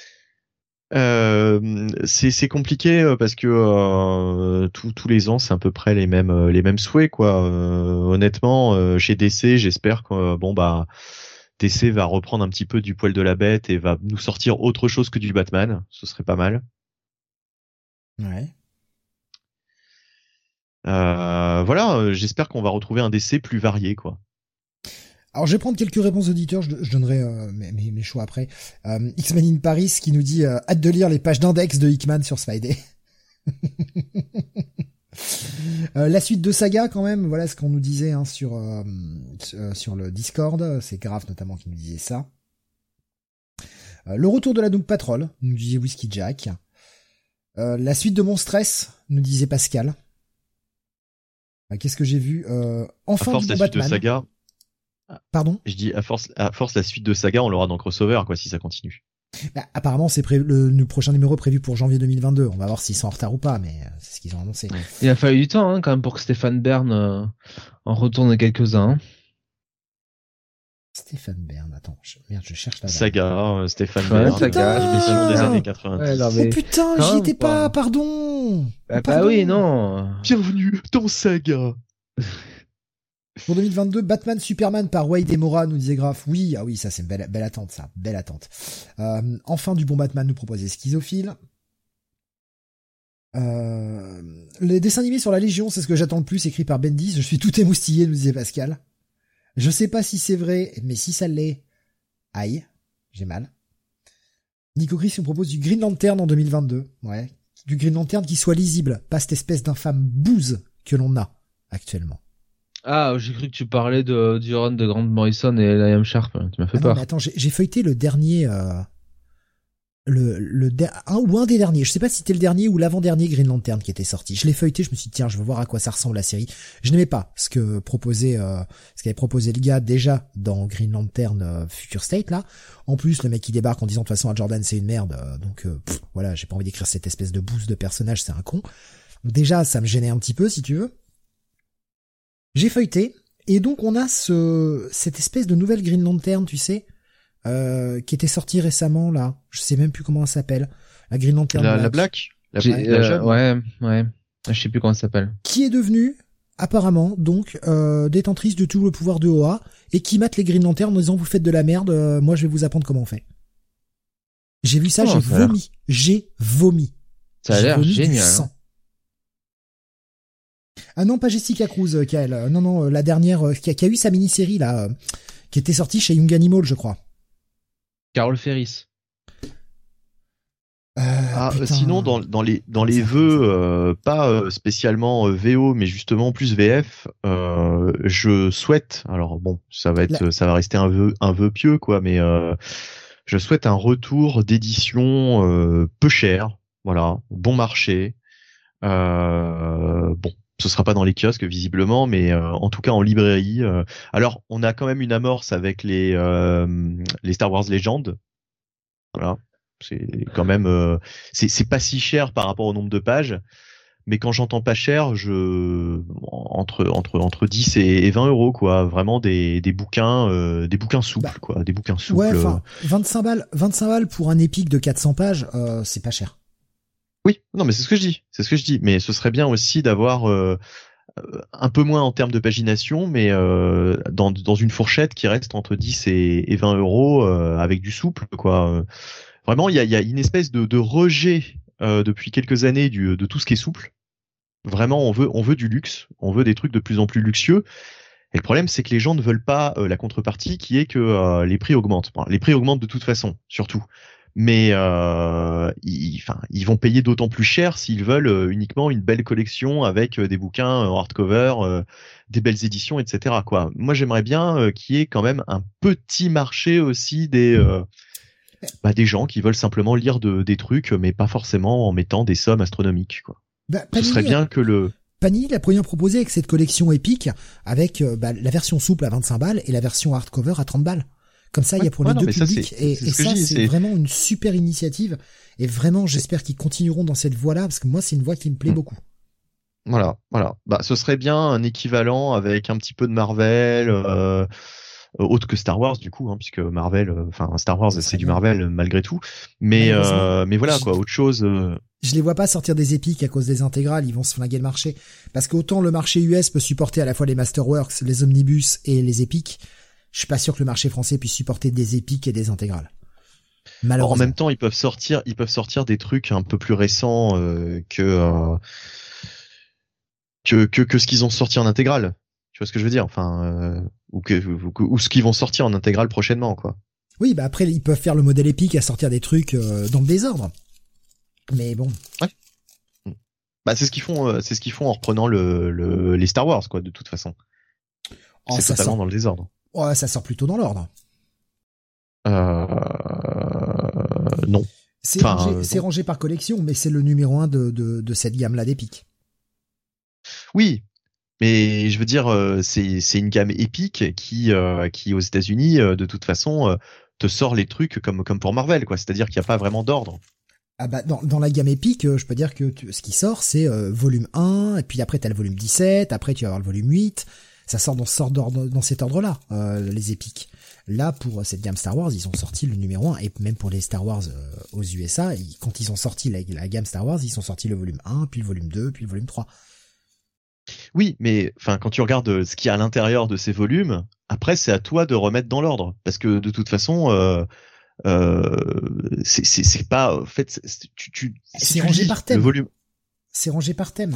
Euh, c'est c'est compliqué euh, parce que euh, tous tous les ans c'est à peu près les mêmes euh, les mêmes souhaits quoi. Euh, honnêtement, euh, chez D C, j'espère que euh, bon bah D C va reprendre un petit peu du poil de la bête et va nous sortir autre chose que du Batman. Ce serait pas mal. Ouais. Euh, voilà, euh, j'espère qu'on va retrouver un D C plus varié quoi. Alors je vais prendre quelques réponses auditeurs, je, je donnerai euh, mes, mes, mes choix après. Euh, X-Men in Paris qui nous dit euh, hâte de lire les pages d'index de Hickman sur Spidey. euh, la suite de Saga quand même, voilà ce qu'on nous disait hein, sur euh, sur le Discord, c'est Grave notamment qui nous disait ça. Euh, le retour de la Doom Patrol, nous disait Whiskey Jack. Euh, la suite de Mon Stress, nous disait Pascal. Euh, qu'est-ce que j'ai vu euh, Enfin du bon Batman. De Saga. Pardon. Je dis à force, à force la suite de Saga, on l'aura dans Crossover quoi si ça continue. Bah, apparemment c'est pré- le, le prochain numéro est prévu pour janvier deux mille vingt-deux. On va voir s'ils sont en retard ou pas, mais c'est ce qu'ils ont annoncé. Il a fallu du temps hein, quand même pour que Stéphane Bern euh, en retourne quelques-uns. Hein. Stéphane Bern, attends, je, merde, je cherche la Saga, euh, Stéphane ouais, Bern, Saga, l'émission des années quatre-vingt-dix. Ouais, non, mais... Oh putain, j'y étais pas, pas, pardon. Bah, pardon. bah oui, non. Bienvenue dans Saga. Pour deux mille vingt-deux, Batman Superman par Wade et Mora, nous disait Graf. Oui, ah oui, ça c'est une belle, belle attente, ça, belle attente. Euh, enfin du bon Batman nous proposait Schizophile. Euh, les dessins animés sur la Légion, c'est ce que j'attends le plus, écrit par Bendis. Je suis tout émoustillé, nous disait Pascal. Je sais pas si c'est vrai, mais si ça l'est, aïe, j'ai mal. Nico Chris nous propose du Green Lantern en deux mille vingt-deux. Ouais, du Green Lantern qui soit lisible, pas cette espèce d'infâme bouse que l'on a actuellement. Ah, j'ai cru que tu parlais de, du run de Grant Morrison et Liam Sharp. Tu m'as fait ah peur. Non, mais attends, j'ai, j'ai feuilleté le dernier, euh, le, le, der- un ou un des derniers. Je sais pas si c'était le dernier ou l'avant-dernier Green Lantern qui était sorti. Je l'ai feuilleté, je me suis dit, tiens, je veux voir à quoi ça ressemble la série. Je n'aimais pas ce que proposait, euh, ce qu'avait proposé le gars déjà dans Green Lantern euh, Future State, là. En plus, le mec qui débarque en disant, de toute façon, à Jordan, c'est une merde. Euh, donc, euh, pff, voilà, j'ai pas envie d'écrire cette espèce de boost de personnage, c'est un con. Donc, déjà, ça me gênait un petit peu, si tu veux. J'ai feuilleté. Et donc on a ce cette espèce de nouvelle Green Lantern, tu sais, euh, qui était sortie récemment là. Je sais même plus comment elle s'appelle. La Green Lantern. La, Black. la Black. La, J'ai, Black, la euh, jeune. ouais, ouais. Je sais plus comment ça s'appelle. Qui est devenue apparemment donc euh, détentrice de tout le pouvoir de O A et qui mate les Green Lantern en disant vous faites de la merde, euh, moi je vais vous apprendre comment on fait. J'ai vu ça, Oh, j'ai ça a vomi, j'ai vomi. Ça a J'ai l'air vomi du génial. sang. Hein. Ah non, pas Jessica Cruz, euh, qu'elle. Euh, non, non, euh, la dernière euh, qui, a, qui a eu sa mini-série là, euh, qui était sortie chez Young Animal, je crois. Carol Ferris. Euh, Ah, putain. sinon dans dans les dans les Ça, vœux ça. euh, pas euh, spécialement euh, V O mais justement plus V F, euh, je souhaite alors bon ça va être La- ça va rester un vœu un vœu pieux quoi mais euh, je souhaite un retour d'édition euh, peu cher, voilà, bon marché. Euh, bon, ce sera pas dans les kiosques visiblement, mais euh, en tout cas en librairie. Euh, alors, on a quand même une amorce avec les euh, les Star Wars Legends. Voilà, c'est quand même euh, c'est c'est pas si cher par rapport au nombre de pages, mais quand j'entends pas cher, je entre entre entre dix et vingt euros quoi. Vraiment des des bouquins euh, des bouquins souples Bah, quoi, des bouquins souples. Ouais, enfin, vingt-cinq balles, vingt-cinq balles pour un épique de quatre cents pages, euh, c'est pas cher. Oui, non, mais c'est ce que je dis. C'est ce que je dis. Mais ce serait bien aussi d'avoir euh, un peu moins en termes de pagination, mais euh, dans, dans une fourchette qui reste entre dix et, et vingt euros euh, avec du souple, quoi. Euh, Vraiment, il y a, il y a une espèce de, de rejet euh, depuis quelques années du, de tout ce qui est souple. Vraiment, on veut, on veut du luxe, on veut des trucs de plus en plus luxueux. Et le problème, c'est que les gens ne veulent pas euh, la contrepartie, qui est que euh, les prix augmentent. Bon, les prix augmentent de toute façon, surtout. Mais euh, ils, enfin, ils vont payer d'autant plus cher s'ils veulent euh, uniquement une belle collection avec euh, des bouquins en hardcover, euh, des belles éditions, et cetera. Quoi. Moi, j'aimerais bien euh, qu'il y ait quand même un petit marché aussi des euh, bah, des gens qui veulent simplement lire de, des trucs, mais pas forcément en mettant des sommes astronomiques. Quoi. Bah, Ce serait bien que le Panini l'a première proposé avec cette collection épique, avec euh, bah, la version souple à vingt-cinq balles et la version hardcover à trente balles. Comme ça, il ouais, y a pour ouais, les non, deux mais ça, publics. c'est, et c'est et ce que ça, je dis, c'est c'est vraiment une super initiative. Et vraiment, j'espère qu'ils continueront dans cette voie-là, parce que moi, c'est une voie qui me plaît Mm. beaucoup. Voilà, voilà. Bah, ce serait bien un équivalent avec un petit peu de Marvel, euh, autre que Star Wars du coup, hein, puisque Marvel, enfin Star Wars, Ça c'est serait du bien. Marvel malgré tout. Mais Malheureusement, euh, mais voilà je- quoi, autre chose. Euh... Je les vois pas sortir des épiques à cause des intégrales, ils vont se flinguer le marché. Parce qu'autant le marché U S peut supporter à la fois les Masterworks, les Omnibus et les épiques, je suis pas sûr que le marché français puisse supporter des épiques et des intégrales. En Malheureusement. même temps, ils peuvent sortir, ils peuvent sortir des trucs un peu plus récents euh, que, euh, que que que ce qu'ils ont sorti en intégrale. Tu vois ce que je veux dire? Enfin, euh, ou que ou, que- ou ce qu'ils vont sortir en intégrale prochainement, quoi. Oui, bah après, ils peuvent faire le modèle épique à sortir des trucs euh, dans le désordre. Mais bon. Bah c'est ce qu'ils font, euh, c'est ce qu'ils font en reprenant le, le les Star Wars, quoi, de toute façon. Oh, C'est ça totalement sort. dans le désordre. Oh, ça sort plutôt dans l'ordre. Euh... Non. C'est Enfin, rangé, euh, c'est non. rangé par collection, mais c'est le numéro un de, de, de cette gamme-là d'épiques. Oui, mais je veux dire, euh, c'est c'est une gamme épique qui euh, qui aux États-Unis, euh, de toute façon, euh, te sort les trucs comme comme pour Marvel, quoi. C'est-à-dire qu'il n'y a pas vraiment d'ordre. Ah bah dans, dans la gamme épique, euh, je peux dire que tu- ce qui sort, c'est euh, volume un, et puis après t'as le volume dix-sept, après tu vas avoir le volume huit. Ça sort dans, sort d'ordre, dans cet ordre-là, euh, les épiques. Là, pour cette gamme Star Wars, ils ont sorti le numéro un, et même pour les Star Wars euh, aux U S A, ils- quand ils ont sorti la, la gamme Star Wars, ils ont sorti le volume un, puis le volume deux, puis le volume trois. Oui, mais enfin, quand tu regardes euh, ce qu'il y a à l'intérieur de ces volumes, après c'est à toi de remettre dans l'ordre, parce que de toute façon, euh, euh, c'est c'est c'est pas, en fait, c'est- c'est- tu tu si C'est tu rangé lis par thème. le volume, C'est rangé par thème.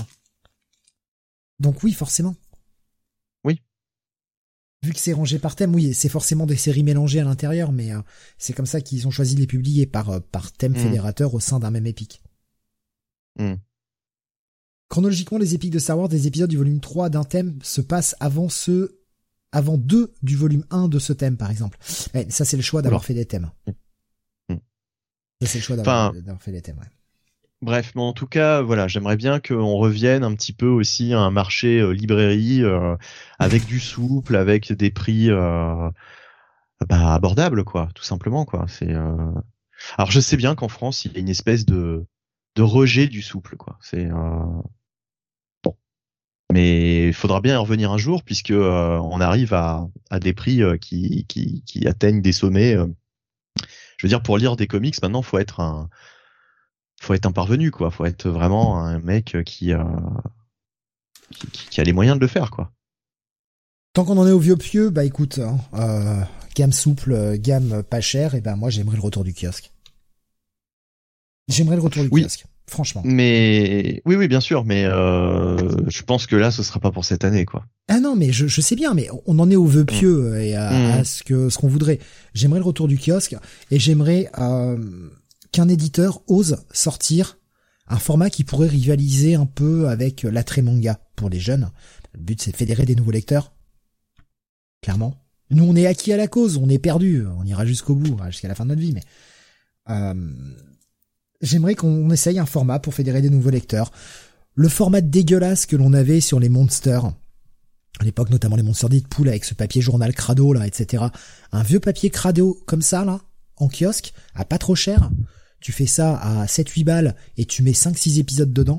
Donc oui, forcément. Oui. Vu que c'est rangé par thème, oui, c'est forcément des séries mélangées à l'intérieur, mais euh, c'est comme ça qu'ils ont choisi de les publier par, euh, par thème Mm. fédérateur au sein d'un même épique. Mm. Chronologiquement, les épiques de Star Wars, des épisodes du volume trois d'un thème se passent avant ceux, avant deux du volume un de ce thème, par exemple. Ouais, ça, c'est le choix d'avoir Oula. fait des thèmes. Mm. Ça, c'est le choix d'avoir, Enfin, d'avoir fait des thèmes, ouais. bref, mais en tout cas, voilà, j'aimerais bien qu'on revienne un petit peu aussi à un marché euh, librairie euh, avec du souple, avec des prix euh, bah, abordables, quoi, tout simplement, quoi. C'est euh... alors je sais bien qu'en France, il y a une espèce de de rejet du souple, quoi. C'est euh... bon, mais il faudra bien y revenir un jour puisque euh, on arrive à à des prix euh, qui qui qui atteignent des sommets. euh. Je veux dire, pour lire des comics, maintenant, faut être un faut être un parvenu, quoi. Faut être vraiment un mec qui, euh, qui, qui, qui a les moyens de le faire, quoi. Tant qu'on en est au vieux pieux, bah écoute, hein, euh, gamme souple, euh, gamme pas chère, et ben moi j'aimerais le retour du kiosque. J'aimerais le retour du Oui. kiosque, franchement. Mais oui, oui, bien sûr, mais euh, je pense que là, ce sera pas pour cette année, quoi. Ah non, mais je, je sais bien, mais on en est au vœu pieux euh, et à, Mmh. à ce que ce qu'on voudrait. J'aimerais le retour du kiosque et j'aimerais euh, qu'un éditeur ose sortir un format qui pourrait rivaliser un peu avec l'attrait manga pour les jeunes. Le but, c'est de fédérer des nouveaux lecteurs. Clairement. Nous, on est acquis à la cause, on est perdu, on ira jusqu'au bout, jusqu'à la fin de notre vie, mais euh, j'aimerais qu'on essaye un format pour fédérer des nouveaux lecteurs. Le format dégueulasse que l'on avait sur les Monsters, à l'époque, notamment les Monsters Deadpool avec ce papier journal crado, là, et cetera. Un vieux papier crado comme ça, là, en kiosque, à pas trop cher. Tu fais ça à sept huit balles et tu mets cinq six épisodes dedans.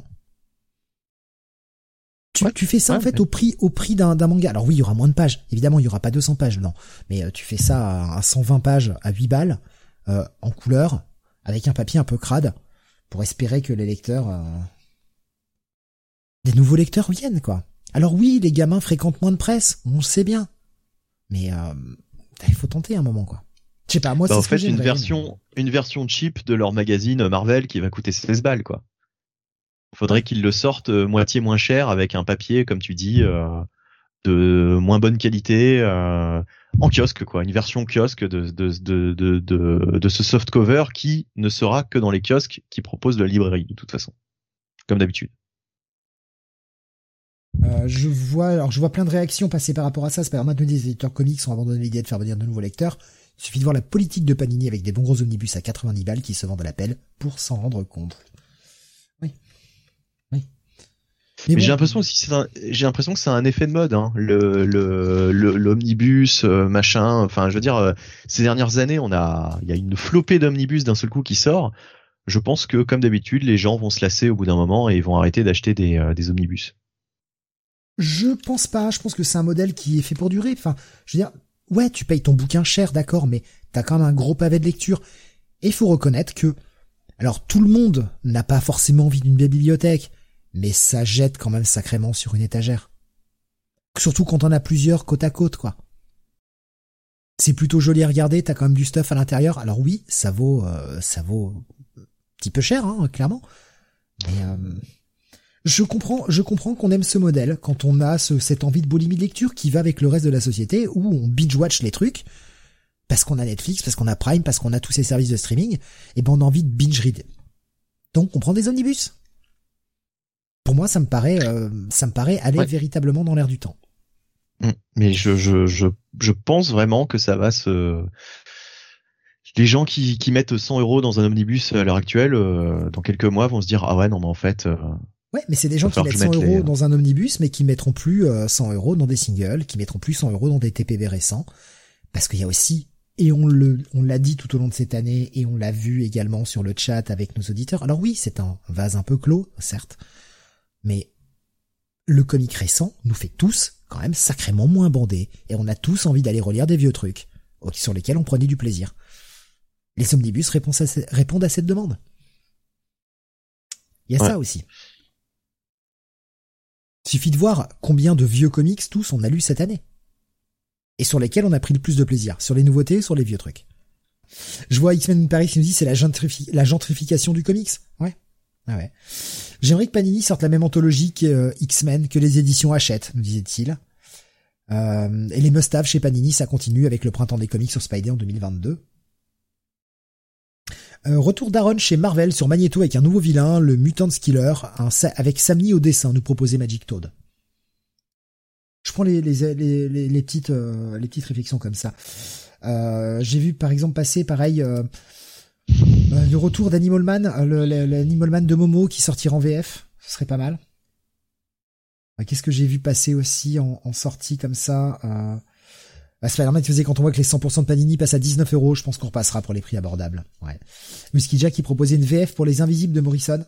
Tu, Ouais, tu fais ça, ouais, en fait, ouais. au prix, au prix d'un, d'un manga. Alors oui, il y aura moins de pages. Évidemment, il y aura pas deux cents pages, non. Mais euh, tu fais ça à, à cent vingt pages, à huit balles, euh, en couleur, avec un papier un peu crade, pour espérer que les lecteurs, euh, des nouveaux lecteurs viennent, quoi. Alors oui, les gamins fréquentent moins de presse, on le sait bien. Mais euh, il faut tenter un moment, quoi. Je sais pas, moi, Bah, c'est en ce que fait, une j'aimerais, version, une version cheap de leur magazine Marvel qui va coûter seize balles, quoi. Faudrait qu'ils le sortent euh, moitié moins cher avec un papier, comme tu dis, euh, de moins bonne qualité, euh, en kiosque, quoi. Une version kiosque de, de, de, de, de, de ce softcover qui ne sera que dans les kiosques qui proposent de la librairie, de toute façon. Comme d'habitude. Euh, je vois, alors je vois plein de réactions passer par rapport à ça. C'est pas maintenant des éditeurs comics ont abandonné l'idée de faire venir de nouveaux lecteurs. Il suffit de voir la politique de Panini avec des bons gros omnibus à quatre-vingt-dix balles qui se vendent à l'appel pour s'en rendre compte. Oui. Oui. Mais, Mais j'ai bon, l'impression aussi, que c'est un, j'ai l'impression que c'est un effet de mode, hein. Le, le, le, l'omnibus, euh, machin. Enfin, je veux dire, euh, ces dernières années, on a, il y a une flopée d'omnibus d'un seul coup qui sort. Je pense que, comme d'habitude, les gens vont se lasser au bout d'un moment et ils vont arrêter d'acheter des, euh, des omnibus. je pense pas. Je pense que c'est un modèle qui est fait pour durer. Enfin, je veux dire, ouais, tu payes ton bouquin cher, d'accord, mais t'as quand même un gros pavé de lecture. Et il faut reconnaître que, alors tout le monde n'a pas forcément envie d'une belle bibliothèque, mais ça jette quand même sacrément sur une étagère. Surtout quand on a plusieurs côte à côte, quoi. C'est plutôt joli à regarder, t'as quand même du stuff à l'intérieur. Alors oui, ça vaut, euh, ça vaut un petit peu cher, hein, clairement. Mais euh, je comprends, je comprends qu'on aime ce modèle quand on a ce, cette envie de boulimie de lecture qui va avec le reste de la société où on binge-watch les trucs parce qu'on a Netflix, parce qu'on a Prime, parce qu'on a tous ces services de streaming, et ben on a envie de binge-read. Donc on prend des omnibus. Pour moi, ça me paraît, euh, ça me paraît aller Ouais. véritablement dans l'air du temps. Mais je, je, je, je pense vraiment que ça va se, les gens qui, qui mettent cent euros dans un omnibus à l'heure actuelle, euh, dans quelques mois, vont se dire, ah ouais, non, mais en fait, euh, Ouais, mais c'est des gens Va qui falloir que mettent je cent mette euros les- dans un omnibus, mais qui mettront plus euh, cent euros dans des singles, qui mettront plus cent euros dans des T P B récents, parce qu'il y a aussi, et on le, on l'a dit tout au long de cette année, et on l'a vu également sur le chat avec nos auditeurs. Alors oui, c'est un vase un peu clos, certes, mais le comic récent nous fait tous quand même sacrément moins bandés, et on a tous envie d'aller relire des vieux trucs sur lesquels on prenait du plaisir. Les omnibus répondent à, ce- répondent à cette demande. Il y a Ouais. ça aussi. Suffit de voir combien de vieux comics tous on a lu cette année. Et sur lesquels on a pris le plus de plaisir. Sur les nouveautés, sur les vieux trucs. Je vois X-Men in Paris qui nous dit c'est la, gentrifi- la gentrification du comics. Ouais. Ah ouais. J'aimerais que Panini sorte la même anthologie que euh, X-Men que les éditions Hachette, nous disait-il. Euh, et les must-have chez Panini, ça continue avec le printemps des comics sur Spidey en deux mille vingt-deux. Euh, retour d'Aaron chez Marvel sur Magneto avec un nouveau vilain, le Mutant Killer, un, avec Sam Neill au dessin, nous proposait Magic Toad. Je prends les, les, les, les, les petites, euh, les petites réflexions comme ça. Euh, j'ai vu par exemple passer pareil euh, euh, le retour d'Animal Man, le, le, l'Animal Man de Momo qui sortira en V F, ce serait pas mal. Euh, qu'est-ce que j'ai vu passer aussi en, en sortie comme ça euh, bah, Spider-Man qui faisait quand on voit que les cent pour cent de Panini passent à dix-neuf euros, je pense qu'on repassera pour les prix abordables. Ouais. Musky Jack qui proposait une V F pour les Invisibles de Morrison.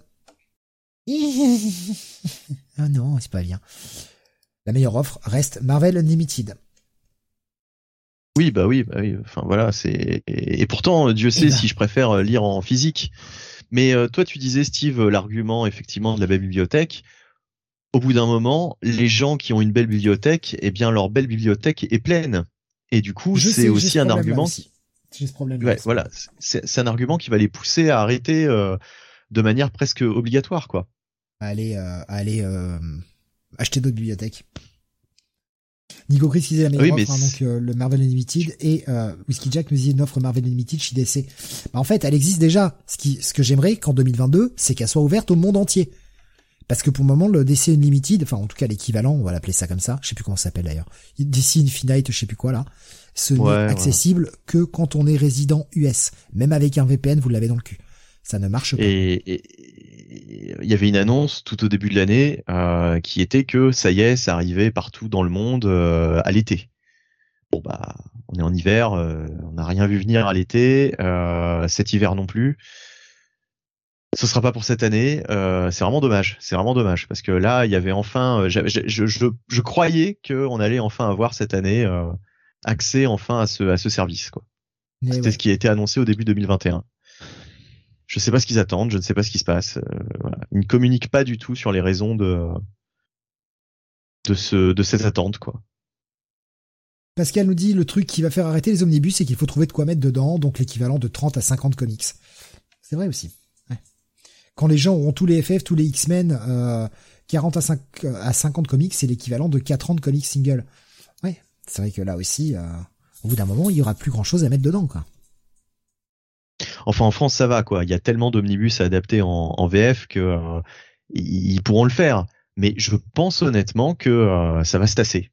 Ah non, c'est pas bien. La meilleure offre reste Marvel Unlimited. oui, bah oui, bah oui. Enfin voilà, c'est et, et pourtant Dieu sait Eh ben. si je préfère lire en physique. Mais euh, toi, tu disais Steve l'argument effectivement de la belle bibliothèque. Au bout d'un moment, les gens qui ont une belle bibliothèque, eh bien leur belle bibliothèque est pleine. Et du coup, Je sais, c'est j'ai aussi ce un problème-là argument. aussi. J'ai ce problème. Ouais, voilà, c'est, c'est un argument qui va les pousser à arrêter euh, de manière presque obligatoire, quoi. Allez, euh, allez euh, acheter d'autres bibliothèques. Nico Chris disait la meilleure Oui, mais offre, hein, donc euh, le Marvel Unlimited, et euh, Whiskey Jack nous disait une offre Marvel Unlimited chez D C. Bah, en fait, elle existe déjà. Ce qui, ce que j'aimerais qu'en deux mille vingt-deux, c'est qu'elle soit ouverte au monde entier. Parce que pour le moment, le D C Unlimited, enfin en tout cas l'équivalent, on va l'appeler ça comme ça, je sais plus comment ça s'appelle d'ailleurs, D C Infinite, je sais plus quoi là, ce Ouais, n'est ouais. accessible que quand on est résident U S. Même avec un V P N, vous l'avez dans le cul. Ça ne marche pas. Et et- et il y avait une annonce tout au début de l'année euh, qui était que ça y est, ça arrivait partout dans le monde euh, à l'été. Bon bah, on est en hiver, euh, on n'a rien vu venir à l'été, euh, cet hiver non plus. Ce sera pas pour cette année. Euh, c'est vraiment dommage. C'est vraiment dommage parce que là, il y avait enfin. euh, Je, je, je, je croyais qu'on allait enfin avoir cette année euh, accès enfin à ce à ce service, quoi. Mais C'était ouais. ce qui a été annoncé au début deux mille vingt et un. Je sais pas ce qu'ils attendent. Je ne sais pas ce qui se passe. Euh, voilà. Ils ne communiquent pas du tout sur les raisons de de ce de cette attente, quoi. Pascal nous dit le truc qui va faire arrêter les omnibus, c'est qu'il faut trouver de quoi mettre dedans, donc l'équivalent de trente à cinquante comics. C'est vrai aussi. Ouais. Quand les gens auront tous les F F, tous les X-Men, euh, quarante à cinquante comics, c'est l'équivalent de quatre ans de comics single. Ouais, c'est vrai que là aussi, euh, au bout d'un moment, il y aura plus grand chose à mettre dedans, quoi. Enfin, en France, ça va, quoi. Il y a tellement d'omnibus à adapter en, en V F que euh, ils pourront le faire. Mais je pense honnêtement que euh, ça va se tasser.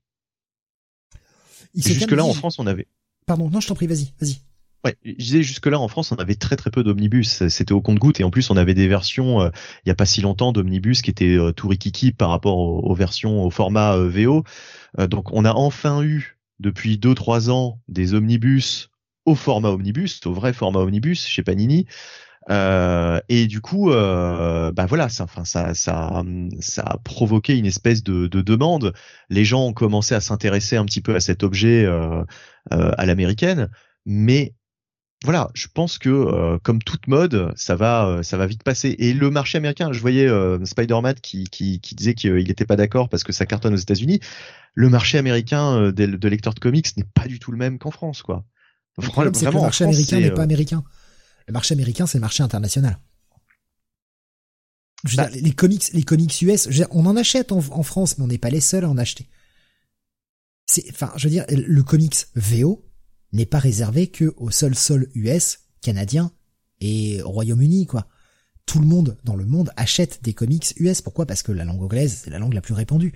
Jusque-là, en France, on avait... Pardon, non, je t'en prie, vas-y, vas-y. Ouais, je disais jusque-là, en France, on avait très très peu d'omnibus. C'était au compte-gouttes. Et en plus, on avait des versions, euh, il y a pas si longtemps, d'omnibus qui étaient euh, tout rikiki par rapport aux, aux versions, au format euh, V O. Euh, donc, on a enfin eu, depuis deux trois ans, des omnibus au format omnibus, au vrai format omnibus chez Panini. Euh, et du coup, euh, bah voilà, ça, enfin, ça, ça, ça a provoqué une espèce de, de demande. Les gens ont commencé à s'intéresser un petit peu à cet objet euh, euh, à l'américaine, mais voilà, je pense que euh, comme toute mode, ça va, euh, ça va vite passer. Et le marché américain, je voyais euh, Spider-Man qui, qui, qui disait qu'il n'était pas d'accord parce que ça cartonne aux États-Unis. Le marché américain euh, de, de lecteurs de comics n'est pas du tout le même qu'en France, quoi. Le problème, c'est que le marché France, américain n'est euh... pas américain. Le marché américain, c'est le marché international. Je veux bah, dire, les comics, les comics U S, je veux dire, on en achète en, en France, mais on n'est pas les seuls à en acheter. C'est, enfin, je veux dire, le comics V O n'est pas réservé que au seul sol U S, canadien et Royaume-Uni, quoi. Tout le monde dans le monde achète des comics U S. Pourquoi? Parce que la langue anglaise, c'est la langue la plus répandue.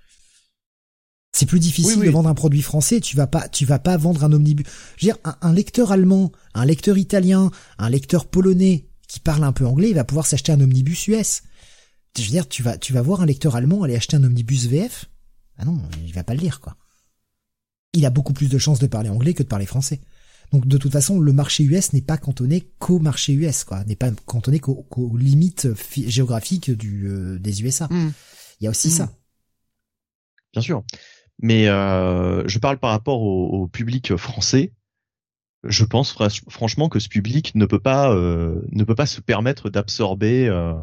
C'est plus difficile oui, oui. de vendre un produit français. Tu vas pas, tu vas pas vendre un omnibus. Je veux dire, un, un lecteur allemand, un lecteur italien, un lecteur polonais qui parle un peu anglais, il va pouvoir s'acheter un omnibus U S. Je veux dire, tu vas, tu vas voir un lecteur allemand aller acheter un omnibus V F. Ah non, il va pas le lire, quoi. Il a beaucoup plus de chances de parler anglais que de parler français. Donc, de toute façon, le marché U S n'est pas cantonné qu'au marché U S, quoi. N'est pas cantonné qu'aux, qu'aux limites géographiques du, euh, des U S A. Mmh. Il y a aussi mmh. ça. Bien sûr. Mais euh, je parle par rapport au, au public français. Je pense fr- franchement que ce public ne peut pas euh, ne peut pas se permettre d'absorber euh,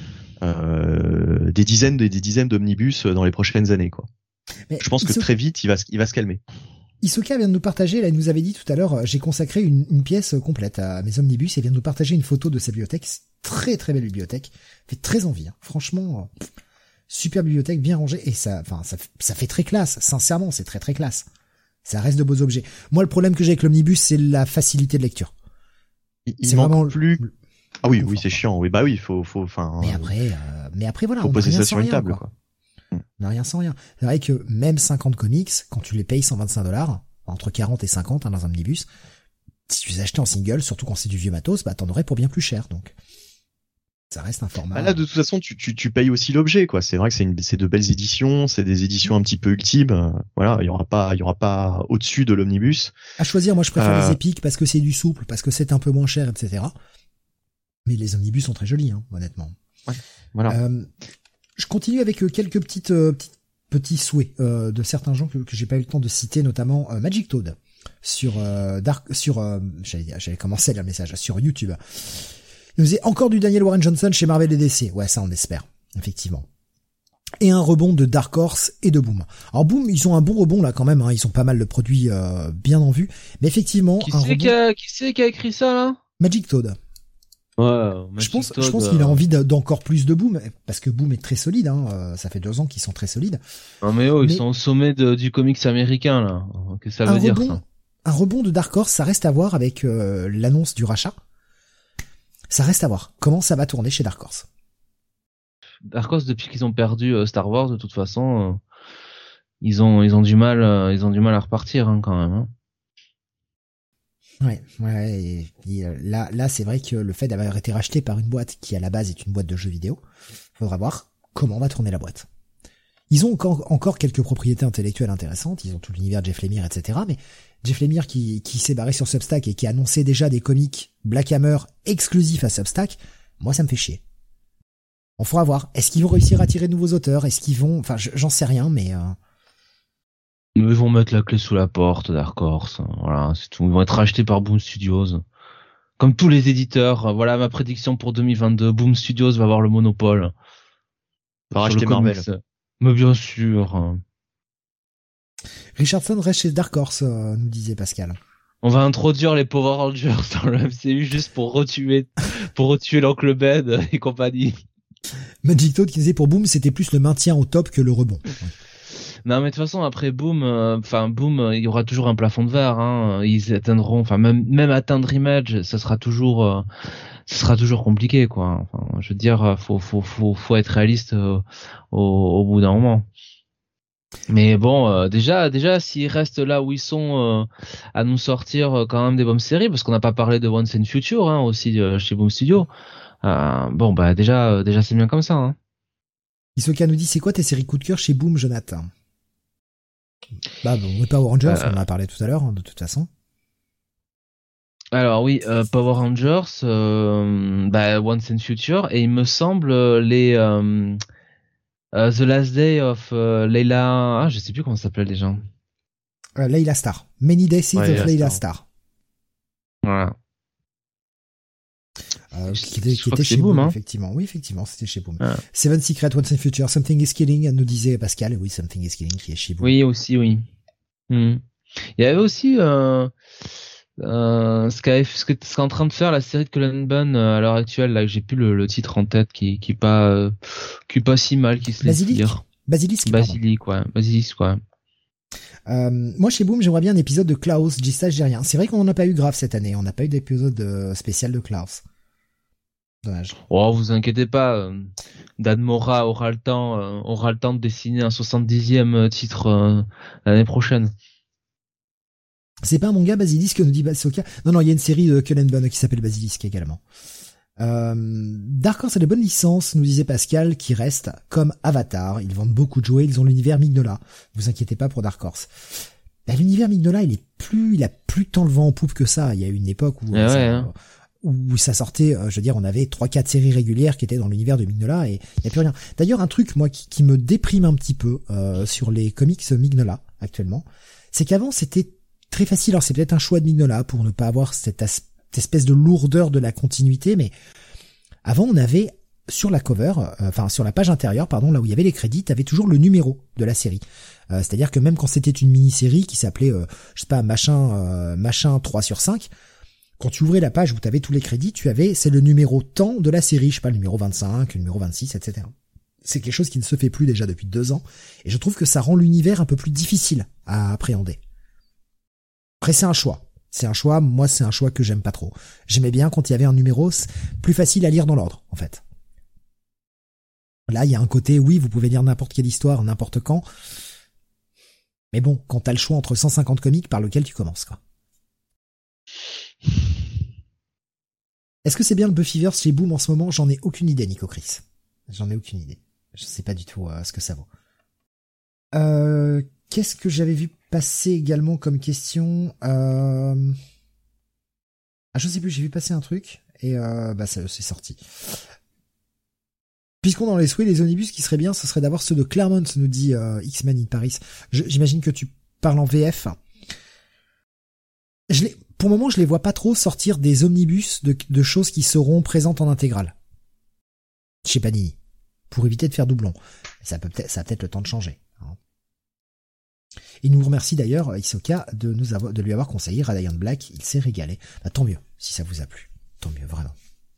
euh, des dizaines et des dizaines d'omnibus dans les prochaines années, quoi. Mais je pense que très vite il va il va se calmer. Isoka vient de nous partager, là, il nous avait dit tout à l'heure, j'ai consacré une, une pièce complète à mes omnibus et vient de nous partager une photo de sa bibliothèque. C'est très très belle bibliothèque, fait très envie, hein. Franchement. Pff. Super bibliothèque, bien rangée, et ça, enfin, ça, ça fait très classe. Sincèrement, c'est très très classe. Ça reste de beaux objets. Moi, le problème que j'ai avec l'omnibus, c'est la facilité de lecture. Il, il c'est manque vraiment plus. Le... Ah oui, oui, c'est chiant. Oui, bah oui, faut, faut, enfin. Mais après, euh, mais après, voilà. Faut on poser rien ça sur une rien, table, quoi. quoi. On n'a rien sans rien. C'est vrai que même cinquante comics, quand tu les payes cent vingt-cinq dollars, entre quarante et cinquante, hein, dans un omnibus, si tu les achetais en single, surtout quand c'est du vieux matos, bah, t'en aurais pour bien plus cher, donc. Ça reste un format. Bah là, de toute façon, tu, tu, tu payes aussi l'objet, quoi. C'est vrai que c'est une, c'est de belles éditions, c'est des éditions un petit peu ultimes. Voilà, il y aura pas, il y aura pas au-dessus de l'omnibus. À choisir, moi, je préfère euh... les épiques parce que c'est du souple, parce que c'est un peu moins cher, et cetera. Mais les omnibus sont très jolis, hein, honnêtement. Ouais, voilà. Euh, je continue avec quelques petites, euh, petites petits souhaits euh, de certains gens que, que j'ai pas eu le temps de citer, notamment euh, Magic Toad sur euh, Dark, sur, euh, j'allais, j'allais commencer le message sur YouTube. Il nous faisait encore du Daniel Warren Johnson chez Marvel et D C. Ouais, ça on espère, effectivement. Et un rebond de Dark Horse et de Boom. Alors Boom, ils ont un bon rebond là quand même, hein. Ils ont pas mal de produits euh, bien en vue. Mais effectivement, qui un c'est rebond... qui, a, qui c'est qui a écrit ça là? Magic Toad. Ouais, Magic je pense, Toad, je pense euh... qu'il a envie d'encore plus de Boom, parce que Boom est très solide, hein. Ça fait deux ans qu'ils sont très solides. Non mais oh, mais... ils sont au sommet de, du comics américain là. Qu'est-ce que ça veut dire rebond, ça? Un rebond de Dark Horse, ça reste à voir avec euh, l'annonce du rachat. Ça reste à voir. Comment ça va tourner chez Dark Horse? Dark Horse, depuis qu'ils ont perdu euh, Star Wars, de toute façon, euh, ils ont ils ont du mal, euh, ils ont du mal à repartir hein, quand même. Hein. Ouais, ouais. Et, et là, là, c'est vrai que le fait d'avoir été racheté par une boîte qui à la base est une boîte de jeux vidéo, faudra voir comment va tourner la boîte. Ils ont encore, encore quelques propriétés intellectuelles intéressantes. Ils ont tout l'univers de Jeff Lemire, et cetera. Mais Jeff Lemire qui, qui s'est barré sur Substack et qui a annoncé déjà des comics Black Hammer exclusifs à Substack, moi ça me fait chier. On faudra voir. Est-ce qu'ils vont réussir à attirer de nouveaux auteurs? Est-ce qu'ils vont... Enfin, j'en sais rien, mais... Euh... Ils vont mettre la clé sous la porte, Dark Horse. Voilà, c'est tout. Ils vont être rachetés par Boom Studios. Comme tous les éditeurs. Voilà ma prédiction pour deux mille vingt-deux. Boom Studios va avoir le monopole. Va racheter Marvel. Mais bien sûr. Richardson reste chez Dark Horse, euh, nous disait Pascal. On va introduire les Power Rangers dans le M C U juste pour retuer, pour retuer l'oncle Ben et compagnie. Magic Toad qui disait pour Boom, c'était plus le maintien au top que le rebond. Non, mais de toute façon, après Boom, enfin, euh, Boom, euh, il y aura toujours un plafond de verre, hein. Ils atteindront, enfin, même, même atteindre Image, ça sera toujours, euh, ça sera toujours compliqué, quoi. Enfin, je veux dire, faut, faut, faut, faut être réaliste euh, au, au bout d'un moment. Mais bon, euh, déjà, déjà, s'ils restent là où ils sont euh, à nous sortir euh, quand même des bonnes séries, parce qu'on n'a pas parlé de Once and Future, hein, aussi euh, chez Boom Studio. Euh, bon, bah déjà, euh, déjà, c'est bien comme ça. Hein. Isoka nous dit, c'est quoi tes séries coup de cœur chez Boom, Jonathan? Bah bon, oui, Power Rangers, euh... on en a parlé tout à l'heure, hein, de toute façon. Alors oui, euh, Power Rangers, euh, bah, Once and Future, et il me semble euh, les euh, uh, The Last Day of uh, Layla, ah je sais plus comment ça s'appelle déjà. Euh, Layla Star, Many Days ouais, of Layla, Layla Star. Star. Voilà. Euh, qui était, qui était chez Boom, hein. Effectivement. Oui, effectivement, c'était chez Boom. Ah. Seven Secret, Once and Future, Something is Killing, nous disait Pascal. Oui, Something is Killing qui est chez Boom. Oui, aussi, oui. Hmm. Il y avait aussi euh, euh, ce qu'est ce qu'est en train de faire la série de Cullen Bunn euh, à l'heure actuelle, là, j'ai plus le, le titre en tête, qui qui est pas euh, qui est pas si mal, qui se laisse lire. Basilisk. Basilisk, ouais. Basilisk, ouais. Euh, moi, chez Boom, j'aimerais bien un épisode de Klaus. Je dis ça, je dis rien. C'est vrai qu'on en a pas eu grave cette année. On n'a pas eu d'épisode euh, spécial de Klaus. Dommage. Oh, vous inquiétez pas. Euh, Dan Mora aura le temps, euh, aura le temps de dessiner un soixante-dixième titre euh, l'année prochaine. C'est pas un manga Basilisk, nous dit Basoka. Non, non, il y a une série de Cullen Bunn qui s'appelle Basilisk également. Euh, Dark Horse a des bonnes licences, nous disait Pascal, qui restent comme Avatar. Ils vendent beaucoup de jouets, ils ont l'univers Mignola. Vous inquiétez pas pour Dark Horse. Ben, l'univers Mignola, il est plus, il a plus tant le vent en poupe que ça. Il y a eu une époque où, ah ça, ouais, hein. où ça sortait, je veux dire, on avait trois, quatre séries régulières qui étaient dans l'univers de Mignola et il y a plus rien. D'ailleurs, un truc, moi, qui, qui me déprime un petit peu, euh, sur les comics Mignola, actuellement, c'est qu'avant, c'était très facile. Alors, c'est peut-être un choix de Mignola pour ne pas avoir cet aspect, cette espèce de lourdeur de la continuité, mais avant on avait sur la cover, euh, enfin sur la page intérieure, pardon, là où il y avait les crédits, t'avais toujours le numéro de la série. Euh, c'est-à-dire que même quand c'était une mini-série qui s'appelait, euh, je sais pas, machin, euh, machin trois sur cinq, quand tu ouvrais la page où t'avais tous les crédits, tu avais, c'est le numéro tant de la série, je sais pas, le numéro vingt-cinq, le numéro vingt-six, et cetera. C'est quelque chose qui ne se fait plus déjà depuis deux ans, et je trouve que ça rend l'univers un peu plus difficile à appréhender. Après, c'est un choix. C'est un choix, moi c'est un choix que j'aime pas trop. J'aimais bien quand il y avait un numéro plus facile à lire dans l'ordre, en fait. Là, il y a un côté, oui, vous pouvez lire n'importe quelle histoire, n'importe quand. Mais bon, quand t'as le choix entre cent cinquante comics, par lequel tu commences, quoi. Est-ce que c'est bien le Buffyverse chez Boom en ce moment? J'en ai aucune idée, Nico Chris. J'en ai aucune idée. Je sais pas du tout euh, ce que ça vaut. Euh... Qu'est-ce que j'avais vu passer également comme question euh... Ah, je sais plus, j'ai vu passer un truc et euh, bah ça, c'est sorti. Puisqu'on dans les souhaits, les omnibus qui seraient bien, ce serait d'avoir ceux de Claremont, nous dit euh, X-Men in Paris. Je, j'imagine que tu parles en V F. Je les, pour le moment, je les vois pas trop sortir des omnibus de, de choses qui seront présentes en intégrale chez Panini, pour éviter de faire doublon. Ça peut peut-être, ça a peut-être le temps de changer. Il nous remercie d'ailleurs, Isoka, de nous avoir, de lui avoir conseillé Radiant Black. Il s'est régalé. Bah, tant mieux, si ça vous a plu. Tant mieux, vraiment.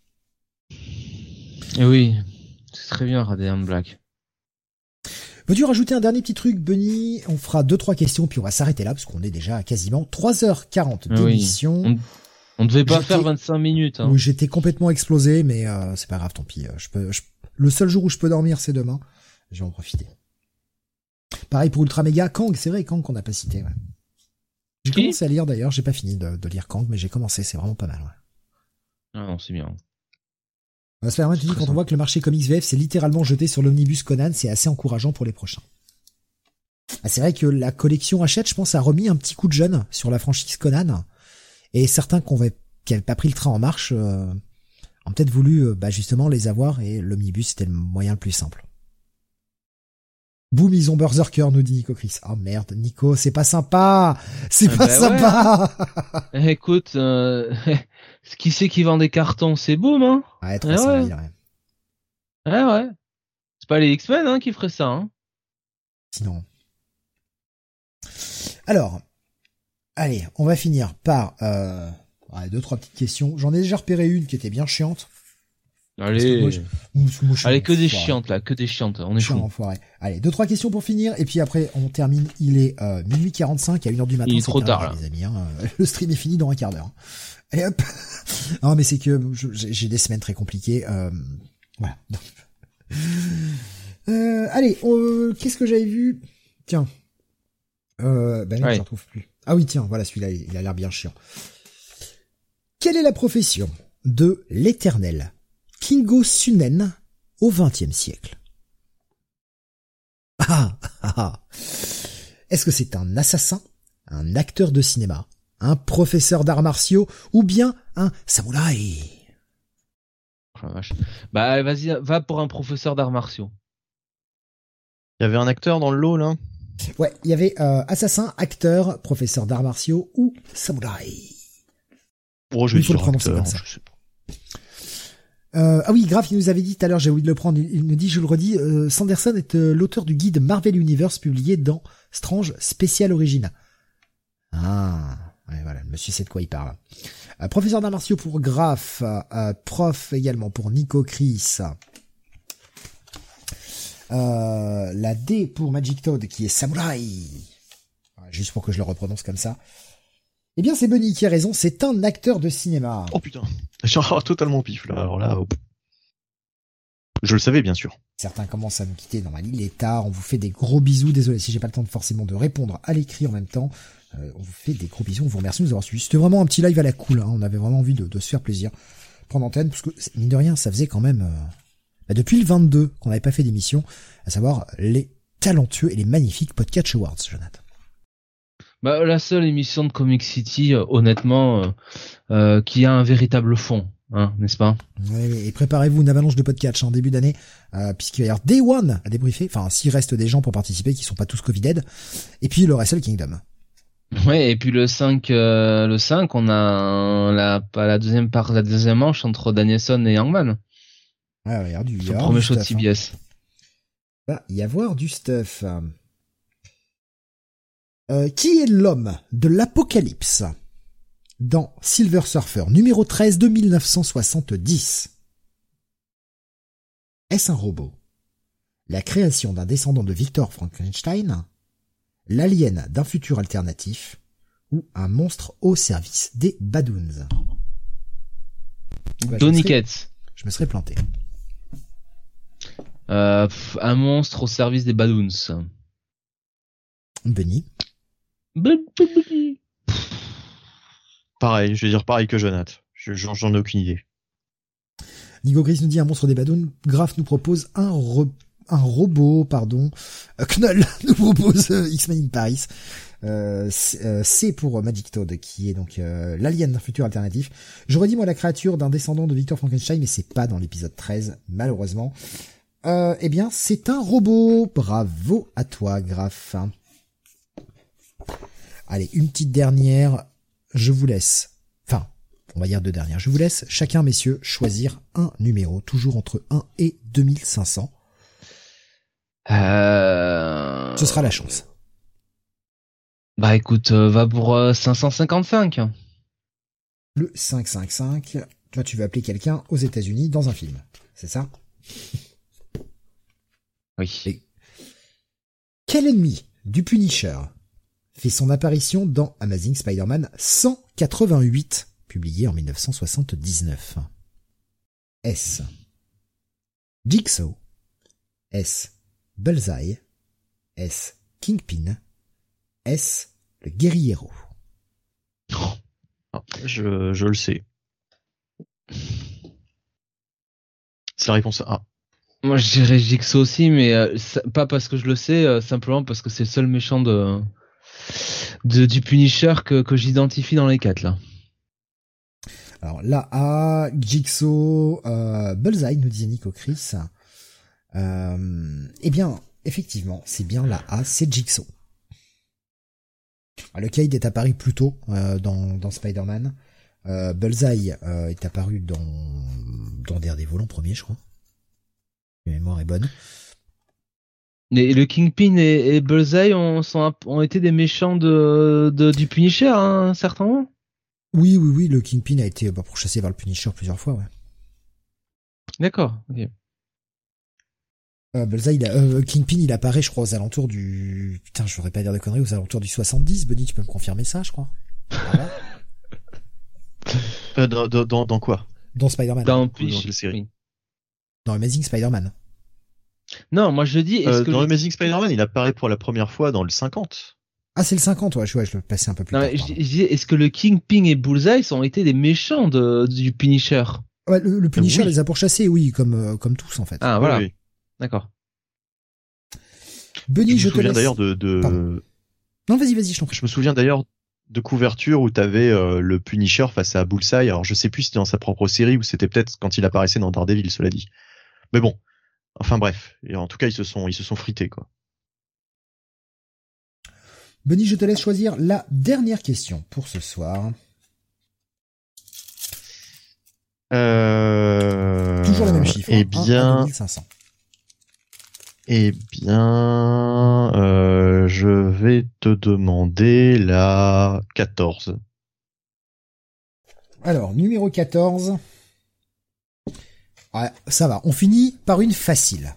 Et oui, c'est très bien, Radiant Black. Veux-tu rajouter un dernier petit truc, Benny? On fera deux, trois questions, puis on va s'arrêter là, parce qu'on est déjà à quasiment trois heures quarante d'émission. Oui. On, on devait pas j'étais, faire vingt-cinq minutes, hein. Oui, j'étais complètement explosé, mais, euh, c'est pas grave, tant pis. Je peux, je, le seul jour où je peux dormir, c'est demain. Je vais en profiter. Pareil pour Ultra Mega, Kang, c'est vrai, Kang qu'on n'a pas cité, ouais. J'ai Qui commencé à lire d'ailleurs, j'ai pas fini de, de lire Kang, mais j'ai commencé, c'est vraiment pas mal, ouais. Ah non, c'est bien. On va se faire tu dis, quand on voit que le marché comics V F s'est littéralement jeté sur l'omnibus Conan, c'est assez encourageant pour les prochains. Ah, c'est vrai que la collection Hachette, je pense, a remis un petit coup de jeune sur la franchise Conan, et certains qui n'avaient pas pris le train en marche, euh, ont peut-être voulu, euh, bah, justement, les avoir, et l'omnibus c'était le moyen le plus simple. Boum, ils ont Berserker, nous dit Nico Chris. Oh merde, Nico, c'est pas sympa, c'est ah pas ben sympa. Ouais. Écoute, euh, qui c'est qui vend des cartons, c'est Boom, hein. Ouais, trop ça, ouais. ouais. Ouais, ouais. C'est pas les X-Men, hein, qui feraient ça, hein. Sinon. Alors, Allez, on va finir par euh, ouais, deux, trois petites questions. J'en ai déjà repéré une qui était bien chiante. Allez, moi, je, moi, je allez, que des enfoiré. chiantes là, que des chiantes. On est Chiant, fou. enfoiré. Allez, deux, trois questions pour finir, et puis après on termine. Il est euh, minuit quarante-cinq, à une heure du matin. Il est c'est trop terminé, tard, là. les amis. Hein. Le stream est fini dans un quart d'heure. Allez hop. Non mais c'est que je- j'ai j'ai des semaines très compliquées. Euh, voilà. Euh, allez, euh, qu'est-ce que j'avais vu? Tiens. Euh, ben non, Ouais. je ne retrouve plus. Ah oui, tiens, voilà, celui-là, il a l'air bien chiant. Quelle est la profession de l'éternel Kingo Sunen au vingtième siècle? Ah, ah, ah. Est-ce que c'est un assassin, un acteur de cinéma, un professeur d'arts martiaux ou bien un samouraï? Oh la vache. Bah vas-y, va pour un professeur d'arts martiaux. Il y avait un acteur dans le lot, là. Ouais, il y avait euh, assassin, acteur, professeur d'arts martiaux ou samouraï. Oh, je Il vais faut le dire prononcer acteur, comme ça. je sais pas. Euh, ah oui, Graf, il nous avait dit tout à l'heure, j'ai oublié de le prendre, il, il nous dit, je le redis, euh, Sanderson est euh, l'auteur du guide Marvel Universe publié dans Strange Special Origina. Ah, ouais, voilà, le monsieur sait de quoi il parle. Euh, professeur d'arts martiaux pour Graf, euh, prof également pour Nico Chris. Euh, la D pour Magic Toad qui est samouraï. Voilà, juste pour que je le reprononce comme ça. Eh bien, c'est Bunny qui a raison, c'est un acteur de cinéma. Oh putain. J'ai oh, totalement pif, là. Alors là, hop. Je le savais, bien sûr. Certains commencent à nous quitter, normal, il est tard, on vous fait des gros bisous, désolé si j'ai pas le temps de forcément de répondre à l'écrit en même temps, euh, on vous fait des gros bisous, on vous remercie de nous avoir suivis. C'était vraiment un petit live à la cool, hein. On avait vraiment envie de, de se faire plaisir, prendre antenne, parce que, mine de rien, ça faisait quand même, euh, bah, depuis le vingt-deux qu'on n'avait pas fait d'émission, à savoir les talentueux et les magnifiques Podcatch Awards, Jonathan. Bah la seule émission de Comic City, euh, honnêtement, euh, euh, qui a un véritable fond, hein, n'est-ce pas? Oui, et préparez-vous une avalanche de podcasts en début d'année, euh, puisqu'il va y avoir Day One à débriefer, enfin s'il reste des gens pour participer qui sont pas tous Covid-dead, et puis le Wrestle Kingdom. Ouais, et puis le cinq, euh, le cinq, on a un- la, pas la deuxième part, la deuxième manche entre Danielson et Hangman. Ah, regarde, du, il va y Le avoir premier du show de stuff, C B S. hein. Va y avoir du stuff. Euh, qui est l'homme de l'Apocalypse dans Silver Surfer numéro treize de mille neuf cent soixante-dix? Est-ce un robot? La création d'un descendant de Victor Frankenstein? L'alien d'un futur alternatif? Ou un monstre au service des Badoons? Bah, je, Donny me serais, Cates. je me serais planté. Euh, pff, un monstre au service des Badoons. Bunny. Pareil, je vais dire pareil que Jonathan. Je- J'en j'en ai aucune idée. Nico Gris nous dit un monstre des Badoons. Graf nous propose un, re- un robot, pardon. Euh, Knoll nous propose euh, X-Men in Paris. Euh, c'est euh, c'est pour Magic Toad, qui est donc euh, l'alien d'un futur alternatif. J'aurais dit moi la créature d'un descendant de Victor Frankenstein, mais c'est pas dans l'épisode treize, malheureusement. Euh, eh bien, c'est un robot. Bravo à toi, Graf. Allez, une petite dernière. Je vous laisse. Enfin, on va dire deux dernières. Je vous laisse, chacun, messieurs, choisir un numéro, toujours entre un et deux mille cinq cents. Euh... Ce sera la chance. Bah écoute, euh, va pour euh, cinq cent cinquante-cinq. Le cinq cent cinquante-cinq. Toi, tu veux appeler quelqu'un aux États-Unis dans un film. C'est ça? Oui. Et quel ennemi du Punisher fait son apparition dans Amazing Spider-Man cent quatre-vingt-huit, publié en mille neuf cent soixante-dix-neuf? Est-ce Jigsaw? Est-ce Bullseye? Est-ce Kingpin? Est-ce le guerriero? Ah, je, je le sais. C'est la réponse A. Moi je dirais Jigsaw aussi, mais euh, ça- pas parce que je le sais, euh, simplement parce que c'est le seul méchant de, de du Punisher que, que j'identifie dans les quatre là. Alors là, A, Jigsaw, euh, Bullseye, nous disait Nico Chris. Euh, eh bien, effectivement, c'est bien la A, c'est Jigsaw. Le Cade est apparu plus tôt euh, dans, dans Spider-Man. Euh, Bullseye euh, est apparu dans, dans Daredevil en premier, je crois. Ma mémoire est bonne. Et le Kingpin et, et Bullseye ont, sont, ont été des méchants de, de du Punisher à un certain moment. Oui, oui, oui, le Kingpin a été bah, pourchassé vers le Punisher plusieurs fois, ouais. D'accord, ok. Euh, Bullseye, il a, euh, Kingpin, il apparaît, je crois, aux alentours du... Putain, je voudrais pas dire de conneries, aux alentours du soixante-dix. Bunny, tu peux me confirmer ça, je crois. Voilà. Euh, dans, dans, dans, dans quoi? Dans Spider-Man. Dans dans Punisher. quelle série? Dans Amazing Spider-Man. Non, moi je dis, est-ce Euh, que dans le... Amazing Spider-Man, il apparaît pour la première fois dans le cinquante. Ah, c'est le cinquante, ouais, je, ouais, je le passais un peu plus Non, tard. mais je, pardon. je dis, est-ce que le Kingpin et Bullseye ont été des méchants de, du Punisher? Ouais, le, le Punisher Oui. les a pourchassés, oui, comme, euh, comme tous, en fait. Ah, voilà. Oui, oui. D'accord. Bunny, Je je, me te souviens laisse. d'ailleurs de, de... Pardon. Non, vas-y, vas-y, je t'en prie. je me souviens d'ailleurs de couverture où t'avais euh, le Punisher face à Bullseye. Alors je sais plus si c'était dans sa propre série ou c'était peut-être quand il apparaissait dans Daredevil, cela dit. Mais bon, enfin bref. Et en tout cas, ils se sont, ils se sont frités, quoi. Bunny, je te laisse choisir la dernière question pour ce soir. Euh... Toujours le même chiffre. Eh hein, bien, un à deux mille cinq cents. eh bien, euh, je vais te demander la quatorze. Alors, numéro quatorze. Ouais, ça va, on finit par une facile.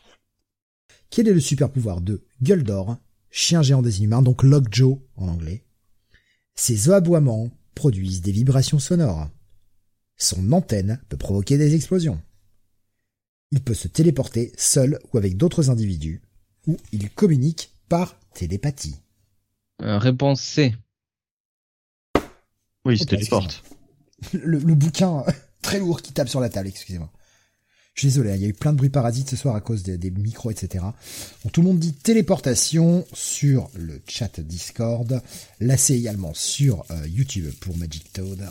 Quel est le super pouvoir de Guldor, chien géant des inhumains, donc Lockjaw en anglais? Ses aboiements produisent des vibrations sonores. Son antenne peut provoquer des explosions. Il peut se téléporter seul ou avec d'autres individus, ou il communique par télépathie. Euh, réponse C. Oui, il se Ok, téléporte. Le, le bouquin très lourd qui tape sur la table, excusez-moi. Je suis désolé, il y a eu plein de bruits parasites ce soir à cause des, des micros, et cetera. Donc, tout le monde dit téléportation sur le chat Discord. Là, c'est également sur euh, YouTube pour Magic Toad.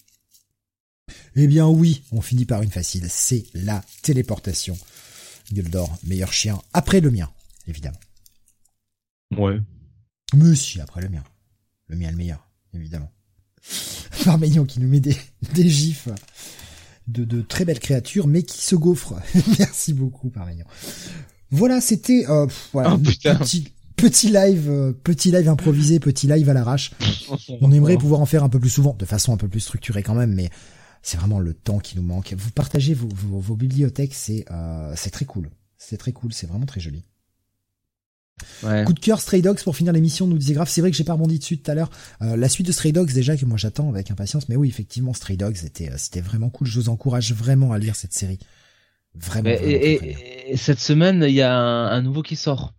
Eh bien oui, on finit par une facile, c'est la téléportation. Guldor, meilleur chien, après le mien, évidemment. Ouais. Mais si, après le mien. Le mien est le meilleur, évidemment. Parmeillon qui nous met des, des gifs de, de très belles créatures, mais qui se gaufrent. Merci beaucoup, Parmeillon. Voilà, c'était euh, pff, voilà, Oh, putain. petit, petit live, euh, petit live improvisé, petit live à l'arrache. On aimerait pouvoir en faire un peu plus souvent, de façon un peu plus structurée quand même, mais c'est vraiment le temps qui nous manque. Vous partagez vos, vos, vos bibliothèques, c'est euh, c'est très cool. C'est très cool, c'est vraiment très joli. Ouais. Coup de cœur Stray Dogs pour finir l'émission, nous disait Grave. C'est vrai que j'ai pas rebondi dessus tout à l'heure. Euh, la suite de Stray Dogs déjà que moi j'attends avec impatience. Mais oui, effectivement, Stray Dogs c'était c'était vraiment cool. Je vous encourage vraiment à lire cette série. Vraiment. Mais, vraiment et, très, très bien. et, et cette semaine, il y a un, un nouveau qui sort.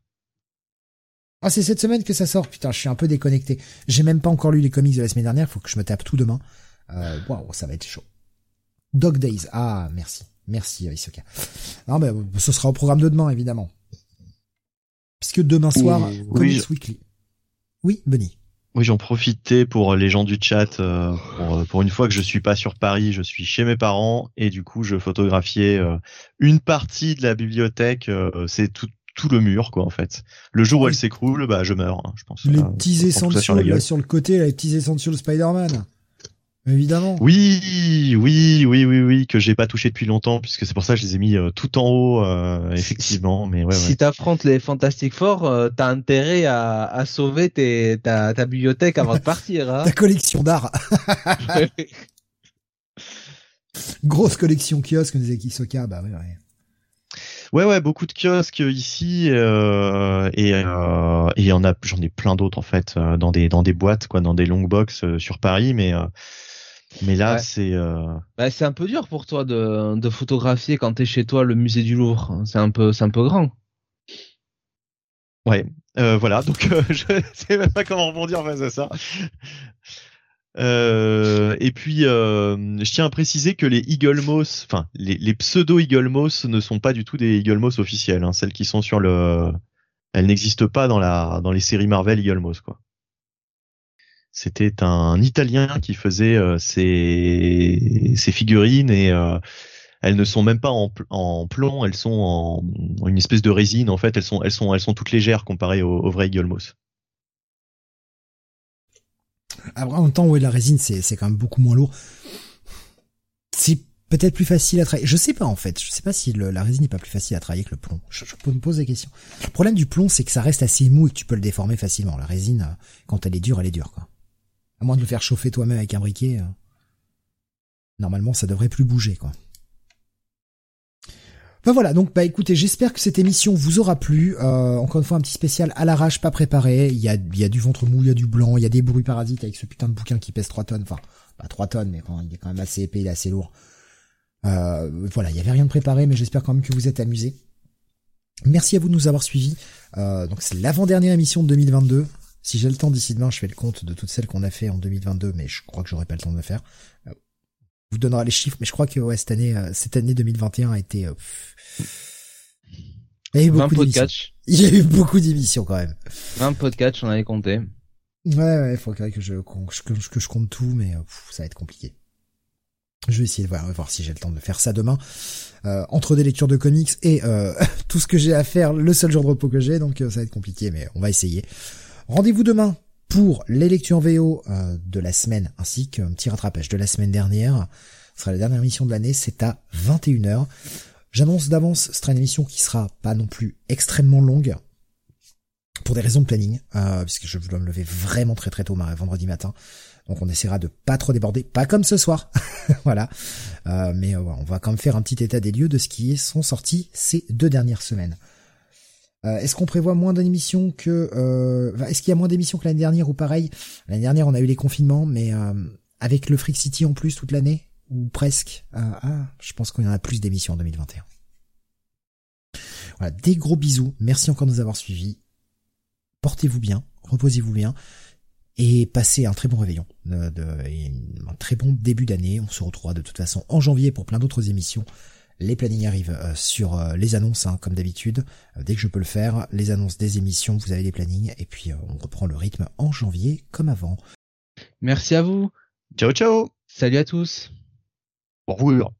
Ah, c'est cette semaine que ça sort. Putain, je suis un peu déconnecté. J'ai même pas encore lu les comics de la semaine dernière. Faut que je me tape tout demain. Euh, waouh, ça va être chaud. Dog Days. Ah, merci. Merci, Isoka. Non, mais ce sera au programme de demain, évidemment. Puisque demain soir, Oui, Comics je- Weekly. Oui, Bunny. Oui, j'en profitais pour les gens du chat. Euh, pour, pour une fois que je suis pas sur Paris, je suis chez mes parents et du coup, je photographiais euh, une partie de la bibliothèque. Euh, c'est tout, tout le mur, quoi, en fait. Le jour où elle s'écroule, bah, je meurs, hein, je pense. Les Euh, petits je prends tout ça sur la essentials, là, gueule. sur le côté, là, les petits essentials Spider-Man. Évidemment. Oui, oui, oui, oui, oui, que j'ai pas touché depuis longtemps, puisque c'est pour ça que je les ai mis euh, tout en haut, euh, effectivement. Mais ouais, Si ouais. t'affrontes les Fantastic Four, euh, t'as intérêt à, à sauver tes, ta, ta bibliothèque avant de partir. Hein. Ta collection d'art. Grosse collection kiosque, nous disait Kisoka. Bah ouais, ouais. Ouais, ouais, beaucoup de kiosques ici euh, et euh, et il y en a, j'en ai plein d'autres en fait euh, dans des dans des boîtes quoi, dans des long box euh, sur Paris, mais euh, mais là Ouais. c'est euh, Bah, c'est un peu dur pour toi de, de photographier quand t'es chez toi le musée du Louvre. C'est un peu, c'est un peu grand. ouais, euh, voilà, donc euh, je sais même pas comment rebondir face à ça. Euh, et puis, euh, je tiens à préciser que les Eagle Moss, enfin les, les pseudo Eagle Moss ne sont pas du tout des Eagle Moss officielles. Hein, celles qui sont sur le, elles n'existent pas dans la dans les séries Marvel Eagle Moss quoi. C'était un Italien qui faisait euh, ces ces figurines et euh, elles ne sont même pas en, pl- en plomb, elles sont en, en une espèce de résine en fait. Elles sont elles sont elles sont toutes légères comparées aux, aux vrais Eagle Moss. Après, en même temps, ouais, la résine, c'est, c'est quand même beaucoup moins lourd. C'est peut-être plus facile à travailler. Je sais pas en fait. Je sais pas si le, la résine n'est pas plus facile à travailler que le plomb. Je, je peux me poser des questions. Le problème du plomb, c'est que ça reste assez mou et que tu peux le déformer facilement. La résine, quand elle est dure, elle est dure, quoi. À moins de le faire chauffer toi-même avec un briquet, euh, normalement ça devrait plus bouger, quoi. Ben voilà, donc bah écoutez, j'espère que cette émission vous aura plu. Euh, encore une fois, un petit spécial à l'arrache, pas préparé. Il y a, il y a du ventre mou, il y a du blanc, il y a des bruits parasites avec ce putain de bouquin qui pèse trois tonnes. Enfin, pas trois tonnes, mais quand, il est quand même assez épais, il est assez lourd. Euh, voilà, il y avait rien de préparé, mais j'espère quand même que vous êtes amusés. Merci à vous de nous avoir suivis. Euh, donc c'est l'avant-dernière émission de deux mille vingt-deux. Si j'ai le temps d'ici demain, je fais le compte de toutes celles qu'on a fait en deux mille vingt-deux, mais je crois que j'aurai pas le temps de le faire. Euh, vous donnera les chiffres, mais je crois que ouais, cette année, euh, cette année deux mille vingt et un a été. Euh, il y a eu beaucoup d'émissions. Il y a eu beaucoup d'émissions quand même. vingt podcasts, on avait compté. Ouais, ouais, il faudrait que je, que, que, que je compte tout, mais pff, ça va être compliqué. Je vais essayer de voir, voir si j'ai le temps de faire ça demain. Euh, entre des lectures de comics et euh, tout ce que j'ai à faire, le seul jour de repos que j'ai, donc euh, ça va être compliqué, mais on va essayer. Rendez-vous demain pour les lectures V O euh, de la semaine, ainsi qu'un petit rattrapage de la semaine dernière. Ce sera la dernière émission de l'année, c'est à vingt et une heures. J'annonce d'avance, ce sera une émission qui sera pas non plus extrêmement longue, pour des raisons de planning, euh, puisque je dois me lever vraiment très très tôt vendredi matin. Donc on essaiera de pas trop déborder, pas comme ce soir, voilà. Euh, mais euh, on va quand même faire un petit état des lieux de ce qui sont sortis ces deux dernières semaines. Euh, est-ce qu'on prévoit moins d'émissions que... Euh, est-ce qu'il y a moins d'émissions que l'année dernière ou pareil? L'année dernière on a eu les confinements, mais euh, avec le Freak City en plus toute l'année, ou presque, euh, ah, je pense qu'il y en a plus d'émissions en deux mille vingt et un. Voilà, des gros bisous, merci encore de nous avoir suivis. Portez-vous bien, reposez-vous bien. Et passez un très bon réveillon, de, de, et un très bon début d'année. On se retrouvera de toute façon en janvier pour plein d'autres émissions. Les plannings arrivent euh, sur euh, les annonces, hein, comme d'habitude. Euh, dès que je peux le faire, les annonces des émissions, vous avez les plannings. Et puis euh, on reprend le rythme en janvier comme avant. Merci à vous. Ciao, ciao. Salut à tous. Au revoir.